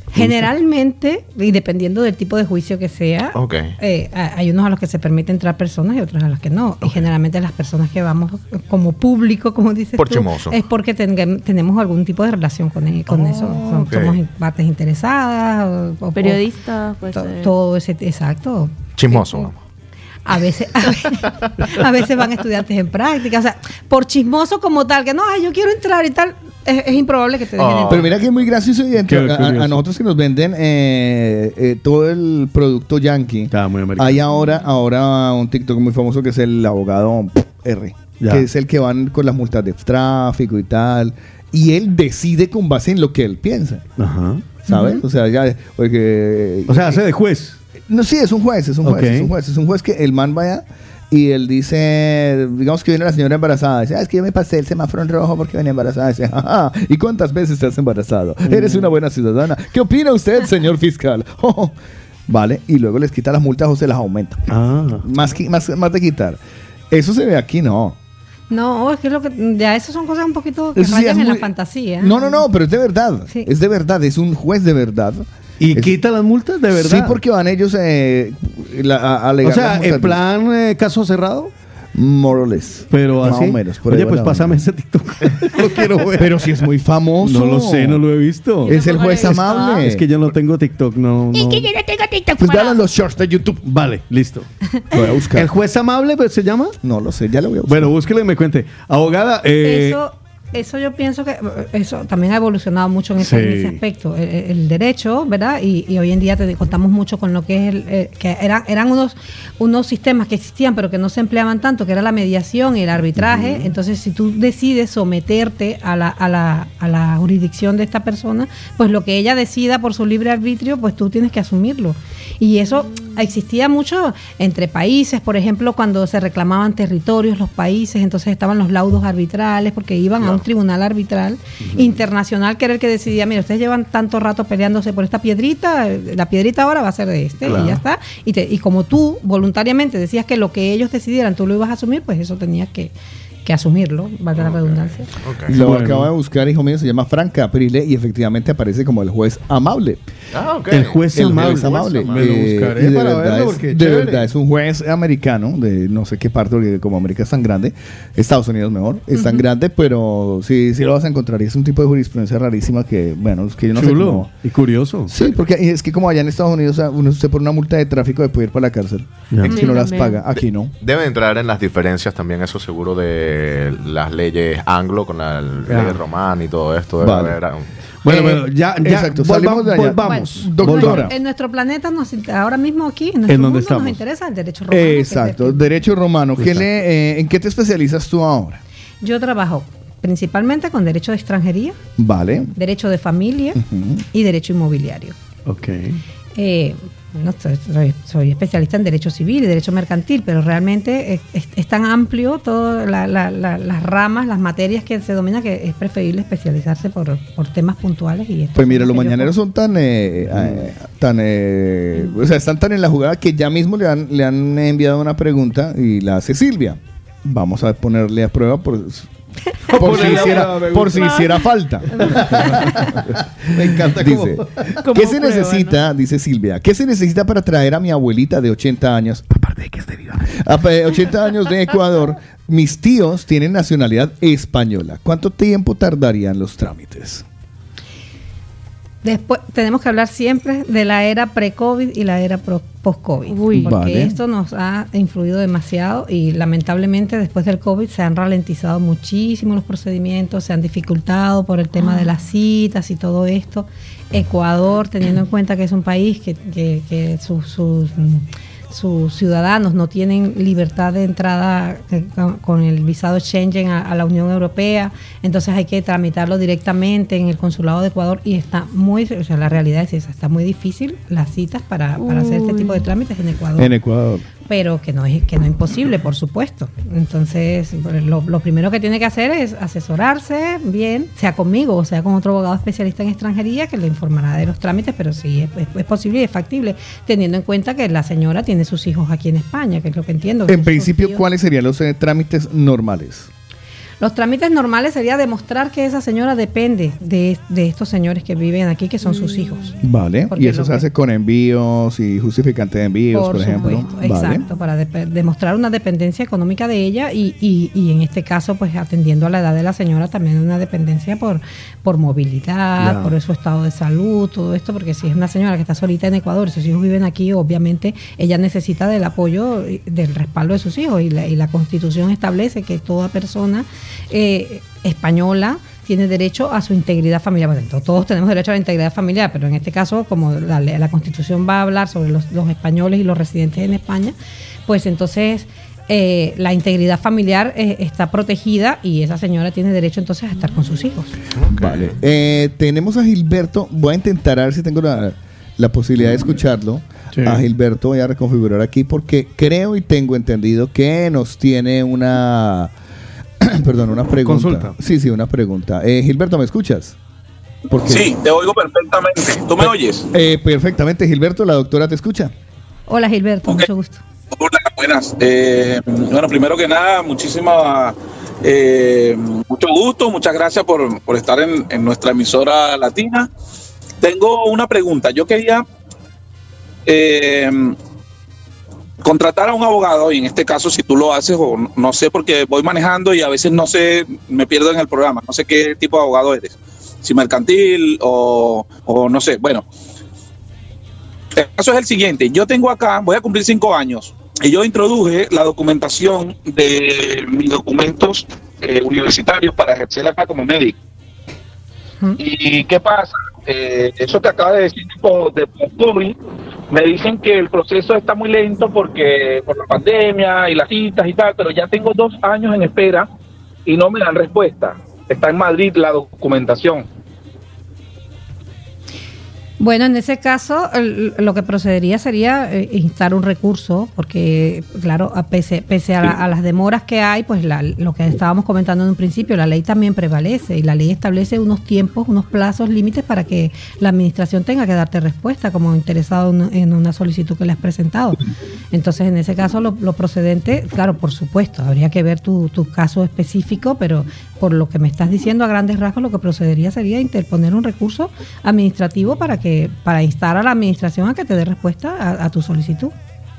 Generalmente, y dependiendo del tipo de juicio que sea, Okay. eh, hay unos a los que se permite entrar personas y otros a los que no. Okay. Y generalmente las personas que vamos como público, como dices Por tú, chismoso. es porque ten- tenemos algún tipo de relación con, e- con Oh, eso. Son- okay. Somos partes interesadas. O, o- Periodistas, o- pues. to- eh. todo ese, exacto. Chismoso, vamos. A veces, a veces, a veces van estudiantes en práctica, o sea, por chismoso como tal, que no, ay, yo quiero entrar y tal, es, es improbable que te dejen entrar. Pero mira que es muy gracioso y dentro- Qué a, curioso. a nosotros que nos venden eh, eh, todo el producto yankee. Hay ahora, ahora un TikTok muy famoso que es el abogado R, Ya. que es el que van con las multas de tráfico y tal. Y él decide con base en lo que él piensa. Ajá. ¿Sabes? Ujú. O sea, ya. Porque, O sea, hace de juez. No, sí, es un juez, es un juez, Ok. es un juez. Es un juez que el man vaya y él dice, digamos que viene la señora embarazada, dice, ah, es que yo me pasé el semáforo en rojo porque venía embarazada. Dice, ajá, ¿y cuántas veces te has embarazado? Mm. Eres una buena ciudadana. ¿Qué opina usted, señor fiscal? Oh, vale, y luego les quita las multas o se las aumenta. Ah. Más, que, más, más de quitar. Eso se ve aquí, no. No, es que lo que ya eso son cosas un poquito que Eso sí rayan es en muy- la fantasía. No, no, no, pero es de verdad. Sí. Es de verdad, es un juez de verdad. ¿Y Es- quita las multas de verdad? Sí, porque van ellos eh, la- a, a O alegar sea, las multas. en plan eh, caso cerrado. More or less. Pero Más así. o menos, por Oye, ahí va pues la pásame ese TikTok. Lo quiero ver. Pero si es muy famoso. No lo sé, no lo he visto. Es el juez amable. Es que yo no tengo TikTok, no. no. yo no tengo TikTok. Pues vean los shorts de YouTube. Vale, listo. Lo voy a buscar. ¿El juez amable pues, se llama? No lo sé, ya lo voy a buscar. Bueno, búsquelo y me cuente. Abogada, eh, Eso, eso yo pienso que eso también ha evolucionado mucho en ese, Sí. en ese aspecto. El, el derecho, ¿verdad? Y, y hoy en día te contamos mucho con lo que es el, eh, que eran, eran unos, unos sistemas que existían, pero que no se empleaban tanto, que era la mediación y el arbitraje. Uh-huh. Entonces, si tú decides someterte a la, a, la, a la jurisdicción de esta persona, pues lo que ella decida por su libre arbitrio, pues tú tienes que asumirlo. Y eso existía mucho entre países, por ejemplo, cuando se reclamaban territorios, los países, entonces estaban los laudos arbitrales, porque iban claro. a un tribunal arbitral uh-huh. internacional, que era el que decidía, mira, ustedes llevan tanto rato peleándose por esta piedrita, la piedrita ahora va a ser de este, claro. y ya está. Y, te, y como tú voluntariamente decías que lo que ellos decidieran tú lo ibas a asumir, pues eso tenías que... que asumirlo, valga okay. la redundancia. Okay. Lo bueno. acabo de buscar, hijo mío, se llama Frank Caprile y efectivamente aparece como el juez amable. Ah, okay. El juez el amable. Juez amable. Me lo buscaré eh, para verdad verlo es, porque de chévere. verdad es un juez americano de no sé qué parte, porque como América es tan grande, Estados Unidos mejor, es uh-huh. tan grande, pero sí, sí lo vas a encontrar y es un tipo de jurisprudencia rarísima que, bueno, es que yo no Chulo sé cómo. Y curioso. Sí, porque es que como allá en Estados Unidos, uno usted por una multa de tráfico puede ir para la cárcel ya. si sí, no las paga. Aquí no. Debe entrar en las diferencias también eso seguro de las leyes anglo con la yeah. ley romana y todo esto. Debe vale. haber un... Bueno, bueno, ya, ya exacto, volvamos, de allá. volvamos. Bueno, doctora. Bueno, en nuestro planeta, nos, ahora mismo aquí, en nuestro ¿En mundo, estamos? nos interesa el derecho romano. Exacto, el derecho romano. ¿Qué le, eh, ¿En qué te especializas tú ahora? Yo trabajo principalmente con derecho de extranjería, vale, derecho de familia uh-huh. y derecho inmobiliario. Ok. Eh, no, soy, soy especialista en derecho civil y derecho mercantil, pero realmente es, es, es tan amplio todas la, la, la, las ramas, las materias que se dominan, que es preferible especializarse por, por temas puntuales. Y pues mira, los mañaneros son tan, eh, eh, tan eh, o sea, están tan en la jugada que ya mismo le han, le han enviado una pregunta y la hace Silvia. Vamos a ponerle a prueba por... Por si, hiciera, por si hiciera falta. Me encanta dice, cómo, ¿qué se necesita? ¿No? Dice Silvia, ¿qué se necesita para traer a mi abuelita de ochenta años? Aparte de que esté viva. ochenta años de Ecuador. Mis tíos tienen nacionalidad española. ¿Cuánto tiempo tardarían los trámites? Después tenemos que hablar siempre de la era pre-COVID y la era post-COVID, porque vale. esto nos ha influido demasiado y lamentablemente después del COVID se han ralentizado muchísimo los procedimientos, se han dificultado por el tema ah. de las citas y todo esto. Ecuador, teniendo en cuenta que es un país que, que, que sus... Su, sus ciudadanos no tienen libertad de entrada eh, con, con el visado Schengen a, a la Unión Europea, entonces hay que tramitarlo directamente en el consulado de Ecuador y está muy, o sea, la realidad es esa, está muy difícil las citas para, para hacer este tipo de trámites en Ecuador. En Ecuador. Pero que no es que no es imposible, por supuesto. Entonces, lo, lo primero que tiene que hacer es asesorarse bien, sea conmigo o sea con otro abogado especialista en extranjería que le informará de los trámites, pero sí es, es, es posible y es factible, teniendo en cuenta que la señora tiene sus hijos aquí en España, que es lo que entiendo. En principio, ¿cuáles serían los eh, trámites normales? Los trámites normales sería demostrar que esa señora depende de, de estos señores que viven aquí, que son sus hijos. Vale, Porque y eso lo se que- hace con envíos y justificante de envíos, por, Por ejemplo. supuesto, Vale. exacto, para de- demostrar una dependencia económica de ella y, y, y en este caso, pues atendiendo a la edad de la señora, también una dependencia por, por movilidad, Ya. por su estado de salud, todo esto, porque si es una señora que está solita en Ecuador y sus hijos viven aquí, obviamente ella necesita del apoyo, y del respaldo de sus hijos, y la, y la Constitución establece que toda persona eh, española tiene derecho a su integridad familiar. Bueno, to- todos tenemos derecho a la integridad familiar, pero en este caso, como la, ley- la Constitución va a hablar sobre los, los españoles y los residentes en España, pues entonces eh, la integridad familiar eh, está protegida y esa señora tiene derecho entonces a estar con sus hijos. Vale. Eh, tenemos a Gilberto. Voy a intentar a ver si tengo la, la posibilidad de escucharlo. Sí. A Gilberto voy a reconfigurar aquí porque creo y tengo entendido que nos tiene una... perdón, una pregunta. Consulta. Sí, sí, una pregunta. Eh, Gilberto, ¿me escuchas? Porque, Sí, te oigo perfectamente. ¿Tú me oyes? Eh, perfectamente, Gilberto. La doctora te escucha. Hola Gilberto, mucho gusto. Hola, buenas. Eh, bueno, primero que nada, muchísima, eh, mucho gusto, muchas gracias por, por estar en, en nuestra emisora latina. Tengo una pregunta. Yo quería eh, contratar a un abogado, y en este caso si tú lo haces, o no- no sé, porque voy manejando y a veces no sé, me pierdo en el programa, no sé qué tipo de abogado eres, si mercantil o, o no sé. Bueno, el caso es el siguiente. Yo tengo acá, voy a cumplir cinco años y yo introduje la documentación de mis documentos eh, universitarios para ejercer acá como médico. ¿Y qué pasa? Eh, eso que acaba de decir tipo de COVID, me dicen que el proceso está muy lento porque por la pandemia y las citas y tal, pero ya tengo dos años en espera y no me dan respuesta. Está en Madrid la documentación. Bueno, en ese caso, el- lo que procedería sería eh, instar un recurso, porque, claro, a pese, pese a, la- a las demoras que hay, pues la- lo que estábamos comentando en un principio, la ley también prevalece y la ley establece unos tiempos, unos plazos límites para que la administración tenga que darte respuesta como interesado en, en una solicitud que le has presentado. Entonces, en ese caso, lo, lo procedente, claro, por supuesto, habría que ver tu, tu caso específico, pero por lo que me estás diciendo a grandes rasgos, lo que procedería sería interponer un recurso administrativo para que para instar a la administración a que te dé respuesta a, a tu solicitud.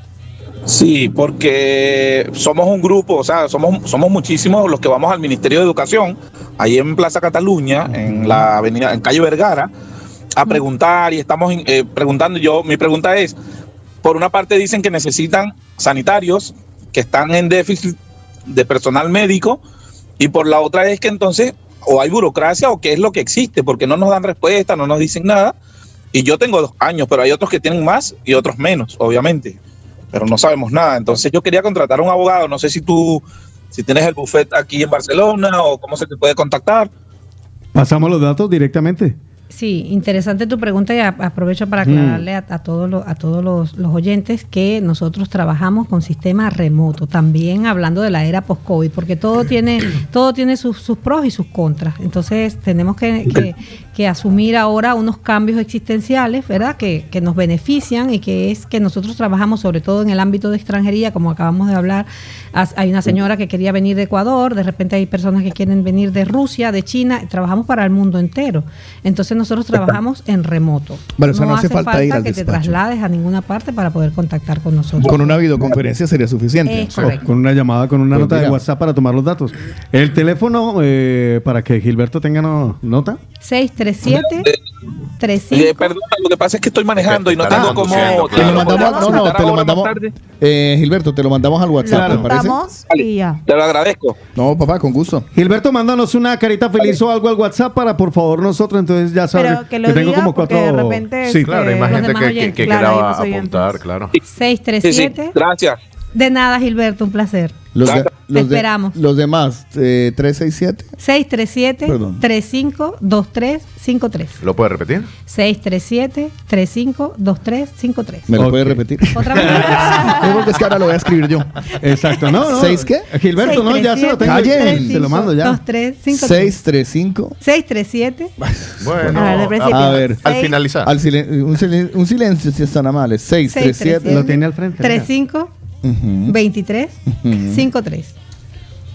Sí, porque somos un grupo, o sea, somos, somos muchísimos los que vamos al Ministerio de Educación, ahí en Plaza Cataluña, en la avenida, en calle Vergara, a preguntar y estamos eh, preguntando. Yo, mi pregunta es, por una parte dicen que necesitan sanitarios que están en déficit de personal médico, y por la otra es que entonces o hay burocracia o qué es lo que existe, porque no nos dan respuesta, no nos dicen nada. Y yo tengo dos años, pero hay otros que tienen más y otros menos, obviamente, pero no sabemos nada. Entonces yo quería contratar a un abogado. No sé si tú, si tienes el buffet aquí en Barcelona o cómo se te puede contactar. Pasamos los datos directamente. Sí, interesante tu pregunta y a- aprovecho para aclararle a, a todos, los, a todos los, los oyentes que nosotros trabajamos con sistema remoto, también hablando de la era post-COVID, porque todo tiene, todo tiene sus, sus pros y sus contras. Entonces tenemos que, que, que asumir ahora unos cambios existenciales, ¿verdad? Que, que nos benefician y que es que nosotros trabajamos sobre todo en el ámbito de extranjería, como acabamos de hablar. Has- Hay una señora que quería venir de Ecuador, de repente hay personas que quieren venir de Rusia, de China, trabajamos para el mundo entero. Entonces nosotros trabajamos en remoto. Bueno, o sea, no hace hace falta falta, ir al que te despacho. traslades a ninguna parte para poder contactar con nosotros. Con una videoconferencia sería suficiente. Es correcto. O con una llamada, con una Pues nota de mira. WhatsApp para tomar los datos. El teléfono, eh, para que Gilberto tenga no- nota. seis tres siete, tres Eh, cinco. perdón, lo que pasa es que estoy manejando y no tengo cómo... Te lo mandamos, no, no, te lo mandamos. Eh, Gilberto, te lo mandamos al WhatsApp, Claro. ¿te parece? Vamos y ya. Te lo agradezco. No, papá, con gusto. Gilberto, mándanos una carita feliz o algo al WhatsApp para, por favor, nosotros. Entonces ya sabes Pero que lo diga porque de repente, Sí, este, Claro, hay más los gente demás que, que, oyentes, que claro, hay quiera más oyentes. apuntar, claro. seis tres Sí, sí, siete. gracias. De nada, Gilberto, un placer. Los, de- Te los de- esperamos. los demás, eh, tres seis siete. seis tres siete, Perdón. tres cinco dos tres cinco tres. ¿Lo puede repetir? seis tres siete, tres cinco dos tres cinco tres. ¿Me lo Ok. puedes repetir? Otra vez. No, porque es que ahora lo voy a escribir yo. Exacto, no, no. ¿Seis qué? Gilberto, no, ya se lo tengo. Callen. Se lo mando ya. dos tres cinco tres. seis tres cinco. seis tres siete. Bueno, A ver, de principio. A ver, al Seis. finalizar. al silen- un, silen- un silencio si están amables. seis tres siete. Lo tiene al frente. tres cinco Ujú. veintitrés Ujú. cincuenta y tres.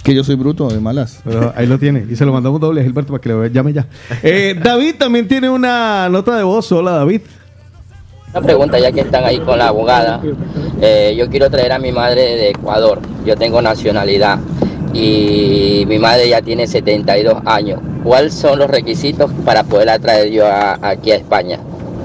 Que yo soy bruto, de malas. Pero ahí lo tiene. Y se lo mandamos doble a Gilberto para que lo llame ya. Eh, David también tiene una nota de voz. Hola, David. Una pregunta, ya que están ahí con la abogada. Eh, yo quiero traer a mi madre de Ecuador. Yo tengo nacionalidad y mi madre ya tiene setenta y dos años. ¿Cuáles son los requisitos para poderla traer yo a, aquí a España?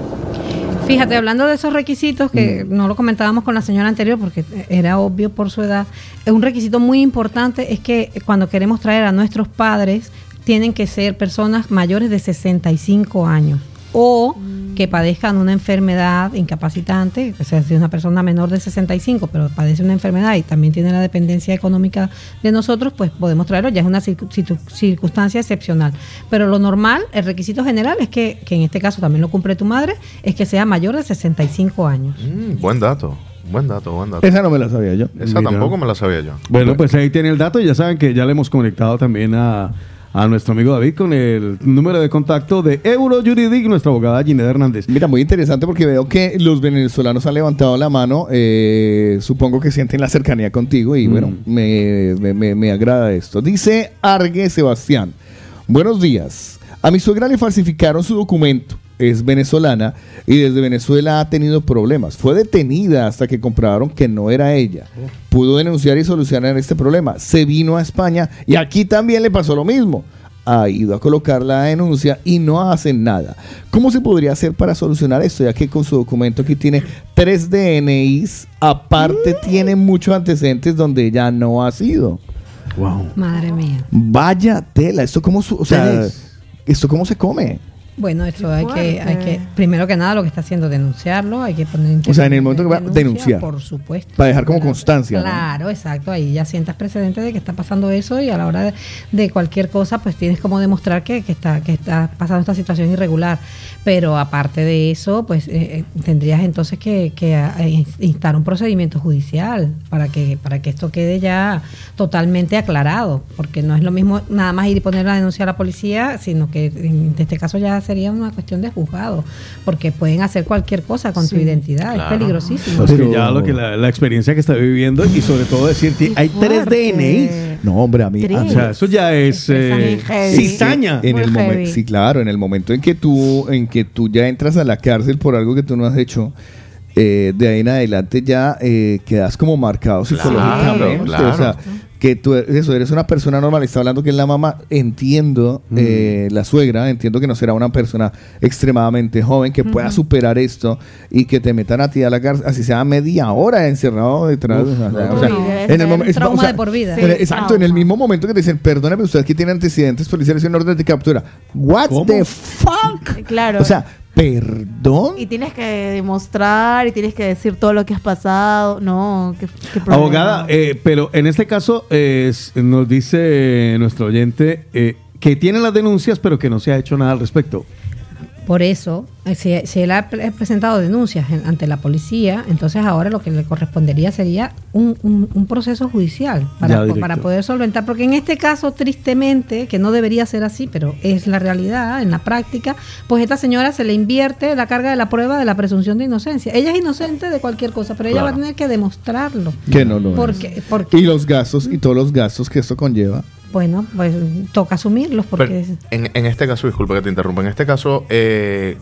Fíjate, hablando de esos requisitos, que mm. no lo comentábamos con la señora anterior porque era obvio por su edad, un requisito muy importante es que cuando queremos traer a nuestros padres, tienen que ser personas mayores de sesenta y cinco años o que padezcan una enfermedad incapacitante. O sea, si es una persona menor de sesenta y cinco, pero padece una enfermedad y también tiene la dependencia económica de nosotros, pues podemos traerlo, ya es una circun- circunstancia excepcional. Pero lo normal, el requisito general es que, que en este caso también lo cumple tu madre, es que sea mayor de sesenta y cinco años. Mm, buen dato. Buen dato, buen dato. Esa no me la sabía yo. Esa Mira. tampoco me la sabía yo. Bueno, pues ahí tiene el dato y ya saben que ya le hemos conectado también a, a nuestro amigo David con el número de contacto de Eurojuridic, nuestra abogada Ginette Hernández. Mira, muy interesante porque veo que los venezolanos han levantado la mano, eh, supongo que sienten la cercanía contigo y mm. bueno, me, me, me, me agrada esto. Dice Argue Sebastián, buenos días, a mi suegra le falsificaron su documento, es venezolana y desde Venezuela ha tenido problemas. Fue detenida hasta que comprobaron que no era ella. Pudo denunciar y solucionar este problema. Se vino a España y aquí también le pasó lo mismo. Ha ido a colocar la denuncia y no hacen nada. ¿Cómo se podría hacer para solucionar esto? Ya que con su documento aquí tiene tres D N Is, aparte mm. tiene muchos antecedentes donde ella no ha sido. Wow. Madre mía. Vaya tela, esto cómo, su- o sea, esto cómo se come. Bueno, esto hay que, hay que, primero que nada, lo que está haciendo denunciarlo, hay que poner... O sea, en el momento que va a denunciar. Por supuesto. Para dejar como constancia. Claro, ¿no? exacto, ahí ya sientas precedente de que está pasando eso y a la hora de, de cualquier cosa, pues tienes como demostrar que, que, está, que está pasando esta situación irregular. Pero aparte de eso, pues eh, tendrías entonces que, que eh, instar un procedimiento judicial para que, para que esto quede ya totalmente aclarado, porque no es lo mismo nada más ir y poner la denuncia a la policía, sino que en este caso ya sería una cuestión de juzgado, porque pueden hacer cualquier cosa con sí, tu identidad, claro. Es peligrosísimo. Pues que ya lo que la, la experiencia que está viviendo y sobre todo decir que hay tres D N Is. No, hombre, a mí, a mí. O sea, eso ya es eh, cizaña. En el momento, sí, claro, en el momento en que tú, en que tú ya entras a la cárcel por algo que tú no has hecho, eh, de ahí en adelante ya eh, quedas como marcado claro, psicológicamente. Claro. O sea, que tú eso, eres una persona normal, está hablando que es la mamá, entiendo, mm. eh, la suegra, entiendo que no será una persona extremadamente joven que mm. pueda superar esto y que te metan a ti a la cárcel, así sea media hora encerrado detrás. Uf, o sea, no, o sea, no, en el momento, trauma o sea, de por vida. Sí, exacto, trauma. En el mismo momento que te dicen, perdóneme, usted aquí tiene antecedentes policiales en orden de captura. What ¿Cómo? The fuck? Claro. O sea, ¿perdón? Y tienes que demostrar y tienes que decir todo lo que has pasado. No, qué, qué problema. Abogada, eh, pero en este caso eh, nos dice nuestro oyente eh, que tiene las denuncias, pero que no se ha hecho nada al respecto. Por eso, si, si él ha presentado denuncias en, ante la policía, entonces ahora lo que le correspondería sería un, un, un proceso judicial para, para poder solventar, porque en este caso, tristemente, que no debería ser así, pero es la realidad, en la práctica, pues a esta señora se le invierte la carga de la prueba de la presunción de inocencia. Ella es inocente de cualquier cosa, pero ella claro. va a tener que demostrarlo. Que no lo porque, es. Porque, y los gastos y todos los gastos que esto conlleva. Bueno, pues toca asumirlos porque... En, en este caso, disculpa que te interrumpa, en este caso, eh,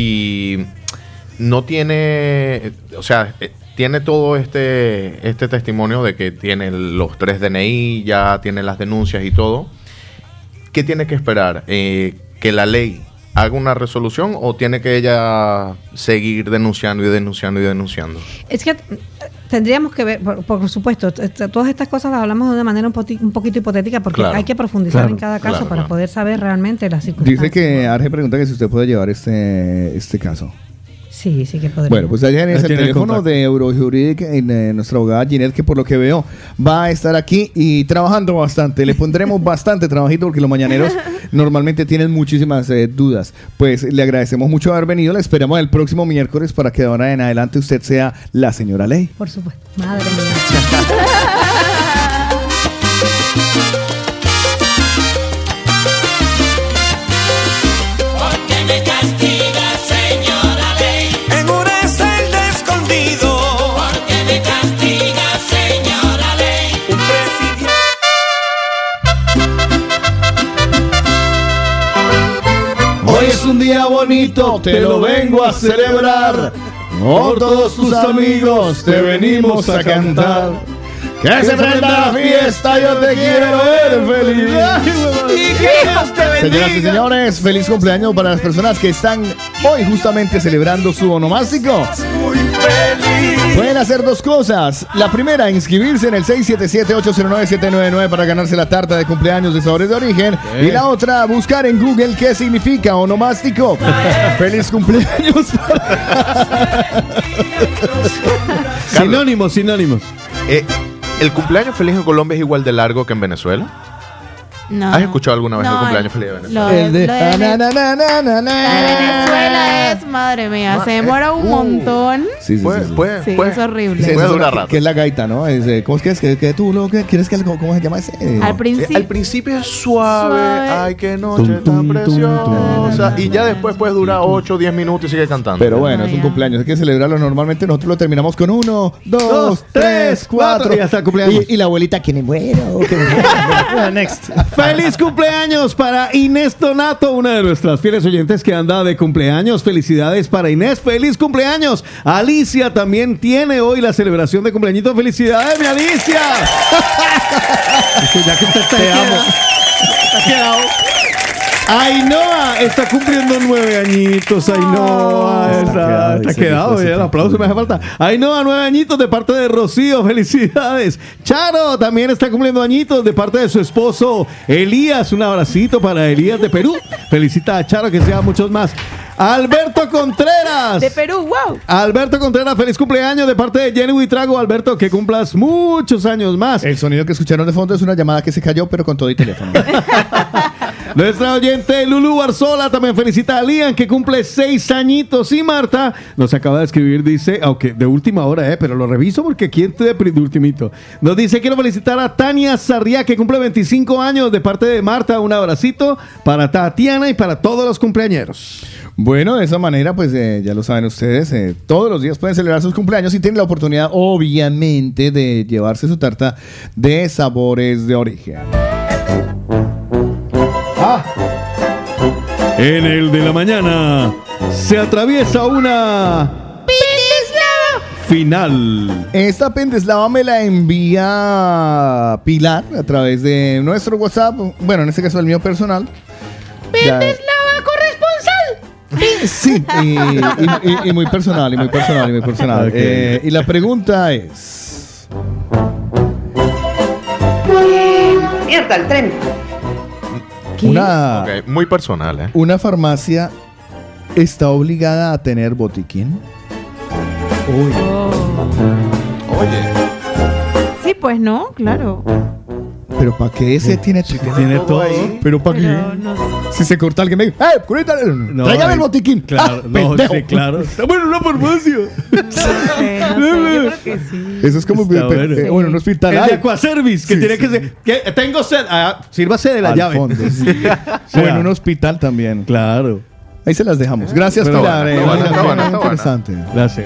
si no tiene, o sea, eh, tiene todo este, este testimonio de que tiene los tres D N I, ya tiene las denuncias y todo, ¿qué tiene que esperar? Eh, ¿Que la ley haga una resolución o tiene que ella seguir denunciando y denunciando y denunciando? Es que tendríamos que ver, por, por supuesto, todas estas cosas las hablamos de una manera un, poti, un poquito hipotética porque claro, hay que profundizar claro, en cada caso claro, para claro. poder saber realmente las circunstancias. Dice que Arge pregunta que si usted puede llevar este, este caso. Sí, sí que podría. Bueno, pues allá es el teléfono el de Eurojuridic, eh, nuestra abogada Ginette, que por lo que veo va a estar aquí y trabajando bastante. Le pondremos bastante trabajito porque los mañaneros normalmente tienen muchísimas eh, dudas. Pues le agradecemos mucho haber venido. Le esperamos el próximo miércoles para que de ahora en adelante usted sea la señora Ley. Por supuesto. Madre mía. cumpleañito te lo vengo a celebrar. Por todos tus amigos te venimos a cantar. Que se prenda la fiesta, yo te quiero ver feliz. Y que Dios te bendiga. Señoras y señores, feliz cumpleaños para las personas que están hoy justamente celebrando su onomástico. Muy feliz. Pueden hacer dos cosas. La primera, inscribirse en el seis siete siete, ocho cero nueve, siete nueve nueve para ganarse la tarta de cumpleaños de Sabores de Origen. Sí. Y la otra, buscar en Google qué significa onomástico. Feliz cumpleaños. Sinónimos, sinónimos. Eh, ¿El cumpleaños feliz en Colombia es igual de largo que en Venezuela? No. ¿Has escuchado alguna vez No, el cumpleaños feliz de Venezuela? Lo de, El de- lo de Ah, Vene- na, na, na, na, na, la de Venezuela es, madre mía, se demora un montón. Sí, sí, Puede- sí, sí. puede- Sí, puede- es horrible. Sí, Puede esa es durar una- rato. que es la gaita, ¿no? Es, eh, ¿Cómo es que es? Que, que tú lo que quieres que algo, ¿cómo se llama ese? Al Eh, principio. al principio es suave, Suave. ay, qué noche Tum, tan tum, tum, preciosa. Y ya después puedes durar ocho o diez minutos y sigue cantando. Pero bueno, Ah, es un ya. cumpleaños, hay que celebrarlo. Normalmente nosotros lo terminamos con uno, dos, Dos, tres, tres, cuatro. cuatro, y hasta el cumpleaños. Y, y la abuelita, que me muero, que me muero. Bueno, next. Feliz cumpleaños para Inés Donato, una de nuestras fieles oyentes que anda de cumpleaños. Felicidades para Inés, feliz cumpleaños. Alicia también tiene hoy la celebración de cumpleañito. Felicidades, mi Alicia. Es que ya que usted está Te amo. Está quedado. Ainhoa está cumpliendo nueve añitos. Ainhoa está, quedado, está dice, quedado. dice, Ya el aplauso me hace falta. Ainhoa, nueve añitos de parte de Rocío. Felicidades. Charo también está cumpliendo añitos de parte de su esposo Elías. Un abracito para Elías de Perú. Felicita a Charo, que sea muchos más. Alberto Contreras. De Perú, wow. Alberto Contreras, feliz cumpleaños de parte de Jenny Buitrago. Alberto, que cumplas muchos años más. El sonido que escucharon de fondo es una llamada que se cayó, pero con todo y teléfono. Nuestra oyente Lulu Barzola también felicita a Lian, que cumple seis añitos. Y Marta nos acaba de escribir, dice, aunque de última hora, eh, pero lo reviso porque aquí estoy de, pri- de ultimito. Nos dice, quiero felicitar a Tania Sarriá, que cumple veinticinco años de parte de Marta. Un abracito para Tatiana y para todos los cumpleañeros. Bueno, de esa manera, pues eh, ya lo saben ustedes, eh, todos los días pueden celebrar sus cumpleaños y tienen la oportunidad, obviamente, de llevarse su tarta de Sabores de Origen. Ah. En el de la mañana se atraviesa una final. Esta pendeslava me la envía Pilar a través de nuestro WhatsApp, bueno, en este caso el mío personal. Ya- Sí, y, y- y- y muy personal, y muy personal, y muy personal. Ok. Eh, y la pregunta es... Mierda, el tren. Una, Ok, muy personal, ¿eh? ¿Una farmacia está obligada a tener botiquín? Uy. Oye. Sí, pues no, claro. ¿Pero para qué ese tiene, tiene, tiene todo ahí? ¿Pero para qué? Pero no sé. Si se corta alguien, me dice, ¡eh, curita! No, ¡Tráigame eh, el botiquín! Claro, ¡Ah, no, pendejo! sí, claro. Estamos en una farmacia. No sé, no sé, yo creo que sí. Eso es como Está eh, bueno. eh, bueno, un hospital. El de Ay, Aquaservice, que Sí, tiene sí, que ser. Que tengo sed. Ah, sírvase de la al llave. fondo, sí. O O sea, en un hospital también. Claro. Ahí se las dejamos. Gracias, Pero Pilar. bueno, eh, está bueno, muy está bueno, está bueno. interesante. Gracias.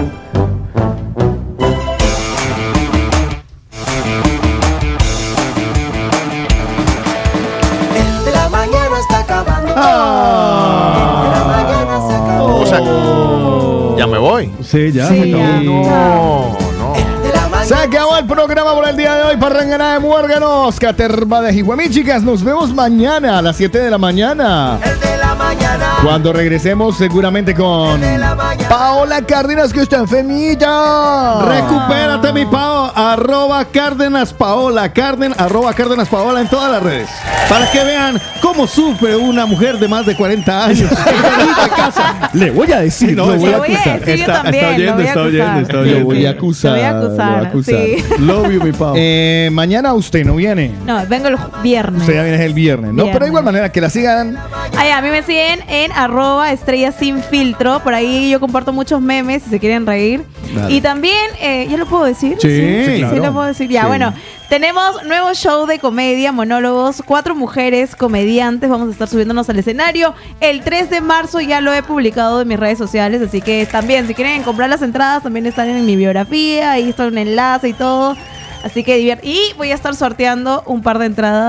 De la mañana está acabando. Ah. De la mañana se acabó. O sea, ya me voy. Sí, ya. Sí, se acabó. ya. No, no. De la mañana. Se acabó el programa por el día de hoy. Parrangana de Muérganos, Caterva de Jiguamí, chicas. Nos vemos mañana a las siete de la mañana. El de la mañana. Cuando regresemos seguramente con Paola Cárdenas, que está enfermita. Recupérate, mi Pao. Arroba Cárdenas Paola. Carden, arroba Cárdenas Paola en todas las redes. Para que vean cómo sufre una mujer de más de cuarenta años. En casa. Le voy a decir, Sí, no, lo sí, voy a lo voy a acusar. decir yo también, está lo oyendo, voy a está acusar. oyendo, está Lo oyendo. voy a acusar. Lo voy a acusar, lo voy a acusar. sí. Love you, mi Pao. Eh, mañana usted no viene. No, vengo el ju- viernes. Usted ya viene el viernes, ¿no? Pero de Viernes. igual manera que la sigan. Ay, a mí me siguen en arroba estrella sin filtro. Por ahí yo comparto muchos memes si se quieren reír. Dale. Y también, eh, ¿ya lo puedo decir? Sí, sí, claro. Sí, lo puedo decir. Ya, Sí. bueno, tenemos nuevo show de comedia, monólogos, cuatro mujeres comediantes. Vamos a estar subiéndonos al escenario. El tres de marzo ya lo he publicado en mis redes sociales. Así que también, si quieren comprar las entradas, también están en mi biografía. Ahí está un enlace y todo. Así que diviert. Y voy a estar sorteando un par de entradas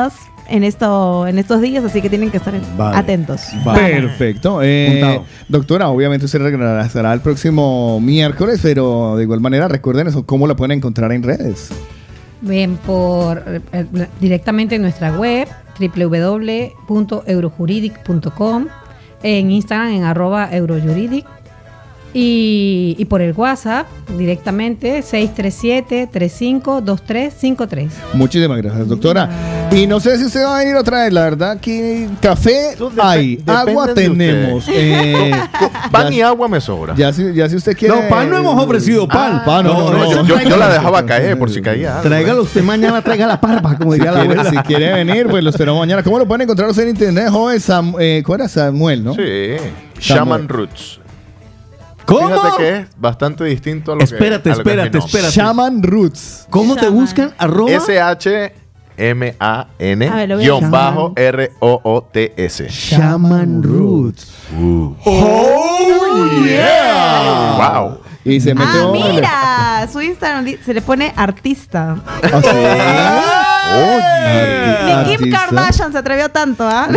en esto en estos días, así que tienen que estar Vale. atentos. Perfecto. Eh, Puntado. doctora, obviamente usted regresará el próximo miércoles, pero de igual manera recuerden eso, ¿cómo la pueden encontrar en redes? Bien, por eh, directamente en nuestra web doble u doble u doble u punto eurojuridic punto com, en Instagram en arroba eurojuridic y, y por el WhatsApp directamente seis tres siete, tres cinco dos tres cinco tres. Muchísimas gracias, doctora. Y no sé si usted va a venir otra vez, la verdad, aquí café hay, depende agua de tenemos. usted. eh, Pan y agua me sobra. ya, si, ya si usted quiere... No, pan no hemos ofrecido pan. Ah, pan, no, no, no. yo, yo- yo la dejaba caer por si caía algo. Tráigalo usted mañana, traiga la parva, como Si diría la quiere, abuela. si quiere venir, pues lo esperamos mañana. ¿Cómo lo pueden encontrar usted en internet, joven? Sam, eh, ¿Cuál era? Samuel, ¿no? Sí. Samuel. Shaman Roots. ¿Cómo? Fíjate que es bastante distinto a lo Espérate, que a lo que es mi espérate, nombre. espérate. Shaman Roots. ¿Cómo te buscan? Arroba. S H M A N A ver, lo voy a guión buscar. bajo R O O T S. Shaman Roots. ¡Oh, yeah! Wow. Y se Ah, metió... en el- mira, su Instagram di- se le pone artista. ¿Ah, sí? Oye. Ni Kim Artista. Kardashian se atrevió tanto, ¿ah?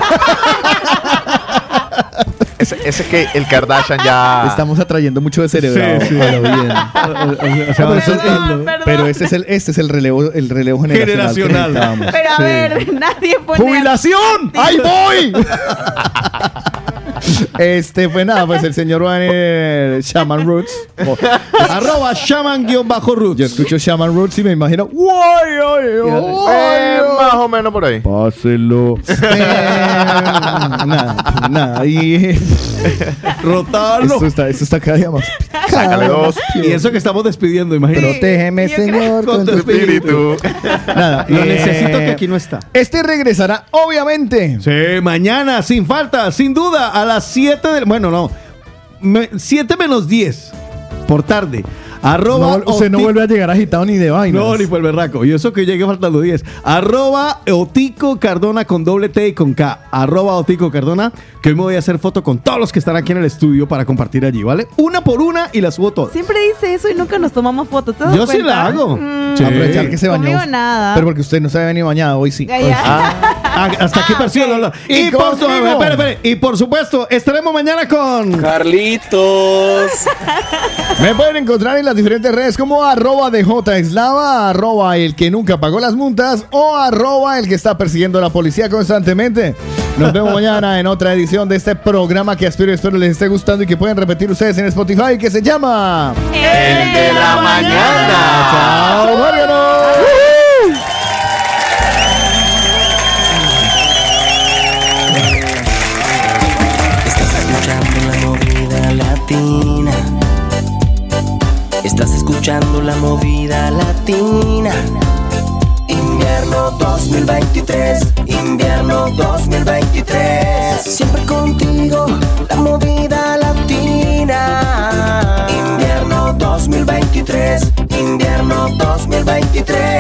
Ese, ese es que el Kardashian ya. Estamos atrayendo mucho de cerebro. Sí, sí. a lo bien. O sea, pero, eso- Perdón, perdón. pero este es el, este es el relevo, el relevo generacional. que Generacional. necesitábamos. Pero a Sí. ver, nadie pone. ¡Jubilación! ¡Ahí voy! Este, pues nada, pues el señor va en el Shaman Roots. Oh, Arroba shaman-roots. yo escucho Shaman Roots y me imagino. ¡Guay, ay, Eh, más o menos por ahí. Páselo. nada, nada. Y Rotarlo. esto está, esto está cada día más. Sácale dos. Y eso que estamos despidiendo, imagínate. Protégeme, yo creo- Señor, con con tu tu Espíritu. Nada. Lo eh, necesito que aquí no está. Este regresará, obviamente. Sí, mañana, sin falta, sin duda, a las siete del... Bueno, no. siete menos diez. Por tarde. Arroba... No, usted no Oti- vuelve a llegar agitado ni de vaina. No, ni por el berraco. Y eso que llegue faltando diez. Arroba Otico Cardona con doble T y con K. Arroba Otico Cardona. Que hoy me voy a hacer foto con todos los que están aquí en el estudio para compartir allí, ¿vale? Una por una y las subo todas. Siempre dice eso y nunca nos tomamos fotos. ¿te das Yo sí cuenta? la hago. Mm, Sí. Aprovechar que se bañó. Conmigo nada. Pero porque usted no se había ni bañado, hoy sí. Ya, ya. Ah, hasta aquí percibo el olor. Y, Y por su- conmigo. espere, espere. Y por supuesto, estaremos mañana con... Carlitos. Me pueden encontrar en las diferentes redes como arroba de J Eslava, arroba el que nunca pagó las multas o arroba el que está persiguiendo a la policía constantemente. Nos vemos mañana en otra edición de este programa que espero, espero les esté gustando y que pueden repetir ustedes en Spotify, que se llama... El de la mañana. ¡Chao, Mariano! Estás escuchando la movida latina. Estás escuchando la movida latina. Invierno dos mil veintitrés, invierno dos mil veintitrés. Siempre contigo, la movida latina. Invierno dos mil veintitrés, invierno dos mil veintitrés.